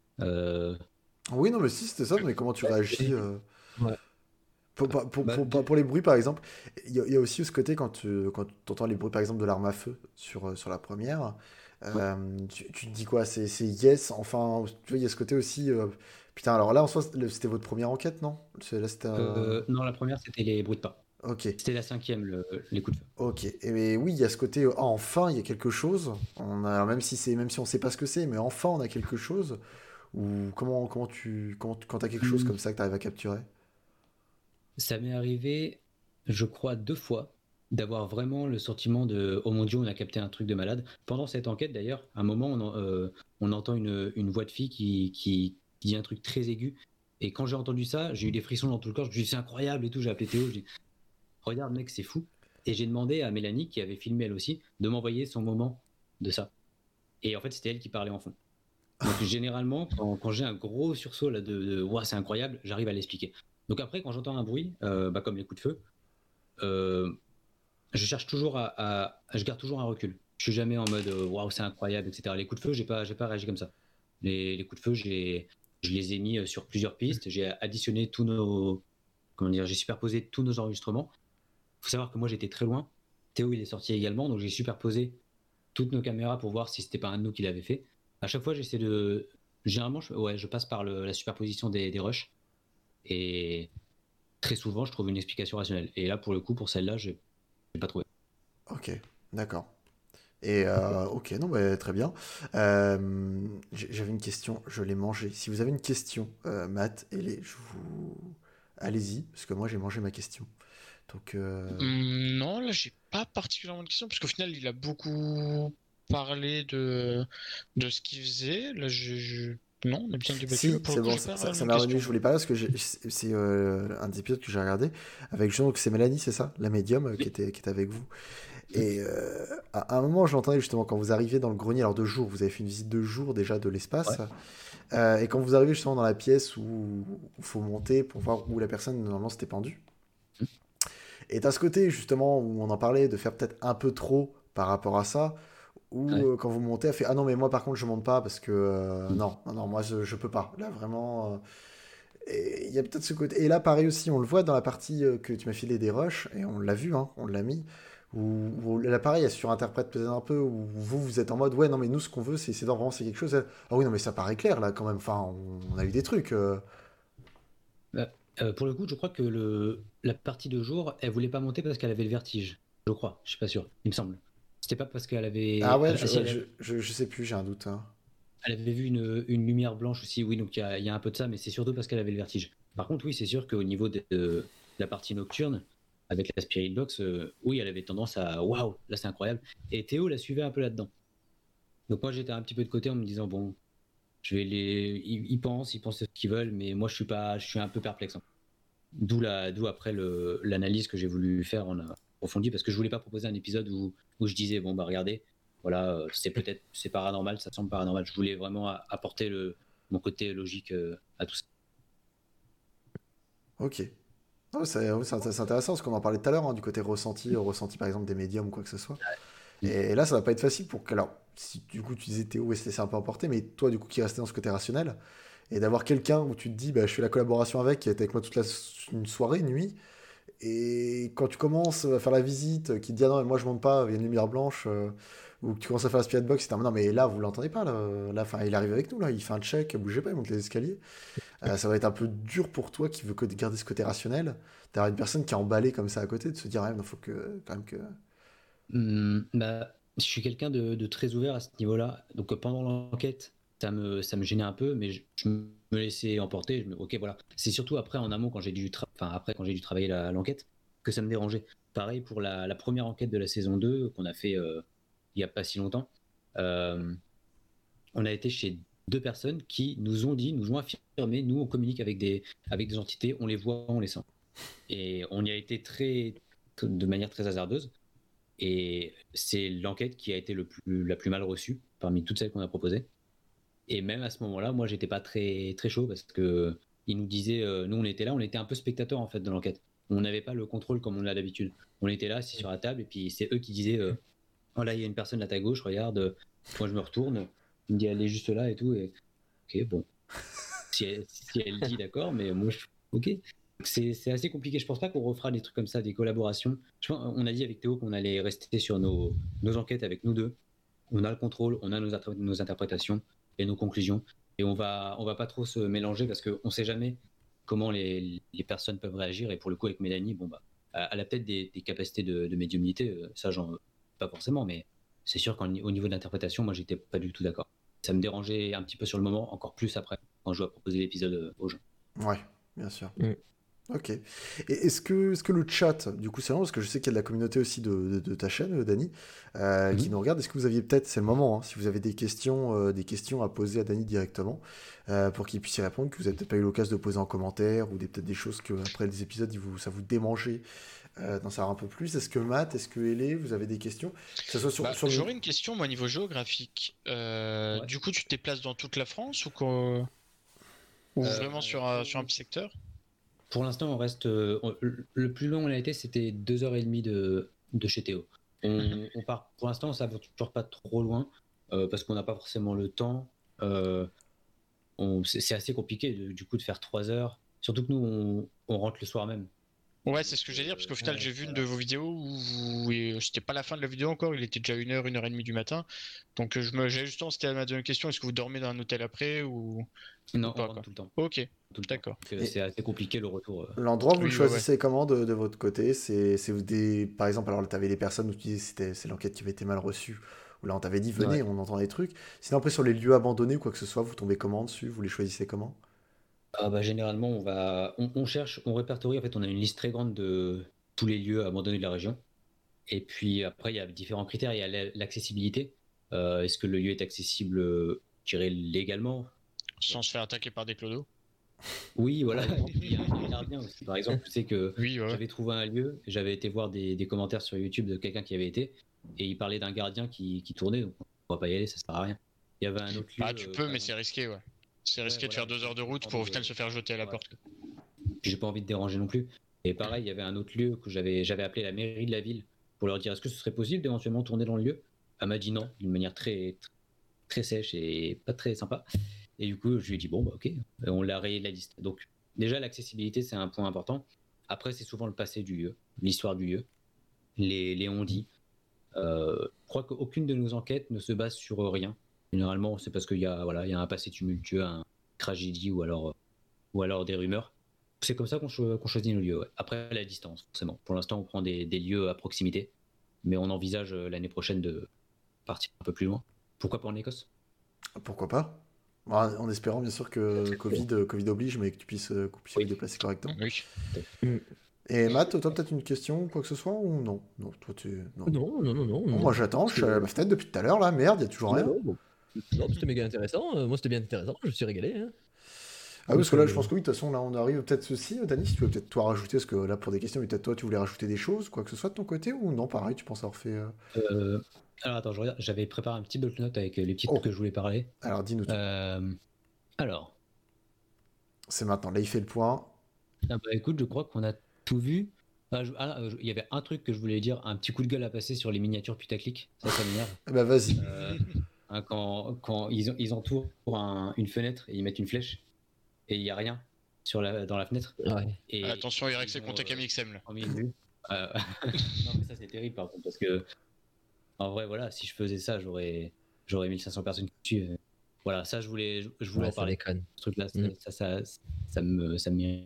Speaker 1: Oui, non, mais si, c'était ça, mais comment tu réagis
Speaker 3: Ouais.
Speaker 1: Pour les bruits, par exemple, il y a aussi ce côté quand tu entends les bruits, par exemple, de l'arme à feu sur la première, tu te dis quoi? C'est yes, enfin, tu vois, il y a ce côté aussi. Putain, alors là, en soi, c'était votre première enquête, non? Là, c'était,
Speaker 4: Non, la première, c'était les bruits de pas.
Speaker 1: Ok,
Speaker 4: C'était la 5e, les coups de feu.
Speaker 1: ok. Et mais oui, il y a ce côté, enfin, il y a quelque chose. Alors, même si on sait pas ce que c'est, mais enfin, on a quelque chose. Ou comment quand t'as quelque chose comme ça que t'arrives à capturer?
Speaker 4: Ça m'est arrivé, je crois, 2 fois d'avoir vraiment le sentiment de oh mon Dieu, on a capté un truc de malade. Pendant cette enquête, d'ailleurs, à un moment, on entend une voix de fille qui dit un truc très aigu. Et quand j'ai entendu ça, j'ai eu des frissons dans tout le corps. Je me suis dit, c'est incroyable et tout. J'ai appelé Théo. Je dis, regarde, mec, c'est fou. Et j'ai demandé à Mélanie, qui avait filmé elle aussi, de m'envoyer son moment de ça. Et en fait, c'était elle qui parlait en fond. Donc, généralement, quand j'ai un gros sursaut là, de ouah, c'est incroyable, j'arrive à l'expliquer. Donc, après, quand j'entends un bruit, comme les coups de feu, je cherche toujours je garde toujours un recul. Je suis jamais en mode waouh, c'est incroyable, etc. Les coups de feu, j'ai pas réagi comme ça. Les coups de feu, je les ai mis sur plusieurs pistes. J'ai additionné j'ai superposé tous nos enregistrements. Faut savoir que moi j'étais très loin. Théo il est sorti également, donc j'ai superposé toutes nos caméras pour voir si c'était pas un de nous qui l'avait fait. À chaque fois, généralement, je passe par la superposition des rushs. Et très souvent, je trouve une explication rationnelle. Et là, pour le coup, pour celle-là, j'ai pas trouvé.
Speaker 1: Ok, d'accord. Et ok, non, bah, très bien. J'avais une question, je l'ai mangée. Si vous avez une question, Matt, allez-y, parce que moi j'ai mangé ma question. Donc,
Speaker 2: Non, là j'ai pas particulièrement de questions parce qu'au final il a beaucoup parlé de ce qu'il faisait. Là Non, on a bien débattu.
Speaker 1: Si,
Speaker 2: Pour
Speaker 1: c'est
Speaker 2: le coup,
Speaker 1: bon,
Speaker 2: j'ai pas
Speaker 1: ça
Speaker 2: vraiment
Speaker 1: m'est
Speaker 2: de
Speaker 1: revenu,
Speaker 2: question.
Speaker 1: je voulais pas parce que c'est un des épisodes que j'ai regardé avec justement que c'est Mélanie, c'est ça, la médium qui était avec vous. Et à un moment, je l'entendais justement quand vous arrivez dans le grenier, alors de jour, vous avez fait une visite de jour déjà de l'espace, et quand vous arrivez justement dans la pièce où il faut monter pour voir où la personne normalement s'était pendue. Et t'as ce côté justement où on en parlait de faire peut-être un peu trop par rapport à ça, où quand vous montez, elle fait ah non mais moi par contre je monte pas parce que non moi je peux pas là vraiment. Et il y a peut-être ce côté. Et là, pareil aussi, on le voit dans la partie que tu m'as filé des rushs, et on l'a vu, hein, on l'a mis, où là, pareil, elle surinterprète peut-être un peu, où vous êtes en mode, ouais, non, mais nous, ce qu'on veut, c'est essayer d'avancer quelque chose. Ah oui, non, mais ça paraît clair, là, quand même. Enfin, on a eu des trucs.
Speaker 4: Pour le coup, je crois que la partie de jour, elle voulait pas monter parce qu'elle avait le vertige. Je crois, je suis pas sûr, il me semble. C'était pas parce qu'elle avait.
Speaker 1: Ah ouais,
Speaker 4: Si,
Speaker 1: je sais plus, j'ai un doute, hein.
Speaker 4: elle avait vu une lumière blanche aussi, oui, donc il y a un peu de ça, mais c'est surtout parce qu'elle avait le vertige. Par contre, oui, c'est sûr qu'au niveau de la partie nocturne, avec la Spirit Box, oui, elle avait tendance à waouh, là c'est incroyable. Et Théo la suivait un peu là-dedans. Donc moi j'étais un petit peu de côté en me disant bon, ils pensent ce qu'ils veulent, mais moi je suis un peu perplexe, hein. D'où après l'analyse que j'ai voulu faire en approfondi, parce que je voulais pas proposer un épisode où je disais bon bah regardez, voilà, c'est paranormal, ça semble paranormal. Je voulais vraiment apporter mon côté logique à tout ça.
Speaker 1: Ok. Oh, c'est intéressant parce qu'on en parlait tout à l'heure, hein, du côté ressenti par exemple des médiums ou quoi que ce soit. Et là, ça va pas être facile pour que. Alors, si du coup tu disais Théo, ouais, c'est un peu emporté, mais toi, du coup, qui restait dans ce côté rationnel, et d'avoir quelqu'un où tu te dis, bah, je fais la collaboration avec, qui est avec moi toute une soirée, une nuit, et quand tu commences à faire la visite, qui te dit, ah non, mais moi je monte pas, il y a une lumière blanche, ou que tu commences à faire la spirit box, et t'es, non, mais là, vous l'entendez pas, là, enfin, il arrive avec nous, là, il fait un check, bougez pas, il monte les escaliers. Ça va être un peu dur pour toi qui veux garder ce côté rationnel, d'avoir une personne qui est emballée comme ça à côté, de se dire, ah, il faut quand même que.
Speaker 4: Bah, je suis quelqu'un de très ouvert à ce niveau-là. Donc pendant l'enquête, ça me gênait un peu, mais je me laissais emporter. Ok, voilà. C'est surtout après en amont quand j'ai dû travailler l'enquête que ça me dérangeait. Pareil pour la première enquête de la saison 2 qu'on a fait il y a pas si longtemps. On a été chez deux personnes qui nous ont affirmé, nous on communique avec des entités, on les voit, on les sent. Et on y a été de manière très hasardeuse. Et c'est l'enquête qui a été la plus mal reçue parmi toutes celles qu'on a proposées. Et même à ce moment-là, moi, j'étais pas très, très chaud parce que ils nous disaient, nous, on était là, on était un peu spectateurs en fait de l'enquête. On n'avait pas le contrôle comme on l'a d'habitude. On était là, assis sur la table, et puis c'est eux qui disaient, oh là, il y a une personne à ta gauche, regarde. Moi, je me retourne, il me dit, elle est juste là et tout. Et ok, bon. Si elle dit d'accord, mais moi, ok. C'est assez compliqué. Je pense pas qu'on refera des trucs comme ça, des collaborations. On a dit avec Théo qu'on allait rester sur nos enquêtes avec nous deux. On a le contrôle, on a nos interprétations et nos conclusions. Et on va pas trop se mélanger parce qu'on sait jamais comment les personnes peuvent réagir. Et pour le coup, avec Mélanie, bon, bah, elle a peut-être des capacités de médiumnité. Ça, pas forcément, mais c'est sûr qu'au niveau de l'interprétation, moi, j'étais pas du tout d'accord. Ça me dérangeait un petit peu sur le moment, encore plus après, quand je dois proposer l'épisode aux gens.
Speaker 1: Ouais, bien sûr. Ok. Et est-ce que le chat, du coup, c'est vraiment parce que je sais qu'il y a de la communauté aussi de ta chaîne, Dany, qui nous regarde. Est-ce que vous aviez peut-être, c'est le moment, hein, si vous avez des questions à poser à Dany directement, pour qu'il puisse y répondre, que vous n'avez peut-être pas eu l'occasion de poser en commentaire, ou peut-être des choses que après les épisodes, ça vous démangeait d'en savoir un peu plus. Est-ce que Matt, est-ce que Hélé, vous avez des questions? Que ce soit sur
Speaker 2: J'aurais une question, moi, au niveau géographique. Du coup, tu te déplaces dans toute la France ou vraiment sur un petit secteur?
Speaker 4: Pour l'instant, on reste. Le plus long on a été, c'était 2h30 de chez Théo. On part. Pour l'instant, ça va toujours pas trop loin parce qu'on n'a pas forcément le temps. C'est assez compliqué du coup de faire 3 heures. Surtout que nous, on rentre le soir même.
Speaker 2: Ouais, c'est ce que j'allais dire, parce qu'au final, j'ai vu une de vos vidéos où c'était pas la fin de la vidéo encore, il était déjà 1h30 du matin. Donc, j'avais justement, c'était ma deuxième question, est-ce que vous dormez dans un hôtel après ou.
Speaker 4: Non,
Speaker 2: ou pas,
Speaker 4: on rentre tout le temps.
Speaker 2: Ok, d'accord.
Speaker 4: C'est assez compliqué le retour.
Speaker 1: L'endroit, vous le choisissez comment de votre côté? C'est par exemple, alors tu avais des personnes où tu disais c'est l'enquête qui avait été mal reçue, où là on t'avait dit venez, on entend des trucs. Sinon, après, sur les lieux abandonnés ou quoi que ce soit, vous tombez comment dessus? Vous les choisissez comment?
Speaker 4: Généralement, on cherche, on répertorie. En fait, on a une liste très grande de tous les lieux abandonnés de la région. Et puis après, il y a différents critères. Il y a l'accessibilité. Est-ce que le lieu est accessible, je dirais, légalement?
Speaker 2: Sans se faire attaquer par des clodos.
Speaker 4: Oui, voilà. Il y a un gardien aussi. Par exemple, je sais que
Speaker 2: Oui, ouais.
Speaker 4: j'avais trouvé un lieu, j'avais été voir des commentaires sur YouTube de quelqu'un qui avait été, et il parlait d'un gardien qui tournait, donc on va pas y aller, ça sert à rien. Il y avait un autre lieu.
Speaker 2: Bah, tu peux, mais c'est risqué, ouais. C'est risqué de
Speaker 4: voilà,
Speaker 2: faire 2 heures de route pour au final se faire jeter à la porte.
Speaker 4: Puis j'ai pas envie de déranger non plus. Et pareil, il y avait un autre lieu que j'avais appelé la mairie de la ville pour leur dire est-ce que ce serait possible d'éventuellement tourner dans le lieu. Elle m'a dit non, d'une manière très sèche et pas très sympa. Et du coup, je lui ai dit bon, bah ok, on l'a rayé de la liste. Donc, déjà, l'accessibilité, c'est un point important. Après, c'est souvent le passé du lieu, l'histoire du lieu, les on-dit. Je crois qu'aucune de nos enquêtes ne se base sur rien. Généralement, c'est parce qu'il y a un passé tumultueux, une tragédie ou alors des rumeurs. C'est comme ça qu'on choisit nos lieux. Ouais. Après, la distance, forcément. Pour l'instant, on prend des lieux à proximité, mais on envisage l'année prochaine de partir un peu plus loin. Pourquoi pas en Écosse ?
Speaker 1: Pourquoi pas? En espérant bien sûr que Covid oblige, mais que tu puisses vous déplacer correctement.
Speaker 2: Oui.
Speaker 1: Et Matt, toi peut-être une question ou quoi que ce soit ou non? Non, toi tu... Non.
Speaker 3: Non.
Speaker 1: Bon, moi j'attends, je suis à ma fenêtre depuis tout à l'heure là, merde, y a toujours rien.
Speaker 3: Non, c'était méga intéressant. Moi, c'était bien intéressant. Je me suis régalé. Hein.
Speaker 1: Ah oui, parce que là, je pense que oui, de toute façon, là, on arrive peut-être ceci, Dani, si tu veux peut-être toi rajouter, parce que là, pour des questions, peut-être toi, tu voulais rajouter des choses, quoi que ce soit de ton côté, ou non, pareil, tu penses avoir fait...
Speaker 4: Alors, attends, je regarde, j'avais préparé un petit bloc-notes avec les petits trucs que je voulais parler.
Speaker 1: Alors, dis-nous tout.
Speaker 4: Alors...
Speaker 1: C'est maintenant, là, il fait le point.
Speaker 4: Ah bah écoute, je crois qu'on a tout vu. Il y avait un truc que je voulais dire, un petit coup de gueule à passer sur les miniatures putaclic, ça m'énerve.
Speaker 1: Bah vas-y.
Speaker 4: Quand ils entourent une fenêtre et ils mettent une flèche, et il n'y a rien dans la fenêtre.
Speaker 3: Ouais.
Speaker 4: Et
Speaker 2: attention, Eric, c'est compte KMXM là.
Speaker 4: Non, mais ça c'est terrible par contre, parce que en vrai, voilà, si je faisais ça, j'aurais 1500 personnes qui me suivent. Voilà, ça je voulais en parler. Ce truc-là, ça me.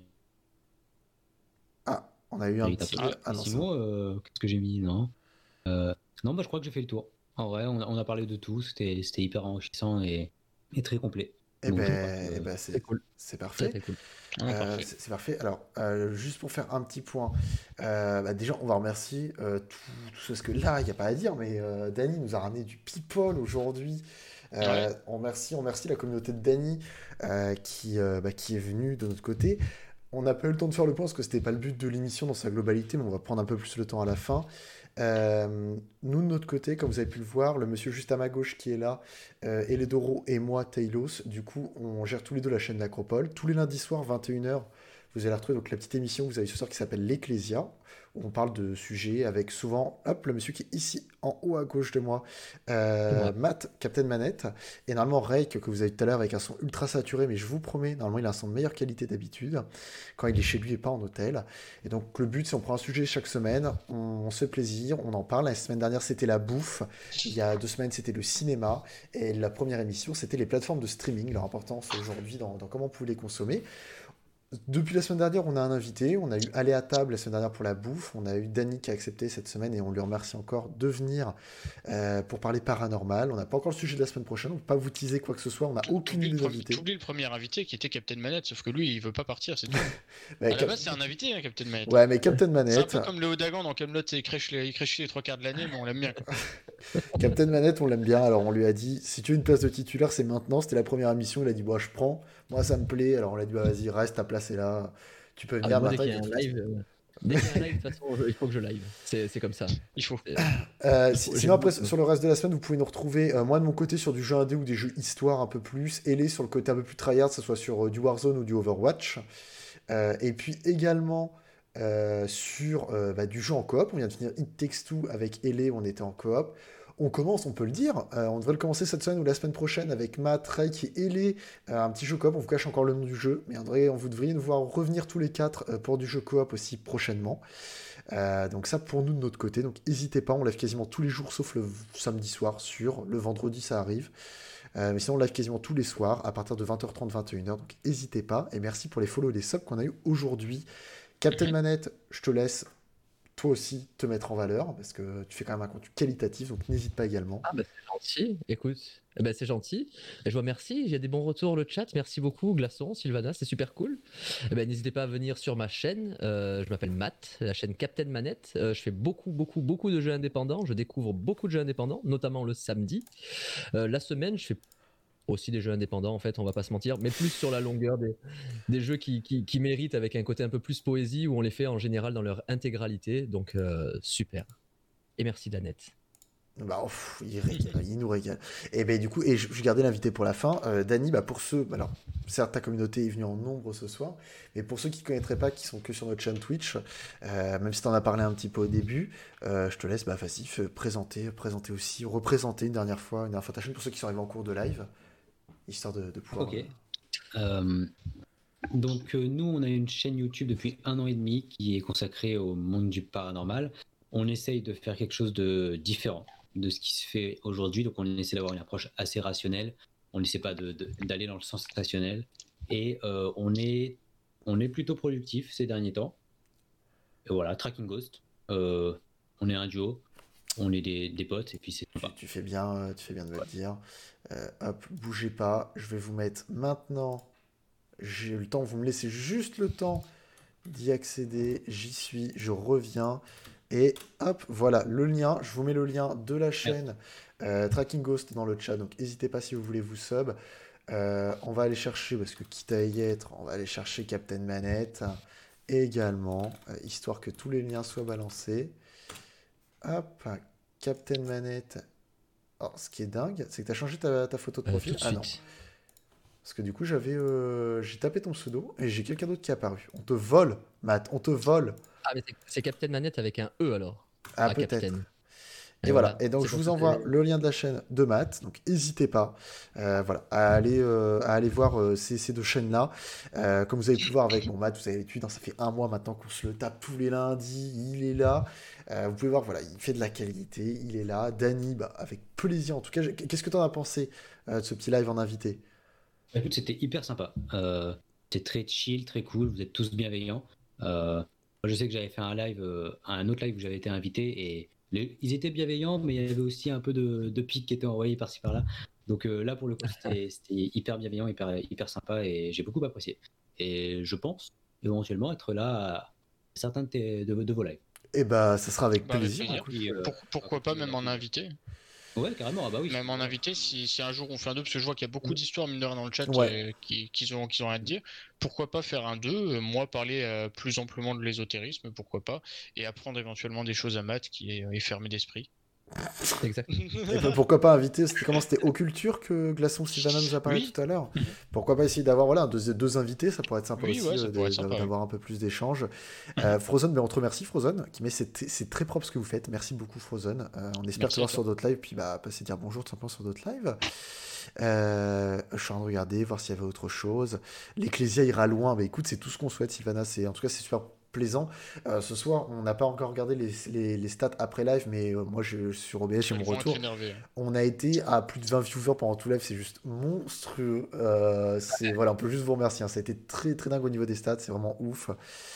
Speaker 1: Ah, on a eu un petit.
Speaker 4: Sinon, qu'est-ce que j'ai mis? Non, non, bah je crois que j'ai fait le tour. En vrai, on a parlé de tout, c'était hyper enrichissant et très complet.
Speaker 1: Eh ben, c'est cool. C'est parfait.
Speaker 3: Très cool.
Speaker 1: C'est parfait. Alors, juste pour faire un petit point, déjà, on va remercier tout ce parce que là, il n'y a pas à dire, mais Dany nous a ramené du people aujourd'hui. On remercie la communauté de Dany qui est venue de notre côté. On n'a pas eu le temps de faire le point parce que c'était pas le but de l'émission dans sa globalité, mais on va prendre un peu plus le temps à la fin. Nous de notre côté, comme vous avez pu le voir, le monsieur juste à ma gauche qui est là, Eledoro et moi, Taylos, du coup on gère tous les deux la chaîne d'Acropole. Tous les lundis soirs, 21h, vous allez retrouver donc la petite émission que vous avez ce soir qui s'appelle l'Ecclésia, où on parle de sujets avec souvent, le monsieur qui est ici en haut à gauche de moi, Matt, Captain Manette, et normalement Rake, que vous avez vu tout à l'heure avec un son ultra saturé, mais je vous promets, normalement il a un son de meilleure qualité d'habitude, quand il est chez lui et pas en hôtel. Et donc le but, c'est on prend un sujet chaque semaine, on se fait plaisir, on en parle. La semaine dernière, c'était la bouffe, il y a 2 semaines, c'était le cinéma, et la première émission, c'était les plateformes de streaming, leur importance aujourd'hui dans comment vous pouvez les consommer. Depuis la semaine dernière, on a un invité. On a eu Aller à table la semaine dernière pour la bouffe. On a eu Dany qui a accepté cette semaine et on lui remercie encore de venir pour parler paranormal. On n'a pas encore le sujet de la semaine prochaine. On ne peut pas vous teaser quoi que ce soit. On n'a aucune idée des invités.
Speaker 2: J'oublie le premier invité qui était Captain Manette, sauf que lui, il veut pas partir, c'est tout. À la base, c'est un invité, hein, Captain Manette.
Speaker 1: Ouais, mais Captain Manette.
Speaker 2: C'est un peu comme le Dagan dans Camelot, il crèche les 3 quarts de l'année, mais on l'aime bien. Quoi.
Speaker 1: Captain Manette, on l'aime bien. Alors on lui a dit, si tu veux une place de titulaire, c'est maintenant. C'était la première émission. Il a dit, bon, je prends. Moi, ça me plaît. Alors on lui a dit, bah, vas-y, reste, ta place est là. Tu peux venir.
Speaker 3: Dès qu'il y a un live, de toute façon, il faut que je live. C'est comme ça.
Speaker 2: Il faut.
Speaker 1: Sinon, après, sur le reste de la semaine, vous pouvez nous retrouver, moi de mon côté, sur du jeu indé ou des jeux histoire un peu plus, et les sur le côté un peu plus tryhard, que ce soit sur du Warzone ou du Overwatch. Et puis également sur du jeu en coop. On vient de finir It Takes Two avec Ellie, où on était en coop. On commence, on peut le dire, on devrait le commencer cette semaine ou la semaine prochaine avec Matt, Rake et Ellie, un petit jeu coop. On vous cache encore le nom du jeu, mais vous devriez nous voir revenir tous les 4 pour du jeu coop aussi prochainement. Donc ça pour nous de notre côté, donc n'hésitez pas, on live quasiment tous les jours sauf le samedi soir, le vendredi ça arrive. Mais sinon on live quasiment tous les soirs à partir de 20h30, 21h, donc n'hésitez pas, et merci pour les follow et les subs qu'on a eu aujourd'hui. Captain Manette, je te laisse toi aussi te mettre en valeur, parce que tu fais quand même un contenu qualitatif, donc n'hésite pas également.
Speaker 3: Ah bah c'est gentil, écoute, c'est gentil, et je vous remercie, j'ai des bons retours le chat, merci beaucoup Glaçon, Sylvana, c'est super cool. N'hésitez pas à venir sur ma chaîne, je m'appelle Matt, la chaîne Captain Manette, je fais beaucoup de jeux indépendants, je découvre beaucoup de jeux indépendants, notamment le samedi. La semaine, je fais aussi des jeux indépendants en fait, on va pas se mentir, mais plus sur la longueur des jeux qui méritent avec un côté un peu plus poésie où on les fait en général dans leur intégralité. Donc super. Et merci Danette.
Speaker 1: Bah, il nous régale. Et ben du coup, et je gardais l'invité pour la fin. Dany, bah pour ceux, alors certes ta communauté est venue en nombre ce soir, mais pour ceux qui ne connaîtraient pas, qui sont que sur notre chaîne Twitch, même si tu en as parlé un petit peu au début, je te laisse, vas-y, présenter aussi, représenter une dernière fois ta chaîne pour ceux qui sont arrivés en cours de live, histoire de pouvoir.
Speaker 4: Ok. Donc nous, on a une chaîne YouTube depuis 1 an et demi qui est consacrée au monde du paranormal. On essaye de faire quelque chose de différent de ce qui se fait aujourd'hui, donc on essaie d'avoir une approche assez rationnelle, on n'essaie pas d'aller dans le sensationnel, et on est plutôt productif ces derniers temps. Et voilà, Tracking Ghost, on est un duo, on est des potes, et puis c'est sympa.
Speaker 1: Tu fais bien de me le dire. Hop, bougez pas, je vais vous mettre maintenant, j'ai le temps, vous me laissez juste le temps d'y accéder, j'y suis, je reviens. Et hop, voilà le lien, je vous mets le lien de la chaîne Tracking Ghost dans le chat, donc n'hésitez pas si vous voulez vous sub. On va aller chercher, parce que quitte à y être, on va aller chercher Captain Manette également, histoire que tous les liens soient balancés. Hop, Captain Manette. Alors, ce qui est dingue, c'est que tu as changé ta photo de profil. Ah non. Parce que du coup, j'ai tapé ton pseudo et j'ai quelqu'un d'autre qui est apparu. On te vole, Matt, on te vole.
Speaker 3: Ah, mais c'est Captain Manette avec un E alors.
Speaker 1: Ah, peut-être. Et voilà. Et donc, je vous envoie le lien de la chaîne de Matt. Donc, n'hésitez pas à aller voir ces deux chaînes-là. Comme vous avez pu le voir avec mon Matt, vous avez l'habitude, ça fait 1 mois maintenant qu'on se le tape tous les lundis. Il est là. Vous pouvez voir, il fait de la qualité. Il est là. Dany, avec plaisir. En tout cas, qu'est-ce que tu en as pensé de ce petit live en invité?
Speaker 4: Écoute, c'était hyper sympa. C'était très chill, très cool. Vous êtes tous bienveillants. Je sais que j'avais fait un autre live où j'avais été invité et ils étaient bienveillants, mais il y avait aussi un peu de pique qui était envoyé par-ci par-là. Donc là, pour le coup, c'était hyper bienveillant, hyper sympa et j'ai beaucoup apprécié. Et je pense éventuellement être là à certains de vos lives.
Speaker 1: Et ça sera avec plaisir.
Speaker 2: Pourquoi pas même en invité?
Speaker 4: Ouais, carrément, ah bah oui.
Speaker 2: Même en invité, si un jour on fait un 2, parce que je vois qu'il y a beaucoup d'histoires, mine de rien, dans le chat qu'ils ont rien à dire, pourquoi pas faire un 2, moi parler plus amplement de l'ésotérisme, pourquoi pas, et apprendre éventuellement des choses à Matt qui est fermé d'esprit.
Speaker 3: Exactement.
Speaker 1: Et pourquoi pas inviter, c'était Occulture que Glaçon Sylvana nous a parlé tout à l'heure. Pourquoi pas essayer d'avoir deux invités, ça pourrait être sympa aussi d'avoir un peu plus d'échanges. Frozen, on te remercie Frozen, c'est très propre ce que vous faites, merci beaucoup Frozen. On espère te voir sur d'autres lives, puis passer dire bonjour tout simplement sur d'autres lives. Je suis en train de regarder, voir s'il y avait autre chose. L'Ecclésia ira loin, écoute, c'est tout ce qu'on souhaite Sylvana, en tout cas c'est super plaisant. Ce soir, on n'a pas encore regardé les stats après live, mais moi, sur OBS, j'ai mon retour. On a été à plus de 20 viewers pendant tout live, c'est juste monstrueux. On peut juste vous remercier. Ça a été très très dingue au niveau des stats, c'est vraiment ouf.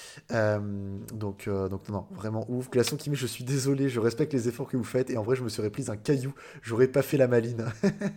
Speaker 1: Donc non, vraiment ouf. Glaçon qui met, je suis désolé, je respecte les efforts que vous faites, et en vrai, je me serais pris un caillou, j'aurais pas fait la maline.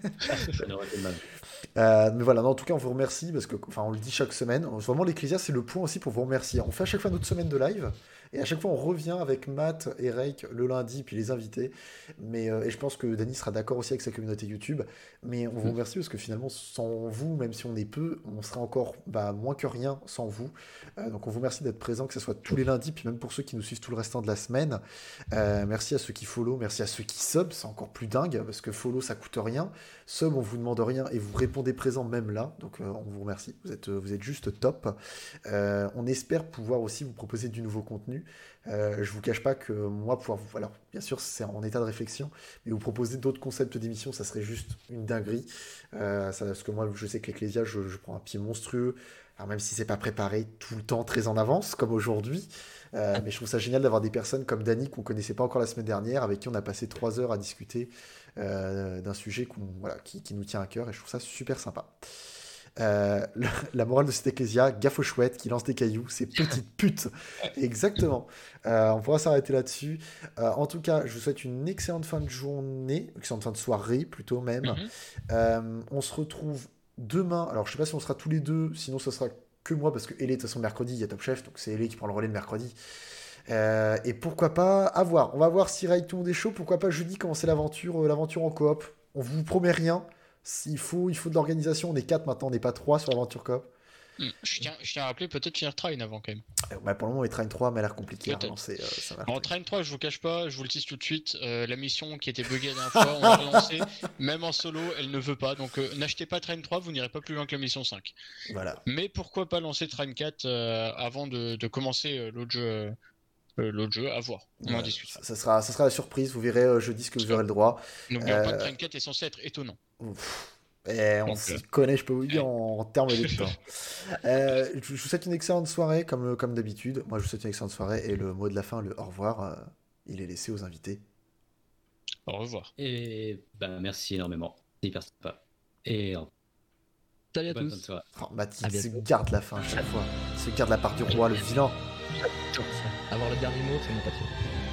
Speaker 1: Mais voilà, en tout cas, on vous remercie parce que, on le dit chaque semaine. Vraiment, l'Ecclésia, c'est le point aussi pour vous remercier. On fait à chaque fois notre semaine de live et à chaque fois, on revient avec Matt et Rake le lundi, puis les invités. Et je pense que Dany sera d'accord aussi avec sa communauté YouTube. Mais on vous remercie parce que finalement, sans vous, même si on est peu, on sera encore moins que rien sans vous. Donc, on vous remercie d'être présents, que ce soit tous les lundis, puis même pour ceux qui nous suivent tout le restant de la semaine. Merci à ceux qui follow, merci à ceux qui sub, c'est encore plus dingue parce que follow, ça coûte rien. Sub, on vous demande rien et vous répondez présent même là. Donc, on vous remercie. Vous êtes juste top. On espère pouvoir aussi vous proposer du nouveau contenu. Je vous cache pas que moi, pouvoir vous... Alors, bien sûr, c'est en état de réflexion, mais vous proposer d'autres concepts d'émission, ça serait juste une dinguerie. Parce que moi, je sais que l'Ecclésia, je prends un pied monstrueux. Alors, même si c'est pas préparé tout le temps très en avance, comme aujourd'hui. Mais je trouve ça génial d'avoir des personnes comme Dany, qu'on connaissait pas encore la semaine dernière, avec qui on a passé 3 heures à discuter d'un sujet qui nous tient à cœur, et je trouve ça super sympa. La morale de cette Ecclésia, gaffe aux chouettes qui lancent des cailloux, ces petites putes. Exactement. On pourra s'arrêter là-dessus. En tout cas, je vous souhaite une excellente fin de journée, excellente fin de soirée plutôt même. On se retrouve demain. Alors, je sais pas si on sera tous les deux, sinon ce sera que moi, parce que Elé, de toute façon, mercredi, il y a Top Chef, donc c'est Elé qui prend le relais le mercredi. Et pourquoi pas, à voir. On va voir si Ray tout le monde est chaud. Pourquoi pas jeudi commencer l'aventure en coop. On vous promet rien. Il faut de l'organisation. On est 4 maintenant, on n'est pas 3 sur l'aventure coop.
Speaker 2: Je tiens à rappeler peut-être finir Train avant quand même.
Speaker 1: Bah, pour le moment, les Train 3 m'a l'air compliqué à
Speaker 2: Peut-être.
Speaker 1: relancer. Ça m'a l'air
Speaker 2: En
Speaker 1: compliqué.
Speaker 2: Train 3, je vous cache pas, je vous le tease tout de suite, la mission qui était buggée la dernière fois, on l'a relancée, même en solo, elle ne veut pas, donc n'achetez pas Train 3, vous n'irez pas plus loin que la mission 5.
Speaker 1: Voilà.
Speaker 2: Mais pourquoi pas lancer Train 4 avant de commencer l'autre jeu, à voir, on en
Speaker 1: Ouais,
Speaker 2: discute.
Speaker 1: ça sera la surprise. Vous verrez jeudi ce que vous aurez le droit.
Speaker 2: N'oublions pas que Train 4 est censé être étonnant.
Speaker 1: Et on
Speaker 2: Donc,
Speaker 1: s'y connaît, je peux vous le dire, en termes de temps. Je vous souhaite une excellente soirée, comme d'habitude. Moi, je vous souhaite une excellente soirée. Et le mot de la fin, le au revoir, il est laissé aux invités.
Speaker 2: Au revoir.
Speaker 4: Et bah, merci énormément. C'est hyper sympa. Et
Speaker 3: Salut à
Speaker 4: bonne
Speaker 3: tous.
Speaker 4: soirée.
Speaker 1: Oh, Mathilde
Speaker 3: À bientôt.
Speaker 1: se garde la fin à chaque fois. Se garde la part du roi, le vilain.
Speaker 3: Avoir le dernier mot, c'est mon passion.